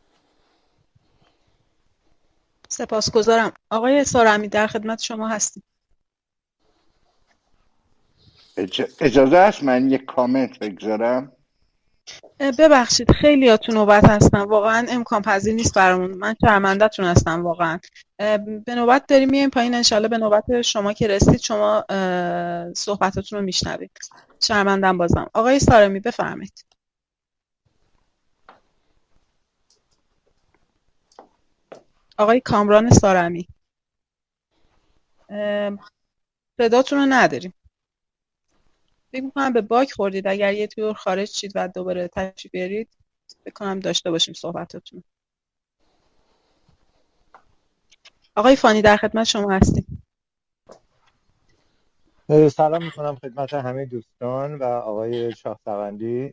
سپاسگزارم. آقای سارمی در خدمت شما هستیم. اجازه است من یک کامنت بگذارم؟ ببخشید خیلیاتون نوبت هستن، واقعا امکان پذیر نیست برامون، من شرمنده‌تون هستم واقعا. به نوبت داریم میایم پایین، انشالله به نوبت شما که رسید شما صحبتاتون رو میشنوید. شرمندم بازم. آقای سارمی بفرمایید. آقای کامران سارمی صداتون رو نداریم، فکر می‌کنم به باگ خوردید، اگر یه طور خارج شید و دوباره تشریف بیارید فکر کنم داشته باشیم صحبتاتون. آقای فانی در خدمت شما هستیم. سلام میکنم خدمت همه دوستان و آقای شاهسوندی.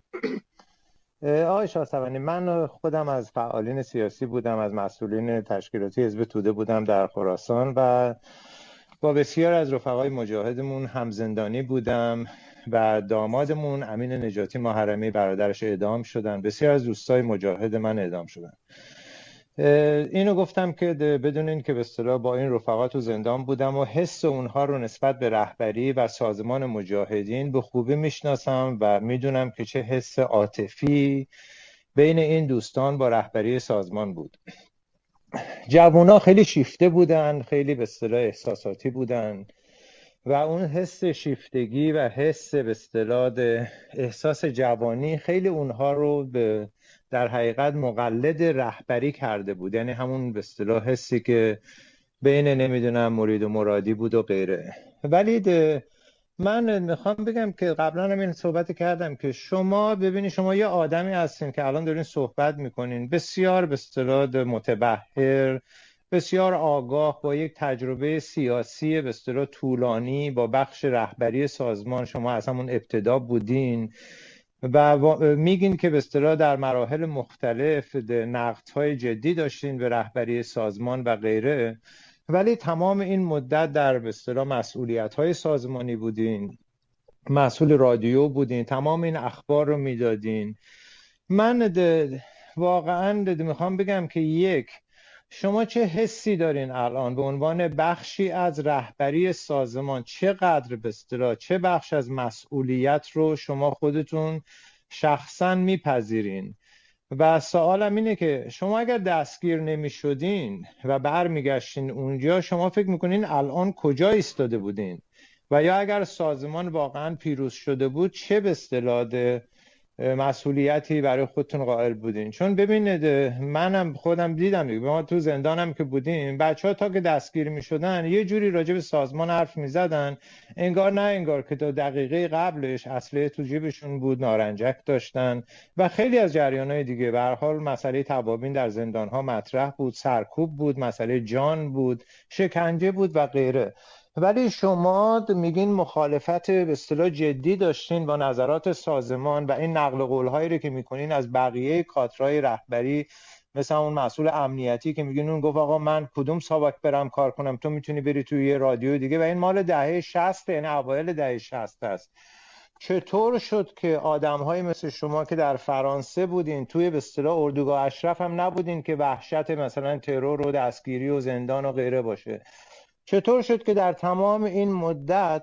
آقای شاهسوندی، من خودم از فعالین سیاسی بودم، از مسئولین تشکیلاتی حزب توده بودم در خراسان و با بسیار از رفقای مجاهدمون همزندانی بودم و دامادمون امین نجاتی محرمی برادرش اعدام شدن، بسیار از دوستای مجاهد من اعدام شدن. اینو گفتم که بدون این که به اصطلاح با این رفقا تو زندان بودم و حس اونها رو نسبت به رهبری و سازمان مجاهدین به خوبی میشناسم و میدونم که چه حس عاطفی بین این دوستان با رهبری سازمان بود. جوونا خیلی شیفته بودن، خیلی به اصطلاح احساساتی بودن و اون حس شیفتگی و حس به اصطلاح احساس جوانی خیلی اونها رو در حقیقت مقلد رهبری کرده بود، یعنی همون به اصطلاح حسی که بین نمیدونم مرید و مرادی بود و غیره. ولی من میخوام بگم که قبلا هم این صحبت کردم که شما ببینید شما یه آدمی هستین که الان دارین صحبت میکنین، بسیار به اصطلاح متبحر، بسیار آگاه، با یک تجربه سیاسی به اصطلاح طولانی با بخش رهبری سازمان، شما از همون ابتدا بودین و میگین که به اصطلاح در مراحل مختلف نقدهای جدی داشتین به رهبری سازمان و غیره، ولی تمام این مدت در به اصطلاح مسئولیت‌های سازمانی بودین، مسئول رادیو بودین، تمام این اخبار رو میدادین. من واقعا میخوام بگم که شما چه حسی دارین الان به عنوان بخشی از رهبری سازمان، چقدر به اصطلاح چه بخش از مسئولیت رو شما خودتون شخصا میپذیرین؟ و سوالم اینه که شما اگر دستگیر نمی شدین و برمیگشتین اونجا، شما فکر میکنین الان کجا ایستاده بودین؟ و یا اگر سازمان واقعا پیروز شده بود چه به اصطلاح مسئولیتی برای خودتون قائل بودین؟ چون ببینید منم خودم دیدم دیگه، ما تو زندانم که بودیم بچه‌ها تا که دستگیر می‌شدن یه جوری راجع به سازمان حرف می‌زدن انگار نه انگار که تا دقیقه قبلش اسلحه تو جیبشون بود، نارنجک داشتن و خیلی از جریان‌های دیگه. به هر حال مسئله تبابین در زندان‌ها مطرح بود، سرکوب بود، مسئله جان بود، شکنجه بود و غیره. ولی شما میگین مخالفت به اصطلاح جدی داشتین با نظرات سازمان و این نقل قول‌هایی رو که میکنین از بقیه کادرهای رهبری، مثلا اون مسئول امنیتی که میگین اون گفت آقا من کدوم ساواک برم کار کنم، تو میتونی بری توی یه رادیو دیگه، و این مال دهه 60، یعنی اوایل دهه 60 است. چطور شد که آدم‌های مثل شما که در فرانسه بودین، توی به اصطلاح اردوگاه اشرف هم نبودین که وحشت مثلا ترور و دستگیری و زندان و غیره باشه، چطور شد که در تمام این مدت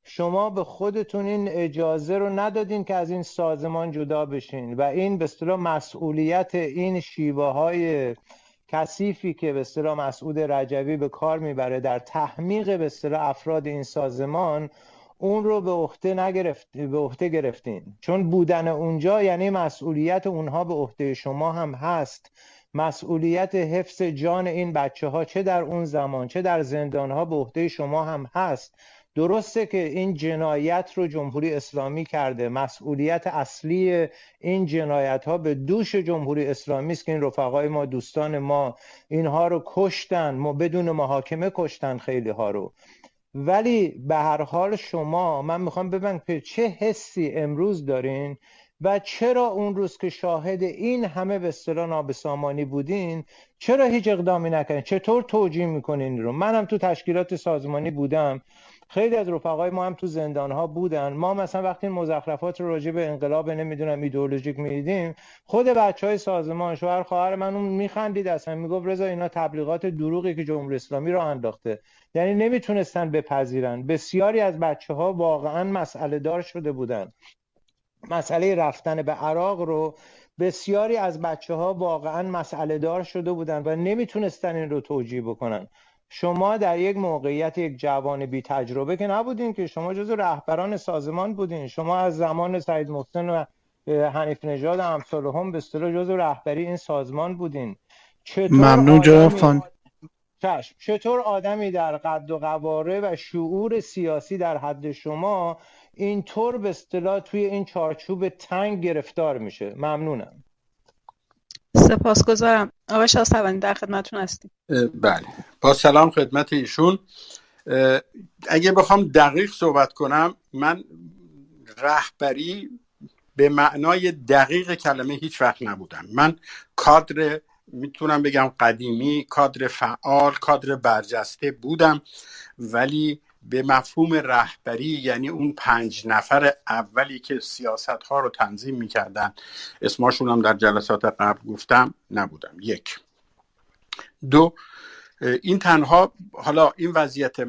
شما به خودتون این اجازه رو ندادین که از این سازمان جدا بشین و این به اصطلاح مسئولیت این شیوه های کثیفی که به اصطلاح مسعود رجوی به کار میبره در تحمیق به اصطلاح افراد این سازمان، اون رو به عهده گرفتین. چون بودن اونجا یعنی مسئولیت اونها به عهده شما هم هست. مسئولیت حفظ جان این بچه ها چه در اون زمان چه در زندان ها به عهده شما هم هست. درسته که این جنایت رو جمهوری اسلامی کرده، مسئولیت اصلی این جنایت ها به دوش جمهوری اسلامی است که این رفقای ما، دوستان ما اینها رو کشتن، ما بدون محاکمه کشتن خیلی ها رو. ولی به هر حال شما، من میخوام ببینم که چه حسی امروز دارین و چرا اون روز که شاهد این همه به اصطلاح نابسامانی بودین چرا هیچ اقدامی نکردین؟ چطور توجیه میکنین رو؟ منم تو تشکیلات سازمانی بودم، خیلی از رفقای ما هم تو زندان‌ها بودن. ما مثلا وقتی این مزخرفات رو راجع به انقلاب نمیدونم ایدئولوژیک می‌دیدیم، خود بچهای سازمان، شوهر خواهر من اون میخندید، اصلا میگفت رضا اینا تبلیغات دروغی که جمهوری اسلامی رو انداخته. یعنی نمیتونستن بپذیرن. بسیاری از بچه‌ها واقعا مسئله دار شده بودن. مسئله رفتن به عراق رو بسیاری از بچه‌ها واقعا مسئله دار شده بودن و نمیتونستن این رو توجیه بکنن. شما در یک موقعیت یک جوان بی تجربه که نبودین، که شما جزو رهبران سازمان بودین، شما از زمان سعید محسن و حنیف نژاد و امثالهم به اصطلاح جزو رهبری این سازمان بودین. ممنون جناب. چطور آدمی در قد و قواره و شعور سیاسی در حد شما اینطور به اصطلاح توی این چارچوب تنگ گرفتار میشه؟ ممنونم. سپاسگزارم. آقای شاهصوانی در خدمتتون هستیم. بله، با سلام خدمت ایشون. اگه بخوام دقیق صحبت کنم، من رهبری به معنای دقیق کلمه هیچ وقت نبودم. من کادر، میتونم بگم قدیمی، کادر فعال، کادر برجسته بودم، ولی به مفهوم رهبری یعنی اون 5 نفر اولی که سیاست ها رو تنظیم میکردن، اسمشون هم در جلسات قبل گفتم، نبودم. 1. 2. این تنها، حالا این وضعیت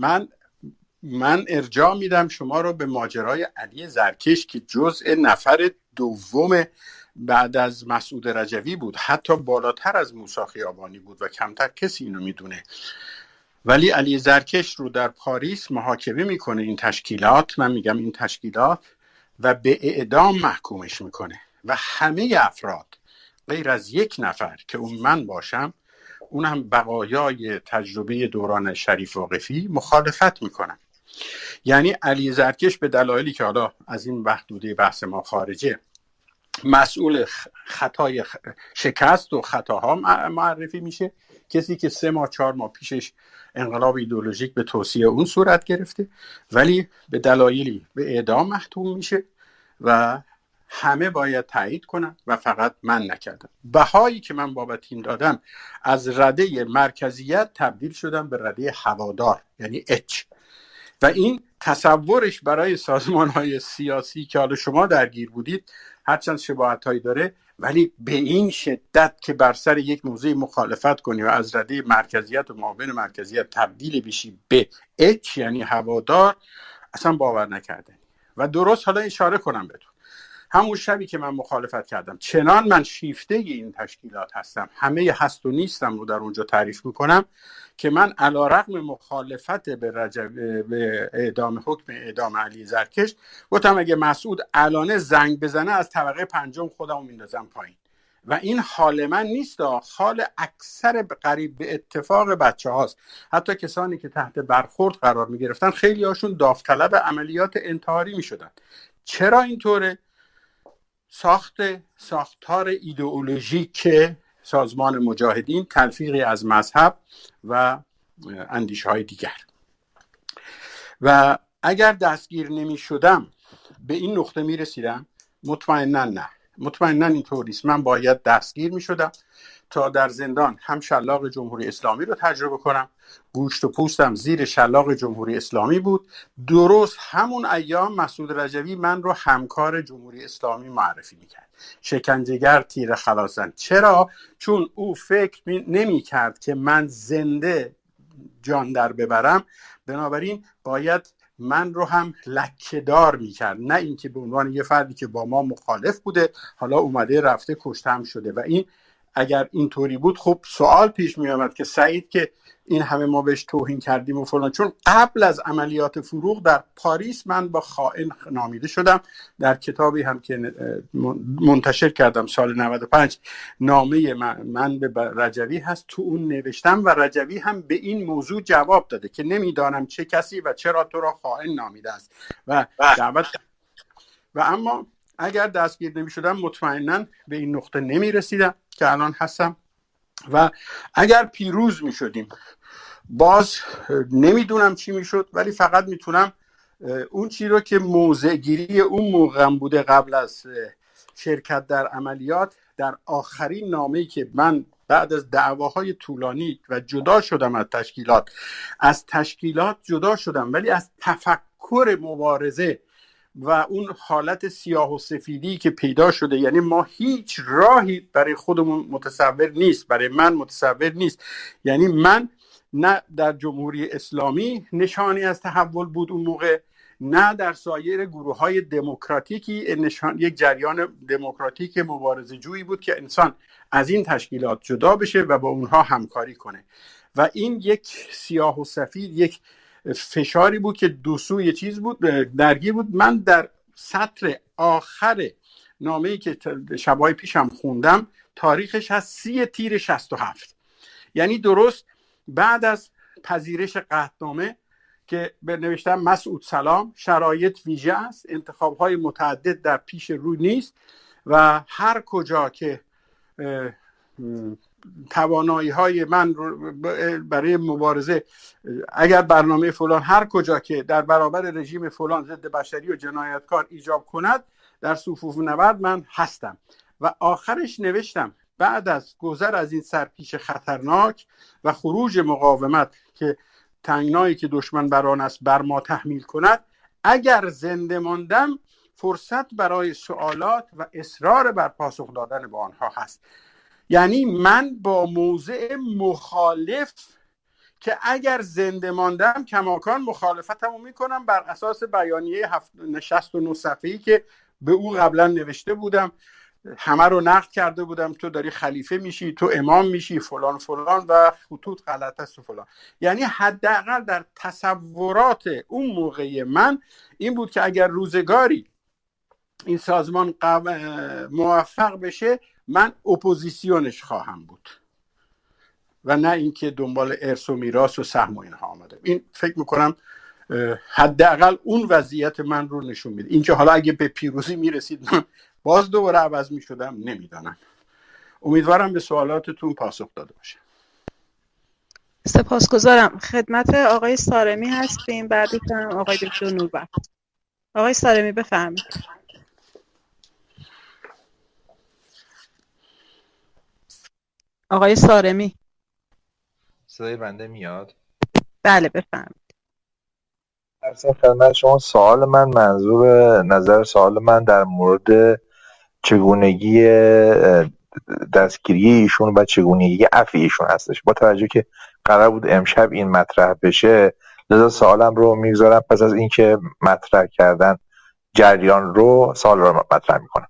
من ارجاع میدم شما رو به ماجرای علی زرکش که جزء نفر دوم بعد از مسعود رجوی بود، حتی بالاتر از موسی خیابانی بود و کمتر کسی اینو میدونه. ولی علی زرکش رو در پاریس محاکمه میکنه این تشکیلات، من میگم این تشکیلات، و به اعدام محکومش میکنه و همه افراد غیر از 1 نفر که اون من باشم، اون هم بقایای تجربه دوران شریف واقفی، مخالفت میکنن. یعنی علی زرکش به دلایلی که حالا از این محدوده بحث ما خارجه، مسئول خطای شکست و خطاها معرفی میشه، کسی که 3 ماه 4 ماه پیشش انقلاب ایدئولوژیک به توصیه اون صورت گرفته، ولی به دلایلی به اعدام محکوم میشه و همه باید تایید کنن و فقط من نکردم. بهایی که من بابت این دادم، از رده مرکزیت تبدیل شدم به رده هوادار، یعنی اچ. و این تصورش برای سازمان‌های سیاسی که حالا شما درگیر بودید هرچند شباهت‌هایی داره، ولی به این شدت که بر سر یک موضوع مخالفت کنی و از رده مرکزیت و معاون مرکزیت تبدیل بشی به اچ یعنی هوادار، اصلا باور نکردنی. و درست حالا اشاره کنم بهتون، همون شبی که من مخالفت کردم، چنان من شیفته این تشکیلات هستم، همه هست و نیستم رو در اونجا تعریف میکنم، که من علیرغم مخالفت به اعدام، حکم اعدام علی زرکش، گفتم اگه مسعود الانه زنگ بزنه از طبقه 5 خودمو میندازم پایین. و این حال من نیست، حال اکثر قریب به اتفاق بچه هاست. حتی کسانی که تحت برخورد قرار می گرفتن، خیلی هاشون داوطلب عملیات انتحاری می شدن. چرا اینطوره؟ ساختار ایدئولوژیک سازمان مجاهدین، تلفیقی از مذهب و اندیشه های دیگر. و اگر دستگیر نمی شدم به این نقطه می رسیدم؟ مطمئنا نه، مطمئنا اینطوریست. من باید دستگیر می شدم تا در زندان هم شلاق جمهوری اسلامی رو تجربه کنم. گوشت و پوستم زیر شلاق جمهوری اسلامی بود. درست همون ایام مسعود رجوی من رو همکار جمهوری اسلامی معرفی میکرد، شکنجهگر، تیر خلاصن. چرا؟ چون او فکر نمی کرد که من زنده جان در ببرم، بنابراین باید من رو هم لکه‌دار میکرد، نه اینکه به عنوان یه فردی که با ما مخالف بوده حالا اومده رفته کشته شده. و این اگر اینطوری بود خب سوال پیش می آمد که سعید که این همه ما بهش توهین کردیم و فلان، چون قبل از عملیات فروغ در پاریس من با خائن نامیده شدم. در کتابی هم که منتشر کردم سال 95 نامه من به رجوی هست، تو اون نوشتم و رجوی هم به این موضوع جواب داده که نمیدانم چه کسی و چرا تو را خائن نامیده است و دعوت. و اما اگر دستگیر نمی شدم مطمئناً به این نقطه نمی رسیدم که الان هستم. و اگر پیروز می شدیم باز نمیدونم چی می شد، ولی فقط میتونم اون چی رو که موضع گیری اون موقع بوده قبل از شرکت در عملیات، در آخرین نامه‌ای که من بعد از دعواهای طولانی و جدا شدم از تشکیلات جدا شدم، ولی از تفکر مبارزه و اون حالت سیاه و سفیدی که پیدا شده، یعنی ما هیچ راهی برای خودمون متصور نیست، برای من متصور نیست. یعنی من نه در جمهوری اسلامی نشانی از تحول بود اون موقع، نه در سایر گروه‌های دموکراتیکی یک جریان دموکراتیک مبارزه جویی بود که انسان از این تشکیلات جدا بشه و با اونها همکاری کنه. و این یک سیاه و سفید، یک فشاری بود که دو سوی چیز بود، درگیر بود. من در سطر آخر نامه‌ای که شبای پیشم خوندم تاریخش هست 30 تیر 67، یعنی درست بعد از پذیرش قطعنامه که نوشتم مسعود سلام، شرایط ویژه است، انتخاب‌های متعدد در پیش رو نیست و هر کجا که توانایی‌های من برای مبارزه، اگر برنامه فلان هر کجا که در برابر رژیم فلان ضد بشری و جنایتکار ایجاب کند در صفوف نبرد من هستم. و آخرش نوشتم بعد از گذر از این سرپیچ خطرناک و خروج مقاومت که تنگنایی که دشمن بر آن است بر ما تحمیل کند، اگر زنده ماندم فرصت برای سوالات و اصرار بر پاسخ دادن به آنها هست. یعنی من با موضع مخالف که اگر زنده ماندم کماکان مخالفتمو میکنم بر اساس بیانیه 69 صفحه‌ای که به او قبلا نوشته بودم، همه رو نقد کرده بودم، تو داری خلیفه میشی، تو امام میشی، فلان فلان و خطوط غلط است و فلان. یعنی حداقل در تصورات اون موقعی من این بود که اگر روزگاری این سازمان موفق بشه من اپوزیسیونش خواهم بود و نه اینکه دنبال ارث و میراث و سهم و اینها آمده. این فکر میکنم حداقل اون وضعیت من رو نشون میده. اینکه حالا اگه به پیروزی میرسید من باز دوباره عوض میشدم نمیدانم. امیدوارم به سوالاتتون پاسخ داده باشه. سپاسگزارم. خدمت آقای سارمی هستیم، بعدش هم آقای دکتر نوربخت. آقای سارمی بفرمایید. آقای سارمی صدای بنده میاد؟ بله بفرمایید. ارزم خدمت شما سوال من، منظور نظر سوال من در مورد چگونگی دستگیری ایشون و چگونگی عفو ایشون هستش. با توجه که قرار بود امشب این مطرح بشه لذا سوالم رو میگذارم پس از اینکه مطرح کردن جریان رو سوال رو مطرح میکنم.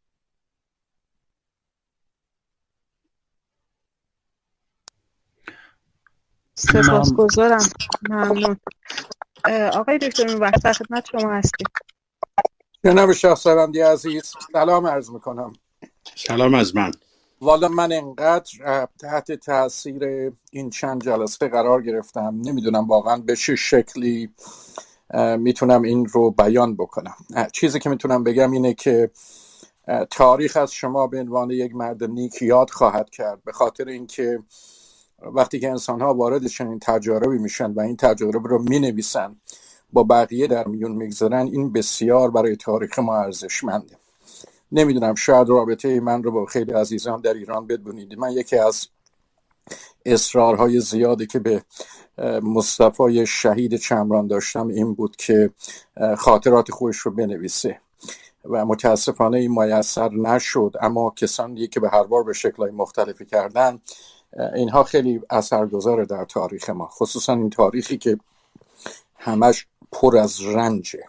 سپاسگزارم. ممنون. آقای دکتر نوربخت خدمت شما هستیم. جناب شاهسوندی عزیز سلام عرض میکنم. سلام از من. والا من انقدر تحت تاثیر این چند جلسه قرار گرفتم نمیدونم واقعا به چه شکلی میتونم این رو بیان بکنم. چیزی که میتونم بگم اینه که تاریخ از شما به عنوان یک مرد نیک یاد خواهد کرد، به خاطر اینکه وقتی که انسان‌ها وارد چنین تجاربی میشن و این تجارب رو مینویسن با بقیه در میون میگذارن، این بسیار برای تاریخ ما ارزشمنده. نمیدونم شاید رابطه من رو با خیلی عزیزان در ایران بدونید. من یکی از اصرارهای زیادی که به مصطفی شهید چمران داشتم این بود که خاطرات خودش رو بنویسه و متاسفانه این میسر نشد، اما کسانی که به هر بار به شکل‌های مختلفی کردن اینها خیلی اثرگذاره در تاریخ ما، خصوصا این تاریخی که همش پر از رنجه.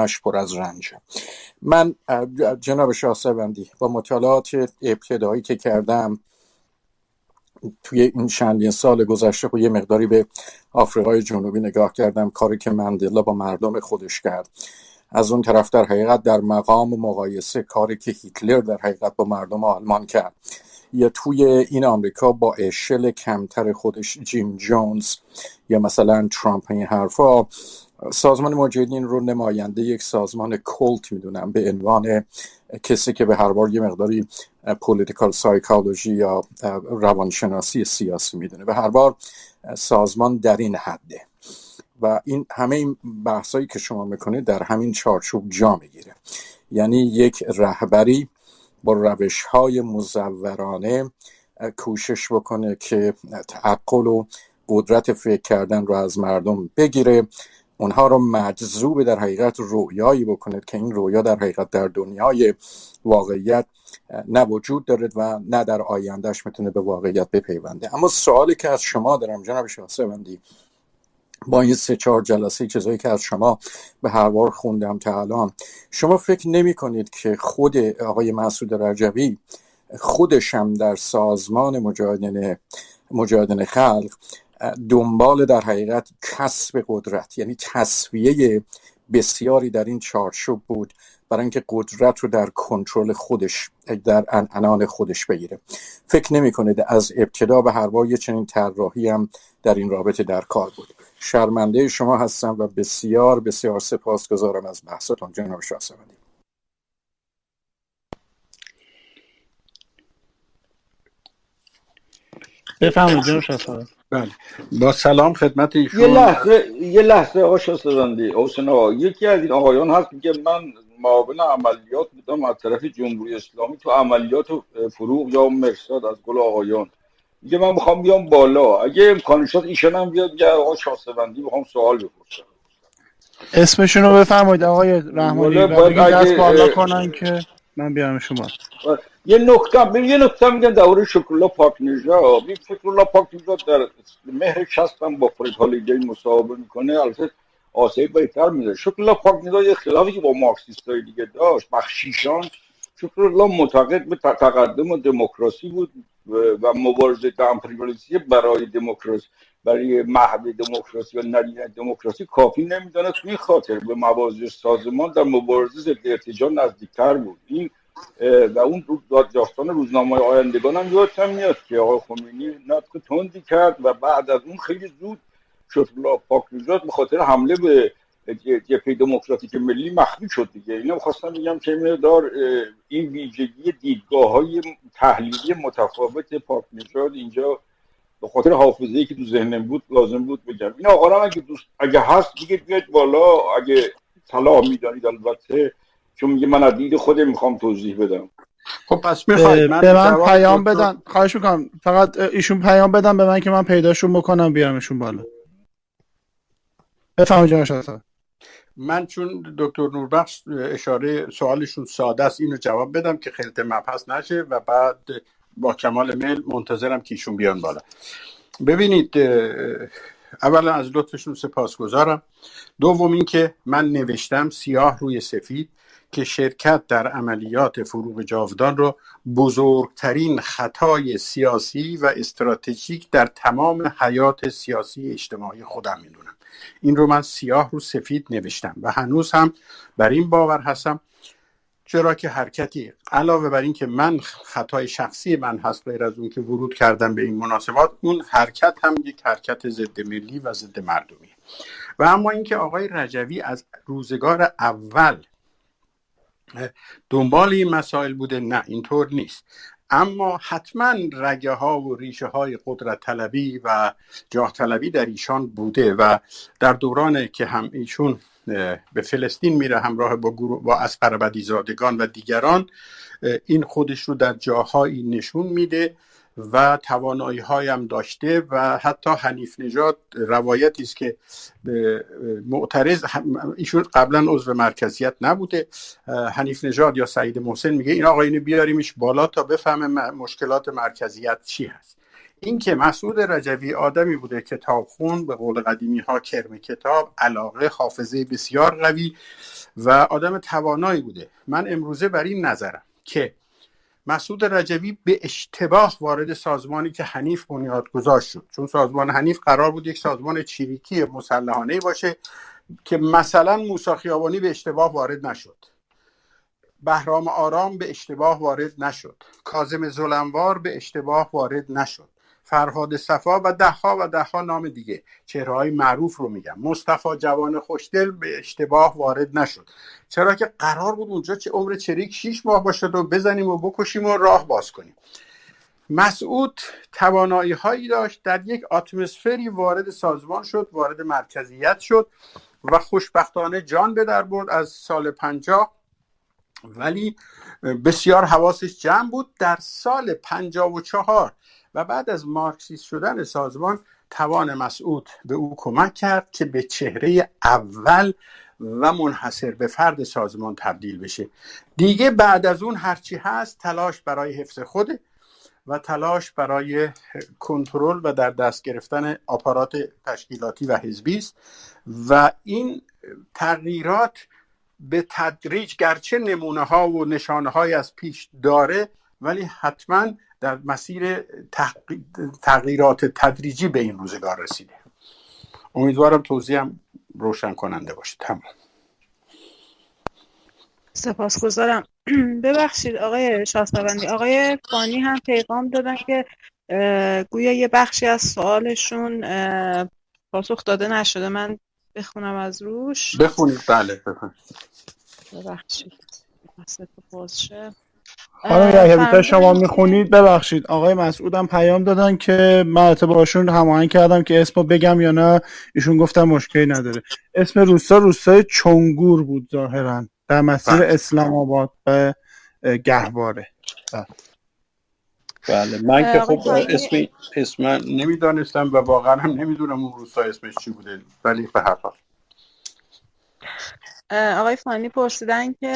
من جناب شاهصواندی با مطالعات ابتدایی که کردم توی این چندین سال گذشته و یه مقداری به آفریقای جنوبی نگاه کردم، کاری که ماندلا با مردم خودش کرد، از اون طرف در حقیقت در مقام و مقایسه کاری که هیتلر در حقیقت با مردم آلمان کرد، یا توی این آمریکا با اشل کمتر خودش جیم جونز یا مثلا ترامپ، این حرفا، سازمان مجاهدین رو نماینده یک سازمان کولت میدونم به عنوان کسی که به هر بار یه مقداری پولیتیکال سایکولوژی یا روانشناسی سیاسی میدونه، به هر بار سازمان در این حده و این همه این بحثایی که شما میکنید در همین چارچوب جا میگیره. یعنی یک رهبری با روش‌های مزورانه کوشش بکنه که تعقل و قدرت فکر کردن رو از مردم بگیره، اونها رو مجذوب در حقیقت رویایی بکنه که این رویا در حقیقت در دنیای واقعیت نه وجود داره و نه در آیندهش میتونه به واقعیت بپیونده. اما سوالی که از شما دارم جناب شاهصواندی، با این 3-4 جلسه چیزایی که از شما به هر بار خوندم تا الان، شما فکر نمی کنید که خود آقای مسعود رجوی خودش هم در سازمان مجاهدین خلق دنبال در حقیقت کسب قدرت، یعنی تسویه بسیاری در این چارچوب بود برای اینکه قدرت رو در کنترل خودش، در عنان خودش بگیره؟ فکر نمی کنید از ابتدا به هر بار یه چنین طراحی هم در این رابطه در کار بود؟ شرمنده شما هستم و بسیار بسیار سپاسگزارم از بحثتون جناب شاهصواندی. بفرمایید جناب شاهصواندی. بله، با سلام خدمت ایشون. یه لحظه آقا شاهصواندی، حسین آقا، یکی از این آقایان هست میگه من معاون عملیات بودم از طرف جمهوری اسلامی تو عملیات فروغ یا مرصاد از گل آقایان، میگه من میخوام بیام بالا، اگه امکانش شد ایشون هم بیاد میگه آقا شاهصواندی میخوام سوال بپرسم. اسمشون رو بفرمایید آقای رحمانی، باید دست بالا کنن که من بیارم شما. یه نکته میگم درباره شکرالله پاکنژاد. شکرالله پاکنژاد در مهر 60 هم با فرید هالیدی مصاحبه میکنه، البته آسیب بهتر میده. شکرالله پاکنژاد یه خلافی که با مارکسیستای دیگه داشت، بخشیشان، شکرالله معتقد به تقدم و دموکراسی بود و مبارزه امپریالیستی برای دموکراسی، برای محو دموکراسی و ندیدن دموکراسی کافی نمیدونه. تو این خاطر به مواضع سازمان در مبارزه ضد ارتجاع نزدیکتر بود. این و اون داستان روزنامه آیندگان هم یادتون میاد که آقای خمینی نطق تندی کرد و بعد از اون خیلی زود شکرالله پاکنژاد به خاطر حمله به جبهه دموکراتیک ملی مخفی شد دیگه. اینا می‌خواستم بگم که مقدار این ویژگی دیدگاه‌های تحلیلی متفاوت پاکنژاد اینجا به خاطر حافظه‌ای که تو ذهنم بود لازم بود بگم. این آقا اگه هست دیگه بیاید بالا، اگه صلاح می‌دانید البته، چون میگه من از دید خودم میخوام توضیح بدم. خب پس میخواید به من پیام بدن، خواهش میکنم فقط ایشون پیام بدن به من که من پیداشون بکنم بیارمشون بالا. بفرمایید جناب شاهصواندی. من چون دکتر نوربخش اشاره سوالشون ساده است اینو جواب بدم که خلط مبحث نشه و بعد با کمال میل منتظرم که ایشون بیان بالا. ببینید، اولا از لطفشون سپاسگزارم. دوم این که من نوشتم سیاه روی سفید که شرکت در عملیات فروغ جاودان رو بزرگترین خطای سیاسی و استراتژیک در تمام حیات سیاسی اجتماعی خودم میدونم. این رو من سیاه رو سفید نوشتم و هنوز هم بر این باور هستم، چرا که حرکتی علاوه بر این که من خطای شخصی من هست غیر از اون که ورود کردم به این مناسبات، اون حرکت هم یک حرکت ضد ملی و ضد مردمی. و اما اینکه آقای رجوی از روزگار اول دنبال این مسائل بوده، نه اینطور نیست. اما حتما رگه ها و ریشه های قدرت طلبی و جاه طلبی در ایشان بوده و در دوران که هم ایشون به فلسطین میره همراه با اصغر بدیزادگان و دیگران، این خودش رو در جاهایی نشون میده و توانایی هایم داشته و حتی حنیف نژاد روایتی است که معترض، ایشون قبلا عضو مرکزیت نبوده، حنیف نژاد یا سعید محسن میگه این آقا اینو بیاریمش بالا تا بفهمه مشکلات مرکزیت چی هست. این که مسعود رجوی آدمی بوده کتابخون، به قول قدیمی ها کرم کتاب، علاقه، حافظه بسیار قوی و آدم توانایی بوده. من امروزه بر این نظرم که مسعود رجوی به اشتباه وارد سازمانی که حنیف بنیاد گذاشت شد، چون سازمان حنیف قرار بود یک سازمان چریکی مسلحانه‌ای باشه که مثلا موسی خیابانی به اشتباه وارد نشد، بهرام آرام به اشتباه وارد نشد، کاظم ظلموار به اشتباه وارد نشد، فرهاد صفا و دهها نام دیگه، چهره‌های معروف رو میگم، مصطفی جوان خوشدل به اشتباه وارد نشد. چرا که قرار بود اونجا چه عمر چریک 6 ماه باشه و بزنیم و بکشیم و راه باز کنیم. مسعود توانایی هایی داشت، در یک اتمسفری وارد سازمان شد، وارد مرکزیت شد و خوشبختانه جان به در برد از سال 50. ولی بسیار حواسش جمع بود. در سال 54 و بعد از مارکسیست شدن سازمان توان مسعود به او کمک کرد که به چهره اول و منحصر به فرد سازمان تبدیل بشه. دیگه بعد از اون هرچی هست تلاش برای حفظ خوده و تلاش برای کنترل و در دست گرفتن آپارات تشکیلاتی و حزبی است و این تغییرات به تدریج گرچه نمونه ها و نشانه های از پیش داره ولی حتما در مسیر تغییرات تدریجی به این روزگار رسیده. امیدوارم توضیحم روشن کننده باشه. تمام. سپاسگزارم. ببخشید آقای شاهصفندی، آقای فانی هم پیغام دادن که گویا یه بخشی از سوالشون پاسخ داده نشده. من بخونم از روش. بخونید. بله بخونید. ببخشید وسط باز شه. خانم یحیی شما میخونید. ببخشید آقای مسعودم پیام دادن که من باشون هماهنگ کردم که اسمو بگم یا نه، ایشون گفتن مشکلی نداره. اسم روستای چنگور بود ظاهرا در مسیر اسلام آباد به گهواره. بله من که خب اسم نمیدانستم و واقعا هم نمیدونم اون روستا اسمش چی بوده، ولی به هر حال آقای فانی پرسیدن که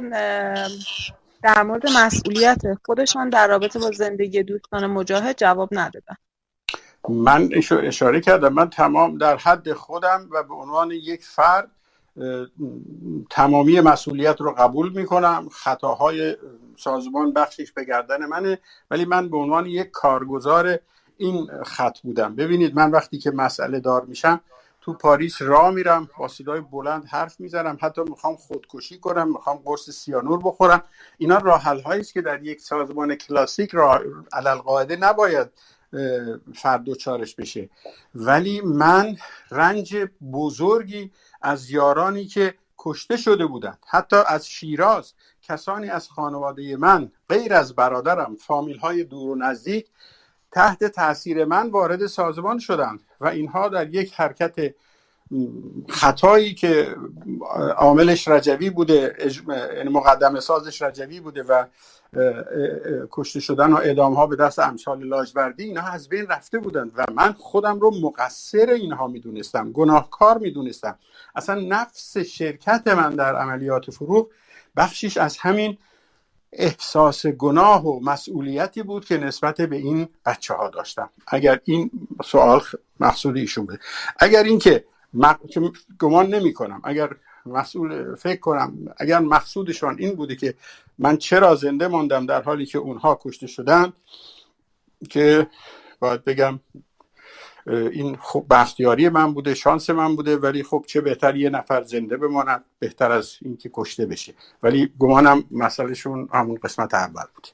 در مورد مسئولیت خودشان در رابطه با زندگی دوستان مجاهد جواب ندادن. من اشاره کردم من تمام در حد خودم و به عنوان یک فرد تمامی مسئولیت رو قبول میکنم. خطاهای سازمان بخشش به گردن منه، ولی من به عنوان یک کارگزار این خط بودم. ببینید من وقتی که مسئله دار میشم تو پاریس راه میرم، با صدای بلند حرف میزنم، حتی میخوام خودکشی کنم، میخوام قرص سیانور بخورم. اینا راه حل هایی است که در یک سازمان کلاسیک علالقاعده نباید فرد دوچارش بشه. ولی من رنج بزرگی از یارانی که کشته شده بودند، حتی از شیراز، کسانی از خانواده من غیر از برادرم، فامیل های دور و نزدیک تحت تاثیر من وارد سازمان شدند و اینها در یک حرکت خطایی که عاملش رجوی بوده، مقدمه سازش رجوی بوده و کشته شدن و اعدام ها به دست امثال لاجوردی، اینها از بین رفته بودند و من خودم رو مقصر اینها میدونستم، گناهکار میدونستم. اصلا نفس شرکت من در عملیات فروغ بخشیش از همین احساس گناه و مسئولیتی بود که نسبت به این بچه ها داشتم. اگر این سوال مقصود ایشون بود، اگر این که گمان نمی کنم، اگر مسئول فکر کنم اگر مقصودشان این بوده که من چرا زنده ماندم در حالی که اونها کشته شدن، که باید بگم این خب بختیاری من بوده، شانس من بوده، ولی خب چه بهتر یه نفر زنده بماند بهتر از این که کشته بشه. ولی گمانم مسئلهشون همون قسمت اول بود.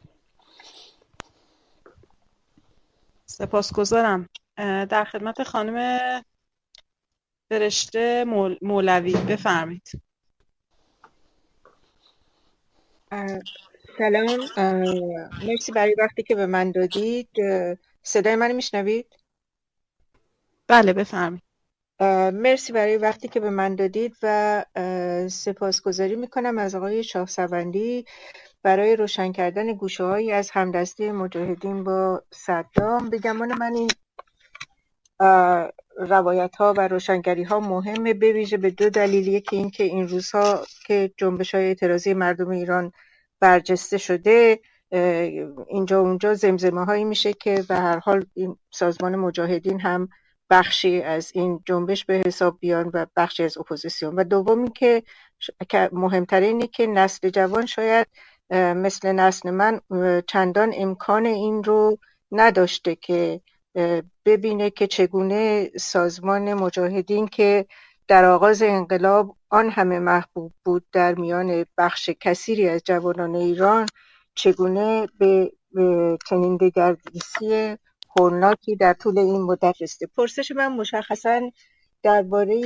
سپاسگزارم. در خدمت خانم فرشته مولوی بفرمایید. سلام، مرسی برای وقتی که به من دادید. صدای من میشنوید؟ بله بفرمایید. مرسی برای وقتی که به من دادید و سپاسگزاری میکنم از آقای شاهصفندی برای روشن کردن گوشه‌هایی از همدستی مجاهدین با صدام. به گمان من این روایت ها و روشنگری ها مهمه، به ویژه به دو دلیل. یکی این که این روزها که جنبش های اعتراضی مردم ایران برجسته شده اینجا اونجا زمزمه هایی میشه که به هر حال این سازمان مجاهدین هم بخشی از این جنبش به حساب بیان و بخشی از اپوزیسیون. و دومی که مهمتر اینه که نسل جوان شاید مثل نسل من چندان امکان این رو نداشته که ببینه که چگونه سازمان مجاهدین که در آغاز انقلاب آن همه محبوب بود در میان بخش کثیری از جوانان ایران، چگونه به چنین دگردیسی هولناکی در طول این مدت رسیده. پرسش من مشخصاً درباره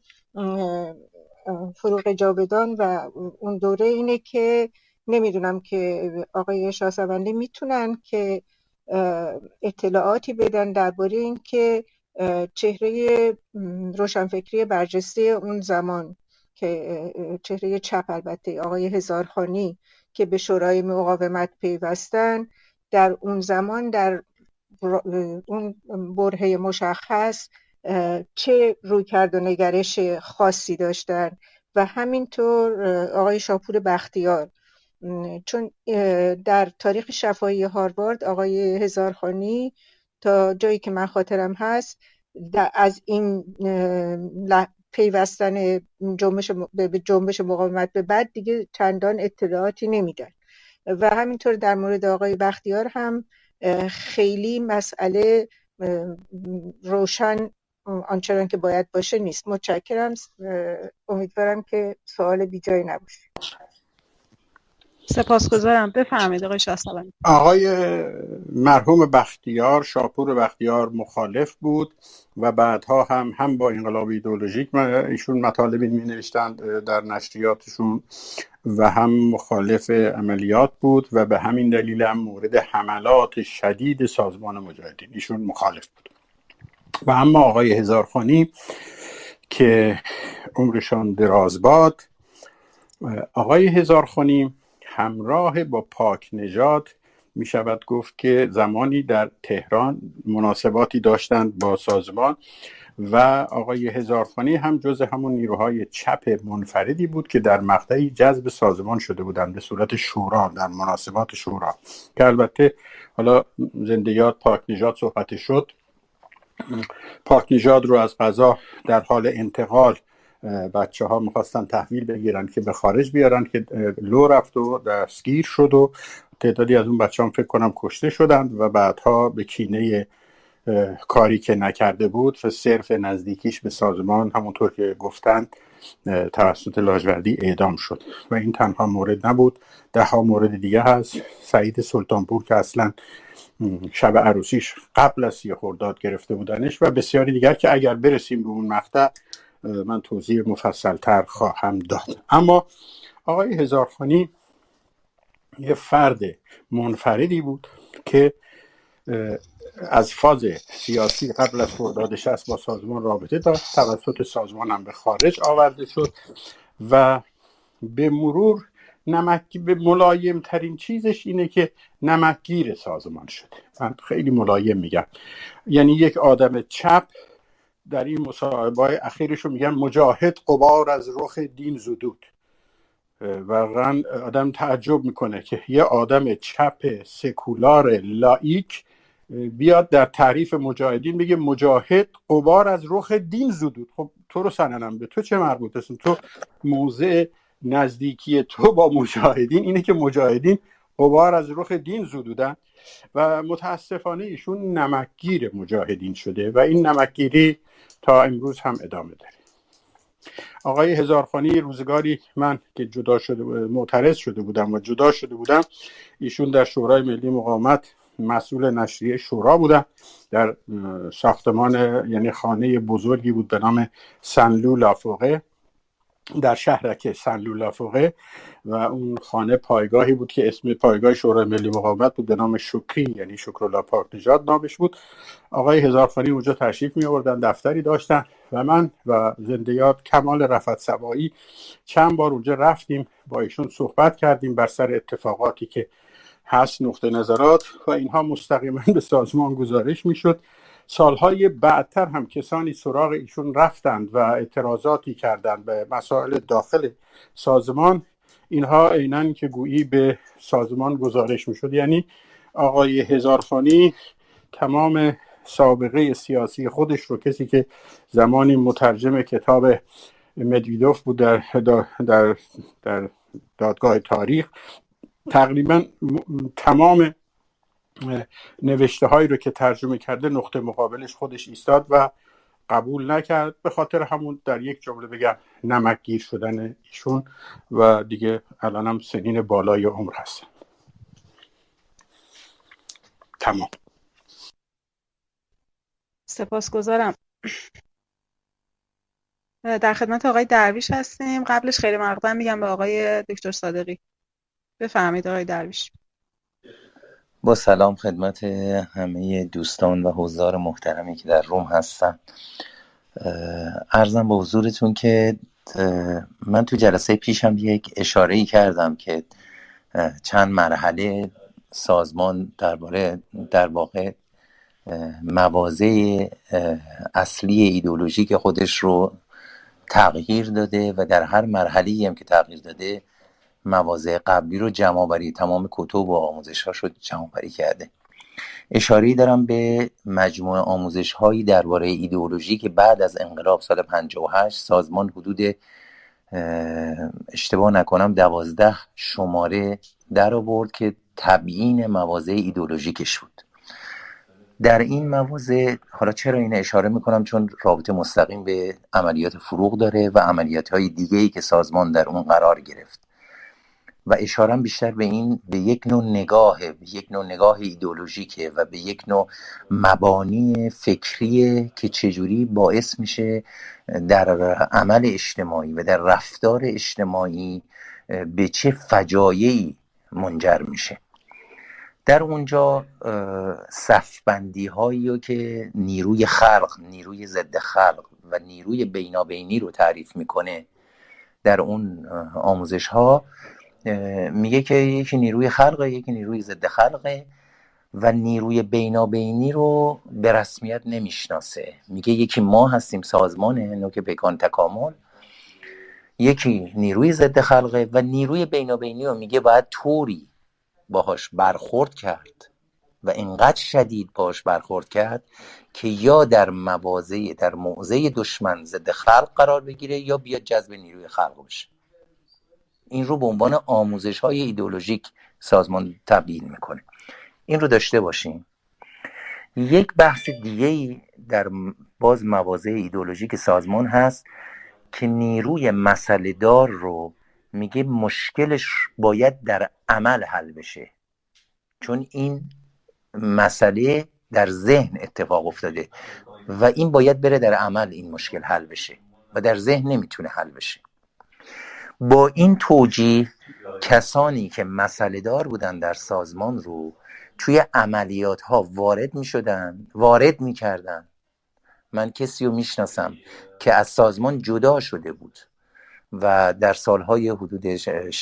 فروغ جاودان و اون دوره اینه که نمیدونم که آقای شاهصوندی میتونن که اطلاعاتی بدن درباره این که چهره روشنفکری برجسته اون زمان که چهره چپ البته آقای هزارخانی که به شورای مقاومت پیوستن، در اون زمان در اون برهه مشخص چه رویکرد و نگرش خاصی داشتن و همینطور آقای شاپور بختیار، چون در تاریخ شفاهی هاروارد آقای هزارخانی تا جایی که من خاطرم هست از این پیوستن جنبش مقاومت به بعد دیگه چندان اطلاعاتی نمیدن و همینطور در مورد آقای بختیار هم خیلی مسئله روشن آنچنان که باید باشه نیست. متشکرم. امیدوارم که سوال بیجایی نباشه. سپاسگزارم. بفرمایید آقای شاهصوندی. آقای مرحوم بختیار، شاپور بختیار مخالف بود و بعدها هم با انقلاب ایدئولوژیک ایشون مطالبی می نوشتند در نشریاتشون و هم مخالف عملیات بود و به همین دلیل هم مورد حملات شدید سازمان مجاهدین ایشون مخالف بود. و اما آقای هزارخانی که عمرشان دراز باد، آقای هزارخانی همراه با پاک نژاد می شود گفت که زمانی در تهران مناسباتی داشتند با سازمان و آقای هزارخانی هم جز همون نیروهای چپ منفردی بود که در مقطعی جذب سازمان شده بودند به صورت شورا، در مناسبات شورا، که البته حالا زنده یاد پاک نژاد صحبت شد. پاک نژاد رو از قضا در حال انتقال بچه ها میخواستن تحویل بگیرن که به خارج بیارن که لو رفت و دستگیر شد و تعدادی از اون بچه هم فکر کنم کشته شدند و بعدها به کینه کاری که نکرده بود و صرف نزدیکیش به سازمان همونطور که گفتند توسط لاجوردی اعدام شد. و این تنها مورد نبود، ده ها مورد دیگه هست. سعید سلطانپور که اصلا شب عروسیش قبل از 30 خرداد گرفته بودنش و بسیاری دیگر که اگر برسیم به اون مقطع من توضیح مفصل تر خواهم داد. اما آقای هزارخانی یه فرد منفردی بود که از فاز سیاسی قبل از خرداد 60 با سازمان رابطه داشت، توسط سازمان هم به خارج آورده شد و به مرور به ملایم ترین چیزش اینه که نمکگیر سازمان شده. من خیلی ملایم میگم، یعنی یک آدم چپ در این مصاحبه‌های اخیرشو میگن مجاهد غبار از رخ دین زدود. واقعا آدم تعجب میکنه که یه آدم چپ سکولار لایک بیاد در تعریف مجاهدین بگه مجاهد غبار از رخ دین زدود. خب تو رو سننم به تو چه مربوط است؟ تو موضع نزدیکی تو با مجاهدین اینه که مجاهدین غبار از رخ دین زدودن و متاسفانه ایشون نمکگیر مجاهدین شده و این نمکگیری تا امروز هم ادامه داره. آقای هزارخانی روزگاری من که جدا شده معترض شده بودم و جدا شده بودم، ایشون در شورای ملی مقاومت مسئول نشریه شورا بودن در ساختمان، یعنی خانه بزرگی بود به نام سنلو لافوقه در شهرک سنلو لافوقه و اون خانه پایگاهی بود که اسم پایگاه شورای ملی مقاومت بود به نام شکری، یعنی شکرالله پاک نژاد نامش بود. آقای هزارخانی اونجا تشریف می آوردن، دفتری داشتن و من و زنده یاد کمال رفعت سبایی چند بار اونجا رفتیم، با ایشون صحبت کردیم بر سر اتفاقاتی که هست، نقطه نظرات و اینها مستقیما به سازمان گزارش می شد. سالهای بعدتر هم کسانی سراغ ایشون رفتند و اعتراضاتی کردند به مسائل داخل سازمان اینها عیناً که گویی به سازمان گزارش میشد. یعنی آقای هزارخانی تمام سابقه سیاسی خودش رو، کسی که زمانی مترجم کتاب مدویدوف بود در دادگاه تاریخ، تقریبا تمام نوشته هایی رو که ترجمه کرده نقطه مقابلش خودش ایستاد و قبول نکرد. به خاطر همون در یک جمله بگم نمکگیر شدن ایشون و دیگه الان هم سنین بالای عمر هستن. تمام. سپاسگزارم. در خدمت آقای درویش هستیم. قبلش خیلی مقدم میگم به آقای دکتر صادقی. بفرمایید آقای درویش. با سلام خدمت همه دوستان و حضار محترمی که در روم هستن. عرضم به حضورتون که من تو جلسه پیشم یک اشاره‌ای کردم که چند مرحله سازمان در واقع مواضع اصلی ایدئولوژیک خودش رو تغییر داده و در هر مرحله‌ای هم که تغییر داده مواضع قبلی رو جمع‌آوری، تمام کتب و آموزش‌هاش رو جمع‌آوری کرده. اشاره‌ای دارم به مجموعه آموزش‌هایی درباره ایدئولوژی که بعد از انقلاب سال 58 سازمان حدود اشتباه نکنم 12 شماره در آورد که تبیین مواضع ایدئولوژیکش بود. در این مواضع، حالا چرا این اشاره میکنم؟ چون رابطه مستقیم به عملیات فروغ داره و عملیات‌های دیگه‌ای که سازمان در اون قرار گرفت و اشارم بیشتر به یک نوع نگاه ایدئولوژیکه و به یک نوع مبانی فکریه که چجوری باعث میشه در عمل اجتماعی و در رفتار اجتماعی به چه فجایعی منجر میشه. در اونجا صفبندی هایی که نیروی خلق، نیروی ضد خلق و نیروی بینابینی رو تعریف میکنه در اون آموزش ها میگه که یکی نیروی خلقه، یکی نیروی ضد خلقه و نیروی بینابینی رو به رسمیت نمیشناسه. میگه یکی ما هستیم، سازمانه، نوک پیکان تکامل، یکی نیروی ضد خلقه و نیروی بینابینی رو میگه باید طوری باهاش برخورد کرد و اینقدر شدید باهاش برخورد کرد که یا در موضع دشمن ضد خلق قرار بگیره یا بیاد جذب نیروی خلق بشه. این رو به عنوان آموزش‌های ایدئولوژیک سازمان تبیین میکنه. این رو داشته باشیم. یک بحث دیگه‌ای در باز مواضع ایدئولوژیک سازمان هست که نیروی مسئله دار رو میگه مشکلش باید در عمل حل بشه، چون این مسئله در ذهن اتفاق افتاده و این باید بره در عمل این مشکل حل بشه و در ذهن نمیتونه حل بشه. با این توجیه کسانی که مسئله دار بودن در سازمان رو توی عملیات ها وارد میکردن. من کسی رو میشناسم که از سازمان جدا شده بود و در سالهای حدود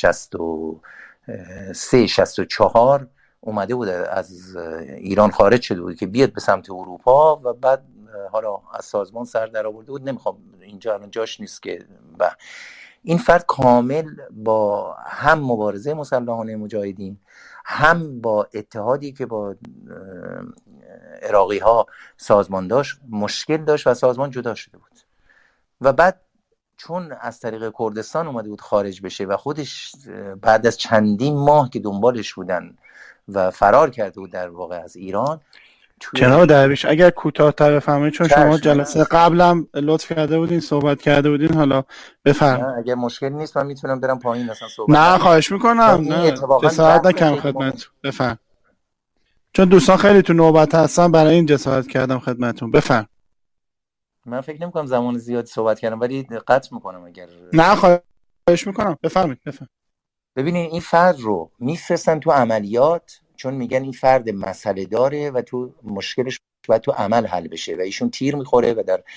63-64 اومده بود از ایران خارج شده بود که بیاد به سمت اروپا و بعد حالا از سازمان سر در آورده بود. نمیخوام اینجا الان جاش نیست که این فرد کامل با هم مبارزه مسلحانه مجاهدین، هم با اتحادی که با عراقی ها سازمان داشت مشکل داشت و سازمان جدا شده بود و بعد چون از طریق کردستان اومده بود خارج بشه و خودش بعد از چندین ماه که دنبالش بودن و فرار کرده بود در واقع از ایران. جناب درویش اگر کوتاه‌تر بفرمایید، چون شما جلسه قبلم لطف کرده بودین صحبت کرده بودین، حالا بفرمایید. اگر مشکل نیست من میتونم برم پایین اصلا صحبت. نه خواهش میکنم، نه جسارت نکنم خدمتتون. بفرمایید، چون دوستان خیلی تو نوبت هستن برای این جسارت کردم خدمتتون. بفرمایید. من فکر نمی‌کنم زمان زیاد صحبت کردم ولی قطع میکنم اگر نه خواهش میکنم. بفرمایید. ببینید این فرد رو میفرستن تو عملیات چون میگن این فرد مسئله داره و تو مشکلش باید تو عمل حل بشه و ایشون تیر میخوره و در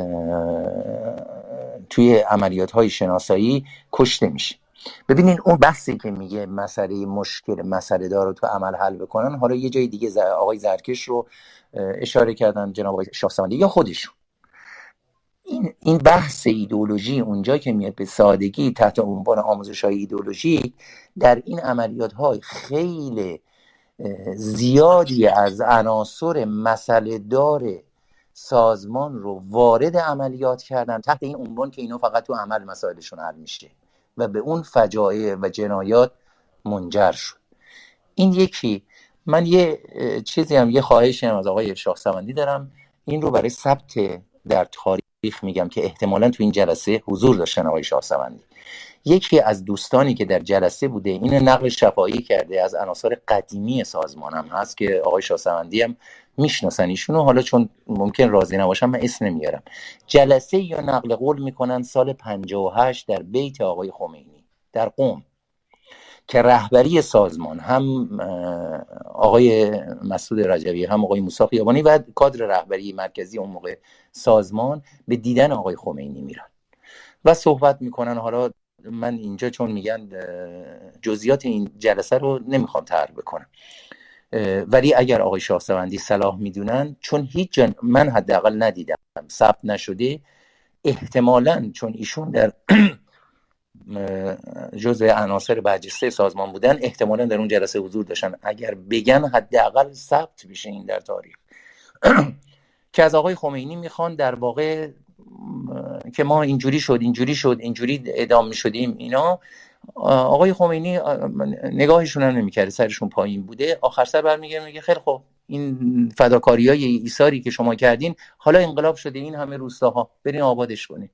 توی عملیات های شناسایی کشته میشه. ببینین اون بحثی که میگه مسئله دار رو تو عمل حل بکنن، حالا یه جای دیگه آقای زرکش رو اشاره کردن، جناب آقای شاهسوندی یا خودشون. این بحث ایدئولوژی اونجا که میاد به سادگی تحت عنوان آموزش‌های ایدئولوژی، در این عملیات‌های خیلی زیادی از عناصر مسئله دار سازمان رو وارد عملیات کردن تحت این عنوان که اینا فقط تو عمل مسائلشون حل میشه و به اون فجایع و جنایات منجر شد. این یکی. من یه چیزی هم، یه خواهشی هم از آقای شاهسوندی دارم، این رو برای ثبت در تاریخ میگم که احتمالاً تو این جلسه حضور داشتن آقای شاهسوندی. یکی از دوستانی که در جلسه بوده این نقل شفاهی کرده از عناصر قدیمی سازمان هم هست که آقای شاهسوندی هم میشناسن ایشونو، حالا چون ممکن راضی نباشم من اسم نمیارم. جلسه یا نقل قول میکنن سال 58 در بیت آقای خمینی در قم که رهبری سازمان هم آقای مسعود رجوی هم آقای موسی خیابانی و کادر رهبری مرکزی اون موقع سازمان به دیدن آقای خمینی میرن و صحبت میکنن. حالا من اینجا چون میگن جزئیات این جلسه رو نمیخوام طرح بکنم، ولی اگر آقای شاهسوندی صلاح میدونن، چون هیچ جا من حداقل ندیدم ثبت نشده، احتمالاً چون ایشون در جزء عناصر برجسته سازمان بودن احتمالاً در اون جلسه حضور داشتن، اگر بگن حداقل ثبت بشه این در تاریخ که از آقای خمینی میخوان در واقع که ما اینجوری اینجوری اعدام میشدیم. اینا آقای خمینی نگاهشون هم نمیکرده، سرشون پایین بوده. آخر سر برمیگه میگه خیلی خوب، این فداکاریای ایثاری که شما کردین حالا انقلاب شده، این همه روستاها برین آبادش کنین.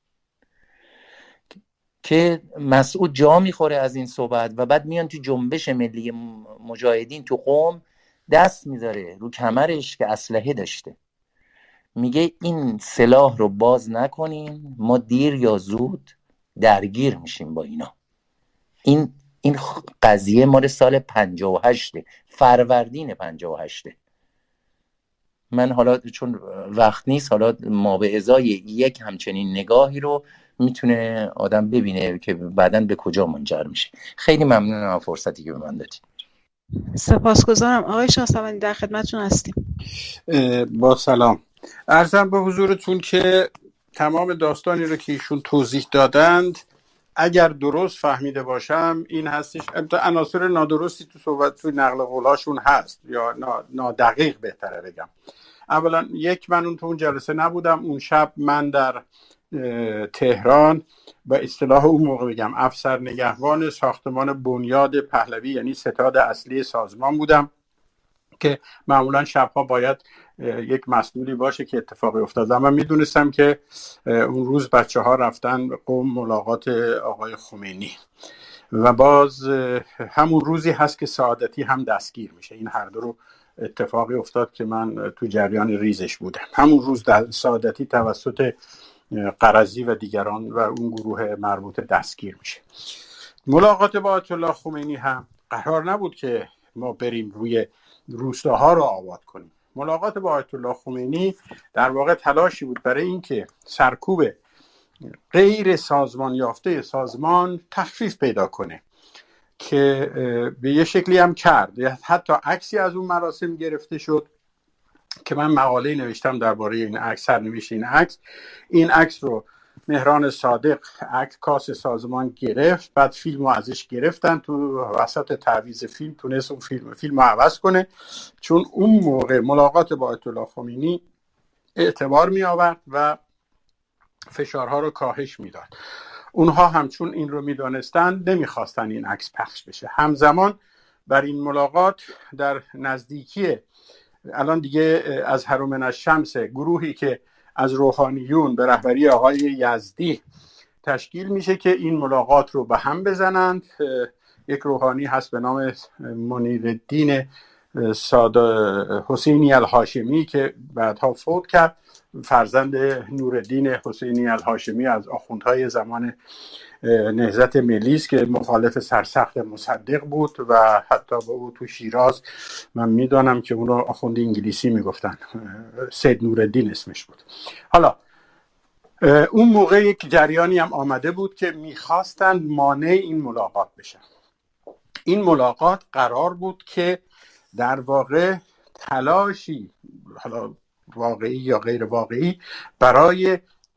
که مسعود جا میخوره از این صحبت و بعد میان تو جنبش ملی مجاهدین تو قم دست میذاره رو کمرش که اسلحه داشته، میگه این سلاح رو باز نکنین، ما دیر یا زود درگیر میشیم با اینا. این قضیه مال سال 58 فروردین 58. من حالا چون وقت نیست، حالا ما به ازای یک همچنین نگاهی رو میتونه آدم ببینه که بعداً به کجا منجر میشه. خیلی ممنونم از فرصتی که به من دادید. سپاسگزارم. آقای شاهسوندی در خدمتتون هستیم. با سلام عرضم به حضورتون که تمام داستانی رو که ایشون توضیح دادند اگر درست فهمیده باشم این هستش. عناصر نادرستی تو صحبت تو نقل قولاشون هست یا نادقیق بهتره بگم. اولا من تو اون جلسه نبودم. اون شب من در تهران به اصطلاح اون موقع بگم افسر نگهبان ساختمان بنیاد پهلوی یعنی ستاد اصلی سازمان بودم که معمولا شبها باید یک مسئولی باشه که اتفاقی افتاده. من میدونستم که اون روز بچه ها رفتن قم ملاقات آقای خمینی و باز همون روزی هست که سعادتی هم دستگیر میشه. این هر دو رو اتفاقی افتاد که من تو جریان ریزش بودم. همون روز سعادتی توسط قرضی و دیگران و اون گروه مربوط دستگیر میشه. ملاقات با آیت الله خمینی هم قرار نبود که ما بریم روی روستاها رو آباد کنیم. ملاقات با آیت الله خمینی در واقع تلاشی بود برای اینکه سرکوب غیر سازمان یافته سازمان تخفیف پیدا کنه که به یه شکلی هم کرد. حتی عکسی از اون مراسم گرفته شد که من مقاله نوشتم درباره این عکس، سرنوشت این عکس رو مهران صادق عکاس سازمان گرفت، بعد فیلمو ازش گرفتن، تو وسط تعویض فیلم تونست اون فیلمو عوض کنه، چون اون موقع ملاقات با آیت الله خمینی اعتبار می آورد و فشارها رو کاهش میداد. اونها هم چون این رو میدانستن نمیخواستن این عکس پخش بشه. همزمان بر این ملاقات در نزدیکی الان دیگه از هرومن الشمس گروهی که از روحانیون به رهبری آقای یزدی تشکیل میشه که این ملاقات رو به هم بزنند. یک روحانی هست به نام منیرالدین حسینی الهاشمی که بعدها فوت کرد، فرزند نورالدین حسینی الهاشمی از آخوندهای زمان نهضت ملی است که مخالف سرسخت مصدق بود و حتی با او تو شیراز من میدانم که اون رو آخوند انگلیسی میگفتن، سید نورالدین اسمش بود. حالا اون موقع یک جریانی هم آمده بود که میخواستند مانع این ملاقات بشن. این ملاقات قرار بود که در واقع تلاشی، حالا واقعی یا غیر واقعی، برای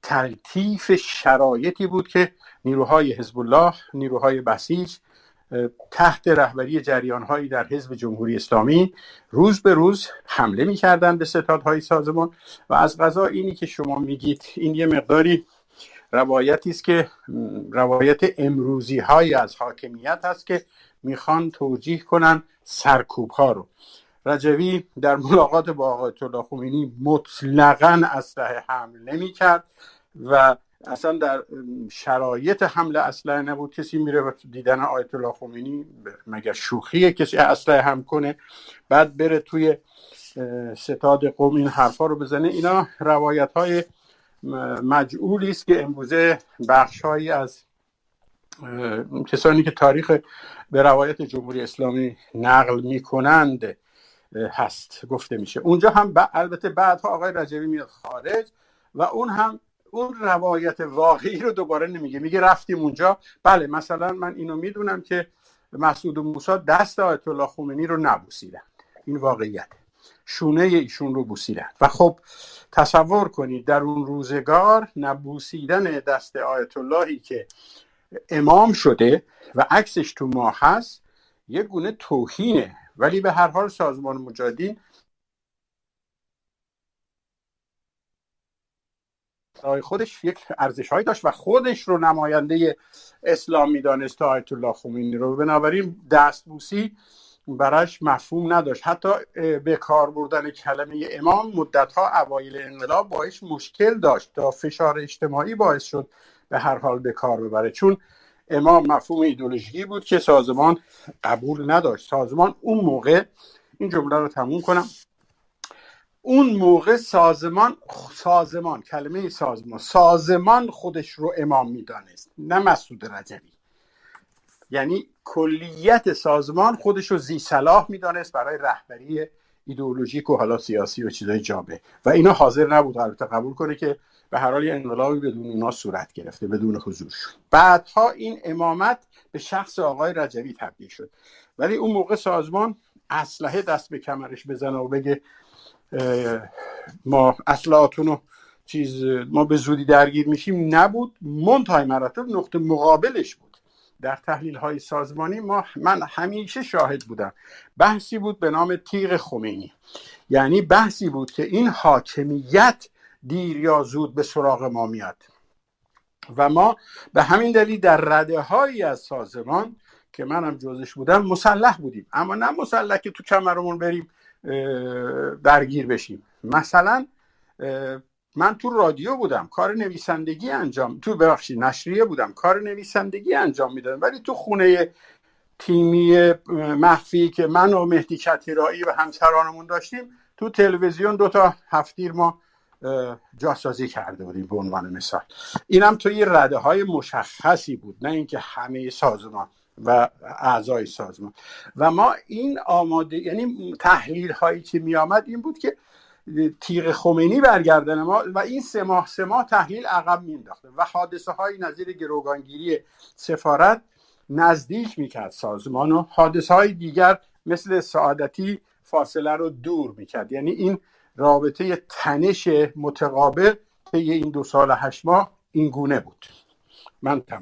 تلطیف شرایطی بود که نیروهای حزب الله، نیروهای بسیج تحت رهبری جریان‌هایی در حزب جمهوری اسلامی روز به روز حمله می‌کردند به ستادهای سازمان. و از قضا اینی که شما میگید این یه مقداری روایتی است که روایت امروزی‌هایی از حاکمیت هست که میخوان توجیه کنن سرکوب‌ها رو. رجوی در ملاقات با آیت الله خمینی مطلقاً اسلحه حمل نمی‌کرد و اصلا در شرایط حمله اسلحه نبود. کسی میره دیدن آیت الله خمینی مگر شوخیه کسی اسلحه حمل کنه بعد بره توی ستاد قم این حرفا رو بزنه؟ اینا روایت‌های مجعولی است که امروزه بخش‌هایی از کسانی که تاریخ به روایت جمهوری اسلامی نقل میکنند هست گفته میشه. اونجا هم البته بعدها آقای رجوی میاد خارج و اون هم اون روایت واقعی رو دوباره نمیگه، میگه رفتیم اونجا. بله مثلا من اینو میدونم که مسعود و موسی دست آیت الله خمینی رو نبوسیدن، این واقعیت، شونه ایشون رو بوسیدن. و خب تصور کنید در اون روزگار نبوسیدن دست آیت اللهی که امام شده و عکسش تو ما هست یه گونه توهینه. ولی به هر حال سازمان مجاهدین خودش یک ارزش‌هایی داشت و خودش رو نماینده اسلام می‌دانست آیت الله خمینی رو، بنابراین دستبوسی براش مفهوم نداشت. حتی به کار بردن کلمه امام مدت‌ها اوایل انقلاب باعث مشکل داشت تا فشار اجتماعی باعث شد به هر حال به کار ببره، چون امام مفهوم ایدئولوژیکی بود که سازمان قبول نداشت. سازمان اون موقع، این جمله رو تموم کنم، اون موقع سازمان کلمه سازمان خودش رو امام میدانست، نه مسعود رجوی. یعنی کلیت سازمان خودش رو ذی صلاح میدانست برای رهبری ایدئولوژیک و حالا سیاسی و چیزای جامعه و اینا حاضر نبود البته قبول کنه که به هر حال انقلابی بدون اونا صورت گرفته، بدون حضور شد. بعدها این امامت به شخص آقای رجوی تبدیل شد. ولی اون موقع سازمان اسلحه دست به کمرش بزنه و بگه ما اسلحه‌تون ما به زودی درگیر میشیم نبود. منتهای مراتب نقطه مقابلش بود. در تحلیل های سازمانی من همیشه شاهد بودم بحثی بود به نام تیغ خمینی، یعنی بحثی بود که این حاکمیت دیر یا زود به سراغ ما میاد و ما به همین دلیل در رده هایی از سازمان که منم جزش بودم مسلح بودیم، اما نه مسلح که تو کمرمون بریم درگیر بشیم. مثلا من تو رادیو بودم کار نویسندگی نشریه بودم کار نویسندگی انجام میدادم، ولی تو خونه تیمی مخفی که من و مهدی کتیرایی و همسرانمون داشتیم تو تلویزیون 2 تا هفتیر ما جاسازی کرده بودیم به عنوان مثال. اینم توی رده های مشخصی بود، نه اینکه همه سازمان و اعضای سازمان. و ما این آماده، یعنی تحلیل هایی که می آمد این بود که تیغ خمینی برگردن ما و این 3 ماه تحلیل عقب می انداخته و حادثه های نظیر گروگانگیری سفارت نزدیک می کرد سازمان و حادثه های دیگر مثل سعادتی فاصله رو دور می کرد. یعنی این رابطه تنش متقابل طی این 2 سال 8 ماه این گونه بود. من تمام.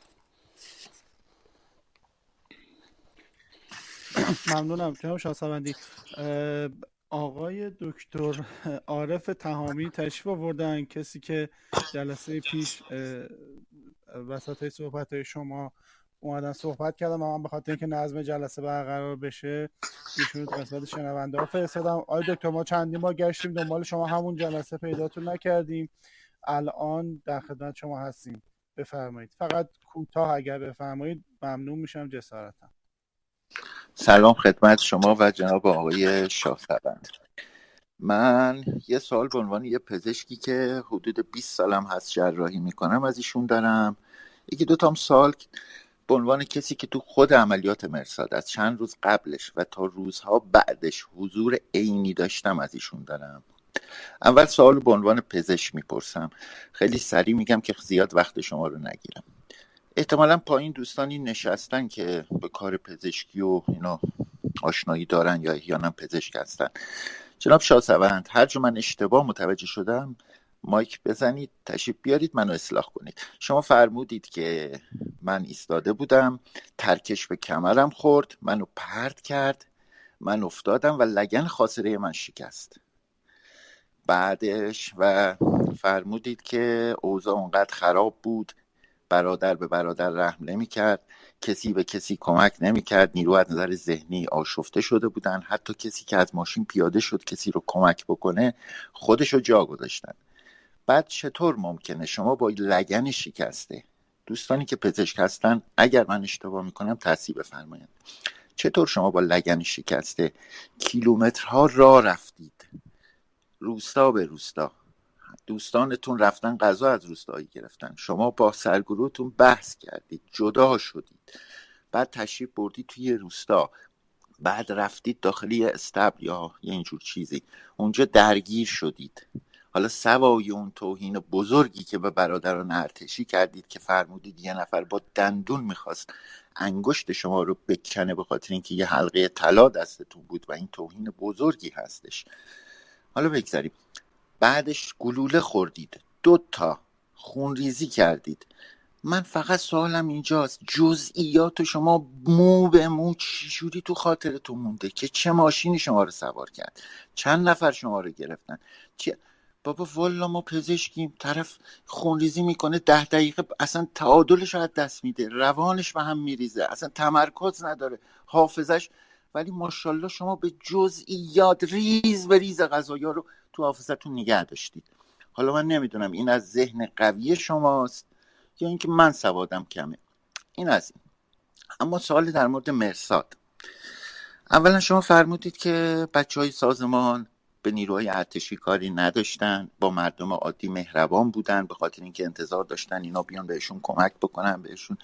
ممنونم جناب شاهصوندی. آقای دکتر عارف تهامی تشریف آوردن، کسی که جلسه پیش وسط صحبت شما اومدن صحبت کردم و من به خاطر اینکه نظم جلسه برقرار بشه ایشون قسمت شنونده ها فرستادم. آقای دکتر ما چندین بار گشتیم دنبال شما، همون جلسه پیداتون نکردیم، الان در خدمت شما هستیم. بفرمایید، فقط کوتاه اگر بفرمایید ممنون میشم جسارتا. سلام خدمت شما و جناب آقای شاهصوند. من یه سوال به عنوان یه پزشکی که حدود 20 سالم هست جراحی میکنم از ایشون دارم، 1-2 تا سوال به عنوان کسی که تو خود عملیات مرصاد از چند روز قبلش و تا روزها بعدش حضور عینی داشتم از ایشون دارم. اول سوال به عنوان پزشک میپرسم، خیلی سریع میگم که زیاد وقت شما رو نگیرم. احتمالاً پایین دوستانی نشستن که به کار پزشکی و اینا آشنایی دارن یا احیانا پزشک هستن. جناب شاهصوند، هر جا من اشتباه متوجه شدم مایک بزنید، تشریف بیارید، منو اصلاح کنید. شما فرمودید که من ایستاده بودم، ترکش به کمرم خورد، منو پرت کرد، من افتادم و لگن خاصره من شکست. بعدش و فرمودید که اوضاع اونقدر خراب بود، برادر به برادر رحم نمی کرد، کسی به کسی کمک نمی کرد، نیرو از نظر ذهنی آشفته شده بودن، حتی کسی که از ماشین پیاده شد کسی رو کمک بکنه خودشو جا گذاشتن. بعد چطور ممکنه شما با لگن شکسته، دوستانی که پزشک هستن اگر من اشتباه میکنم تصحیح بفرمایید، چطور شما با لگن شکسته کیلومترها راه رفتید، روستا به روستا، دوستانتون رفتن غذا از روستایی گرفتن، شما با سرگروهتون بحث کردید، جدا شدید، بعد تشریف بردید توی روستا، بعد رفتید داخلی استبل یا یه اینجور چیزی، اونجا درگیر شدید. حالا سوای اون توهین بزرگی که به برادران ارتشی کردید که فرمودید یه نفر با دندون میخواست انگشت شما رو بکنه به خاطر اینکه یه حلقه طلا دستتون بود و این توهین بزرگی هستش. حالا بگذاریم. بعدش گلوله خوردید، 2 خونریزی کردید. من فقط سوالم اینجاست، جزئیات شما مو به مو چجوری تو خاطرتون مونده که چه ماشینی شما رو سوار کرد، چند نفر شما رو گرفتن؟ بابا والا ما پزشکیم، طرف خونریزی میکنه 10 دقیقه اصلا تعادلش رو از دست میده، روانش به هم میریزه، اصلا تمرکز نداره، حافظش. ولی ماشاءالله شما به جزئیات ریز به ریز قضایا رو تو حافظتون نگه داشتید. حالا من نمیدونم این از ذهن قوی شماست یا اینکه من سوادم کمه، این از این. اما سوال در مورد مرصاد. اولا شما فرمودید که بچهای سازمان به نیروهای ارتشی کاری نداشتن، با مردم عادی مهربان بودن، به خاطر اینکه انتظار داشتن اینا بیان بهشون کمک بکنن، بهشون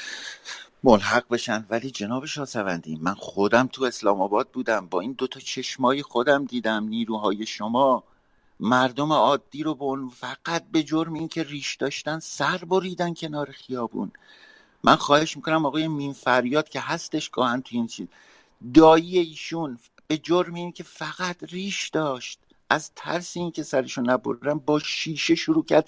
ملحق بشن. ولی جناب شاهسوندی، من خودم تو اسلام آباد بودم، با این 2 چشمای خودم دیدم نیروهای شما مردم عادی رو فقط به جرم این که ریش داشتن سر بریدن کنار خیابون. من خواهش میکنم آقای مین فریاد که هستش گاهن تو این چیز، دایی ایشون به جرم این که فقط ریش داشت، از ترس این که سرشو نبرن با شیشه شروع کرد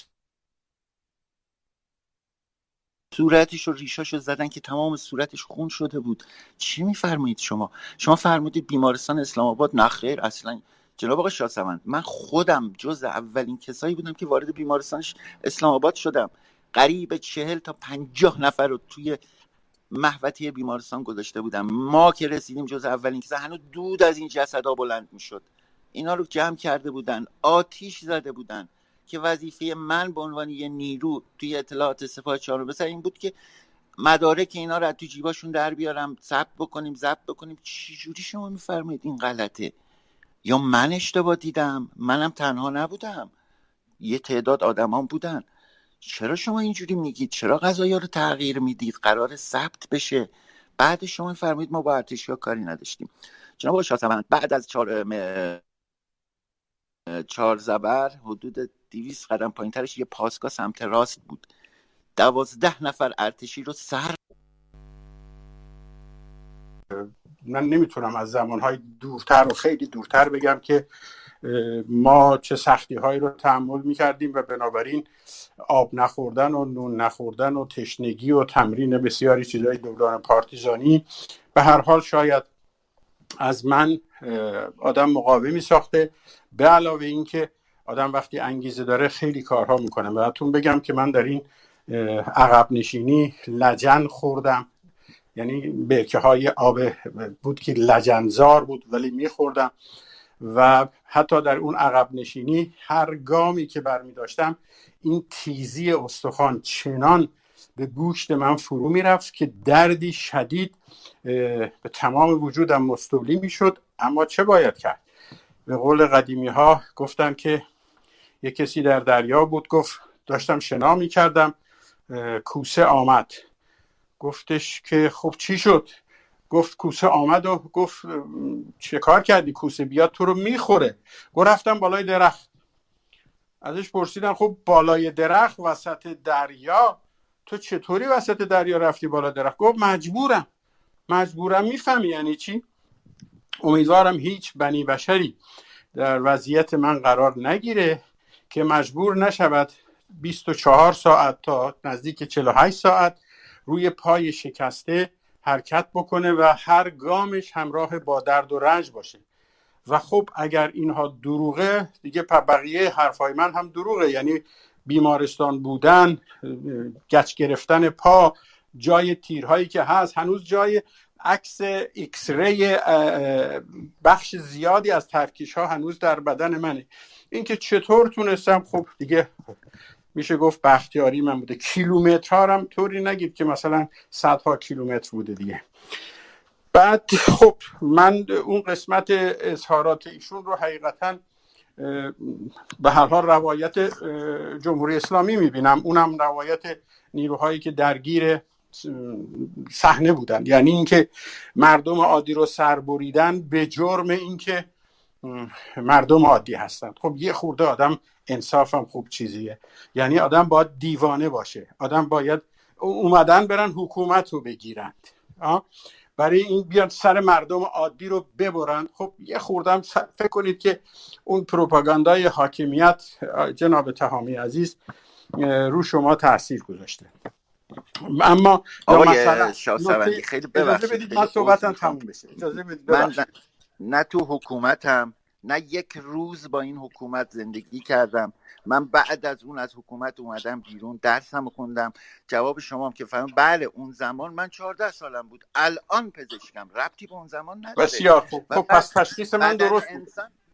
صورتش و ریشاشو زدن که تمام صورتش خون شده بود. چی میفرمایید شما فرمودید بیمارستان اسلام آباد؟ نه خیر اصلا جناب آقای شاهسوند، من خودم جز اولین کسایی بودم که وارد بیمارستان اسلام آباد شدم. قریب 40 تا 50 نفر رو توی محوطه بیمارستان گذاشته بودم. ما که رسیدیم جز اولین کسا، هنوز دود از این جسدا بلند میشد. اینا رو جمع کرده بودن، آتیش زده بودن که وظیفه من به عنوان یه نیرو توی اطلاعات سپاه 4 این بود که مدارک اینا رو تو جیباشون در بیارم، ضبط بکنیم. چی جوری شما میفرمایید این غلطه؟ یا من اشتباه دیدم؟ منم تنها نبودم، یه تعداد آدمان بودن. چرا شما اینجوری میگید؟ چرا قضایا رو تغییر میدید؟ قرار ثبت بشه. بعد شما فرمایید ما با ارتشی‌ها کاری نداشتیم. جناب آقای شاهسوند، بعد از 4 زبر حدود 200 قدم پایین ترش یه پاسگاه سمت راست بود، 12 نفر ارتشی رو سر. من نمیتونم از زمانهای دورتر و خیلی دورتر بگم که ما چه سختی هایی رو تحمل میکردیم و بنابراین آب نخوردن و نون نخوردن و تشنگی و تمرین بسیاری چیزهای دوران پارتیزانی به هر حال شاید از من آدم مقاومی ساخته. به علاوه این که آدم وقتی انگیزه داره خیلی کارها میکنه. براتون بگم که من در این عقب نشینی لجن خوردم، یعنی برکه های آب بود که لجنزار بود ولی میخوردم و حتی در اون عقب نشینی هر گامی که برمی داشتم این تیزی استخوان چنان به گوشت من فرو میرفت که دردی شدید به تمام وجودم مستولی میشد. اما چه باید کرد؟ به قول قدیمی ها گفتن که یک کسی در دریا بود، گفت داشتم شنا میکردم کوسه آمد. گفتش که خب چی شد؟ گفت کوسه آمد و گفت چه کار کردی؟ کوسه بیاد تو رو میخوره. گفت رفتم بالای درخت. ازش پرسیدم خب بالای درخت وسط دریا، تو چطوری وسط دریا رفتی بالا درخت؟ گفت مجبورم. میفهمی یعنی چی؟ امیدوارم هیچ بنی بشری در وضعیت من قرار نگیره که مجبور نشود 24 ساعت تا نزدیک 48 ساعت روی پای شکسته حرکت بکنه و هر گامش همراه با درد و رنج باشه. و خب اگر اینها دروغه دیگه بقیه حرفای من هم دروغه، یعنی بیمارستان بودن، گچ گرفتن پا، جای تیرهایی که هست، هنوز جای عکس ایکس ری بخش زیادی از ترکیش ها هنوز در بدن منه. اینکه چطور تونستم، خب دیگه میشه گفت بختیاری من بوده. کیلومترها هم طوری نگید که مثلا صدها کیلومتر بوده دیگه. بعد خب من اون قسمت اظهارات ایشون رو حقیقتا به هر حال روایت جمهوری اسلامی میبینم، اونم روایت نیروهایی که درگیر صحنه بودن، یعنی اینکه مردم عادی رو سربریدن به جرم اینکه مردم عادی هستن. خب یه خورده آدم انصافم خوب چیزیه، یعنی آدم باید دیوانه باشه، آدم باید اومدن برن حکومت رو بگیرند برای این بیان سر مردم عادی رو ببرن. خب یه خوردم فکر کنید که اون پروپاگاندای حاکمیت جناب تهامی عزیز رو شما تاثیر گذاشته. اما آقای شاهسوندی خیلی اجازه بدید من صحبتم تموم بشه. اجازه بدید. من نه تو حکومتم نه یک روز با این حکومت زندگی کردم. من بعد از اون از حکومت اومدم بیرون، درسم خوندم. جواب شما هم که فهمم بله اون زمان من 14 سالم بود، الان پزشکم، ربطی به اون زمان نداره. بسیار خوب. خب پس تشخیص من درست بود.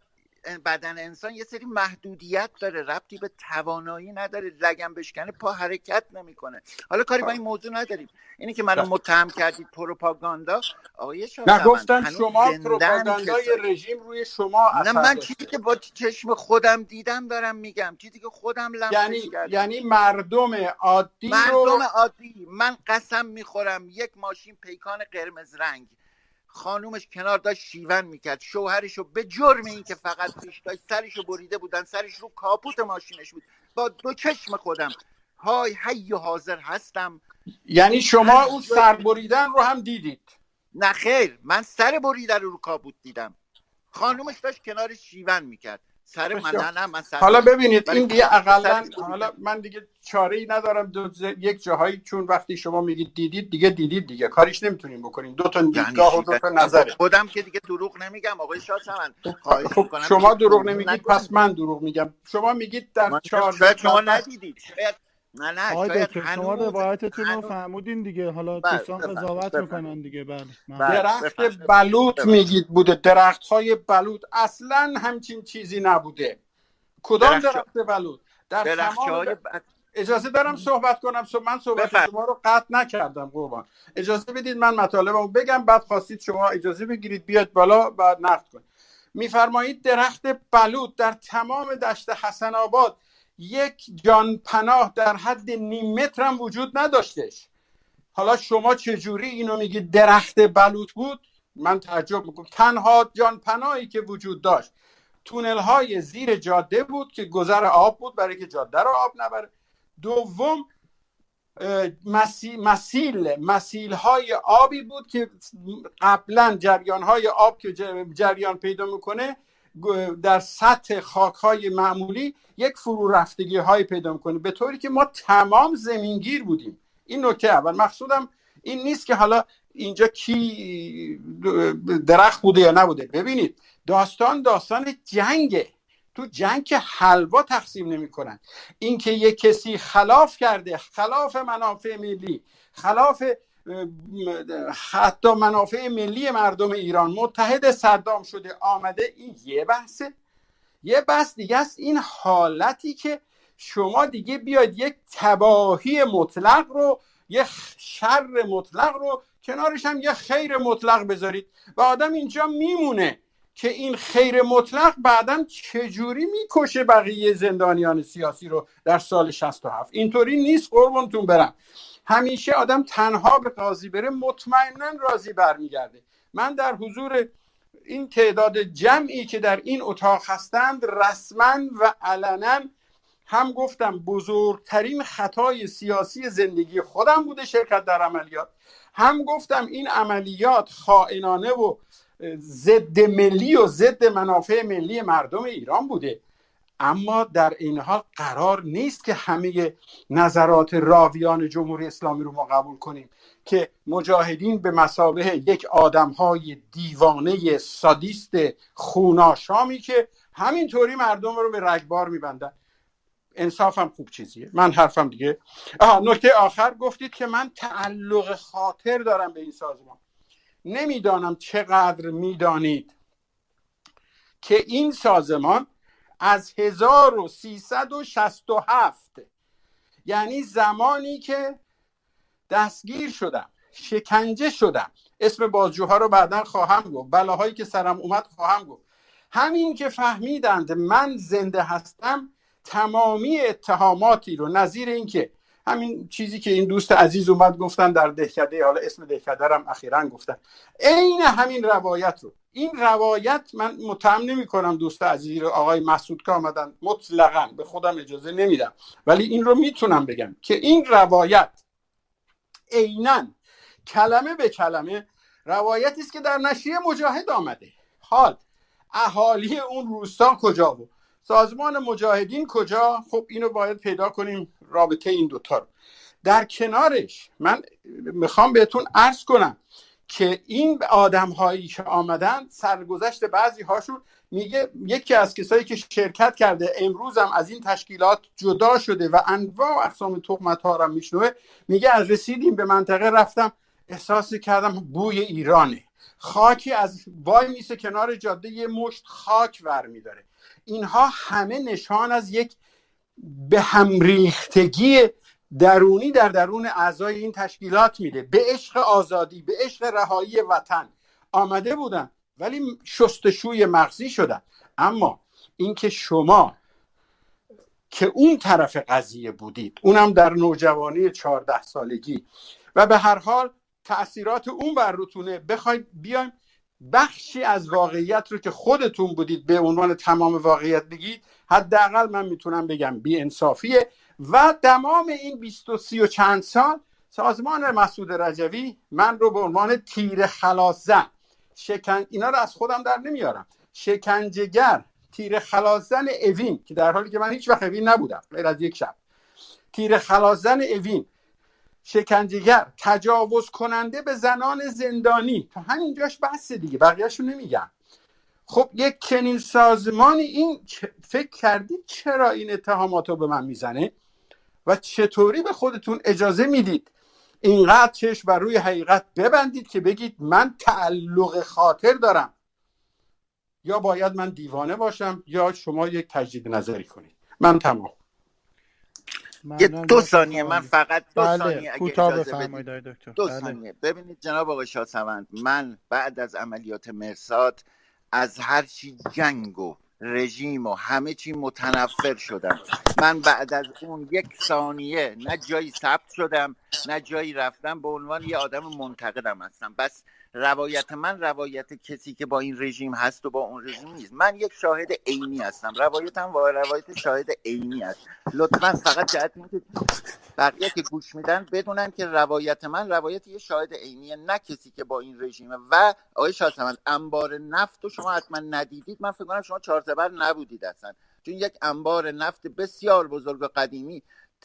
بدن انسان یه سری محدودیت داره، ربطی به توانایی نداره، لگن بشکنه پا حرکت نمیکنه. حالا کاری با این موضوع نداریم. اینی که منو متهم کردید پروپاگاندا، آقای شاهسوند، نگفتم شما پروپاگاندای رژیم روی شما اثر نه، من داشته. چیزی که با چشم خودم دیدم دارم میگم، چیزی که خودم لمسش کردم. یعنی مردم عادی عادی. من قسم میخورم یک ماشین پیکان قرمز رنگ، خانومش کنار داشت شیون میکرد، شوهرشو به جرم این که فقط پیش داشت سرشو بریده بودن، سرش رو کاپوت ماشینش بود، با دو چشم خودم های حی و حاضر هستم. یعنی شما اون سر بریدن رو هم دیدید؟ نه خیر، من سر بریده رو کاپوت دیدم، خانومش داشت کنارش شیون میکرد، سر من سر. حالا ببینید این دیگه اقلا، حالا من دیگه چاره‌ای ندارم یک جاهایی، چون وقتی شما میگید دیدید دیگه کاریش نمیتونیم بکنیم. دو تا دیدگاه و دو تا نظره. خودم که دیگه دروغ نمیگم آقای شاهسوند. خب شما دروغ نمیگید پس من دروغ میگم. شما میگید در 14 شما ندیدید. نه آقای دکتر شما روایتتون رو فهمودین دیگه، حالا دوستان قضاوت میکنن دیگه. بله درخت بلوط میگید بوده، درخت‌های بلوط اصلا همچین چیزی نبوده. کدام درخت بلوط؟ در تمام اجازه دارم صحبت کنم، من صحبت شما رو قطع نکردم قربان. اجازه بدید من مطالبمو بگم، بعد خواستید شما اجازه بگیرید بیاد بالا بعد نقد کنید. میفرمایید درخت بلوط در تمام دشت حسن آباد یک جان پناه در حد نیم متر هم وجود نداشتش. حالا شما چجوری اینو میگید درخت بلوط بود؟ من تعجب میکنم. تنها جان پناهی که وجود داشت تونل های زیر جاده بود که گذر آب بود برای که جاده رو آب نبره. دوم مسیل های آبی بود که قبلا جریان های آب که جریان پیدا میکنه در سطح خاک های معمولی یک فرو رفتگی های پیدا میکنه، به طوری که ما تمام زمینگیر بودیم. این نکته اول. مقصودم این نیست که حالا اینجا کی درخت بوده یا نبوده. ببینید داستان جنگه. تو جنگ که حلوا تقسیم نمی کنن. این که یک کسی خلاف کرده، خلاف منافع ملی، خلاف حتی منافع ملی مردم ایران، متحد صدام شده آمده، این یه بحثه. یه بحث دیگه است این حالتی که شما دیگه بیاید یک تباهی مطلق رو، یک شر مطلق رو، کنارش هم یک خیر مطلق بذارید و آدم اینجا میمونه که این خیر مطلق بعداً چجوری میکشه بقیه زندانیان سیاسی رو در سال 67. اینطوری نیست قربونتون برم. همیشه آدم تنها به قاضی بره مطمئناً راضی برمیگرده. من در حضور این تعداد جمعی که در این اتاق هستند رسما و علنا هم گفتم بزرگترین خطای سیاسی زندگی خودم بوده شرکت در عملیات، هم گفتم این عملیات خائنانه و ضد ملی و ضد منافع ملی مردم ایران بوده. اما در این حال قرار نیست که همه نظرات راویان جمهوری اسلامی رو ما قبول کنیم که مجاهدین به مثابه یک آدم‌های دیوانه سادیست خوناشامی که همینطوری مردم رو به رگبار میبندن. انصاف هم خوب چیزیه. من حرفم دیگه. نکته آخر گفتید که من تعلق خاطر دارم به این سازمان. نمیدانم چقدر میدانید که این سازمان از 1367 یعنی زمانی که دستگیر شدم، شکنجه شدم، اسم بازجوها رو بعداً خواهم گفت، بلاهایی که سرم اومد خواهم گفت، همین که فهمیدند من زنده هستم تمامی اتهاماتی رو نظیر این که همین چیزی که این دوست عزیز اومد گفتن در دهکده، حالا اسم دهکده هم اخیراً گفتن، عین همین روایت رو، این روایت من متهم نمی کنم دوست عزیزی رو آقای مسعود که آمدن، مطلقاً به خودم اجازه نمیدم، ولی این رو میتونم بگم که این روایت عیناً کلمه به کلمه روایتی است که در نشریه مجاهد آمده. حال اهالی اون روستا کجا بود؟ سازمان مجاهدین کجا؟ خب اینو باید پیدا کنیم، رابطه این دوتا رو. در کنارش من میخوام بهتون عرض کنم که این آدم هایی که آمدن، سرگذشت بعضی هاشون میگه یکی از کسایی که شرکت کرده امروز هم از این تشکیلات جدا شده و انواع و اقسام تهمت ها رو میشنوه، میگه از رسیدیم به منطقه رفتم احساس کردم بوی ایرانه، خاکی از وای میسه کنار جاده یه مشت خاک ور میداره. اینها همه نشان از یک به هم ریختگی درونی در درون اعضای این تشکیلات میده. به عشق آزادی، به عشق رهایی وطن آمده بودن ولی شستشوی مغزی شدن. اما اینکه شما که اون طرف قضیه بودید، اونم در نوجوانی 14 سالگی و به هر حال تأثیرات اون بر روتونه، بخواید بیایم بخشی از واقعیت رو که خودتون بودید به عنوان تمام واقعیت بگید، حداقل من میتونم بگم بی انصافیه. و تمام این 23 و چند سال سازمان مسعود رجوی من رو به عنوان تیر خلاص زن، اینا رو از خودم در نمیارم، شکنجهگر، تیر خلاص زن اوین، که در حالی که من هیچ وقت اوین نبودم غیر از یک شب، تیر خلاص زن اوین، شکنجهگر، تجاوز کننده به زنان زندانی، تا همینجاش بحثه دیگه، بقیه‌شو نمیگم. خب یک چنین سازمانی این فکر کردید چرا این اتهامات رو به من میزنه و چطوری به خودتون اجازه میدید اینقدر چشم بر روی حقیقت ببندید که بگید من تعلق خاطر دارم؟ یا باید من دیوانه باشم یا شما یک تجدید نظری کنید. من تمام. یه 2 ثانیه، من فقط 2 ثانیه اگه اجازه بدید. 2 ثانیه. ببینید جناب آقای شاهسوند، من بعد از عملیات مرصاد از هر چی جنگ و رژیم و همه چی متنفر شدم. من بعد از اون 1 ثانیه نه جایی ثبت شدم نه جایی رفتم، به عنوان یه آدم منتقدم هستم. بس روایت من روایت کسی که با این رژیم هست و با اون رژیم نیست. من یک شاهد عینی هستم، روایتم و روایت شاهد عینی است. لطفا فقط جهت این که بقیه که گوش میدن بدونن که روایت من روایت یه شاهد عینیه، نه کسی که با این رژیمه. و آقای شاهسوند، انبار نفت رو شما حتما ندیدید، من فکر کنم شما چهارزبر نبودید اصلا، چون یک انبار نفت بسیار بزرگ و قدیمی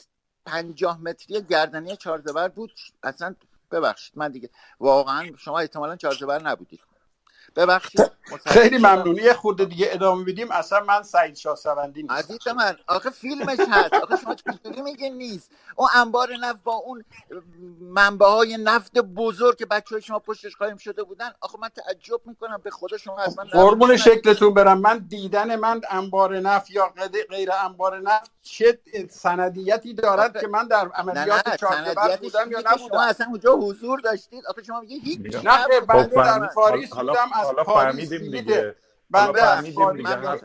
50 متری گردنی چهارزبر بود. اصلا ببخشید من دیگه واقعا شما احتمالاً چهارزبر نبودید، ببخشید. خیلی ممنون. یه خورده دیگه ادامه بدیم. اصلا من سعید شاهسوندی نیستم عزیز من، آخه فیلمش هست. آخه شما چطوری میگه نیست؟ اون انبار نفت با اون منبع‌های نفت بزرگ که بچه‌های شما پشتش قایم شده بودن، آخه من تعجب میکنم به خدا شما اصلا قربون شکلتون برم. من دیدن من انبار نفت یا غیر انبار نفت چه سندیتی دارد که من در عملیات چهارزبر بودم یا نبودم؟ شما اصلا اونجا حضور داشتید؟ آخه شما میگه هیچ. نه بنده در پاریس بودم، از پاریس دیده. بنده از پاریس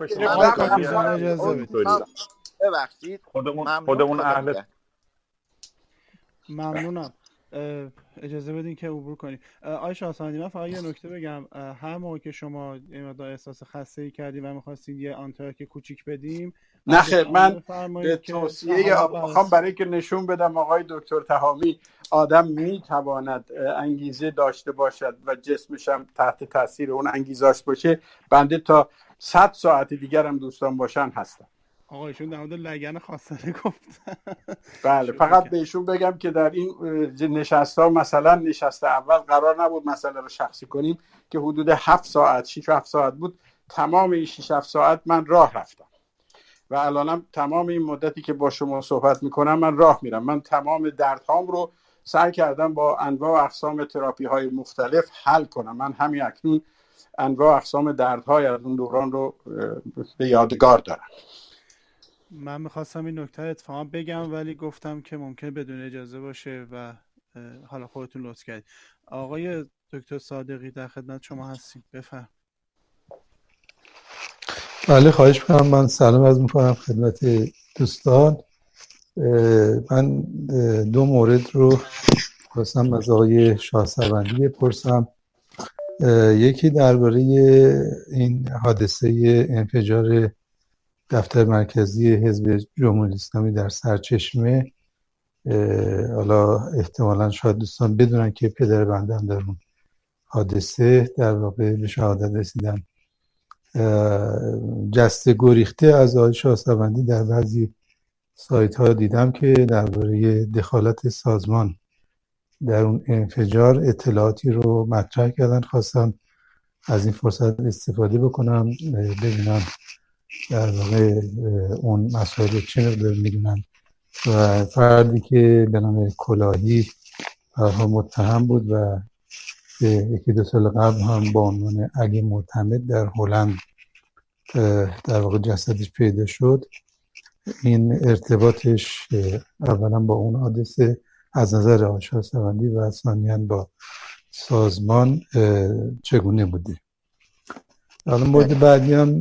ببخشید خودمون اهل. ممنونم. اجازه بدین که عبور کنیم. آقای شاهسوندی، من فقط یه نکته بگم. هر موقع که شما این مقدار احساس خسته‌ای کردید و می‌خواستید یه آنتراک کوچیک بدیم، نه خیر، من به توصیه میخوام برای که نشون بدم آقای دکتر تهامی آدم میتواند انگیزه داشته باشد و جسمش هم تحت تاثیر اون انگیزاش باشه. بنده تا 100 ساعت دیگر هم دوستان باشن هستم. آقا ایشون در مورد لگن خواستنه گفتن. بله، فقط بهشون بگم که در این نشست‌ها مثلا نشست اول قرار نبود مسئله رو شخصی کنیم که حدود 7 ساعت 6-7 ساعت بود. تمام این 6-7 ساعت من راه رفتم و الانم تمام این مدتی که با شما صحبت میکنم من راه میرم. من تمام دردهام رو سعی کردم با انواع و اقسام تراپی های مختلف حل کنم. من همین اکنون انواع و اقسام دردهای از اون دوران رو به یادگار دارم. من میخواستم این نکته اتفاقا بگم ولی گفتم که ممکن بدون اجازه باشه و حالا خودتون لطف کردید. آقای دکتر صادقی در خدمت شما هستیم، بفرم. بله خواهش میکنم. من سلام عرض میکنم خدمت دوستان. من 2 مورد رو خواستم از آقای شاهصوندی بپرسم. یکی درباره این حادثه انفجار دفتر مرکزی حزب جمهوری اسلامی در سرچشمه. حالا احتمالاً شاید دوستان بدونن که پدر بنده هم در اون حادثه در واقع به شهادت رسیدن. جسته گریخته از آقای شاهصوندی در بعضی سایت ها دیدم که درباره دخالت سازمان در اون انفجار اطلاعاتی رو مطرح کردن. خواستم از این فرصت استفاده بکنم ببینم در واقع اون مسائل چه مقدار میدونن. و فردی که به نام کلاهی متهم بود و 1-2 سال قبل هم با عنوان علی معتمد در هلند در واقع جسدش پیدا شد. این ارتباطش اولا با اون حادثه از نظر آقای شاهصوندی و ثانیاً با سازمان چگونه بوده؟ حالا مورد بعدی هم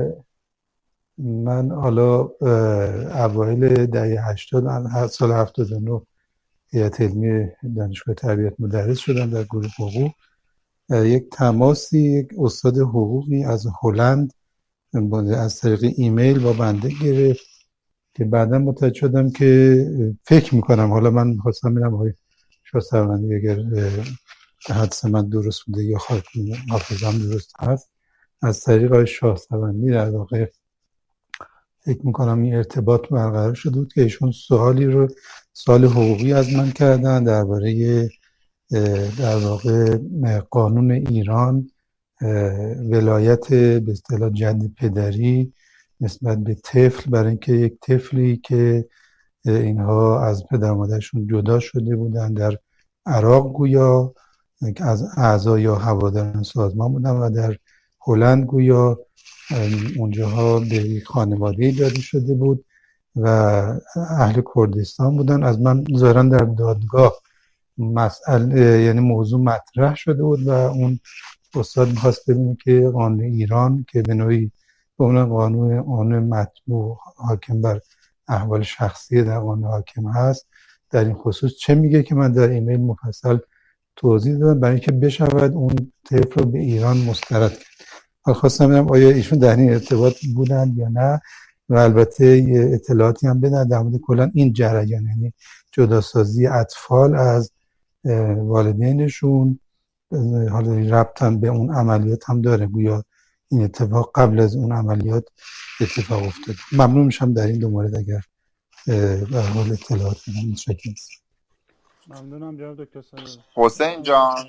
من حالا اوایل دهه 80 سال 79 هیئت علمی دانشگاه تربیت مدرس شدم در گروه حقوق. یک تماسی یک استاد حقوقی از هلند از طریق ایمیل با بنده گرفت که بعدا متوجه شدم که فکر میکنم، حالا من خواستم ببینم آقای شاهصوندی اگر حدس من درست بوده یا حافظم درست هست، از طریق آقای شاهصوندی در واقع فکر میکنم این ارتباط برقرار شده بود که ایشون سوال حقوقی از من کردن درباره در واقع قانون ایران، ولایت به اصطلاح جد پدری نسبت به طفل، برای اینکه یک طفلی که اینها از پدر مادرشون جدا شده بودن در عراق گویا که از اعضا یا هواداران سازمان بودن و در هلند گویا اونجاها به خانواده داده شده بود و اهل کردستان بودن. از من ظاهرا در دادگاه مسئله یعنی موضوع مطرح شده بود و اون استاد میخواست ببینه که قانون ایران که به نوعی به اون قانون مطبوع حاکم بر احوال شخصی در قانون حاکم هست در این خصوص چه میگه، که من در ایمیل مفصل توضیح دادم برای اینکه بشود اون طیف رو به ایران مسترد کرد. حالا خواستم ببینم آیا ایشون در این ارتباط بودن یا نه و البته یه اطلاعاتی هم بدن در مورد کلا این جریان، یعنی جداسازی اطفال از والدینشون. حالا ربط هم به اون عملیات هم داره، گویا این اتفاق قبل از اون عملیات اتفاق افتاد. ممنون میشم در این 2 مورد اگر به حال اطلاعات بدن. متشکرم. ممنونم جناب دکتر صادقی. حسین جان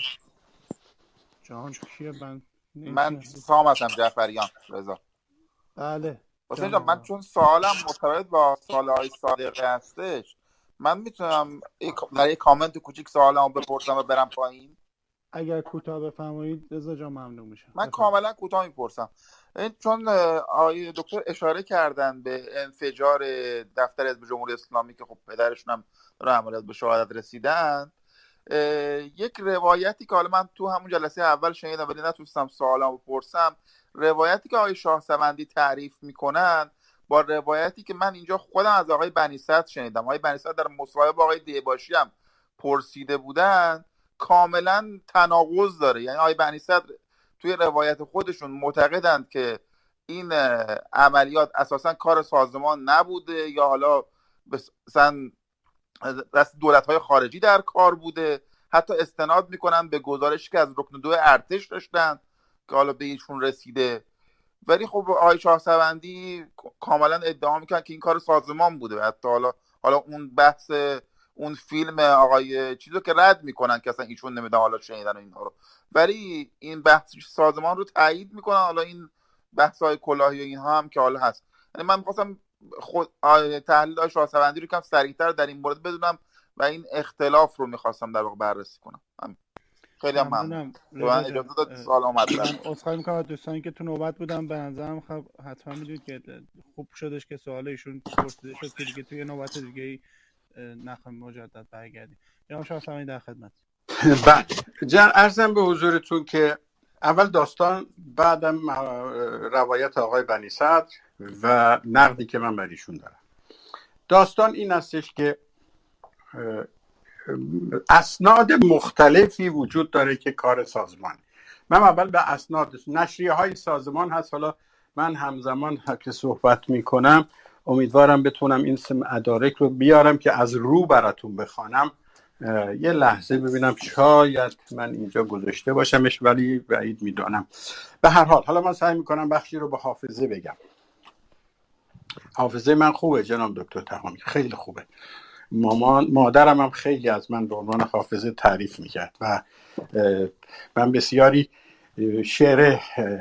کیه؟ من سام هستم، جعفریان رضا. بله حسین جان، من چون سوالم مرتبط با سوالهای صادقی هستش، من میتونم در یک کامنت کوچیک سوالمو بپرسم و برم پایین؟ اگر کوتاه بفرمایید رضا جان ممنون میشم. من کاملا کوتاه میپرسم. چون آقای دکتر اشاره کردن به انفجار دفتر حزب جمهوری اسلامی که خب پدرشون هم در عملیات به شهادت رسیدن، یک روایتی که حالا من تو همون جلسه اول شنیدم ولی نتونستم سوالمو بپرسم، روایتی که آقای شاهصوندی تعریف میکنن با روایتی که من اینجا خودم از آقای بنی صدر شنیدم، آقای بنی صدر در مصاحبه با آقای دیباشی هم پرسیده بودن، کاملا تناقض داره. یعنی آقای بنی صدر توی روایت خودشون معتقدند که این عملیات اساسا کار سازمان نبوده یا حالا مثلا دست دولت‌های خارجی در کار بوده. حتی استناد میکنن به گزارشی که از رکن 2 ارتش داشتن که حالا به ایشون رسیده ولی خب آقای شاهصوندی کاملا ادعا میکنن که این کار سازمان بوده. حتی حالا اون بحث اون فیلم آقای چیزو که رد میکنن که اصلا ایشون نمیدونم حالا شنیدن اینها رو، ولی این بحث سازمان رو تایید میکنن. حالا این بحث‌های کلاهی و اینها هم که حالا هست. یعنی من می‌خواستم خود تحلیل آقای شاهصوندی رو کم سریعتر در این مورد بدونم و این اختلاف رو می‌خواستم در واقع بررسی کنم. خیلی هم ممنون. من اجازه داد سوال اومد. من عذرخواهی می‌کنم از دوستانی که تو نوبت بودم. به نظرم خب حتما می‌دونید که خوب شدش که سوال ایشون پرسیده شد که دیگه توی نوبت دیگه نخواهیم مجدد برگردیم. جناب شاهصوندی در خدمت. بله، عرضم به حضورتون که اول داستان، بعدم روایت آقای بنی صدر و نقدی که من بریشون دارم. داستان این استش که اسناد مختلفی وجود داره که کار سازمان. من اول به اسناد نشریه های سازمان هست. حالا من همزمان که صحبت میکنم امیدوارم بتونم این مدارک رو بیارم که از رو براتون بخوانم. یه لحظه ببینم، شاید من اینجا گذاشته باشمش ولی بعید میدانم. به هر حال حالا من سعی میکنم بخشی رو به حافظه بگم. حافظه من خوبه جناب دکتر تهامی، خیلی خوبه. مادرم هم خیلی از من به عنوان حافظه تعریف میکرد و من بسیاری شعر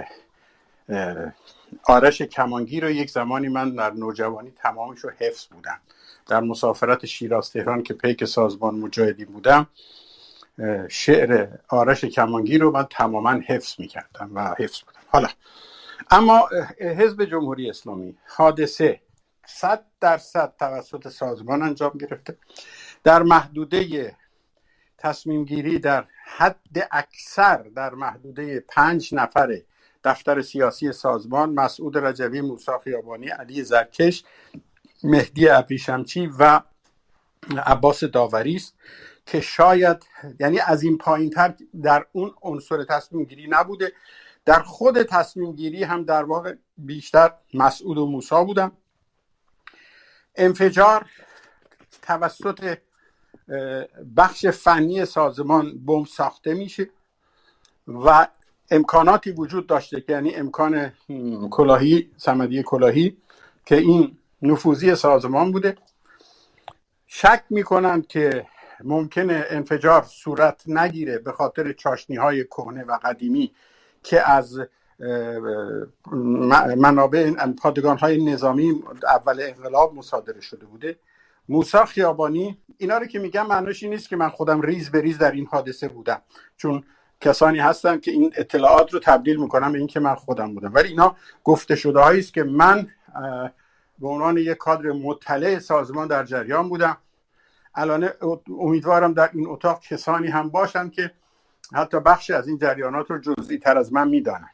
آرش کمانگی رو یک زمانی من در نوجوانی تمامش رو حفظ بودم. در مسافرت شیراز تهران که پیک سازمان مجاهدین بودم، شعر آرش کمانگی رو من تماما حفظ میکردم و حفظ بودم. حالا اما حزب جمهوری اسلامی حادثه 100% توسط سازمان انجام گرفته. در محدوده تصمیم گیری در حد اکثر در محدوده 5 نفر دفتر سیاسی سازمان، مسعود رجوی، موسی خیابانی، علی زرکش، مهدی ابریشمچی و عباس داوری است که شاید یعنی از این پایین‌تر در اون عنصر تصمیم گیری نبوده. در خود تصمیم گیری هم در واقع بیشتر مسعود و موسی بودن. انفجار توسط بخش فنی سازمان بمب ساخته میشه و امکاناتی وجود داشته که یعنی امکان کلاهی، صمدی کلاهی که این نفوذی سازمان بوده. شک میکنند که ممکنه انفجار صورت نگیره به خاطر چاشنی‌های کهنه و قدیمی که از منابع پادگان‌های نظامی اول انقلاب مصادره شده بوده. موسی خیابانی، اینا رو که میگم معنیش این نیست که من خودم ریز به ریز در این حادثه بودم، چون کسانی هستن که این اطلاعات رو تبدیل میکنم به این که من خودم بودم، ولی اینا گفته شده هایی است که من به عنوان یک کادر مطلع سازمان در جریان بودم. الان امیدوارم در این اتاق کسانی هم باشن که حتی بخشی از این جریانات رو جزئی تر از من میدانند.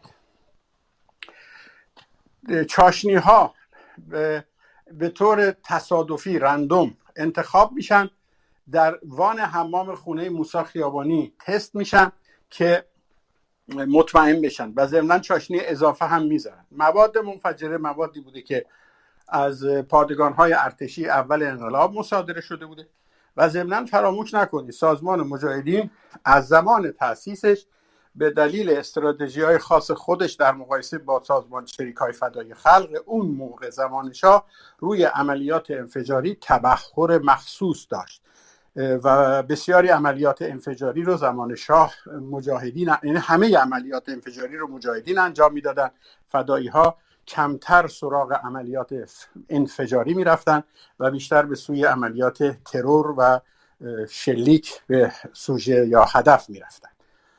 چاشنی ها به طور تصادفی رندوم انتخاب میشن، در وان حمام خونه موسی خیابانی تست میشن که مطمئن بشن و ضمناً چاشنی اضافه هم میذارن. مواد منفجره موادی بوده که از پادگان‌های ارتشی اول انقلاب مصادره شده بوده و ضمناً فراموش نکنید سازمان مجاهدین از زمان تأسیسش به دلیل استراتژی‌های خاص خودش در مقایسه با سازمان شریکای فدای خلق اون موقع زمان شاه روی عملیات انفجاری تبحر مخصوص داشت و بسیاری عملیات انفجاری رو زمان شاه مجاهدین، یعنی همه عملیات انفجاری رو مجاهدین انجام میدادن. فدایی ها کمتر سراغ عملیات انفجاری میرفتن و بیشتر به سوی عملیات ترور و شلیک به سوژه یا هدف میرفتن.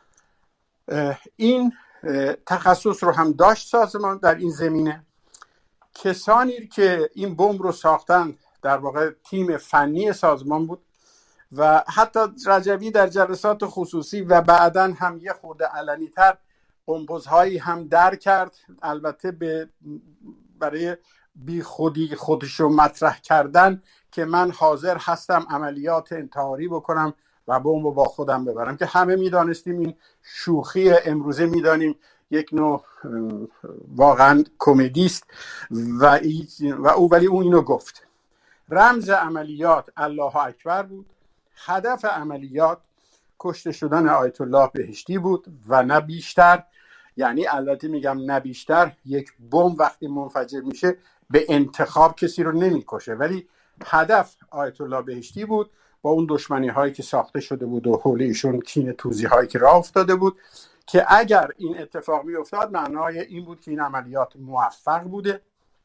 این تخصص رو هم داشت سازمان در این زمینه. کسانی که این بمب رو ساختن در واقع تیم فنی سازمان بود و حتی رجوی در جلسات خصوصی و بعداً هم یه خورده علنی تر قمبزهایی هم در کرد، البته برای بی خودی خودشو مطرح کردن که من حاضر هستم عملیات انتحاری بکنم و بمب با خودم ببرم، که همه میدانستیم این شوخی امروزه میدانیم یک نوع واقعا کمدیست ولی اون اینو گفت. رمز عملیات الله اکبر بود. هدف عملیات کشته شدن آیت الله بهشتی بود و نه بیشتر. یعنی البته میگم نه بیشتر، یک بمب وقتی منفجر میشه به انتخاب کسی رو نمیکشه، ولی هدف آیت الله بهشتی بود با اون دشمنی هایی که ساخته شده بود و حول ایشون کین توزی هایی که راه افتاده بود که اگر این اتفاق می افتاد معنای این بود که این عملیات موفق بوده.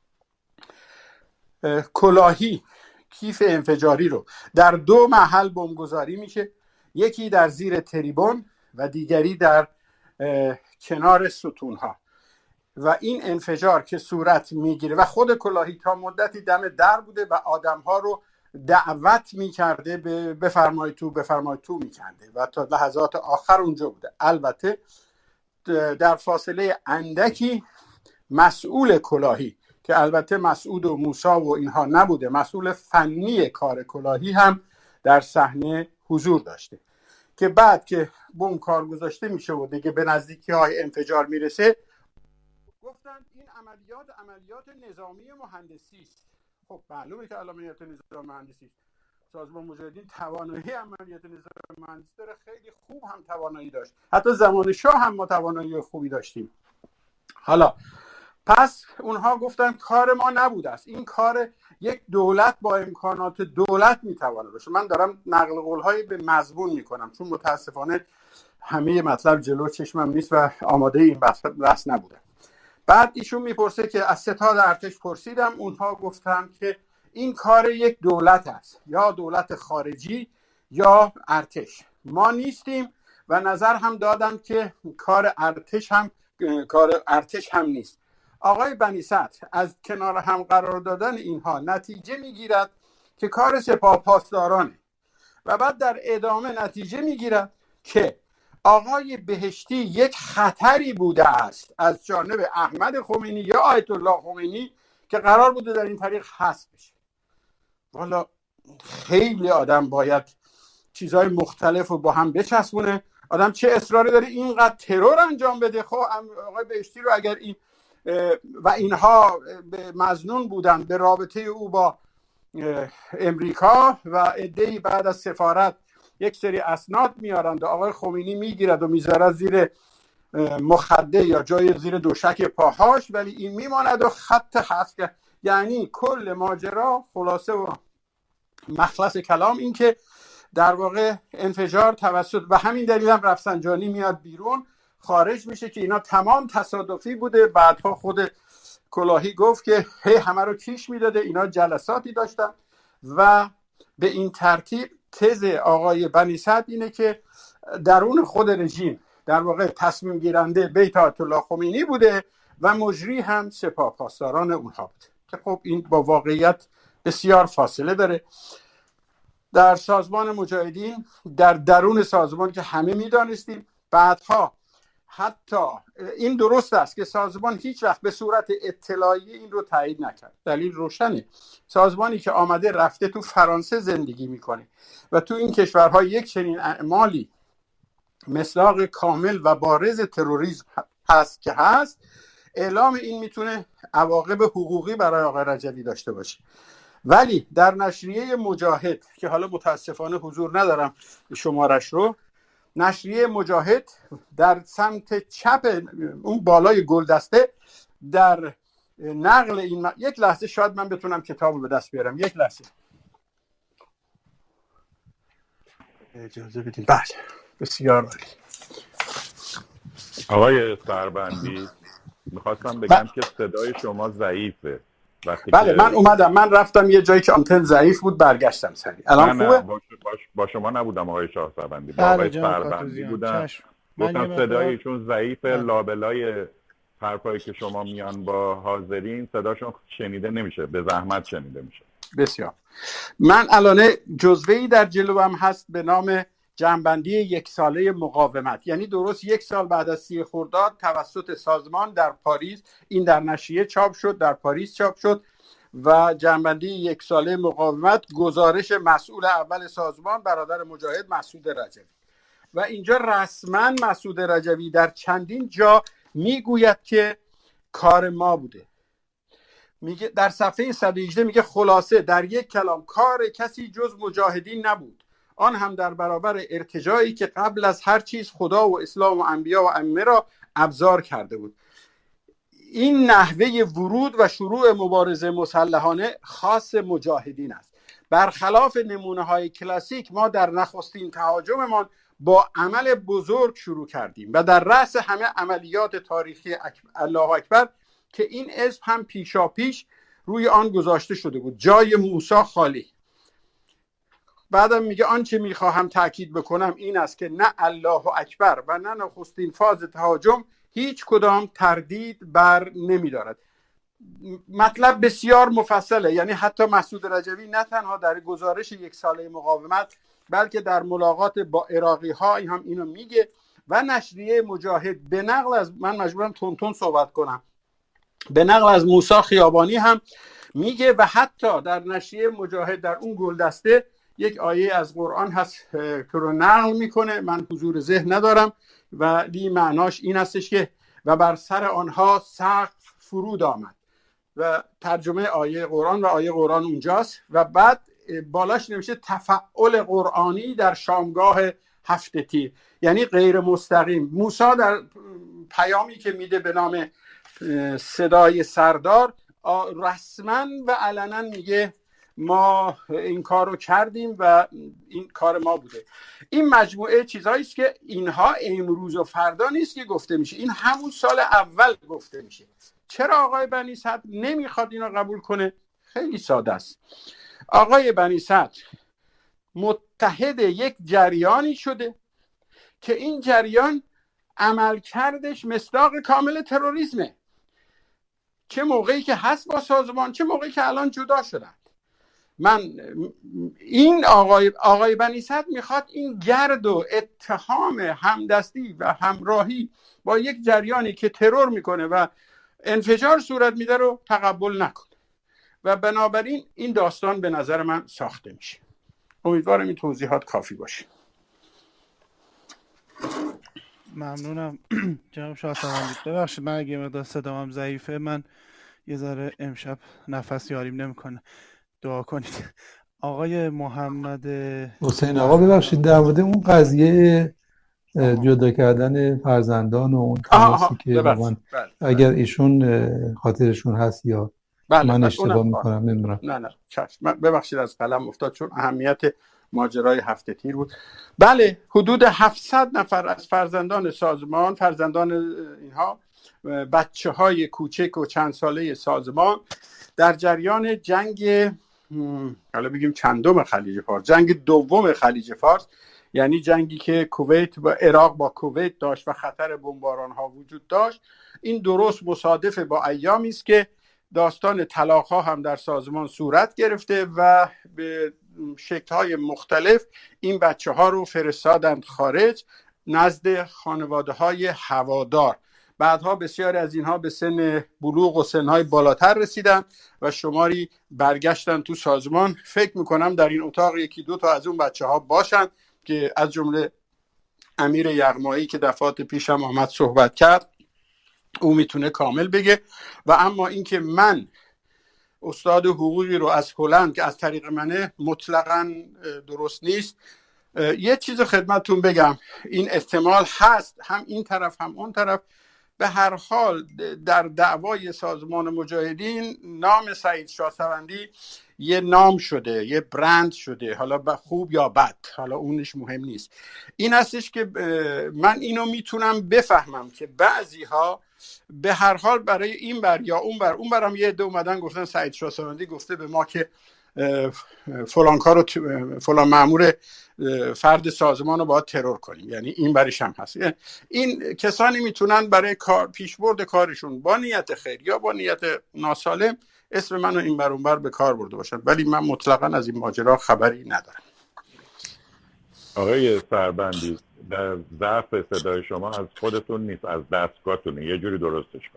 کلاهی کیف انفجاری رو در 2 محل بمبگذاری میشه، یکی در زیر تریبون و دیگری در کنار ستونها و این انفجار که صورت میگیره و خود کلاهی تا مدتی دم در بوده و آدمها رو دعوت میکرده به بفرمایید تو میکنده و تا لحظات آخر اونجا بوده. البته در فاصله اندکی مسئول کلاهی که البته مسعود و موسی و اینها نبوده، مسئول فنی کار کلاهی هم در صحنه حضور داشته که بعد که بمب کار گذاشته میشه و دیگه به نزدیکی های انفجار میرسه گفتن این عملیات نظامی مهندسی است. خب معلومه که عملیات نظامی مهندسی است. سازمان مجاهدین توانایی عملیات نظامی مهندسی داره، خیلی خوب هم توانایی داشت، حتی زمان شاه هم ما توانایی خوبی داشتیم. حالا پس اونها گفتن کار ما نبوده است، این کار یک دولت با امکانات دولت میتواند باشه. من دارم نقل قول‌های به مضمون میکنم چون متاسفانه همه مطلب جلو چشمم نیست و آماده این بحث نبوده. بعد ایشون میپرسه که از ستاد ارتش پرسیدم، اونها گفتن که این کار یک دولت است، یا دولت خارجی یا ارتش. ما نیستیم و نظر هم دادم که کار ارتش هم نیست. آقای بنی صدر از کنار هم قرار دادن اینها نتیجه میگیرد که کار سپاه پاسدارانه و بعد در ادامه نتیجه میگیرد که آقای بهشتی یک خطری بوده است از جانب احمد خمینی یا آیت الله خمینی که قرار بوده در این طریق حذف بشه. والا خیلی آدم باید چیزهای مختلف رو با هم بچسبونه. آدم چه اصراری داره اینقدر ترور انجام بده؟ خب آقای بهشتی رو اگر این و اینها مظنون بودن به رابطه او با امریکا و عده‌ای بعد از سفارت یک سری اسناد میارند و آقای خمینی میگیرد و میذارد زیر مخده یا جای زیر دوشک پاهاش، ولی این میماند و خط حذف. یعنی کل ماجرا خلاصه و مخلص کلام این که در واقع انفجار توسط و همین دلیل هم رفسنجانی میاد بیرون خارج میشه که اینا تمام تصادفی بوده. بعدها خود کلاهی گفت که همه رو کیش میداده، اینا جلساتی داشتن و به این ترتیب تز آقای بنی صدر اینه که درون خود رژیم در واقع تصمیم گیرنده بیت آیت الله خمینی بوده و مجری هم سپاه پاسداران اونها بوده که خب این با واقعیت بسیار فاصله داره. در سازمان مجاهدین در درون سازمان که همه میدانستیم، بعدها حتی این درست است که سازمان هیچ وقت به صورت اطلاعی این رو تایید نکرد. دلیل روشنه، سازمانی که آمده رفته تو فرانسه زندگی میکنه و تو این کشورها یک چنین اعمالی مصداق کامل و بارز تروریسم هست که هست، اعلام این میتونه عواقب حقوقی برای آقای رجوی داشته باشه. ولی در نشریه مجاهد که حالا متاسفانه حضور ندارم شمارش رو، نشریه مجاهد در سمت چپ اون بالای گلدسته در نقل این یک لحظه شاید من بتونم کتاب رو به دست بیارم، یک لحظه اجازه بدید. بله بسیار عالی. آقای سربندی میخواستم بگم که صدای شما ضعیفه. بله من اومدم، من رفتم یه جایی که آنتن ضعیف بود برگشتم سریع. الان خوبه؟ با شما نبودم آقای شاهسوندی، با آقای سربندی بودم. گفتم صدایشون ضعیفه، لابلای حرفایی که شما میان با حاضرین صداشون شنیده نمیشه، به زحمت شنیده میشه. بسیار. من الان جزوه‌ای در جلوم هست به نام جمع‌بندی 1 ساله مقاومت، یعنی درست 1 سال بعد از 30 خرداد توسط سازمان در پاریس این در نشریه چاپ شد، در پاریس چاپ شد و جمع‌بندی 1 ساله مقاومت، گزارش مسئول اول سازمان برادر مجاهد مسعود رجوی. و اینجا رسما مسعود رجوی در چندین جا میگوید که کار ما بوده. میگه در صفحه 118 میگه خلاصه در یک کلام کار کسی جز مجاهدین نبود. آن هم در برابر ارتجاعی که قبل از هر چیز خدا و اسلام و انبیا و ائمه را ابزار کرده بود. این نحوه ورود و شروع مبارزه مسلحانه خاص مجاهدین است. برخلاف نمونه‌های کلاسیک ما در نخستین تهاجممان با عمل بزرگ شروع کردیم و در رأس همه عملیات تاریخی الله اکبر که این اسم هم پیشاپیش روی آن گذاشته شده بود، جای موسی خالی. بعدم میگه آنچه میخواهم تاکید بکنم این است که نه الله اکبر و نه نخستین فاز تهاجم هیچ کدام تردید بر نمیدارد. مطلب بسیار مفصله، یعنی حتی مسعود رجوی نه تنها در گزارش 1 ساله مقاومت بلکه در ملاقات با عراقی ها هم اینو میگه و نشریه مجاهد به نقل از، من مجبورم تون صحبت کنم، به نقل از موسی خیابانی هم میگه و حتی در نشریه مجاهد در اون گلدسته یک آیه از قرآن هست که رو نقل میکنه، من حضور ذهن ندارم ولی معناش این هستش که و بر سر آنها سقف فرود آمد و ترجمه آیه قرآن و آیه قرآن اونجاست و بعد بالاش نمیشه تفعول قرآنی در شامگاه هفته تیر، یعنی غیر مستقیم. موسی در پیامی که میده به نام صدای سردار رسما و علنا میگه ما این کار رو کردیم و این کار ما بوده. این مجموعه چیزهایی است که اینها امروز و فردا نیست که گفته میشه، این همون سال اول گفته میشه. چرا آقای بنی صدر نمیخواد اینو قبول کنه؟ خیلی ساده است. آقای بنی صدر متحد یک جریانی شده که این جریان عملکردش مصداق کامل تروریسمه، چه موقعی که هست با سازمان چه موقعی که الان جدا شدن. من این آقای بنی صدر میخواد این گرد و اتهام همدستی و همراهی با یک جریانی که ترور میکنه و انفجار صورت میده رو تقبل نکنه و بنابراین این داستان به نظر من ساخته میشه. امیدوارم این توضیحات کافی باشه. ممنونم جناب شاهسواری. ببخشید من اگه مقدار صدامم ضعیفه، من یه ذره امشب نفس یاریم نمیکنه، دعا کنید. آقای محمد حسین آقا ببخشید در مورد اون قضیه جدا کردن فرزندان و اون تماسی که من اگر ایشون خاطرشون هست یا من اشتباه میکنم نمیدونم. نه چشم، ببخشید از قلم افتاد چون اهمیت ماجرای هفته تیر بود. بله، حدود 700 نفر از فرزندان سازمان، فرزندان اینها بچه های کوچک و چند ساله سازمان در جریان جنگ حالا بگیم چندم خلیج فارس، جنگ دوم خلیج فارس، یعنی جنگی که کویت با عراق با کویت داشت و خطر بمباران ها وجود داشت، این درست مصادف با ایامی است که داستان طلاق ها هم در سازمان صورت گرفته و به شکل های مختلف این بچه ها رو فرستادند خارج نزد خانواده های هوادار. بعدها بسیاری از اینها به سن بلوغ و سنهای بالاتر رسیدن و شماری برگشتن تو سازمان. فکر میکنم در این اتاق 1-2 از اون بچه ها باشن که از جمله امیر یغمایی که دفعات پیشم آمد صحبت کرد، او میتونه کامل بگه. و اما اینکه من استاد حقوقی رو از هلند که از طریق منه مطلقاً درست نیست. یه چیز خدمتتون بگم، این احتمال هست هم این طرف هم اون طرف. به هر حال در دعوای سازمان مجاهدین نام سعید شاهسوندی یه نام شده، یه برند شده، حالا خوب یا بد، حالا اونش مهم نیست. این هستش که من اینو میتونم بفهمم که بعضی ها به هر حال برای این بر یا اون بر، اون برم یه عده اومدن گفتن سعید شاهسوندی گفته به ما که فلان کارو فلان مأمور فرد سازمان رو باید ترور کنیم، یعنی این برش هم هست. این کسانی میتونن برای پیشبرد کارشون با نیت خیر یا با نیت ناسالم اسم منو این بر اون بر به کار برده باشن، ولی من مطلقاً از این ماجرا خبری ندارم. آقای سربندی، در ضعف صدای شما از خودتون نیست، از دستگاهتونه، یه جوری درستش کن.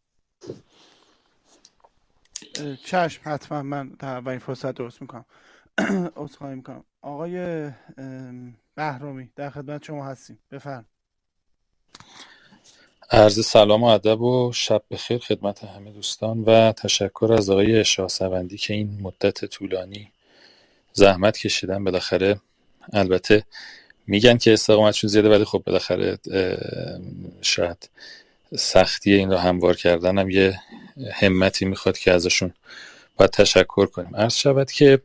چشم، حتما من در این فرصت درست میکنم. عذرخواهی میکنم. آقای بهرامی در خدمت شما هستیم، بفرمایید. عرض سلام و ادب و شب بخیر خدمت همه دوستان و تشکر از آقای شاهسوندی که این مدت طولانی زحمت کشیدن، بالاخره البته میگن که استقامتشون زیاده، ولی خب بالاخره شاید سختی این رو هموار کردن هم یه همتی میخواد که ازشون باید تشکر کنیم. عرض شود که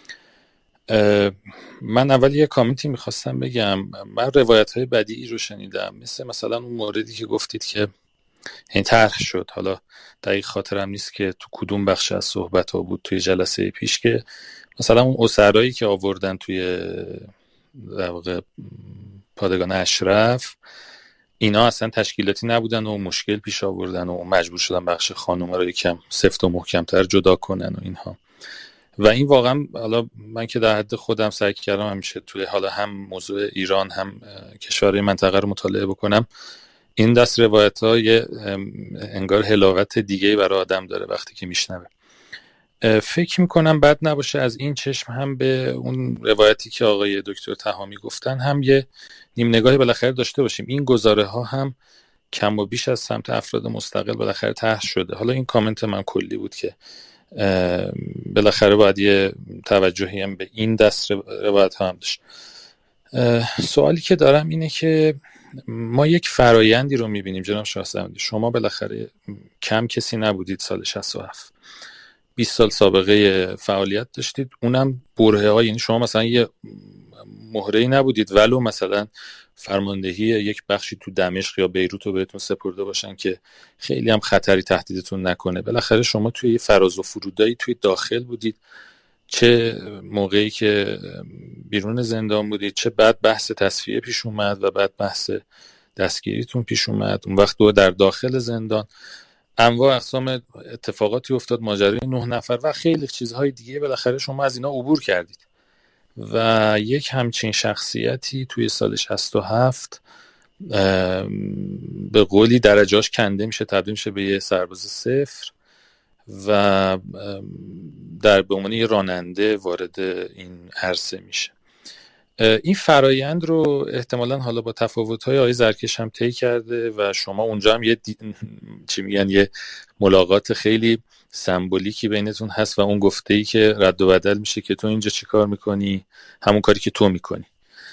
من اول یه کامنتی میخواستم بگم. من روایت های بدیعی رو شنیدم، مثلا اون موردی که گفتید که این طرح شد، حالا دقیق خاطرم نیست که تو کدوم بخش از صحبت ها بود توی جلسه پیش، که مثلا اون اسرایی که آوردن توی در واقع پادگان اشرف، اینا اصلا تشکیلاتی نبودن و مشکل پیش آوردن و مجبور شدن بخش خانوما رو یکم سفت و محکمتر جدا کنن و اینها. و این واقعا، حالا من که در حد خودم سعی کردم همیشه توی حالا هم موضوع ایران هم کشورهای منطقه رو مطالعه بکنم، این دست روایت ها یه انگار حلاوت دیگه برای آدم داره وقتی که میشنوه. فکر میکنم بد نباشه از این چشم هم به اون روایتی که آقای دکتر تهامی گفتن هم یه نیم نگاهی بالاخره داشته باشیم. این گزاره ها هم کم و بیش از سمت افراد مستقل بالاخره طرح شده. حالا این کامنت من کلی بود که بالاخره باید یه توجهی هم به این دست روایت ها هم داشت. سوالی که دارم اینه که ما یک فرایندی رو میبینیم جناب شاهزادی، شما بالاخره کم کسی نبودید، سال 67 20 سال سابقه فعالیت داشتید، اونم برهه ها، یعنی شما مثلا یه مهره‌ای نبودید ولو مثلا فرماندهی یک بخشی تو دمشق یا بیروت رو بهتون سپرده باشن که خیلی هم خطری تهدیدتون نکنه. بالاخره شما توی یه فراز و فرودایی توی داخل بودید، چه موقعی که بیرون زندان بودید، چه بعد بحث تصفیه پیش اومد و بعد بحث دستگیریتون پیش اومد، اون وقت دو در داخل زندان انواع اقسام اتفاقاتی افتاد، ماجرای 9 نفر و خیلی چیزهای دیگه، بالاخره شما از اینا عبور کردید و یک همچین شخصیتی توی سال 67 به قولی درجاش کنده میشه، تبدیل میشه به یه سرباز صفر و در به عنوان یه راننده وارد این عرصه میشه. این فرایند رو احتمالاً حالا با تفاوت‌های آقای زرکش هم طی کرده و شما اونجا هم یه ملاقات خیلی سمبولیکی بینتون هست و اون گفته‌ای که رد و بدل میشه که تو اینجا چی کار میکنی، همون کاری که تو میکنی.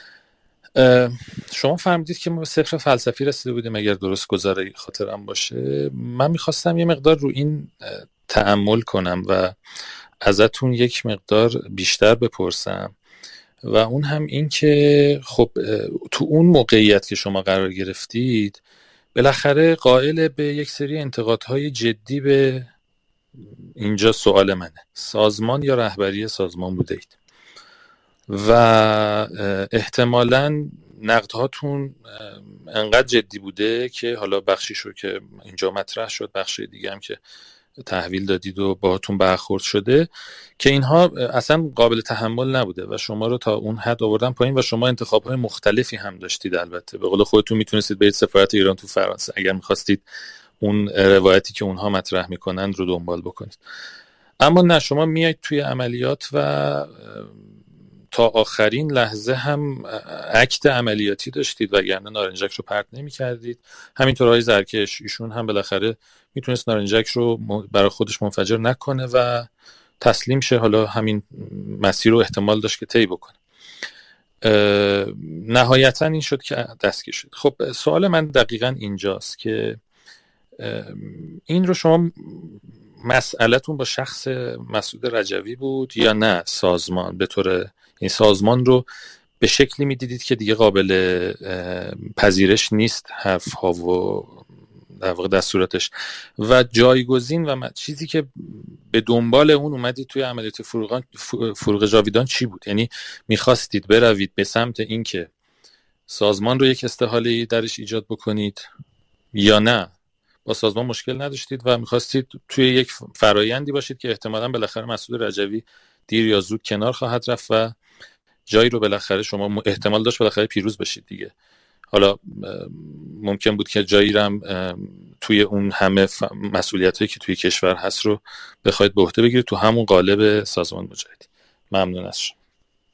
شما فهمیدید که ما به صفر فلسفی رسیده بودیم اگر درست گذاره خاطرم باشه. من میخواستم یه مقدار رو این تأمل کنم و ازتون یک مقدار بیشتر بپرسم و اون هم این که خب تو اون موقعیت که شما قرار گرفتید بالاخره قائل به یک سری انتقادهای جدی به اینجا سوال منه، سازمان یا رهبری سازمان بوده اید و احتمالاً نقدهاتون انقدر جدی بوده که حالا بخشی شو که اینجا مطرح شد، بخشی دیگه هم که تحویل دادید و باهاتون برخورد شده که اینها اصلا قابل تحمل نبوده و شما رو تا اون حد آوردن پایین و شما انتخاب‌های مختلفی هم داشتید. البته به قول خودتون میتونستید برید سفارت ایران تو فرانسه اگر میخواستید اون روایتی که اونها مطرح میکنن رو دنبال بکنید، اما نه، شما میایید توی عملیات و تا آخرین لحظه هم اکت عملیاتی داشتید وگرنه نارنجک رو پرت نمی کردید. همینطور آقای زرکش، ایشون هم بالاخره میتونست نارنجک رو برای خودش منفجر نکنه و تسلیم شه، حالا همین مسیر رو احتمال داشت که طی بکنه. نهایتا این شد که دستگیر شد. خب سوال من دقیقا اینجاست که این رو شما مسئلتون با شخص مسعود رجوی بود یا نه سازمان به طور این سازمان رو به شکلی میدیدید که دیگه قابل پذیرش نیست حرف ها و در واقع دستوراتش و جایگزین و چیزی که به دنبال اون اومدید توی عملیات فروغ جاویدان چی بود؟ یعنی میخواستید بروید به سمت این که سازمان رو یک استحاله‌ای درش ایجاد بکنید یا نه با سازمان مشکل نداشتید و میخواستید توی یک فرایندی باشید که احتمالاً بالاخره مسعود رجوی دیر یا زود کنار خواهد رفت و جایی رو بالاخره شما احتمال داشت بالاخره پیروز بشید دیگه. حالا ممکن بود که جایی رو هم توی اون همه مسئولیتایی که توی کشور هست رو بخواید به عهده بگیرید تو همون قالب سازمان مجاهدین. ممنون از شما.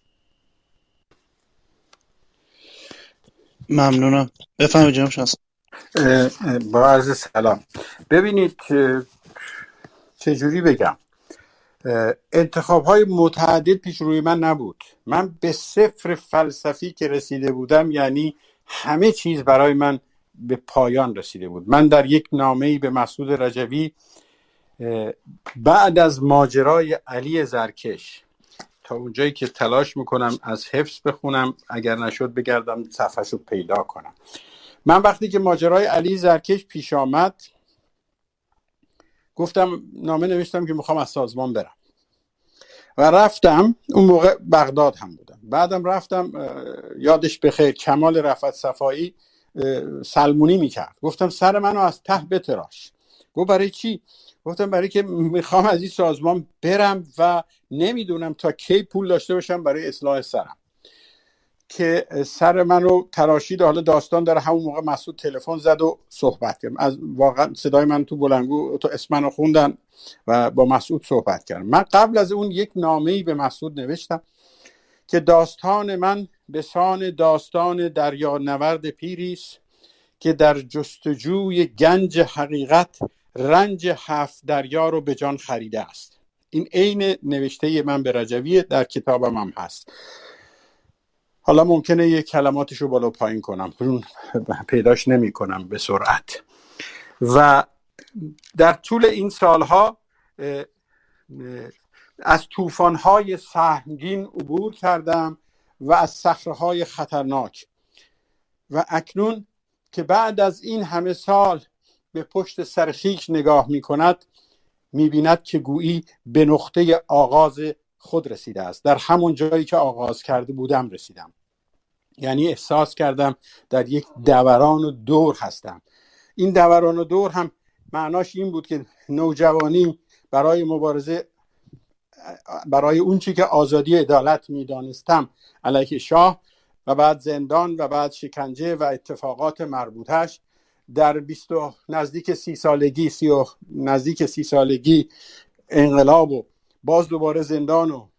ممنونم. بفرمایید جناب شاهزاده. با عرض سلام. ببینید چجوری بگم، انتخاب های متعدد پیش روی من نبود. من به صفر فلسفی که رسیده بودم، یعنی همه چیز برای من به پایان رسیده بود. من در یک نامه‌ای به مسعود رجوی بعد از ماجرای علی زرکش، تا اونجایی که تلاش میکنم از حفظ بخونم، اگر نشد بگردم صفحه‌شو پیدا کنم. من وقتی که ماجرای علی زرکش پیش آمد گفتم، نامه نوشتم که میخوام از سازمان برم و رفتم. اون موقع بغداد هم بودم. بعدم رفتم، یادش بخیر، کمال رفعت صفایی سلمونی میکرد. گفتم سر منو از ته بتراش. گفت برای چی؟ گفتم برای که میخوام از این سازمان برم و نمیدونم تا کی پول داشته باشم برای اصلاح سرم. که سر منو تراشید. حالا داستان داره. همون موقع مسعود تلفن زد و صحبت کردم. از واقعا صدای من تو بلندگو تو اسم منو خوندن و با مسعود صحبت کردم. من قبل از اون یک نامه‌ای به مسعود نوشتم که داستان من به سان داستان دریا نورد پیریست که در جستجوی گنج حقیقت رنج 7 دریا رو به جان خریده است. این عین نوشته من به رجوی در کتابم هم هست. حالا ممکنه یه کلماتشو بالا پایین کنم، پیداش نمی کنم به سرعت. و در طول این سالها از طوفان‌های سهمگین عبور کردم و از صخره‌های خطرناک. و اکنون که بعد از این همه سال به پشت سر خویش نگاه می کند، می بیند که گویی به نقطه آغاز خود رسیده است. در همون جایی که آغاز کرده بودم رسیدم. یعنی احساس کردم در یک دوران و دور هستم. این دوران و دور هم معناش این بود که نوجوانی برای مبارزه برای اون چی که آزادی عدالت می دانستم علیه شاه و بعد زندان و بعد شکنجه و اتفاقات مربوطش، در نزدیک 30 سالگی انقلاب و باز دوباره زندان و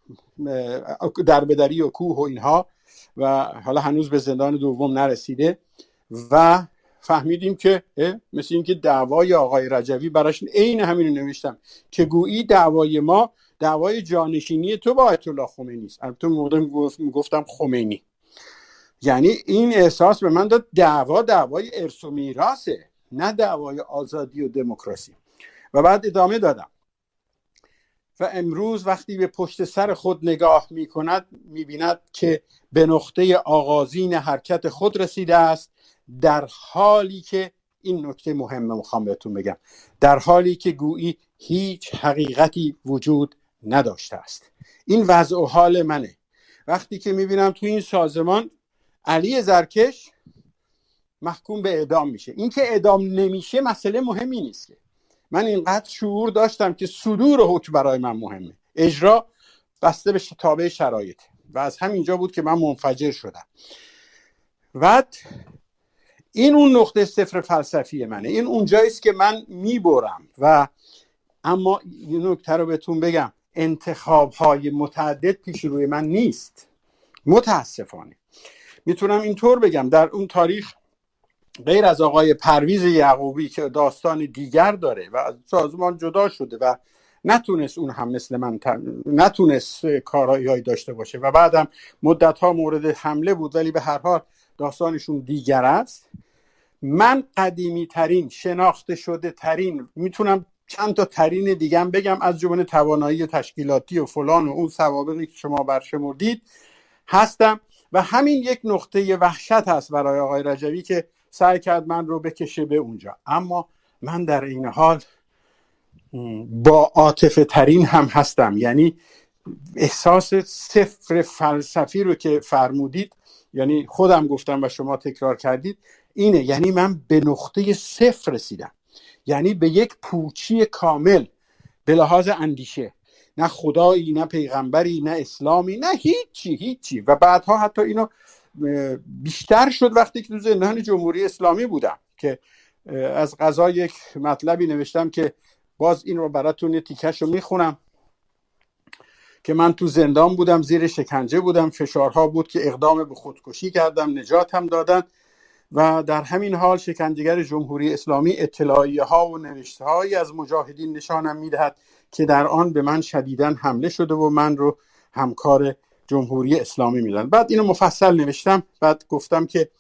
دربدری و کوه و اینها، و حالا هنوز به زندان دوم نرسیده. و فهمیدیم که مثل این که دعوای آقای رجوی براش عین همین رو نوشتم که گویی دعوای ما دعوای جانشینی تو با آیت الله خمینی است. البته موقع گفتم خمینی. یعنی این احساس به من داد دعوای ارث و میراثه، نه دعوای آزادی و دموکراسی. و بعد ادامه دادم. و امروز وقتی به پشت سر خود نگاه می کند می بیند که به نقطه آغازین حرکت خود رسیده است، در حالی که این نکته مهمه میخوام بهتون بگم، در حالی که گویی هیچ حقیقتی وجود نداشته است. این وضع و حال منه. وقتی که می بینم تو این سازمان علی زرکش محکوم به اعدام میشه، این که اعدام نمیشه مسئله مهمی نیست. من اینقدر شعور داشتم که صدور حکم برای من مهمه، اجرا بسته به تابع شرایط. و از همینجا بود که من منفجر شدم. و این اون نقطه صفر فلسفی منه. این اونجاییست که من میبرم. و اما این نکته رو بهتون بگم، انتخاب‌های متعدد پیش روی من نیست، متاسفانه. میتونم اینطور بگم در اون تاریخ غیر از آقای پرویز یعقوبی که داستان دیگر داره و از سازمان جدا شده و نتونست اون هم مثل من نتونست کارایی داشته باشه و بعدم مدت‌ها مورد حمله بود، ولی به هر حال داستانشون دیگر است. من قدیمی ترین، شناخته شده ترین، میتونم چند تا ترین دیگه هم بگم، از جمله توانایی تشکیلاتی و فلان و اون سوابقی که شما برشمردید هستم. و همین یک نقطه وحشت هست برای آقای رجوی که سعی کرد من رو بکشه به اونجا. اما من در این حال با عاطفه ترین هم هستم. یعنی احساس صفر فلسفی رو که فرمودید، یعنی خودم گفتم و شما تکرار کردید، اینه. یعنی من به نقطه صفر رسیدم، یعنی به یک پوچی کامل به لحاظ اندیشه، نه خدایی، نه پیغمبری، نه اسلامی، نه هیچی. و بعدها حتی اینو بیشتر شد وقتی که تو زندان جمهوری اسلامی بودم که از قضا یک مطلبی نوشتم که باز این رو براتون تیکش رو میخونم که من تو زندان بودم، زیر شکنجه بودم، فشارها بود که اقدام به خودکشی کردم، نجاتم دادن و در همین حال شکنجهگر جمهوری اسلامی اطلاعیه ها و نوشته هایی از مجاهدین نشانم میدهد که در آن به من شدیداً حمله شده و من رو همکار جمهوری اسلامی میدن. بعد اینو مفصل نوشتم. بعد گفتم که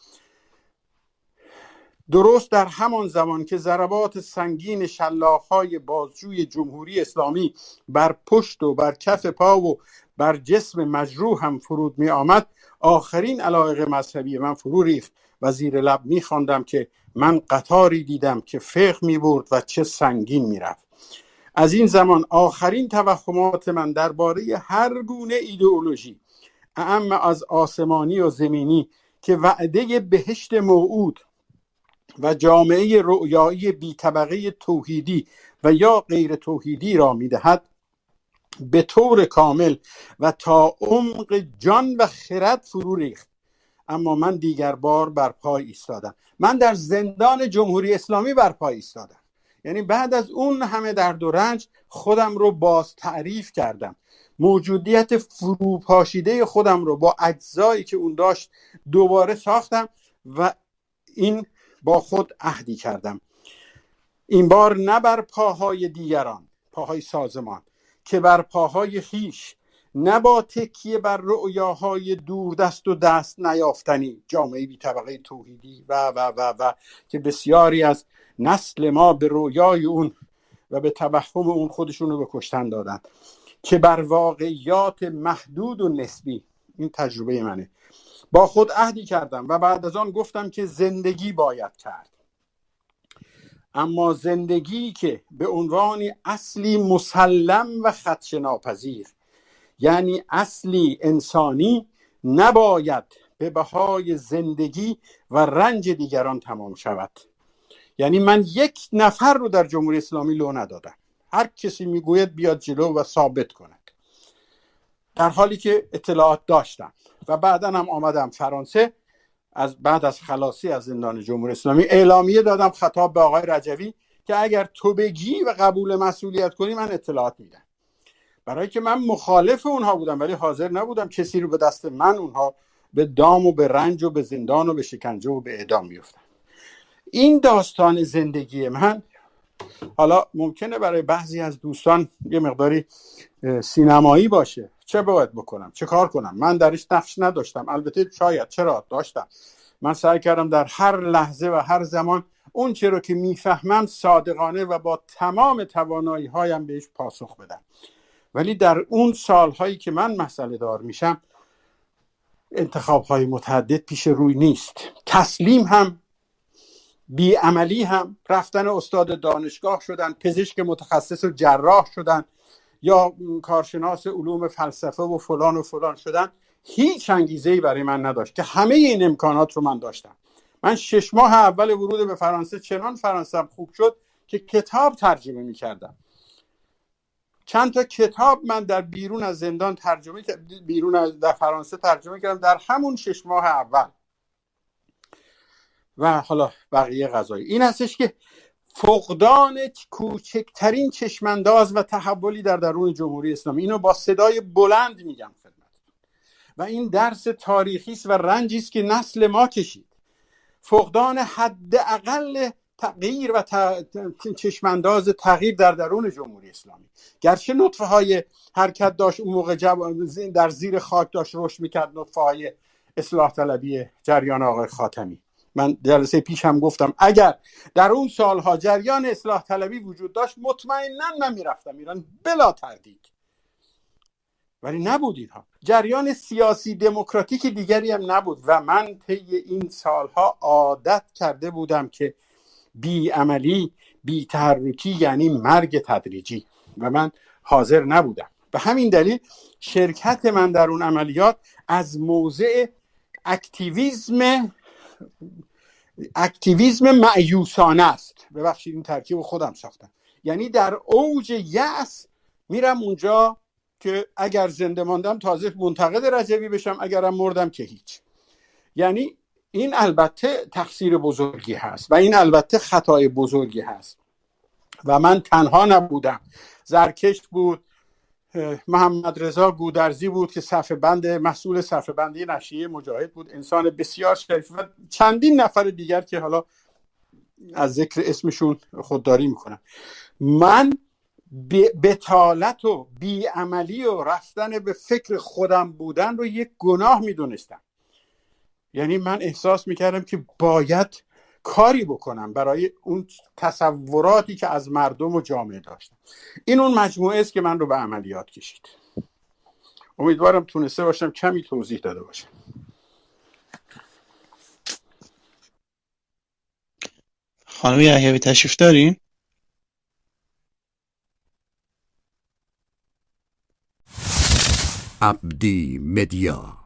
درست در همان زمان که ضربات سنگین شلاق‌های بازجوی جمهوری اسلامی بر پشت و بر کف پا و بر جسم مجروح هم فرود می آمد، آخرین علایق مذهبی من فرو ریخت و زیر لب می خواندم که من قطاری دیدم که فقه می برد و چه سنگین می رفت. از این زمان آخرین توهمات من درباره هر گونه ایدئولوژی، اعم از آسمانی و زمینی، که وعده بهشت موعود و جامعه رؤیایی بی طبقه توحیدی و یا غیر توحیدی را می‌دهد، به طور کامل و تا عمق جان و خرد فرو ریخت. اما من دیگر بار بر پای ایستادم. من در زندان جمهوری اسلامی بر پای ایستادم. یعنی بعد از اون همه درد و رنج خودم رو باز تعریف کردم، موجودیت فروپاشیده خودم رو با اجزایی که اون داشت دوباره ساختم و این با خود عهدی کردم. این بار نه بر پاهای دیگران، پاهای سازمان، که بر پاهای خیش، نه با تکیه بر رؤیاهای دوردست و دست نیافتنی، جامعه بی طبقه توحیدی و که بسیاری از نسل ما به رؤیای اون و به توهم اون خودشون رو به کشتن دادن، که بر واقعیات محدود و نسبی. این تجربه منه. با خود عهدی کردم و بعد از آن گفتم که زندگی باید کرد، اما زندگی که به عنوان اصلی مسلم و خدشه‌ناپذیر، یعنی اصلی انسانی، نباید به بهای زندگی و رنج دیگران تمام شود. یعنی من یک نفر رو در جمهوری اسلامی لو ندادم. هر کسی میگوید بیاد جلو و ثابت کند، در حالی که اطلاعات داشتم. و بعدن هم آمدم فرانسه، بعد از خلاصی از زندان جمهوری اسلامی اعلامیه دادم خطاب به آقای رجوی که اگر تو بگی و قبول مسئولیت کنی من اطلاعات میدم. برای که من مخالف اونها بودم ولی حاضر نبودم کسی رو به دست من اونها به دام و به رنج و به زندان و به شکنجه و به اعدام بیفتن. این داستان زندگی من حالا ممکنه برای بعضی از دوستان یه مقداری سینمایی باشه. چه باید بکنم؟ چه کار کنم؟ من درش نقش نداشتم. البته شاید چرا داشتم. من سعی کردم در هر لحظه و هر زمان اون چه رو که میفهمم صادقانه و با تمام توانایی هایم بهش پاسخ بدم. ولی در اون سالهایی که من مسئله دار میشم انتخاب های متعدد پیش روی نیست. تسلیم هم، بیعملی هم، رفتن استاد دانشگاه شدن، پزشک متخصص و جراح شدن یا کارشناس علوم فلسفه و فلان شدن هیچ انگیزه‌ای برای من نداشت که همه این امکانات رو من داشتم. من 6 ماه اول ورود به فرانسه چنان فرانسه‌ام خوب شد که کتاب ترجمه می‌کردم. چند تا کتاب من در بیرون از زندان در فرانسه ترجمه کردم در همون 6 ماه اول. و حالا بقیه قضایی این هستش که فقدان کوچکترین چشمانداز و تحولی در درون جمهوری اسلامی، اینو با صدای بلند میگم خدمتتون، و این درس تاریخی است و رنجی است که نسل ما کشید. فقدان حداقل تغییر و چشمانداز تغییر در درون جمهوری اسلامی. گرچه نطفه های حرکت داشت اون موقع در زیر خاک داشت رشد میکرد، نطفه های اصلاح طلبی جریان آقای خاتمی. من جلسه پیش هم گفتم اگر در اون سالها جریان اصلاح طلبی وجود داشت مطمئناً من میرفتم ایران بلا تردید. ولی نبود اینها. جریان سیاسی دموکراتیک دیگری هم نبود و من طی این سالها عادت کرده بودم که بی عملی، بی تحرکی یعنی مرگ تدریجی و من حاضر نبودم. به همین دلیل شرکت من در اون عملیات از موضع اکتیویسم مأیوسانه است. ببخشید این ترکیب خودم ساختم. یعنی در اوج یأس میرم اونجا که اگر زنده ماندم تازه منتقد رجوی بشم، اگرم مردم که هیچ. یعنی این البته تقصیر بزرگی هست و این البته خطای بزرگی هست و من تنها نبودم. زرکش بود، محمد رضا گودرزی بود که مسئول صفحه بندی نشریه مجاهد بود، انسان بسیار شریف، و چندین نفر دیگر که حالا از ذکر اسمشون خودداری میکنم. من بتالت و بیعملی و رفتن به فکر خودم بودن رو یک گناه میدونستم. یعنی من احساس میکردم که باید کاری بکنم برای اون تصوراتی که از مردم و جامعه داشتم. این اون مجموعه است که من رو به عملیات کشید. امیدوارم تونسته باشم کمی توضیح داده باشم. خانم یحیوی تشریف دارین؟ عبدی مدیا